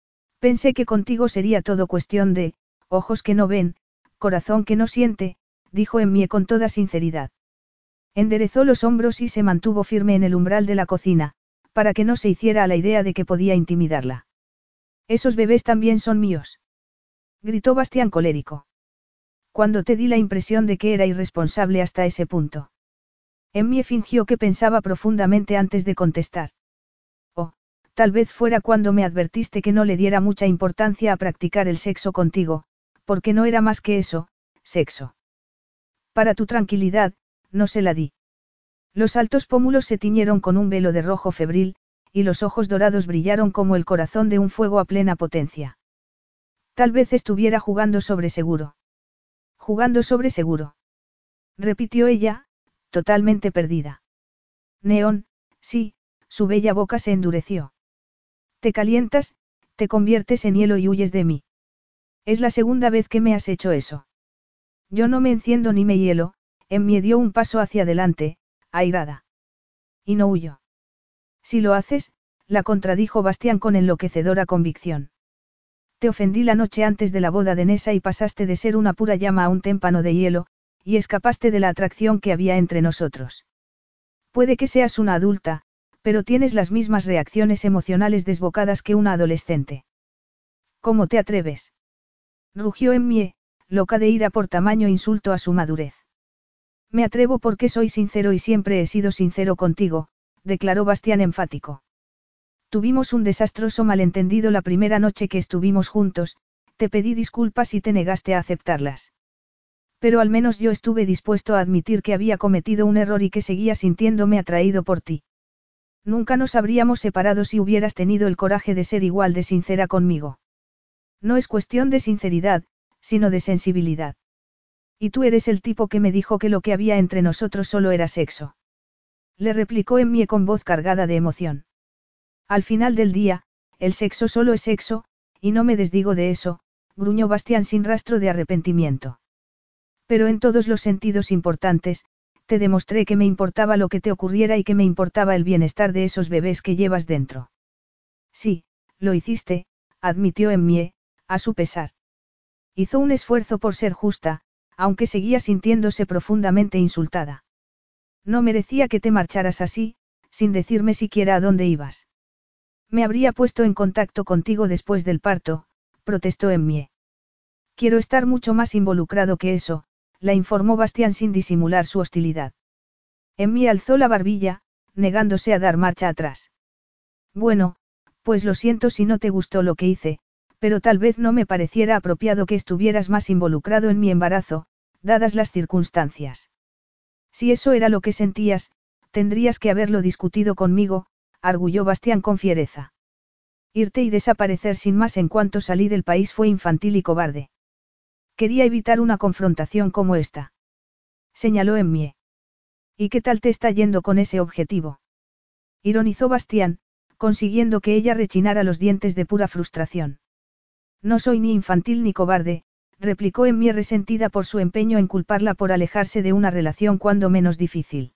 Pensé que contigo sería todo cuestión de, ojos que no ven, corazón que no siente, dijo Emmie con toda sinceridad. Enderezó los hombros y se mantuvo firme en el umbral de la cocina, para que no se hiciera a la idea de que podía intimidarla. Esos bebés también son míos. Gritó Bastián colérico. Cuando te di la impresión de que era irresponsable hasta ese punto. Emmie fingió que pensaba profundamente antes de contestar. Oh, tal vez fuera cuando me advertiste que no le diera mucha importancia a practicar el sexo contigo, porque no era más que eso, sexo. Para tu tranquilidad, no se la di. Los altos pómulos se tiñeron con un velo de rojo febril, y los ojos dorados brillaron como el corazón de un fuego a plena potencia. Tal vez estuviera jugando sobre seguro. Jugando sobre seguro. Repitió ella, totalmente perdida. Neón, sí, su bella boca se endureció. Te calientas, te conviertes en hielo y huyes de mí. Es la segunda vez que me has hecho eso. Yo no me enciendo ni me hielo, Emmie dio un paso hacia adelante, airada. Y no huyo. Si lo haces, la contradijo Bastián con enloquecedora convicción. Te ofendí la noche antes de la boda de Nessa y pasaste de ser una pura llama a un témpano de hielo, y escapaste de la atracción que había entre nosotros. Puede que seas una adulta, pero tienes las mismas reacciones emocionales desbocadas que una adolescente. ¿Cómo te atreves? Rugió Emmie, loca de ira por tamaño insulto a su madurez. Me atrevo porque soy sincero y siempre he sido sincero contigo, declaró Bastián enfático. Tuvimos un desastroso malentendido la primera noche que estuvimos juntos, te pedí disculpas y te negaste a aceptarlas. Pero al menos yo estuve dispuesto a admitir que había cometido un error y que seguía sintiéndome atraído por ti. Nunca nos habríamos separado si hubieras tenido el coraje de ser igual de sincera conmigo. No es cuestión de sinceridad, sino de sensibilidad. Y tú eres el tipo que me dijo que lo que había entre nosotros solo era sexo. Le replicó Emmie con voz cargada de emoción. Al final del día, el sexo solo es sexo, y no me desdigo de eso, gruñó Bastián sin rastro de arrepentimiento. Pero en todos los sentidos importantes, te demostré que me importaba lo que te ocurriera y que me importaba el bienestar de esos bebés que llevas dentro. Sí, lo hiciste, admitió Emmie, a su pesar. Hizo un esfuerzo por ser justa, aunque seguía sintiéndose profundamente insultada. No merecía que te marcharas así, sin decirme siquiera a dónde ibas. Me habría puesto en contacto contigo después del parto, protestó Emmie. Quiero estar mucho más involucrado que eso, la informó Bastián sin disimular su hostilidad. Emmie alzó la barbilla, negándose a dar marcha atrás. Bueno, pues lo siento si no te gustó lo que hice, pero tal vez no me pareciera apropiado que estuvieras más involucrado en mi embarazo, dadas las circunstancias. Si eso era lo que sentías, tendrías que haberlo discutido conmigo, arguyó Bastián con fiereza. Irte y desaparecer sin más en cuanto salí del país fue infantil y cobarde. Quería evitar una confrontación como esta. Señaló Emmie. ¿Y qué tal te está yendo con ese objetivo? Ironizó Bastián, consiguiendo que ella rechinara los dientes de pura frustración. No soy ni infantil ni cobarde, replicó Emmie resentida por su empeño en culparla por alejarse de una relación cuando menos difícil.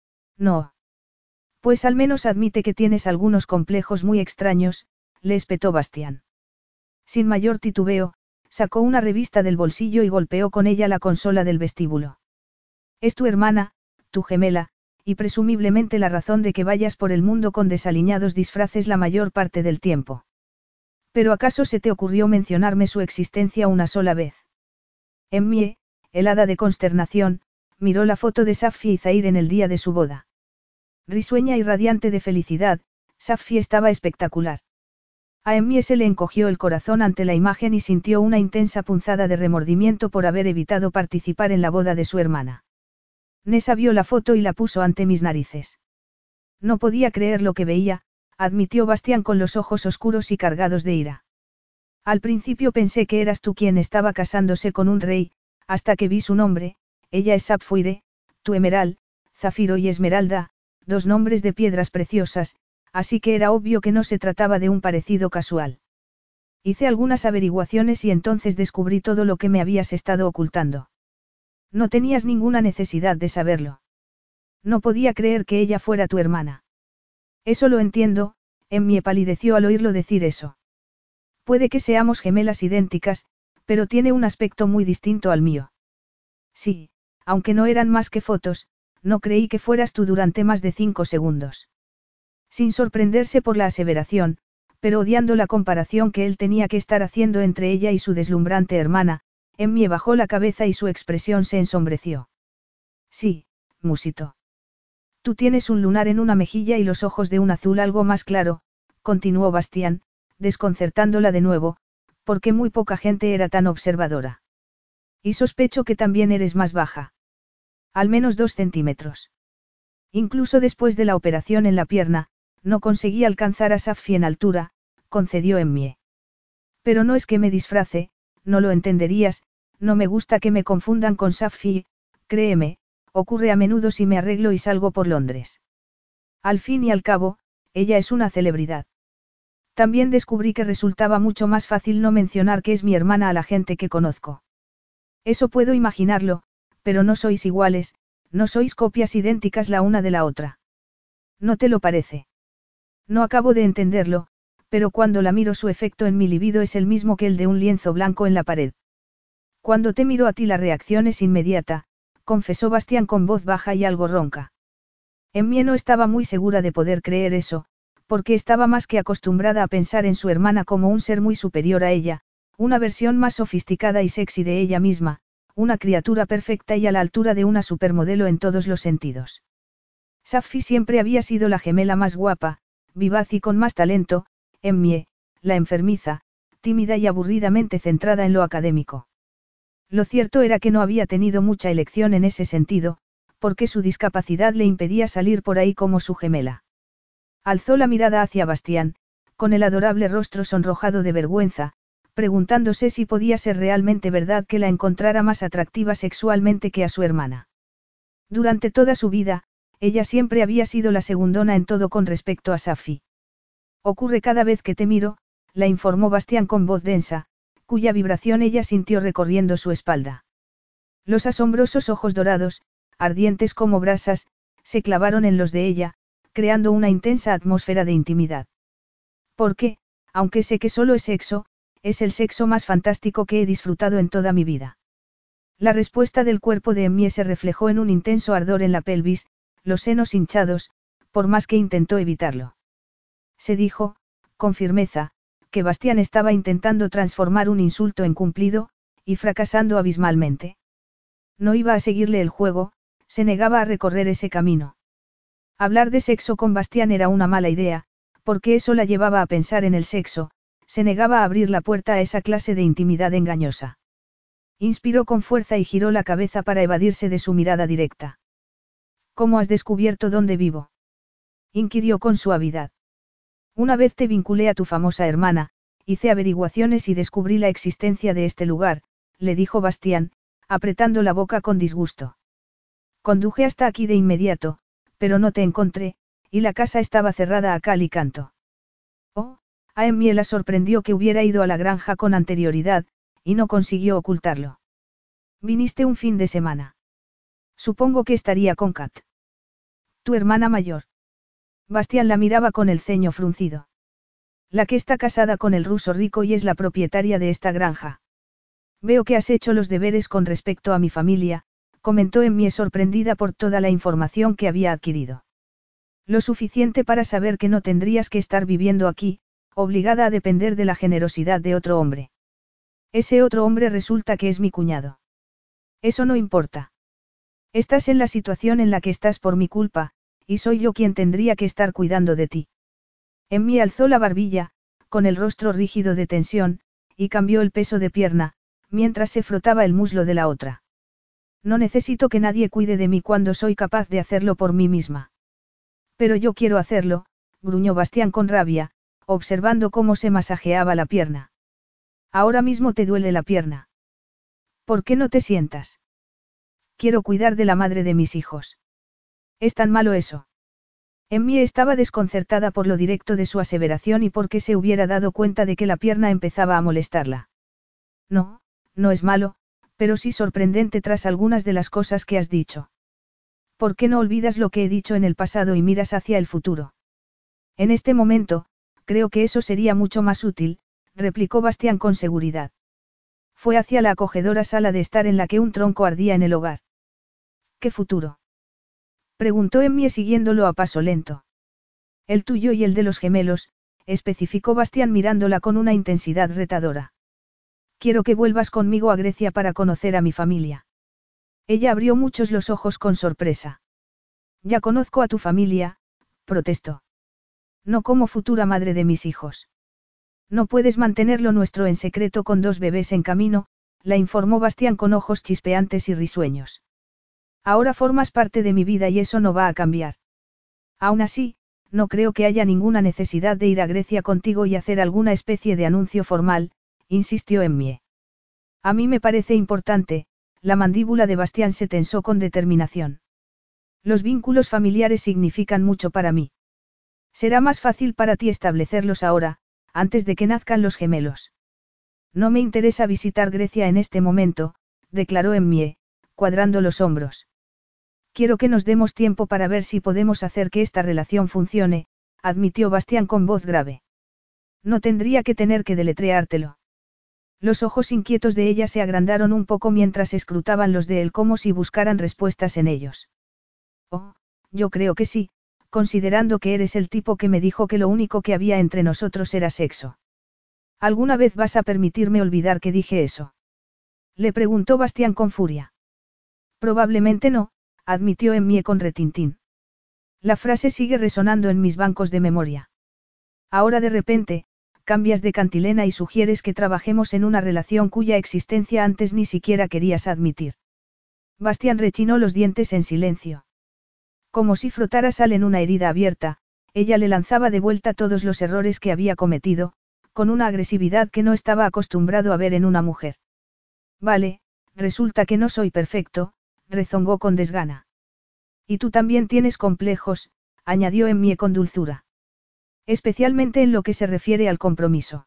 No. Pues al menos admite que tienes algunos complejos muy extraños, le espetó Bastián. Sin mayor titubeo, sacó una revista del bolsillo y golpeó con ella la consola del vestíbulo. Es tu hermana, tu gemela, y presumiblemente la razón de que vayas por el mundo con desaliñados disfraces la mayor parte del tiempo. ¿Pero acaso se te ocurrió mencionarme su existencia una sola vez? Emmie, helada de consternación, miró la foto de Safi y Zair en el día de su boda. Risueña y radiante de felicidad, Safi estaba espectacular. A Emmie se le encogió el corazón ante la imagen y sintió una intensa punzada de remordimiento por haber evitado participar en la boda de su hermana. Nessa vio la foto y la puso ante mis narices. No podía creer lo que veía, admitió Bastián con los ojos oscuros y cargados de ira. Al principio pensé que eras tú quien estaba casándose con un rey, hasta que vi su nombre, ella es Sapphire, tu emerald, Zafiro y Esmeralda, dos nombres de piedras preciosas, así que era obvio que no se trataba de un parecido casual. Hice algunas averiguaciones y entonces descubrí todo lo que me habías estado ocultando. No tenías ninguna necesidad de saberlo. No podía creer que ella fuera tu hermana. Eso lo entiendo, Emmie palideció al oírlo decir eso. Puede que seamos gemelas idénticas, pero tiene un aspecto muy distinto al mío. Sí, aunque no eran más que fotos, no creí que fueras tú durante más de 5 segundos. Sin sorprenderse por la aseveración, pero odiando la comparación que él tenía que estar haciendo entre ella y su deslumbrante hermana, Emmie bajó la cabeza y su expresión se ensombreció. Sí, musitó. Tú tienes un lunar en una mejilla y los ojos de un azul algo más claro, continuó Bastián, desconcertándola de nuevo, porque muy poca gente era tan observadora. Y sospecho que también eres más baja. Al menos 2 centímetros. Incluso después de la operación en la pierna, no conseguí alcanzar a Safi en altura, concedió Emmie. Pero no es que me disfrace, no lo entenderías, no me gusta que me confundan con Safi, créeme, ocurre a menudo si me arreglo y salgo por Londres. Al fin y al cabo, ella es una celebridad. También descubrí que resultaba mucho más fácil no mencionar que es mi hermana a la gente que conozco. Eso puedo imaginarlo, pero no sois iguales, no sois copias idénticas la una de la otra. ¿No te lo parece? No acabo de entenderlo, pero cuando la miro su efecto en mi libido es el mismo que el de un lienzo blanco en la pared. Cuando te miro a ti la reacción es inmediata, confesó Bastián con voz baja y algo ronca. Emmie no estaba muy segura de poder creer eso, porque estaba más que acostumbrada a pensar en su hermana como un ser muy superior a ella, una versión más sofisticada y sexy de ella misma, una criatura perfecta y a la altura de una supermodelo en todos los sentidos. Safi siempre había sido la gemela más guapa, vivaz y con más talento, Emmie, la enfermiza, tímida y aburridamente centrada en lo académico. Lo cierto era que no había tenido mucha elección en ese sentido, porque su discapacidad le impedía salir por ahí como su gemela. Alzó la mirada hacia Bastián, con el adorable rostro sonrojado de vergüenza, preguntándose si podía ser realmente verdad que la encontrara más atractiva sexualmente que a su hermana. Durante toda su vida, ella siempre había sido la segundona en todo con respecto a Safi. Ocurre cada vez que te miro, la informó Bastián con voz densa, cuya vibración ella sintió recorriendo su espalda. Los asombrosos ojos dorados, ardientes como brasas, se clavaron en los de ella, creando una intensa atmósfera de intimidad. Porque, aunque sé que solo es sexo, es el sexo más fantástico que he disfrutado en toda mi vida. La respuesta del cuerpo de Emmie se reflejó en un intenso ardor en la pelvis, los senos hinchados, por más que intentó evitarlo. Se dijo, con firmeza, que Bastián estaba intentando transformar un insulto en cumplido, y fracasando abismalmente. No iba a seguirle el juego, se negaba a recorrer ese camino. Hablar de sexo con Bastián era una mala idea, porque eso la llevaba a pensar en el sexo, se negaba a abrir la puerta a esa clase de intimidad engañosa. Inspiró con fuerza y giró la cabeza para evadirse de su mirada directa. ¿Cómo has descubierto dónde vivo? Inquirió con suavidad. Una vez te vinculé a tu famosa hermana, hice averiguaciones y descubrí la existencia de este lugar, le dijo Bastián, apretando la boca con disgusto. Conduje hasta aquí de inmediato, pero no te encontré, y la casa estaba cerrada a cal y canto. Oh, a Emmie la sorprendió que hubiera ido a la granja con anterioridad, y no consiguió ocultarlo. Viniste un fin de semana. Supongo que estaría con Kat. Tu hermana mayor. Bastián la miraba con el ceño fruncido. La que está casada con el ruso rico y es la propietaria de esta granja. Veo que has hecho los deberes con respecto a mi familia, comentó Emmie sorprendida por toda la información que había adquirido. Lo suficiente para saber que no tendrías que estar viviendo aquí, obligada a depender de la generosidad de otro hombre. Ese otro hombre resulta que es mi cuñado. Eso no importa. Estás en la situación en la que estás por mi culpa, y soy yo quien tendría que estar cuidando de ti. Emmie alzó la barbilla, con el rostro rígido de tensión, y cambió el peso de pierna, mientras se frotaba el muslo de la otra. No necesito que nadie cuide de mí cuando soy capaz de hacerlo por mí misma. Pero yo quiero hacerlo, gruñó Bastián con rabia, observando cómo se masajeaba la pierna. Ahora mismo te duele la pierna. ¿Por qué no te sientas? Quiero cuidar de la madre de mis hijos. ¿Es tan malo eso? Emmie estaba desconcertada por lo directo de su aseveración y porque se hubiera dado cuenta de que la pierna empezaba a molestarla. No, no es malo, pero sí sorprendente tras algunas de las cosas que has dicho. ¿Por qué no olvidas lo que he dicho en el pasado y miras hacia el futuro? En este momento, creo que eso sería mucho más útil, replicó Bastián con seguridad. Fue hacia la acogedora sala de estar en la que un tronco ardía en el hogar. ¿Qué futuro? Preguntó Emmie siguiéndolo a paso lento. El tuyo y el de los gemelos, especificó Bastián mirándola con una intensidad retadora. Quiero que vuelvas conmigo a Grecia para conocer a mi familia. Ella abrió muchos los ojos con sorpresa. Ya conozco a tu familia, protestó. No como futura madre de mis hijos. No puedes mantener lo nuestro en secreto con 2 bebés en camino, la informó Bastián con ojos chispeantes y risueños. Ahora formas parte de mi vida y eso no va a cambiar. Aún así, no creo que haya ninguna necesidad de ir a Grecia contigo y hacer alguna especie de anuncio formal, insistió Emmie. A mí me parece importante, la mandíbula de Bastián se tensó con determinación. Los vínculos familiares significan mucho para mí. Será más fácil para ti establecerlos ahora, antes de que nazcan los gemelos. No me interesa visitar Grecia en este momento, declaró Emmie, cuadrando los hombros. Quiero que nos demos tiempo para ver si podemos hacer que esta relación funcione, admitió Bastián con voz grave. No tendría que tener que deletreártelo. Los ojos inquietos de ella se agrandaron un poco mientras escrutaban los de él como si buscaran respuestas en ellos. Oh, yo creo que sí, considerando que eres el tipo que me dijo que lo único que había entre nosotros era sexo. ¿Alguna vez vas a permitirme olvidar que dije eso? Le preguntó Bastián con furia. Probablemente no, admitió Emmie con retintín. La frase sigue resonando en mis bancos de memoria. Ahora de repente, cambias de cantilena y sugieres que trabajemos en una relación cuya existencia antes ni siquiera querías admitir. Bastián rechinó los dientes en silencio. Como si frotara sal en una herida abierta, ella le lanzaba de vuelta todos los errores que había cometido, con una agresividad que no estaba acostumbrado a ver en una mujer. Vale, resulta que no soy perfecto, rezongó con desgana. Y tú también tienes complejos, añadió Emmie con dulzura. Especialmente en lo que se refiere al compromiso.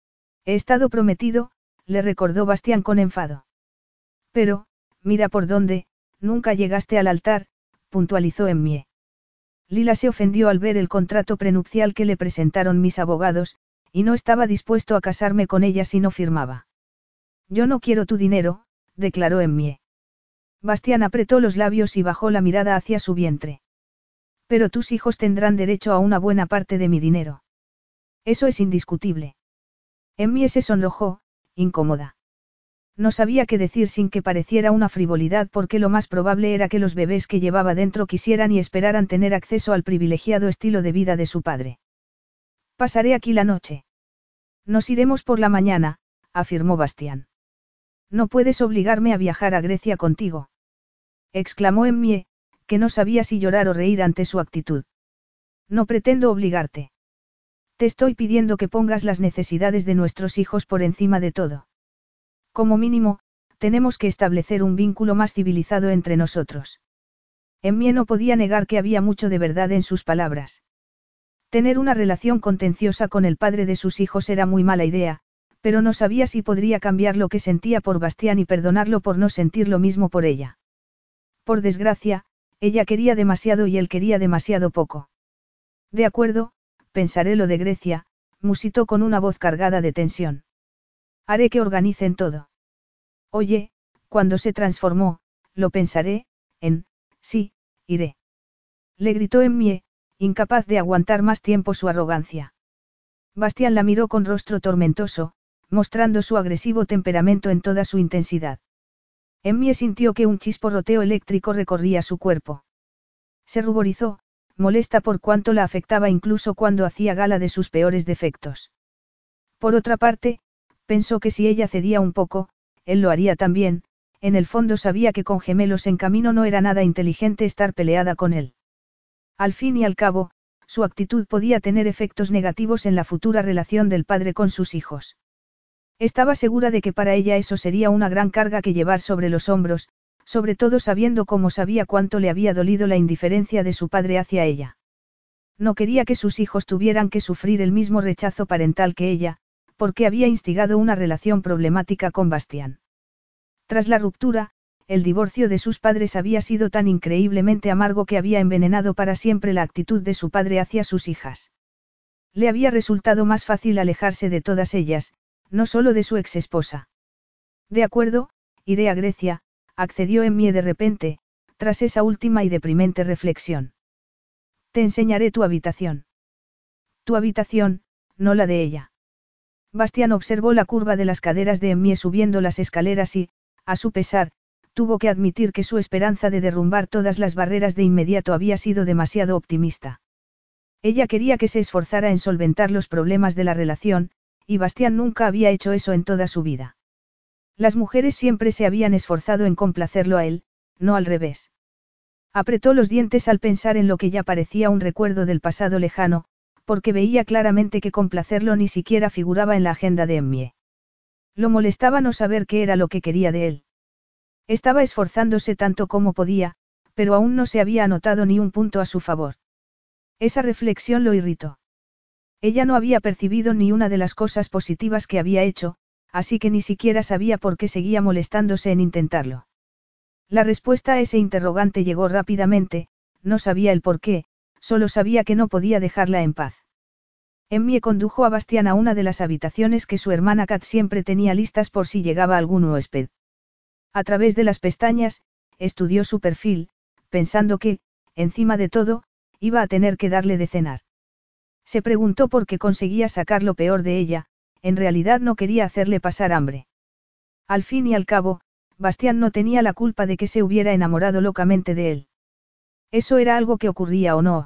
He estado prometido, le recordó Bastián con enfado. Pero, mira por dónde, nunca llegaste al altar, puntualizó Emmie. Lila se ofendió al ver el contrato prenupcial que le presentaron mis abogados, y no estaba dispuesto a casarme con ella si no firmaba. Yo no quiero tu dinero, declaró Emmie. Bastián apretó los labios y bajó la mirada hacia su vientre. Pero tus hijos tendrán derecho a una buena parte de mi dinero. Eso es indiscutible. Emmie se sonrojó, incómoda. No sabía qué decir sin que pareciera una frivolidad porque lo más probable era que los bebés que llevaba dentro quisieran y esperaran tener acceso al privilegiado estilo de vida de su padre. Pasaré aquí la noche. Nos iremos por la mañana, afirmó Bastián. No puedes obligarme a viajar a Grecia contigo. Exclamó Emmie, que no sabía si llorar o reír ante su actitud. No pretendo obligarte. Te estoy pidiendo que pongas las necesidades de nuestros hijos por encima de todo. Como mínimo, tenemos que establecer un vínculo más civilizado entre nosotros. Emmie no podía negar que había mucho de verdad en sus palabras. Tener una relación contenciosa con el padre de sus hijos era muy mala idea, pero no sabía si podría cambiar lo que sentía por Bastián y perdonarlo por no sentir lo mismo por ella. Por desgracia, ella quería demasiado y él quería demasiado poco. De acuerdo, pensaré lo de Grecia, musitó con una voz cargada de tensión. Haré que organicen todo. Oye, cuando se transformó, lo pensaré, sí, iré. Le gritó Emmie, incapaz de aguantar más tiempo su arrogancia. Bastián la miró con rostro tormentoso, mostrando su agresivo temperamento en toda su intensidad. Emmie sintió que un chisporroteo eléctrico recorría su cuerpo. Se ruborizó, molesta por cuánto la afectaba incluso cuando hacía gala de sus peores defectos. Por otra parte, pensó que si ella cedía un poco, él lo haría también, en el fondo sabía que con gemelos en camino no era nada inteligente estar peleada con él. Al fin y al cabo, su actitud podía tener efectos negativos en la futura relación del padre con sus hijos. Estaba segura de que para ella eso sería una gran carga que llevar sobre los hombros, sobre todo sabiendo cómo sabía cuánto le había dolido la indiferencia de su padre hacia ella. No quería que sus hijos tuvieran que sufrir el mismo rechazo parental que ella, porque había instigado una relación problemática con Bastián. Tras la ruptura, el divorcio de sus padres había sido tan increíblemente amargo que había envenenado para siempre la actitud de su padre hacia sus hijas. Le había resultado más fácil alejarse de todas ellas, no solo de su exesposa. De acuerdo, iré a Grecia, accedió Emmie de repente, tras esa última y deprimente reflexión. Te enseñaré tu habitación. Tu habitación, no la de ella. Bastián observó la curva de las caderas de Emmie subiendo las escaleras y, a su pesar, tuvo que admitir que su esperanza de derrumbar todas las barreras de inmediato había sido demasiado optimista. Ella quería que se esforzara en solventar los problemas de la relación, y Bastián nunca había hecho eso en toda su vida. Las mujeres siempre se habían esforzado en complacerlo a él, no al revés. Apretó los dientes al pensar en lo que ya parecía un recuerdo del pasado lejano, porque veía claramente que complacerlo ni siquiera figuraba en la agenda de Emmie. Lo molestaba no saber qué era lo que quería de él. Estaba esforzándose tanto como podía, pero aún no se había anotado ni un punto a su favor. Esa reflexión lo irritó. Ella no había percibido ni una de las cosas positivas que había hecho, así que ni siquiera sabía por qué seguía molestándose en intentarlo. La respuesta a ese interrogante llegó rápidamente, no sabía el por qué, solo sabía que no podía dejarla en paz. Emmie condujo a Bastián a una de las habitaciones que su hermana Kat siempre tenía listas por si llegaba algún huésped. A través de las pestañas, estudió su perfil, pensando que, encima de todo, iba a tener que darle de cenar. Se preguntó por qué conseguía sacar lo peor de ella, en realidad no quería hacerle pasar hambre. Al fin y al cabo, Bastián no tenía la culpa de que se hubiera enamorado locamente de él. Eso era algo que ocurría o no.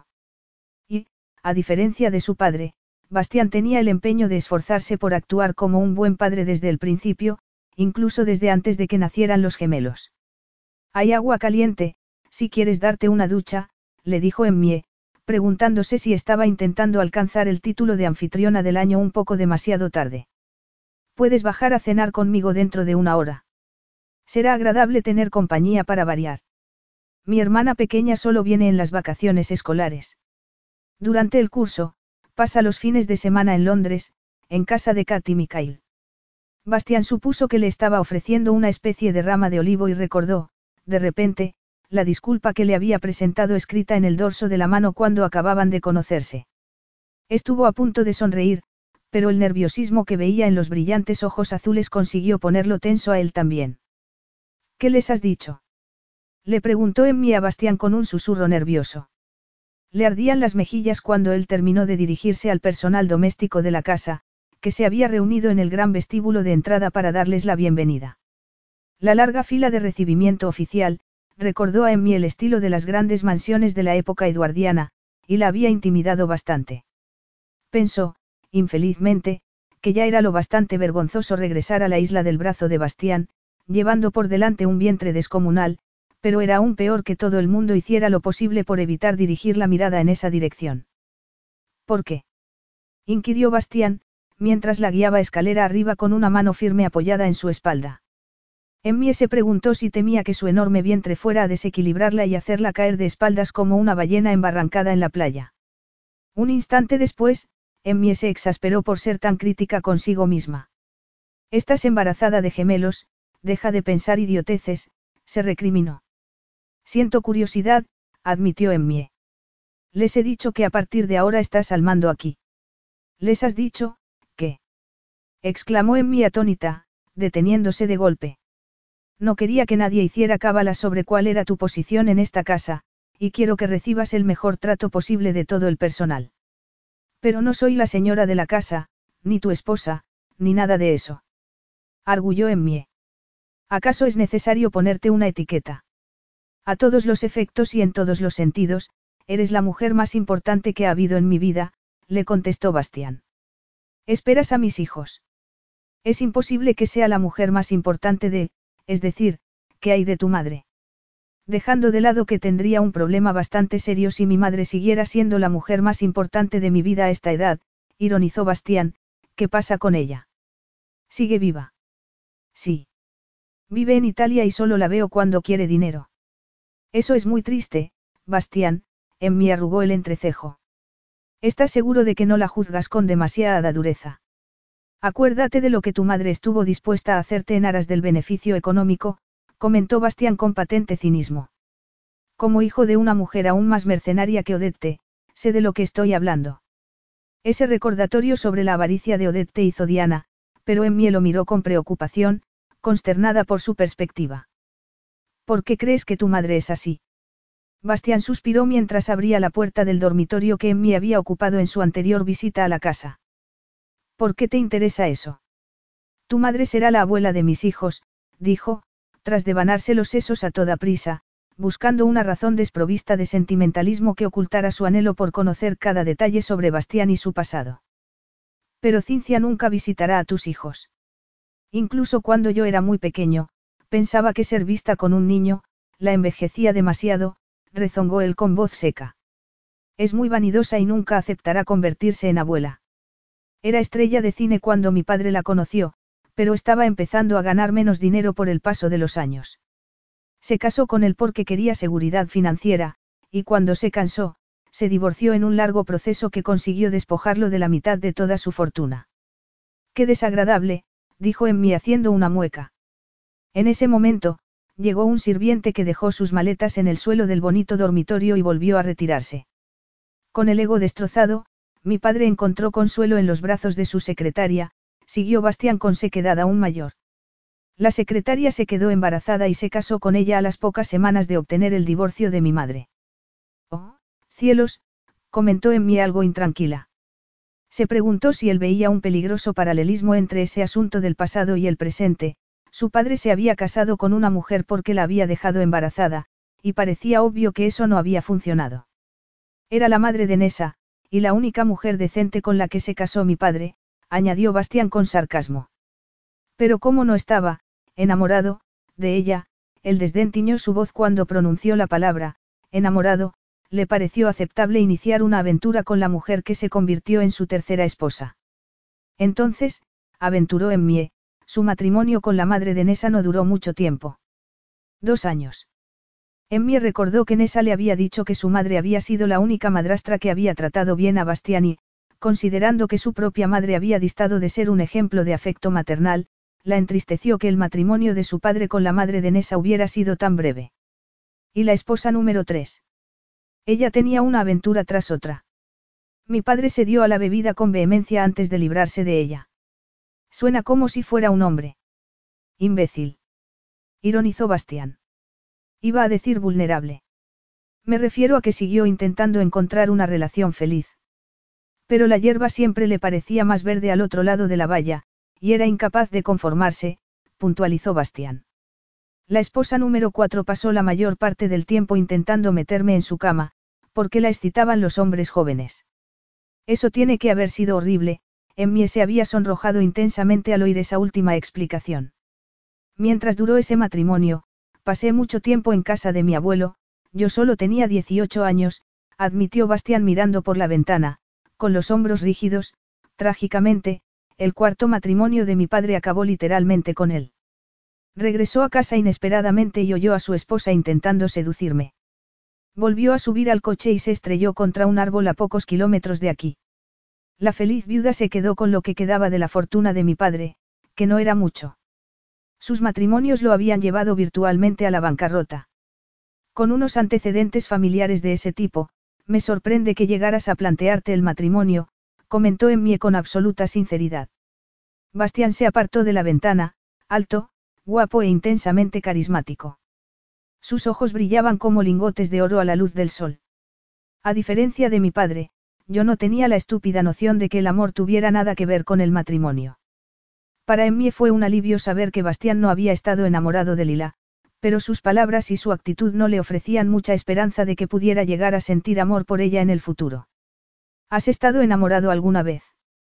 Y, a diferencia de su padre, Bastián tenía el empeño de esforzarse por actuar como un buen padre desde el principio, incluso desde antes de que nacieran los gemelos. Hay agua caliente, si quieres darte una ducha, le dijo Emmie, preguntándose si estaba intentando alcanzar el título de anfitriona del año un poco demasiado tarde. Puedes bajar a cenar conmigo dentro de una hora. Será agradable tener compañía para variar. Mi hermana pequeña solo viene en las vacaciones escolares. Durante el curso, pasa los fines de semana en Londres, en casa de Kat y Mikhail. Bastián supuso que le estaba ofreciendo una especie de rama de olivo y recordó, de repente, la disculpa que le había presentado escrita en el dorso de la mano cuando acababan de conocerse. Estuvo a punto de sonreír, pero el nerviosismo que veía en los brillantes ojos azules consiguió ponerlo tenso a él también. ¿Qué les has dicho? Le preguntó Emmie a Bastián con un susurro nervioso. Le ardían las mejillas cuando él terminó de dirigirse al personal doméstico de la casa, que se había reunido en el gran vestíbulo de entrada para darles la bienvenida. La larga fila de recibimiento oficial, recordó a Emmie el estilo de las grandes mansiones de la época eduardiana, y la había intimidado bastante. Pensó, infelizmente, que ya era lo bastante vergonzoso regresar a la isla del brazo de Bastián, llevando por delante un vientre descomunal, pero era aún peor que todo el mundo hiciera lo posible por evitar dirigir la mirada en esa dirección. ¿Por qué? Inquirió Bastián, mientras la guiaba escalera arriba con una mano firme apoyada en su espalda. Emmie se preguntó si temía que su enorme vientre fuera a desequilibrarla y hacerla caer de espaldas como una ballena embarrancada en la playa. Un instante después, Emmie se exasperó por ser tan crítica consigo misma. Estás embarazada de gemelos, deja de pensar idioteces, se recriminó. Siento curiosidad, admitió Emmie. Les he dicho que a partir de ahora estás al mando aquí. ¿Les has dicho, qué? Exclamó Emmie atónita, deteniéndose de golpe. No quería que nadie hiciera cábalas sobre cuál era tu posición en esta casa, y quiero que recibas el mejor trato posible de todo el personal. Pero no soy la señora de la casa, ni tu esposa, ni nada de eso. Arguyó Emmie. ¿Acaso es necesario ponerte una etiqueta? A todos los efectos y en todos los sentidos, eres la mujer más importante que ha habido en mi vida, le contestó Bastián. ¿Esperas a mis hijos? Es imposible que sea la mujer más importante es decir, ¿qué hay de tu madre? Dejando de lado que tendría un problema bastante serio si mi madre siguiera siendo la mujer más importante de mi vida a esta edad, ironizó Bastián, ¿qué pasa con ella? ¿Sigue viva? Sí. Vive en Italia y solo la veo cuando quiere dinero. Eso es muy triste, Bastián, Emmie arrugó el entrecejo. ¿Estás seguro de que no la juzgas con demasiada dureza? Acuérdate de lo que tu madre estuvo dispuesta a hacerte en aras del beneficio económico, comentó Bastián con patente cinismo. Como hijo de una mujer aún más mercenaria que Odette, sé de lo que estoy hablando. Ese recordatorio sobre la avaricia de Odette hizo Diana, pero Emmie lo miró con preocupación, consternada por su perspectiva. ¿Por qué crees que tu madre es así? Bastián suspiró mientras abría la puerta del dormitorio que Emmie había ocupado en su anterior visita a la casa. ¿Por qué te interesa eso? Tu madre será la abuela de mis hijos, dijo, tras devanarse los sesos a toda prisa, buscando una razón desprovista de sentimentalismo que ocultara su anhelo por conocer cada detalle sobre Bastián y su pasado. Pero Cincia nunca visitará a tus hijos. Incluso cuando yo era muy pequeño, pensaba que ser vista con un niño, la envejecía demasiado, rezongó él con voz seca. Es muy vanidosa y nunca aceptará convertirse en abuela. Era estrella de cine cuando mi padre la conoció, pero estaba empezando a ganar menos dinero por el paso de los años. Se casó con él porque quería seguridad financiera, y cuando se cansó, se divorció en un largo proceso que consiguió despojarlo de la mitad de toda su fortuna. Qué desagradable, dijo Emmie haciendo una mueca. En ese momento, llegó un sirviente que dejó sus maletas en el suelo del bonito dormitorio y volvió a retirarse. Con el ego destrozado, mi padre encontró consuelo en los brazos de su secretaria, siguió Bastián con sequedad aún mayor. La secretaria se quedó embarazada y se casó con ella a las pocas semanas de obtener el divorcio de mi madre. Oh, cielos, comentó Emmie algo intranquila. Se preguntó si él veía un peligroso paralelismo entre ese asunto del pasado y el presente. Su padre se había casado con una mujer porque la había dejado embarazada, y parecía obvio que eso no había funcionado. Era la madre de Nessa, y la única mujer decente con la que se casó mi padre, añadió Bastián con sarcasmo. Pero cómo no estaba, enamorado, de ella, el desdén tiñó su voz cuando pronunció la palabra, enamorado, le pareció aceptable iniciar una aventura con la mujer que se convirtió en su tercera esposa. Entonces, aventuró Emmie, su matrimonio con la madre de Nessa no duró mucho tiempo. 2 años. Emmie recordó que Nessa le había dicho que su madre había sido la única madrastra que había tratado bien a Bastián y, considerando que su propia madre había distado de ser un ejemplo de afecto maternal, la entristeció que el matrimonio de su padre con la madre de Nessa hubiera sido tan breve. ¿Y la esposa número 3? Ella tenía una aventura tras otra. Mi padre se dio a la bebida con vehemencia antes de librarse de ella. Suena como si fuera un hombre. Imbécil. Ironizó Bastián. Iba a decir vulnerable. Me refiero a que siguió intentando encontrar una relación feliz. Pero la hierba siempre le parecía más verde al otro lado de la valla, y era incapaz de conformarse, puntualizó Bastián. La esposa número 4 pasó la mayor parte del tiempo intentando meterme en su cama, porque la excitaban los hombres jóvenes. Eso tiene que haber sido horrible. Emmie se había sonrojado intensamente al oír esa última explicación. Mientras duró ese matrimonio, pasé mucho tiempo en casa de mi abuelo, yo solo tenía 18 años, admitió Bastián mirando por la ventana, con los hombros rígidos. Trágicamente, el cuarto matrimonio de mi padre acabó literalmente con él. Regresó a casa inesperadamente y oyó a su esposa intentando seducirme. Volvió a subir al coche y se estrelló contra un árbol a pocos kilómetros de aquí. La feliz viuda se quedó con lo que quedaba de la fortuna de mi padre, que no era mucho. Sus matrimonios lo habían llevado virtualmente a la bancarrota. Con unos antecedentes familiares de ese tipo, me sorprende que llegaras a plantearte el matrimonio, comentó Emmie con absoluta sinceridad. Bastián se apartó de la ventana, alto, guapo e intensamente carismático. Sus ojos brillaban como lingotes de oro a la luz del sol. A diferencia de mi padre, yo no tenía la estúpida noción de que el amor tuviera nada que ver con el matrimonio. Para Emmie fue un alivio saber que Bastián no había estado enamorado de Lila, pero sus palabras y su actitud no le ofrecían mucha esperanza de que pudiera llegar a sentir amor por ella en el futuro. ¿Has estado enamorado alguna vez?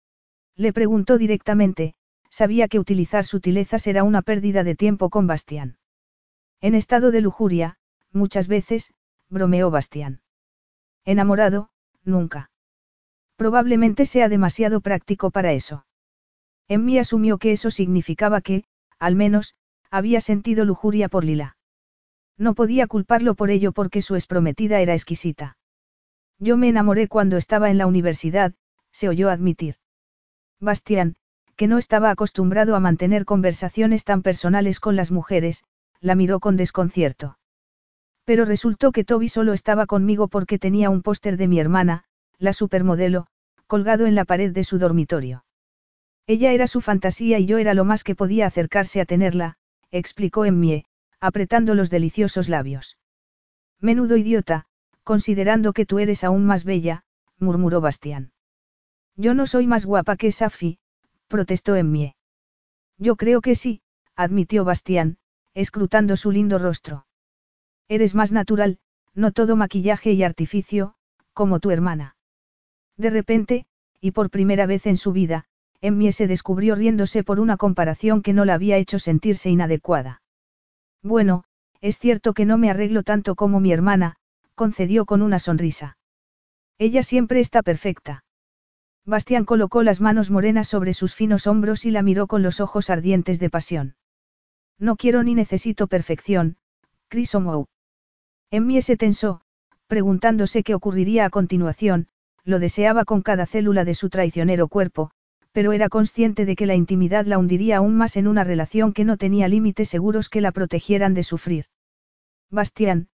Le preguntó directamente, sabía que utilizar sutilezas era una pérdida de tiempo con Bastián. En estado de lujuria, muchas veces, bromeó Bastián. Enamorado, nunca. Probablemente sea demasiado práctico para eso. Emmie asumió que eso significaba que, al menos, había sentido lujuria por Lila. No podía culparlo por ello porque su exprometida era exquisita. Yo me enamoré cuando estaba en la universidad, se oyó admitir. Bastián, que no estaba acostumbrado a mantener conversaciones tan personales con las mujeres, la miró con desconcierto. Pero resultó que Toby solo estaba conmigo porque tenía un póster de mi hermana, la supermodelo, colgado en la pared de su dormitorio. Ella era su fantasía y yo era lo más que podía acercarse a tenerla, explicó Emmie, apretando los deliciosos labios. Menudo idiota, considerando que tú eres aún más bella, murmuró Bastián. Yo no soy más guapa que Safi, protestó Emmie. Yo creo que sí, admitió Bastián, escrutando su lindo rostro. Eres más natural, no todo maquillaje y artificio, como tu hermana. De repente, y por primera vez en su vida, Emmie se descubrió riéndose por una comparación que no la había hecho sentirse inadecuada. Bueno, es cierto que no me arreglo tanto como mi hermana, concedió con una sonrisa. Ella siempre está perfecta. Bastián colocó las manos morenas sobre sus finos hombros y la miró con los ojos ardientes de pasión. No quiero ni necesito perfección, Chris O'Mou. Emmie se tensó, preguntándose qué ocurriría a continuación, lo deseaba con cada célula de su traicionero cuerpo, pero era consciente de que la intimidad la hundiría aún más en una relación que no tenía límites seguros que la protegieran de sufrir. Bastián,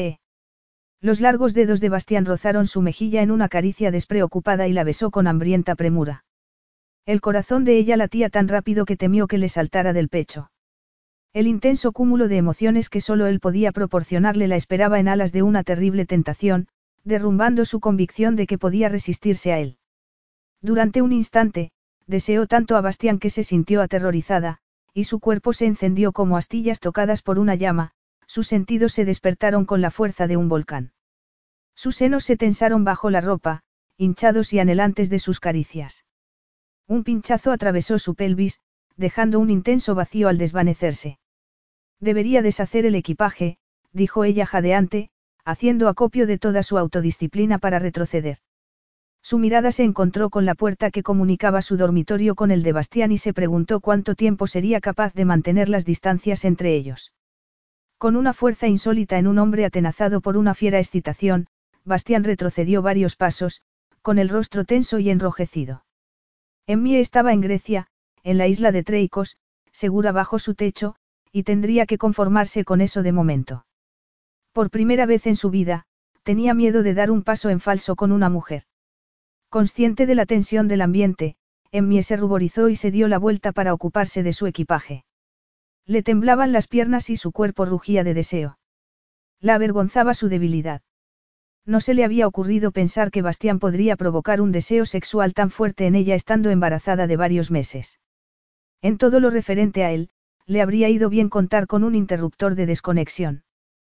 Los largos dedos de Bastián rozaron su mejilla en una caricia despreocupada y la besó con hambrienta premura. El corazón de ella latía tan rápido que temió que le saltara del pecho. El intenso cúmulo de emociones que solo él podía proporcionarle la esperaba en alas de una terrible tentación, derrumbando su convicción de que podía resistirse a él. Durante un instante, deseó tanto a Bastián que se sintió aterrorizada, y su cuerpo se encendió como astillas tocadas por una llama, sus sentidos se despertaron con la fuerza de un volcán. Sus senos se tensaron bajo la ropa, hinchados y anhelantes de sus caricias. Un pinchazo atravesó su pelvis, dejando un intenso vacío al desvanecerse. Debería deshacer el equipaje, dijo ella jadeante, haciendo acopio de toda su autodisciplina para retroceder. Su mirada se encontró con la puerta que comunicaba su dormitorio con el de Bastián y se preguntó cuánto tiempo sería capaz de mantener las distancias entre ellos. Con una fuerza insólita en un hombre atenazado por una fiera excitación, Bastián retrocedió varios pasos, con el rostro tenso y enrojecido. Emmie estaba en Grecia, en la isla de Treicos, segura bajo su techo, y tendría que conformarse con eso de momento. Por primera vez en su vida, tenía miedo de dar un paso en falso con una mujer. Consciente de la tensión del ambiente, Emmie se ruborizó y se dio la vuelta para ocuparse de su equipaje. Le temblaban las piernas y su cuerpo rugía de deseo. La avergonzaba su debilidad. No se le había ocurrido pensar que Bastián podría provocar un deseo sexual tan fuerte en ella estando embarazada de varios meses. En todo lo referente a él, le habría ido bien contar con un interruptor de desconexión.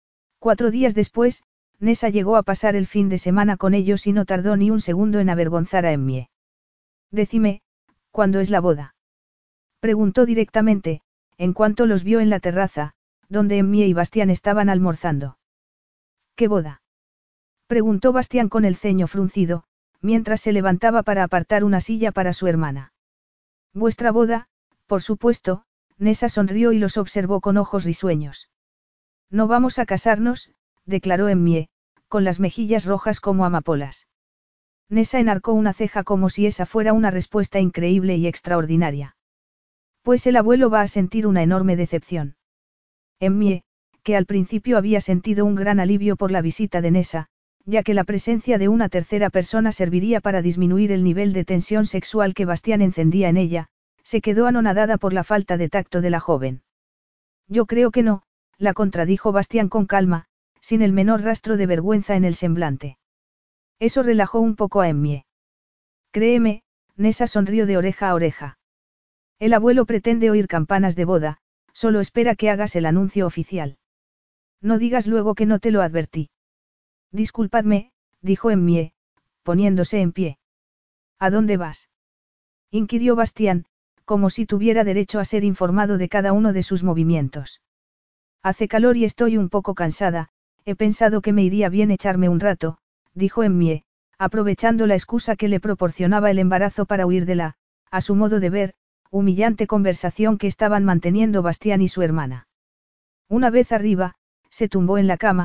4 días después, Nessa llegó a pasar el fin de semana con ellos y no tardó ni un segundo en avergonzar a Emmie. Decime, ¿cuándo es la boda? Preguntó directamente, en cuanto los vio en la terraza, donde Emmie y Bastián estaban almorzando. ¿Qué boda? Preguntó Bastián con el ceño fruncido, mientras se levantaba para apartar una silla para su hermana. Vuestra boda, por supuesto, Nessa sonrió y los observó con ojos risueños. No vamos a casarnos, declaró Emmie, con las mejillas rojas como amapolas. Nessa enarcó una ceja como si esa fuera una respuesta increíble y extraordinaria. Pues el abuelo va a sentir una enorme decepción. Emmie, que al principio había sentido un gran alivio por la visita de Nessa, ya que la presencia de una tercera persona serviría para disminuir el nivel de tensión sexual que Bastián encendía en ella, se quedó anonadada por la falta de tacto de la joven. Yo creo que no, la contradijo Bastián con calma, sin el menor rastro de vergüenza en el semblante. Eso relajó un poco a Emmie. Créeme, Nessa sonrió de oreja a oreja. El abuelo pretende oír campanas de boda, solo espera que hagas el anuncio oficial. No digas luego que no te lo advertí. Disculpadme, dijo Emmie, poniéndose en pie. ¿A dónde vas? Inquirió Bastián, como si tuviera derecho a ser informado de cada uno de sus movimientos. Hace calor y estoy un poco cansada, he pensado que me iría bien echarme un rato, dijo Emmie, aprovechando la excusa que le proporcionaba el embarazo para huir de la, a su modo de ver, humillante conversación que estaban manteniendo Bastián y su hermana. Una vez arriba, se tumbó en la cama,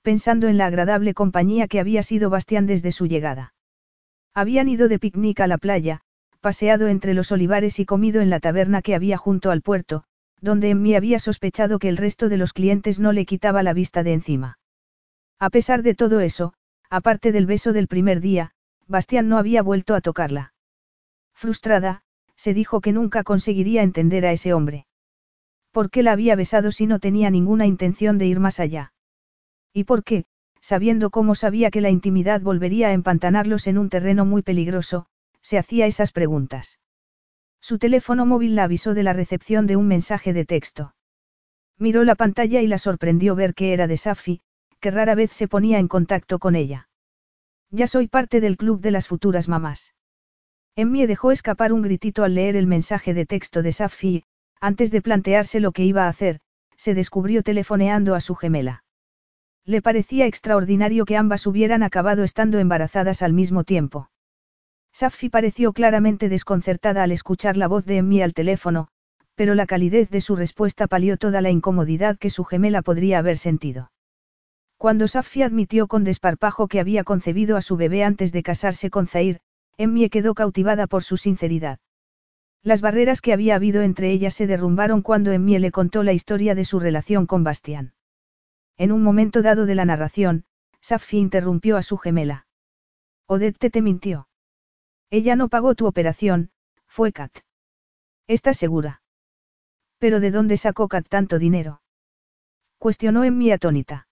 pensando en la agradable compañía que había sido Bastián desde su llegada. Habían ido de picnic a la playa, paseado entre los olivares y comido en la taberna que había junto al puerto, donde Emmy había sospechado que el resto de los clientes no le quitaba la vista de encima. A pesar de todo eso, aparte del beso del primer día, Bastián no había vuelto a tocarla. Frustrada, se dijo que nunca conseguiría entender a ese hombre. ¿Por qué la había besado si no tenía ninguna intención de ir más allá? ¿Y por qué, sabiendo cómo sabía que la intimidad volvería a empantanarlos en un terreno muy peligroso, se hacía esas preguntas? Su teléfono móvil la avisó de la recepción de un mensaje de texto. Miró la pantalla y la sorprendió ver que era de Safi, que rara vez se ponía en contacto con ella. Ya soy parte del club de las futuras mamás. Emmy dejó escapar un gritito al leer el mensaje de texto de Safi y, antes de plantearse lo que iba a hacer, se descubrió telefoneando a su gemela. Le parecía extraordinario que ambas hubieran acabado estando embarazadas al mismo tiempo. Safi pareció claramente desconcertada al escuchar la voz de Emmy al teléfono, pero la calidez de su respuesta palió toda la incomodidad que su gemela podría haber sentido. Cuando Safi admitió con desparpajo que había concebido a su bebé antes de casarse con Zahir, Emmy quedó cautivada por su sinceridad. Las barreras que había habido entre ellas se derrumbaron cuando Emmy le contó la historia de su relación con Bastián. En un momento dado de la narración, Safi interrumpió a su gemela. Odette te mintió. Ella no pagó tu operación, fue Kat. ¿Estás segura? ¿Pero de dónde sacó Kat tanto dinero? Cuestionó Emmy atónita.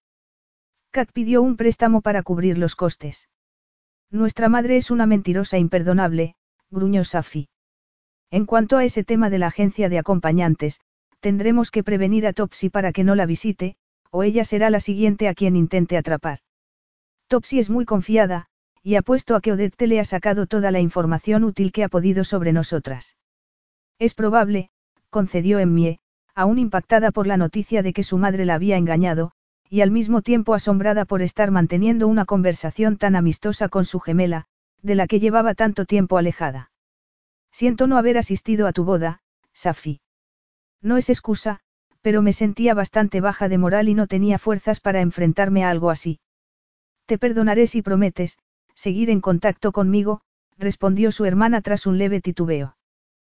Kat pidió un préstamo para cubrir los costes. Nuestra madre es una mentirosa imperdonable, gruñó Safi. En cuanto a ese tema de la agencia de acompañantes, tendremos que prevenir a Topsy para que no la visite, o ella será la siguiente a quien intente atrapar. Topsy es muy confiada, y apuesto a que Odette le ha sacado toda la información útil que ha podido sobre nosotras. Es probable, concedió Emmy, aún impactada por la noticia de que su madre la había engañado, y al mismo tiempo asombrada por estar manteniendo una conversación tan amistosa con su gemela, de la que llevaba tanto tiempo alejada. Siento no haber asistido a tu boda, Safi. No es excusa, pero me sentía bastante baja de moral y no tenía fuerzas para enfrentarme a algo así. Te perdonaré si prometes, seguir en contacto conmigo, respondió su hermana tras un leve titubeo.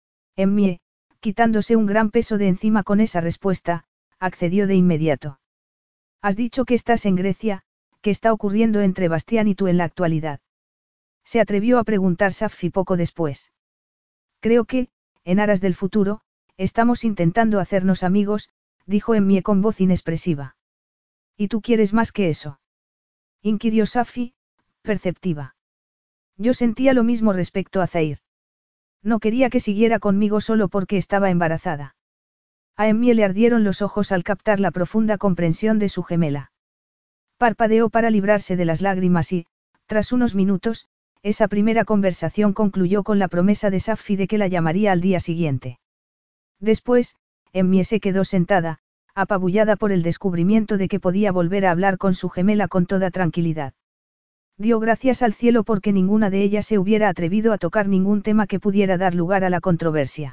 Emmy, quitándose un gran peso de encima con esa respuesta, accedió de inmediato. Has dicho que estás en Grecia, ¿qué está ocurriendo entre Bastián y tú en la actualidad? Se atrevió a preguntar Safi poco después. Creo que, en aras del futuro, estamos intentando hacernos amigos, dijo Emmy con voz inexpresiva. ¿Y tú quieres más que eso? Inquirió Safi, perceptiva. Yo sentía lo mismo respecto a Zahir. No quería que siguiera conmigo solo porque estaba embarazada. A Emmy le ardieron los ojos al captar la profunda comprensión de su gemela. Parpadeó para librarse de las lágrimas y, tras unos minutos, esa primera conversación concluyó con la promesa de Safi de que la llamaría al día siguiente. Después, Emmy se quedó sentada, apabullada por el descubrimiento de que podía volver a hablar con su gemela con toda tranquilidad. Dio gracias al cielo porque ninguna de ellas se hubiera atrevido a tocar ningún tema que pudiera dar lugar a la controversia.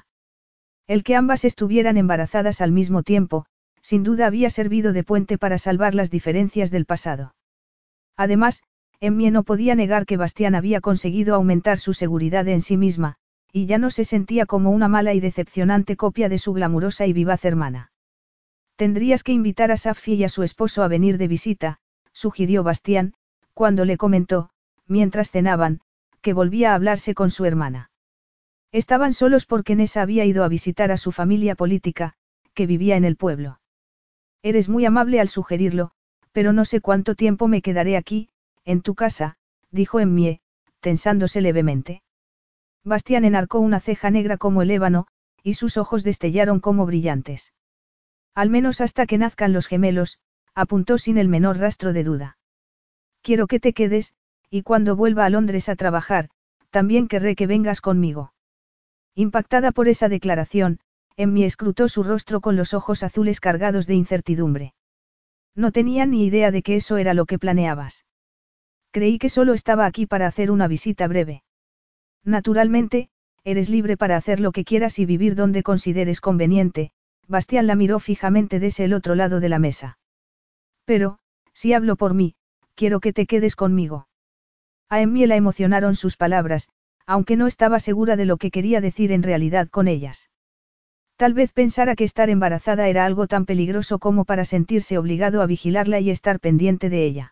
El que ambas estuvieran embarazadas al mismo tiempo, sin duda había servido de puente para salvar las diferencias del pasado. Además, Emmy no podía negar que Bastián había conseguido aumentar su seguridad en sí misma, y ya no se sentía como una mala y decepcionante copia de su glamurosa y vivaz hermana. Tendrías que invitar a Safi y a su esposo a venir de visita, sugirió Bastián, cuando le comentó, mientras cenaban, que volvía a hablarse con su hermana. Estaban solos porque Nessa había ido a visitar a su familia política, que vivía en el pueblo. Eres muy amable al sugerirlo, pero no sé cuánto tiempo me quedaré aquí, en tu casa, dijo Emmy, tensándose levemente. Bastián enarcó una ceja negra como el ébano, y sus ojos destellaron como brillantes. Al menos hasta que nazcan los gemelos, apuntó sin el menor rastro de duda. Quiero que te quedes, y cuando vuelva a Londres a trabajar, también querré que vengas conmigo. Impactada por esa declaración, Emmy escrutó su rostro con los ojos azules cargados de incertidumbre. No tenía ni idea de que eso era lo que planeabas. Creí que solo estaba aquí para hacer una visita breve. Naturalmente, eres libre para hacer lo que quieras y vivir donde consideres conveniente. Bastián la miró fijamente desde el otro lado de la mesa. Pero, Si hablo por mí, quiero que te quedes conmigo. A Emmie la emocionaron sus palabras, aunque no estaba segura de lo que quería decir en realidad con ellas. Tal vez pensara que estar embarazada era algo tan peligroso como para sentirse obligado a vigilarla y estar pendiente de ella.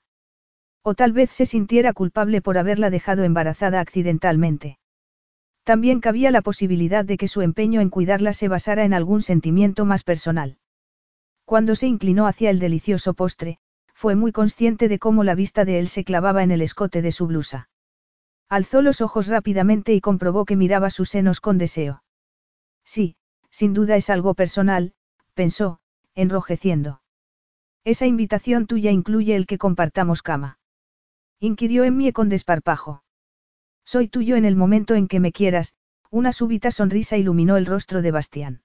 O tal vez se sintiera culpable por haberla dejado embarazada accidentalmente. También cabía la posibilidad de que su empeño en cuidarla se basara en algún sentimiento más personal. Cuando se inclinó hacia el delicioso postre, fue muy consciente de cómo la vista de él se clavaba en el escote de su blusa. Alzó los ojos rápidamente y comprobó que miraba sus senos con deseo. Sí, sin duda es algo personal, pensó, enrojeciendo. Esa invitación tuya incluye el que compartamos cama. Inquirió Emmie con desparpajo. Soy tuyo en el momento en que me quieras, una súbita sonrisa iluminó el rostro de Bastián.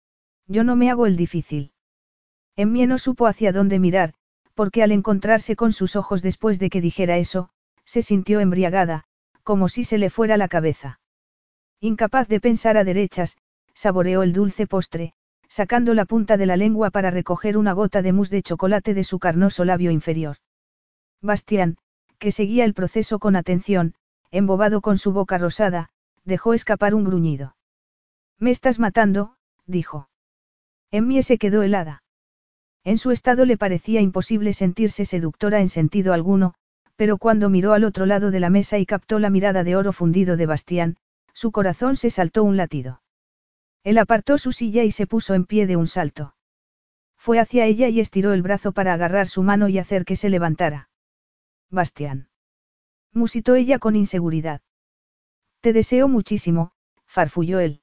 Yo no me hago el difícil. Emmie no supo hacia dónde mirar, porque al encontrarse con sus ojos después de que dijera eso, se sintió embriagada, como si se le fuera la cabeza. Incapaz de pensar a derechas, saboreó el dulce postre, sacando la punta de la lengua para recoger una gota de mousse de chocolate de su carnoso labio inferior. Bastián, que seguía el proceso con atención, embobado con su boca rosada, dejó escapar un gruñido. Me estás matando, dijo. Emmie se quedó helada. En su estado le parecía imposible sentirse seductora en sentido alguno, pero cuando miró al otro lado de la mesa y captó la mirada de oro fundido de Bastián, su corazón se saltó un latido. Él apartó su silla y se puso en pie de un salto. Fue hacia ella y estiró el brazo para agarrar su mano y hacer que se levantara. Bastián. Musitó ella con inseguridad. Te deseo muchísimo, farfulló él.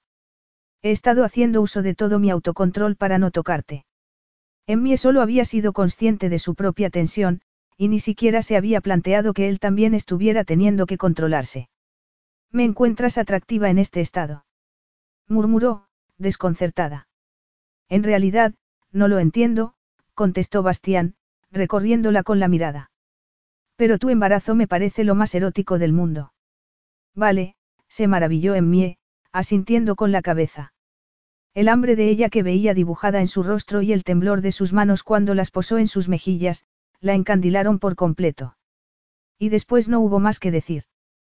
He estado haciendo uso de todo mi autocontrol para no tocarte. Emmie solo había sido consciente de su propia tensión, y ni siquiera se había planteado que él también estuviera teniendo que controlarse. ¿Me encuentras atractiva en este estado?, murmuró, desconcertada. En realidad, no lo entiendo, contestó Bastián, recorriéndola con la mirada. Pero tu embarazo me parece lo más erótico del mundo. Vale, se maravilló Emmie, asintiendo con la cabeza. El hambre de ella que veía dibujada en su rostro y el temblor de sus manos cuando las posó en sus mejillas, la encandilaron por completo. Y después no hubo más que decir.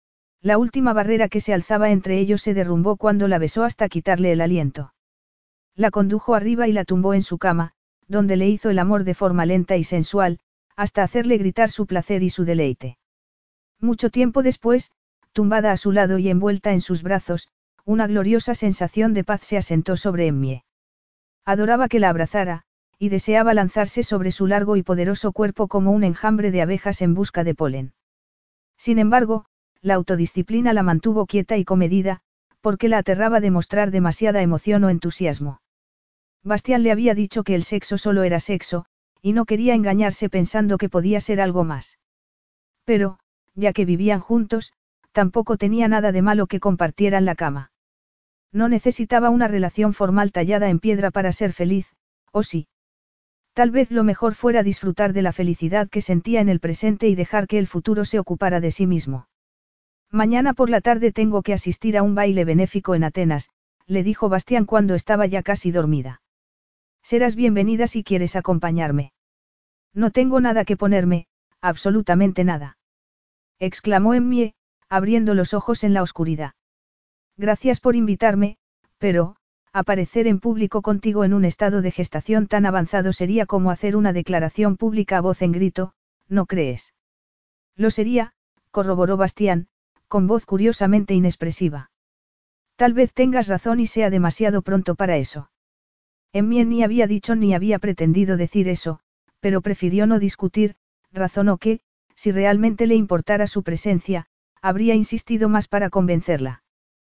La última barrera que se alzaba entre ellos se derrumbó cuando la besó hasta quitarle el aliento. La condujo arriba y la tumbó en su cama, donde le hizo el amor de forma lenta y sensual, hasta hacerle gritar su placer y su deleite. Mucho tiempo después, tumbada a su lado y envuelta en sus brazos, una gloriosa sensación de paz se asentó sobre Emmie. Adoraba que la abrazara, y deseaba lanzarse sobre su largo y poderoso cuerpo como un enjambre de abejas en busca de polen. Sin embargo, la autodisciplina la mantuvo quieta y comedida, porque la aterraba demostrar demasiada emoción o entusiasmo. Bastián le había dicho que el sexo solo era sexo, y no quería engañarse pensando que podía ser algo más. Pero, ya que vivían juntos, tampoco tenía nada de malo que compartieran la cama. No necesitaba una relación formal tallada en piedra para ser feliz, ¿o sí? Tal vez lo mejor fuera disfrutar de la felicidad que sentía en el presente y dejar que el futuro se ocupara de sí mismo. Mañana por la tarde tengo que asistir a un baile benéfico en Atenas, le dijo Bastián cuando estaba ya casi dormida. Serás bienvenida si quieres acompañarme. No tengo nada que ponerme, absolutamente nada. Exclamó Emmie, abriendo los ojos en la oscuridad. Gracias por invitarme, pero, aparecer en público contigo en un estado de gestación tan avanzado sería como hacer una declaración pública a voz en grito, ¿no crees? Lo sería, corroboró Bastián, con voz curiosamente inexpresiva. Tal vez tengas razón y sea demasiado pronto para eso. Emmie ni había dicho ni había pretendido decir eso, pero prefirió no discutir, razonó que, si realmente le importara su presencia, habría insistido más para convencerla.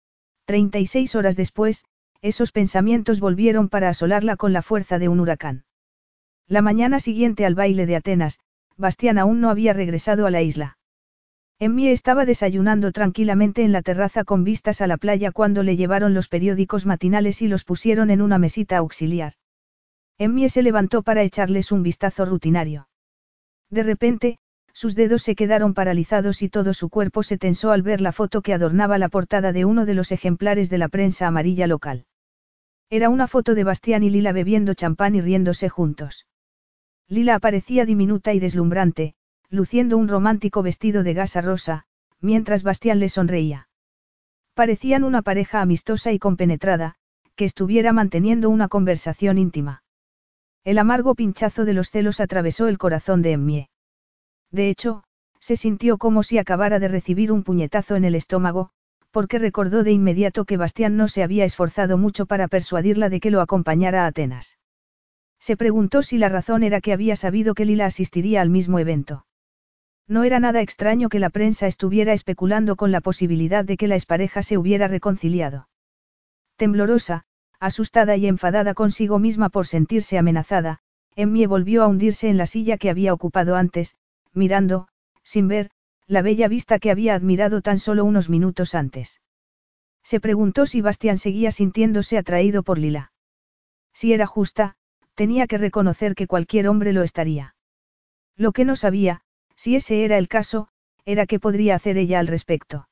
36 horas después, esos pensamientos volvieron para asolarla con la fuerza de un huracán. La mañana siguiente al baile de Atenas, Bastián aún no había regresado a la isla. Emmie estaba desayunando tranquilamente en la terraza con vistas a la playa cuando le llevaron los periódicos matinales y los pusieron en una mesita auxiliar. Emmie se levantó para echarles un vistazo rutinario. De repente, sus dedos se quedaron paralizados y todo su cuerpo se tensó al ver la foto que adornaba la portada de uno de los ejemplares de la prensa amarilla local. Era una foto de Bastián y Lila bebiendo champán y riéndose juntos. Lila aparecía diminuta y deslumbrante, luciendo un romántico vestido de gasa rosa, mientras Bastián le sonreía. Parecían una pareja amistosa y compenetrada, que estuviera manteniendo una conversación íntima. El amargo pinchazo de los celos atravesó el corazón de Emmie. De hecho, se sintió como si acabara de recibir un puñetazo en el estómago, porque recordó de inmediato que Bastián no se había esforzado mucho para persuadirla de que lo acompañara a Atenas. Se preguntó si la razón era que había sabido que Lila asistiría al mismo evento. No era nada extraño que la prensa estuviera especulando con la posibilidad de que la expareja se hubiera reconciliado. Temblorosa, asustada y enfadada consigo misma por sentirse amenazada, Emmie volvió a hundirse en la silla que había ocupado antes, mirando, sin ver, la bella vista que había admirado tan solo unos minutos antes. Se preguntó si Bastián seguía sintiéndose atraído por Lila. Si era justa, tenía que reconocer que cualquier hombre lo estaría. Lo que no sabía, si ese era el caso, era qué podría hacer ella al respecto.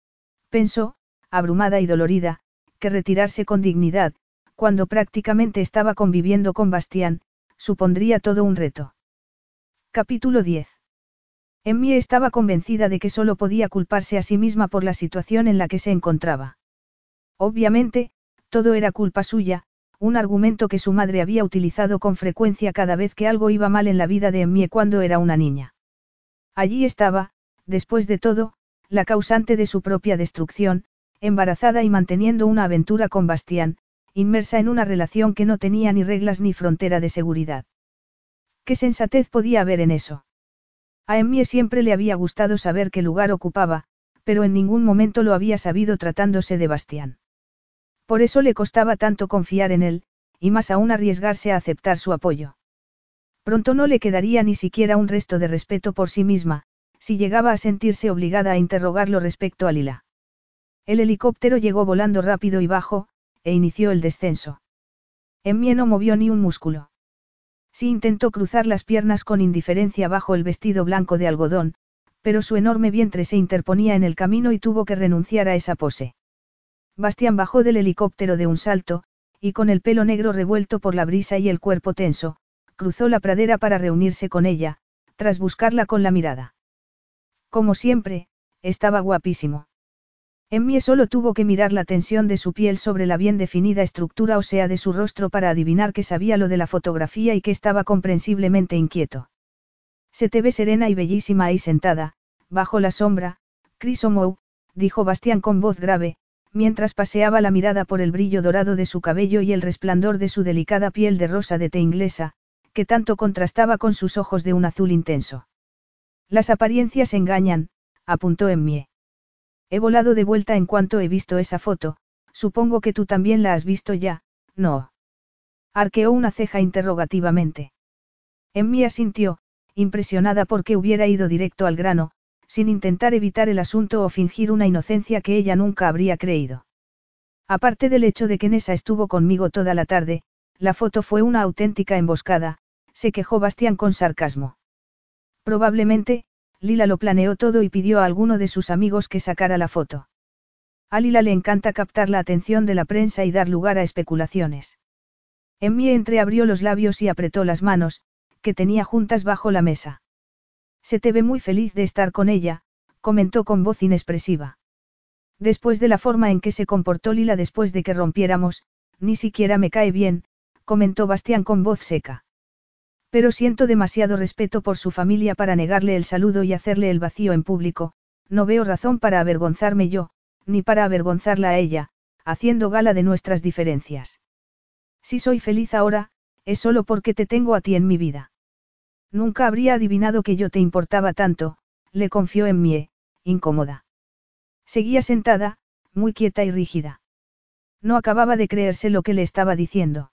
Pensó, abrumada y dolorida, que retirarse con dignidad, cuando prácticamente estaba conviviendo con Bastián, supondría todo un reto. Capítulo 10. Emmie estaba convencida de que solo podía culparse a sí misma por la situación en la que se encontraba. Obviamente, todo era culpa suya, un argumento que su madre había utilizado con frecuencia cada vez que algo iba mal en la vida de Emmie cuando era una niña. Allí estaba, después de todo, la causante de su propia destrucción, embarazada y manteniendo una aventura con Bastián, inmersa en una relación que no tenía ni reglas ni frontera de seguridad. ¿Qué sensatez podía haber en eso? A Emmie siempre le había gustado saber qué lugar ocupaba, pero en ningún momento lo había sabido tratándose de Bastián. Por eso le costaba tanto confiar en él, y más aún arriesgarse a aceptar su apoyo. Pronto no le quedaría ni siquiera un resto de respeto por sí misma, si llegaba a sentirse obligada a interrogarlo respecto a Lila. El helicóptero llegó volando rápido y bajo, e inició el descenso. Emmie no movió ni un músculo. Sí intentó cruzar las piernas con indiferencia bajo el vestido blanco de algodón, pero su enorme vientre se interponía en el camino y tuvo que renunciar a esa pose. Bastián bajó del helicóptero de un salto, y con el pelo negro revuelto por la brisa y el cuerpo tenso, cruzó la pradera para reunirse con ella, tras buscarla con la mirada. Como siempre, estaba guapísimo. Emmie solo tuvo que mirar la tensión de su piel sobre la bien definida estructura ósea de su rostro para adivinar que sabía lo de la fotografía y que estaba comprensiblemente inquieto. Se te ve serena y bellísima ahí sentada, bajo la sombra, Crisomou, dijo Bastián con voz grave, mientras paseaba la mirada por el brillo dorado de su cabello y el resplandor de su delicada piel de rosa de té inglesa, que tanto contrastaba con sus ojos de un azul intenso. Las apariencias engañan, apuntó Emmie. He volado de vuelta en cuanto he visto esa foto, supongo que tú también la has visto ya, ¿no? Arqueó una ceja interrogativamente. Emmie asintió, impresionada porque hubiera ido directo al grano, sin intentar evitar el asunto o fingir una inocencia que ella nunca habría creído. Aparte del hecho de que Nessa estuvo conmigo toda la tarde, la foto fue una auténtica emboscada, se quejó Bastián con sarcasmo. Probablemente, Lila lo planeó todo y pidió a alguno de sus amigos que sacara la foto. A Lila le encanta captar la atención de la prensa y dar lugar a especulaciones. Emmie entreabrió los labios y apretó las manos, que tenía juntas bajo la mesa. Se te ve muy feliz de estar con ella, comentó con voz inexpresiva. Después de la forma en que se comportó Lila después de que rompiéramos, ni siquiera me cae bien, comentó Bastián con voz seca. Pero siento demasiado respeto por su familia para negarle el saludo y hacerle el vacío en público, no veo razón para avergonzarme yo, ni para avergonzarla a ella, haciendo gala de nuestras diferencias. Si soy feliz ahora, es solo porque te tengo a ti en mi vida. Nunca habría adivinado que yo te importaba tanto, le confió Emmie, incómoda. Seguía sentada, muy quieta y rígida. No acababa de creerse lo que le estaba diciendo.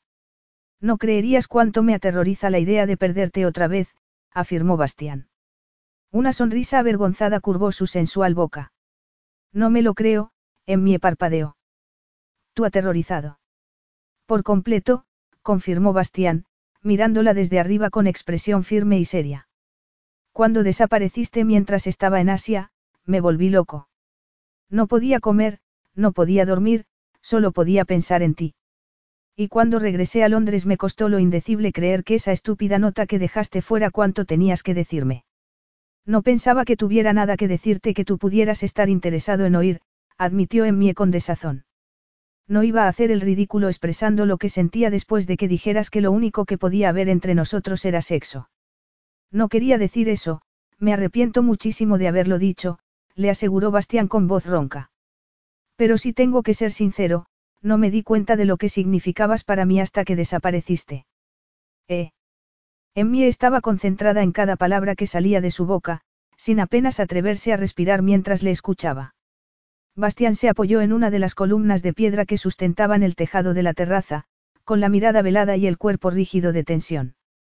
No creerías cuánto me aterroriza la idea de perderte otra vez, afirmó Bastián. Una sonrisa avergonzada curvó su sensual boca. No me lo creo, Emmie parpadeó. Tú aterrorizado. Por completo, confirmó Bastián, mirándola desde arriba con expresión firme y seria. Cuando desapareciste mientras estaba en Asia, me volví loco. No podía comer, no podía dormir, solo podía pensar en ti. Y cuando regresé a Londres me costó lo indecible creer que esa estúpida nota que dejaste fuera cuanto tenías que decirme. No pensaba que tuviera nada que decirte que tú pudieras estar interesado en oír, admitió Emmie con desazón. No iba a hacer el ridículo expresando lo que sentía después de que dijeras que lo único que podía haber entre nosotros era sexo. No quería decir eso, me arrepiento muchísimo de haberlo dicho, le aseguró Bastián con voz ronca. Pero si tengo que ser sincero, no me di cuenta de lo que significabas para mí hasta que desapareciste. Emmie estaba concentrada en cada palabra que salía de su boca, sin apenas atreverse a respirar mientras le escuchaba. Bastián se apoyó en una de las columnas de piedra que sustentaban el tejado de la terraza, con la mirada velada y el cuerpo rígido de tensión.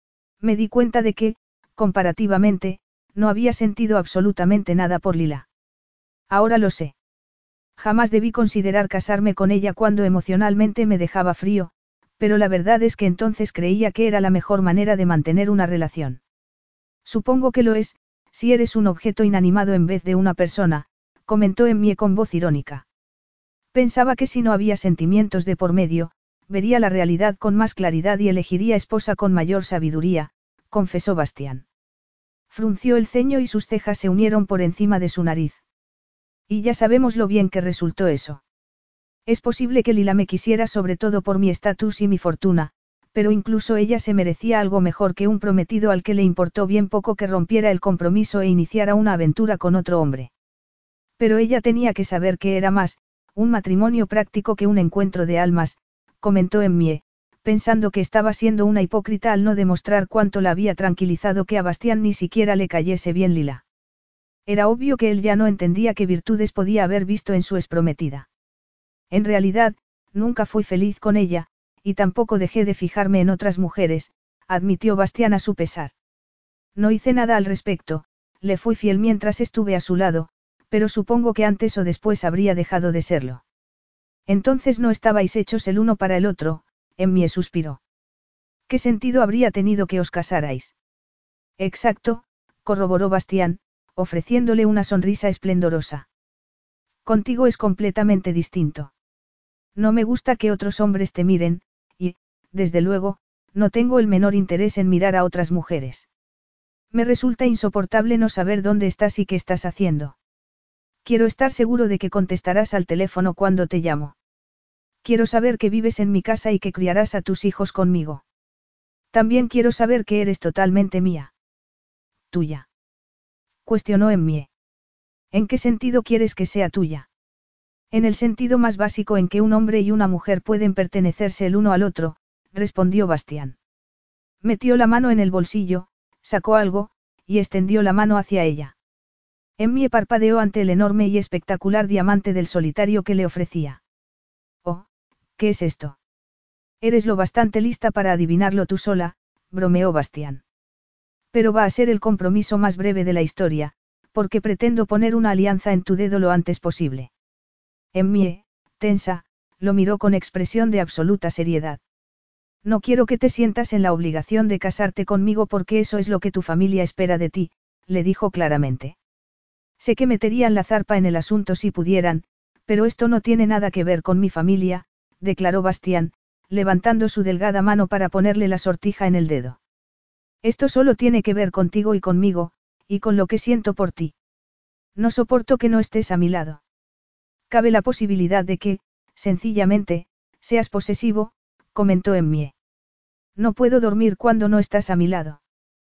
Me di cuenta de que, comparativamente, no había sentido absolutamente nada por Lila. Ahora lo sé. Jamás debí considerar casarme con ella cuando emocionalmente me dejaba frío, pero la verdad es que entonces creía que era la mejor manera de mantener una relación. Supongo que lo es, si eres un objeto inanimado en vez de una persona, comentó Emmie con voz irónica. Pensaba que si no había sentimientos de por medio, vería la realidad con más claridad y elegiría esposa con mayor sabiduría, confesó Bastián. Frunció el ceño y sus cejas se unieron por encima de su nariz. Y ya sabemos lo bien que resultó eso. Es posible que Lila me quisiera sobre todo por mi estatus y mi fortuna, pero incluso ella se merecía algo mejor que un prometido al que le importó bien poco que rompiera el compromiso e iniciara una aventura con otro hombre. Pero ella tenía que saber que era más, un matrimonio práctico que un encuentro de almas, comentó Emmie, pensando que estaba siendo una hipócrita al no demostrar cuánto la había tranquilizado que a Bastián ni siquiera le cayese bien Lila. Era obvio que él ya no entendía qué virtudes podía haber visto en su exprometida. En realidad, nunca fui feliz con ella, y tampoco dejé de fijarme en otras mujeres, admitió Bastián a su pesar. No hice nada al respecto, le fui fiel mientras estuve a su lado, pero supongo que antes o después habría dejado de serlo. Entonces no estabais hechos el uno para el otro, Emmie suspiró. ¿Qué sentido habría tenido que os casarais? Exacto, corroboró Bastián, ofreciéndole una sonrisa esplendorosa. Contigo es completamente distinto. No me gusta que otros hombres te miren, y, desde luego, no tengo el menor interés en mirar a otras mujeres. Me resulta insoportable no saber dónde estás y qué estás haciendo. Quiero estar seguro de que contestarás al teléfono cuando te llamo. Quiero saber que vives en mi casa y que criarás a tus hijos conmigo. También quiero saber que eres totalmente mía. Tuya. Cuestionó Emmie. ¿En qué sentido quieres que sea tuya? En el sentido más básico en que un hombre y una mujer pueden pertenecerse el uno al otro, respondió Bastián. Metió la mano en el bolsillo, sacó algo, y extendió la mano hacia ella. Emmie parpadeó ante el enorme y espectacular diamante del solitario que le ofrecía. Oh, ¿qué es esto? Eres lo bastante lista para adivinarlo tú sola, bromeó Bastián. Pero va a ser el compromiso más breve de la historia, porque pretendo poner una alianza en tu dedo lo antes posible. Emmie, tensa, lo miró con expresión de absoluta seriedad. No quiero que te sientas en la obligación de casarte conmigo porque eso es lo que tu familia espera de ti, le dijo claramente. Sé que meterían la zarpa en el asunto si pudieran, pero esto no tiene nada que ver con mi familia, declaró Bastián, levantando su delgada mano para ponerle la sortija en el dedo. Esto solo tiene que ver contigo y conmigo, y con lo que siento por ti. No soporto que no estés a mi lado. Cabe la posibilidad de que, sencillamente, seas posesivo, comentó Emmie. No puedo dormir cuando no estás a mi lado.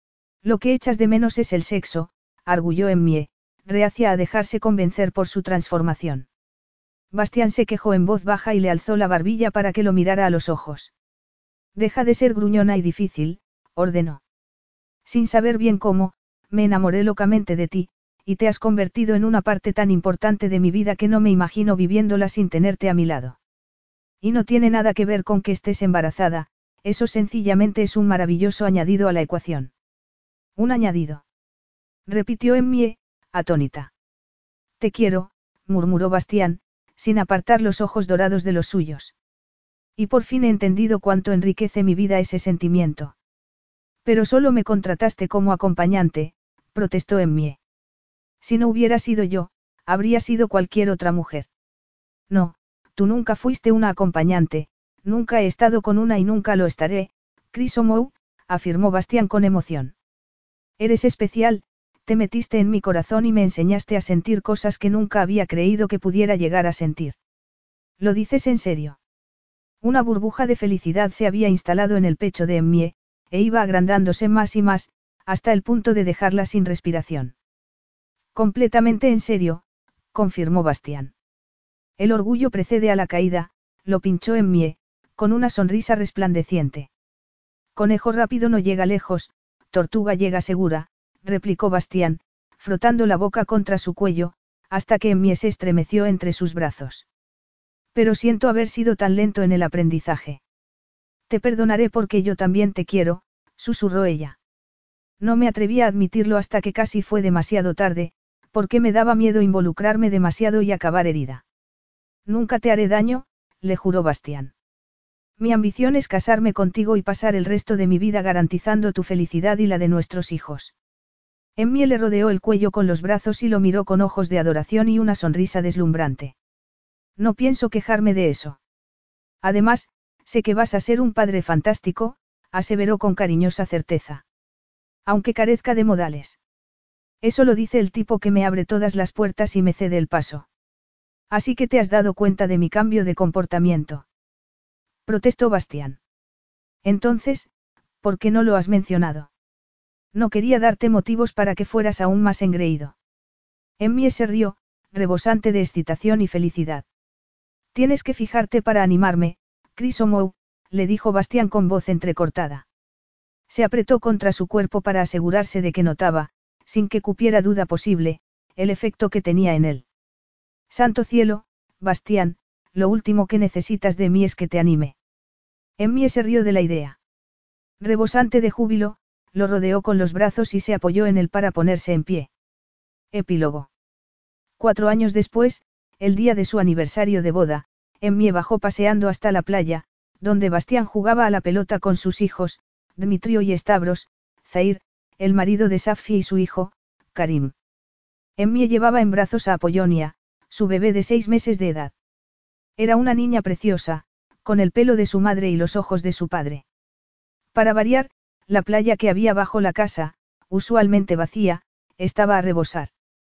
Lo que echas de menos es el sexo, arguyó Emmie, reacia a dejarse convencer por su transformación. Bastián se quejó en voz baja y le alzó la barbilla para que lo mirara a los ojos. Deja de ser gruñona y difícil, ordenó. Sin saber bien cómo, me enamoré locamente de ti, y te has convertido en una parte tan importante de mi vida que no me imagino viviéndola sin tenerte a mi lado. Y no tiene nada que ver con que estés embarazada, eso sencillamente es un maravilloso añadido a la ecuación. Un añadido. Repitió Emmie, atónita. Te quiero, murmuró Bastián, sin apartar los ojos dorados de los suyos. Y por fin he entendido cuánto enriquece mi vida ese sentimiento. Pero solo me contrataste como acompañante, protestó Emmie. Si no hubiera sido yo, habría sido cualquier otra mujer. No, tú nunca fuiste una acompañante, Nunca he estado con una y nunca lo estaré, Crisomou, afirmó Bastián con emoción. Eres especial, te metiste en mi corazón y me enseñaste a sentir cosas que nunca había creído que pudiera llegar a sentir. ¿Lo dices en serio? Una burbuja de felicidad se había instalado en el pecho de Emmie, e iba agrandándose más y más, hasta el punto de dejarla sin respiración. Completamente en serio, confirmó Bastián. El orgullo precede a la caída, lo pinchó Emmie, con una sonrisa resplandeciente. Conejo rápido no llega lejos, tortuga llega segura, replicó Bastián, frotando la boca contra su cuello, hasta que Emmie se estremeció entre sus brazos. Pero siento haber sido tan lento en el aprendizaje. Te perdonaré porque yo también te quiero, susurró ella. No me atreví a admitirlo hasta que casi fue demasiado tarde, porque me daba miedo involucrarme demasiado y acabar herida. Nunca te haré daño, le juró Bastián. Mi ambición es casarme contigo y pasar el resto de mi vida garantizando tu felicidad y la de nuestros hijos. Emmie le rodeó el cuello con los brazos y lo miró con ojos de adoración y una sonrisa deslumbrante. No pienso quejarme de eso. Además, sé que vas a ser un padre fantástico, aseveró con cariñosa certeza. Aunque carezca de modales. Eso lo dice el tipo que me abre todas las puertas y me cede el paso. Así que te has dado cuenta de mi cambio de comportamiento. Protestó Bastián. Entonces, ¿por qué no lo has mencionado? No quería darte motivos para que fueras aún más engreído. Emmie se rió, rebosante de excitación y felicidad. Tienes que fijarte para animarme, Crisomou, le dijo Bastián con voz entrecortada. Se apretó contra su cuerpo para asegurarse de que notaba, sin que cupiera duda posible, el efecto que tenía en él. Santo cielo, Bastián, lo último que necesitas de mí es que te anime. Emmie se rió de la idea. Rebosante de júbilo, lo rodeó con los brazos y se apoyó en él para ponerse en pie. Epílogo. 4 años después, el día de su aniversario de boda, Emmie bajó paseando hasta la playa, donde Bastián jugaba a la pelota con sus hijos, Dmitrio y Stavros, Zair, el marido de Safi y su hijo, Karim. Emmie llevaba en brazos a Apollonia, su bebé de 6 meses de edad. Era una niña preciosa, con el pelo de su madre y los ojos de su padre. Para variar, la playa que había bajo la casa, usualmente vacía, estaba a rebosar.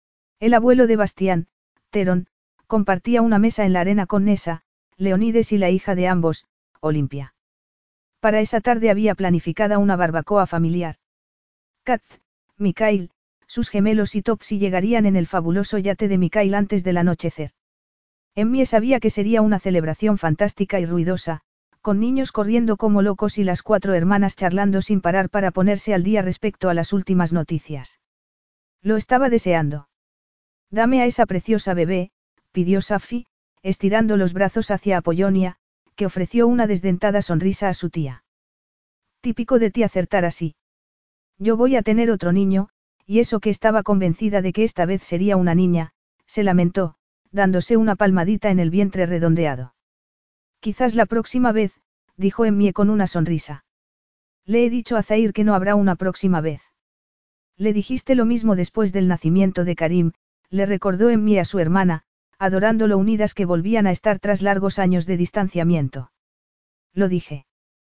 El abuelo de Bastián, Terón, compartía una mesa en la arena con Nessa, Leonides y la hija de ambos, Olimpia. Para esa tarde había planificada una barbacoa familiar. Kat, Mikhail, sus gemelos y Topsy llegarían en el fabuloso yate de Mikhail antes del anochecer. Emmie sabía que sería una celebración fantástica y ruidosa, con niños corriendo como locos y las 4 hermanas charlando sin parar para ponerse al día respecto a las últimas noticias. Lo estaba deseando. Dame a esa preciosa bebé, pidió Safi, estirando los brazos hacia Apollonia, que ofreció una desdentada sonrisa a su tía. Típico de ti acertar así. Yo voy a tener otro niño, y eso que estaba convencida de que esta vez sería una niña, se lamentó, dándose una palmadita en el vientre redondeado. Quizás la próxima vez, dijo Emmie con una sonrisa. Le he dicho a Zair que no habrá una próxima vez. Le dijiste lo mismo después del nacimiento de Karim, le recordó Emmie a su hermana, adorando lo unidas que volvían a estar tras largos años de distanciamiento. Lo dije.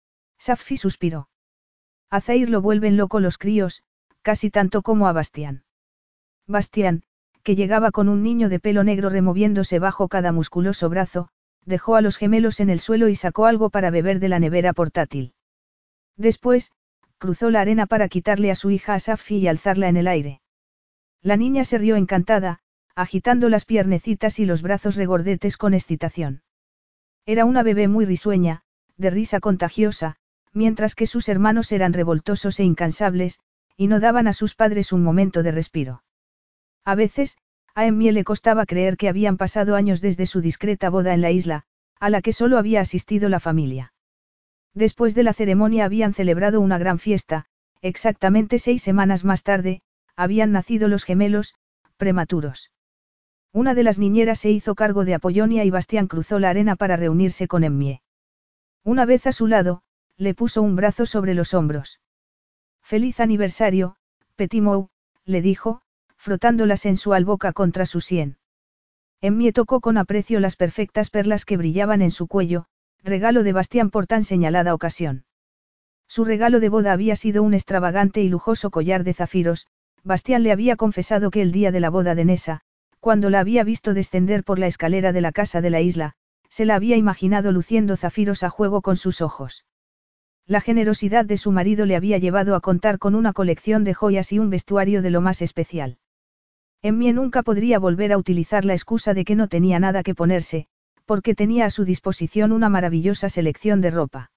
Safi suspiró. A Zair lo vuelven loco los críos, casi tanto como a Bastián. Bastián, que llegaba con un niño de pelo negro removiéndose bajo cada musculoso brazo, dejó a los gemelos en el suelo y sacó algo para beber de la nevera portátil. Después, cruzó la arena para quitarle a su hija a Safi y alzarla en el aire. La niña se rió encantada, agitando las piernecitas y los brazos regordetes con excitación. Era una bebé muy risueña, de risa contagiosa, mientras que sus hermanos eran revoltosos e incansables, y no daban a sus padres un momento de respiro. A veces, a Emmie le costaba creer que habían pasado años desde su discreta boda en la isla, a la que solo había asistido la familia. Después de la ceremonia habían celebrado una gran fiesta, exactamente 6 semanas más tarde, habían nacido los gemelos, prematuros. Una de las niñeras se hizo cargo de Apollonia y Bastián cruzó la arena para reunirse con Emmie. Una vez a su lado, le puso un brazo sobre los hombros. «Feliz aniversario, Petit Mou», le dijo, frotando la sensual boca contra su sien. Emmie tocó con aprecio las perfectas perlas que brillaban en su cuello, regalo de Bastián por tan señalada ocasión. Su regalo de boda había sido un extravagante y lujoso collar de zafiros. Bastián le había confesado que el día de la boda de Nessa, cuando la había visto descender por la escalera de la casa de la isla, se la había imaginado luciendo zafiros a juego con sus ojos. La generosidad de su marido le había llevado a contar con una colección de joyas y un vestuario de lo más especial. Emmie nunca podría volver a utilizar la excusa de que no tenía nada que ponerse, porque tenía a su disposición una maravillosa selección de ropa.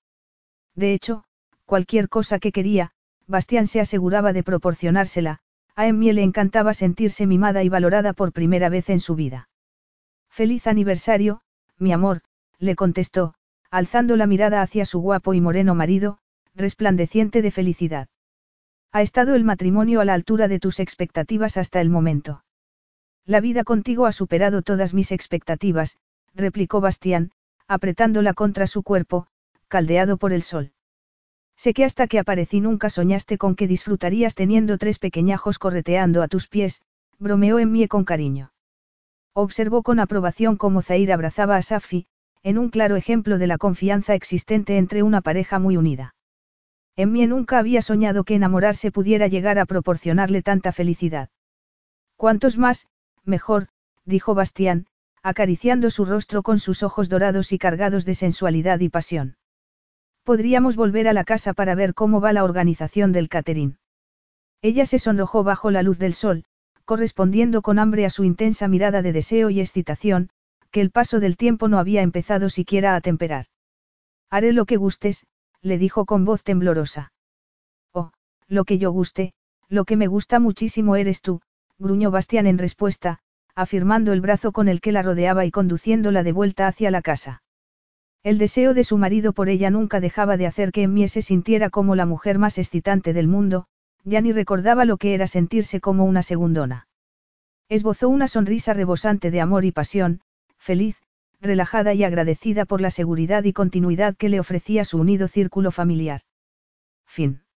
De hecho, cualquier cosa que quería, Bastián se aseguraba de proporcionársela. A Emmie le encantaba sentirse mimada y valorada por primera vez en su vida. «Feliz aniversario, mi amor», le contestó, alzando la mirada hacia su guapo y moreno marido, resplandeciente de felicidad. «¿Ha estado el matrimonio a la altura de tus expectativas hasta el momento?» «La vida contigo ha superado todas mis expectativas», replicó Bastián, apretándola contra su cuerpo, caldeado por el sol. «Sé que hasta que aparecí nunca soñaste con que disfrutarías teniendo 3 pequeñajos correteando a tus pies», bromeó Emmie con cariño. Observó con aprobación cómo Zair abrazaba a Safi, en un claro ejemplo de la confianza existente entre una pareja muy unida. Emmie nunca había soñado que enamorarse pudiera llegar a proporcionarle tanta felicidad. «Cuantos más, mejor», dijo Bastián, acariciando su rostro con sus ojos dorados y cargados de sensualidad y pasión. «Podríamos volver a la casa para ver cómo va la organización del catering». Ella se sonrojó bajo la luz del sol, correspondiendo con hambre a su intensa mirada de deseo y excitación, que el paso del tiempo no había empezado siquiera a atemperar. «Haré lo que gustes», le dijo con voz temblorosa. «Oh, lo que yo guste, lo que me gusta muchísimo eres tú», gruñó Bastián en respuesta, afirmando el brazo con el que la rodeaba y conduciéndola de vuelta hacia la casa. El deseo de su marido por ella nunca dejaba de hacer que Emmie se sintiera como la mujer más excitante del mundo, ya ni recordaba lo que era sentirse como una segundona. Esbozó una sonrisa rebosante de amor y pasión, feliz, relajada y agradecida por la seguridad y continuidad que le ofrecía su unido círculo familiar. Fin.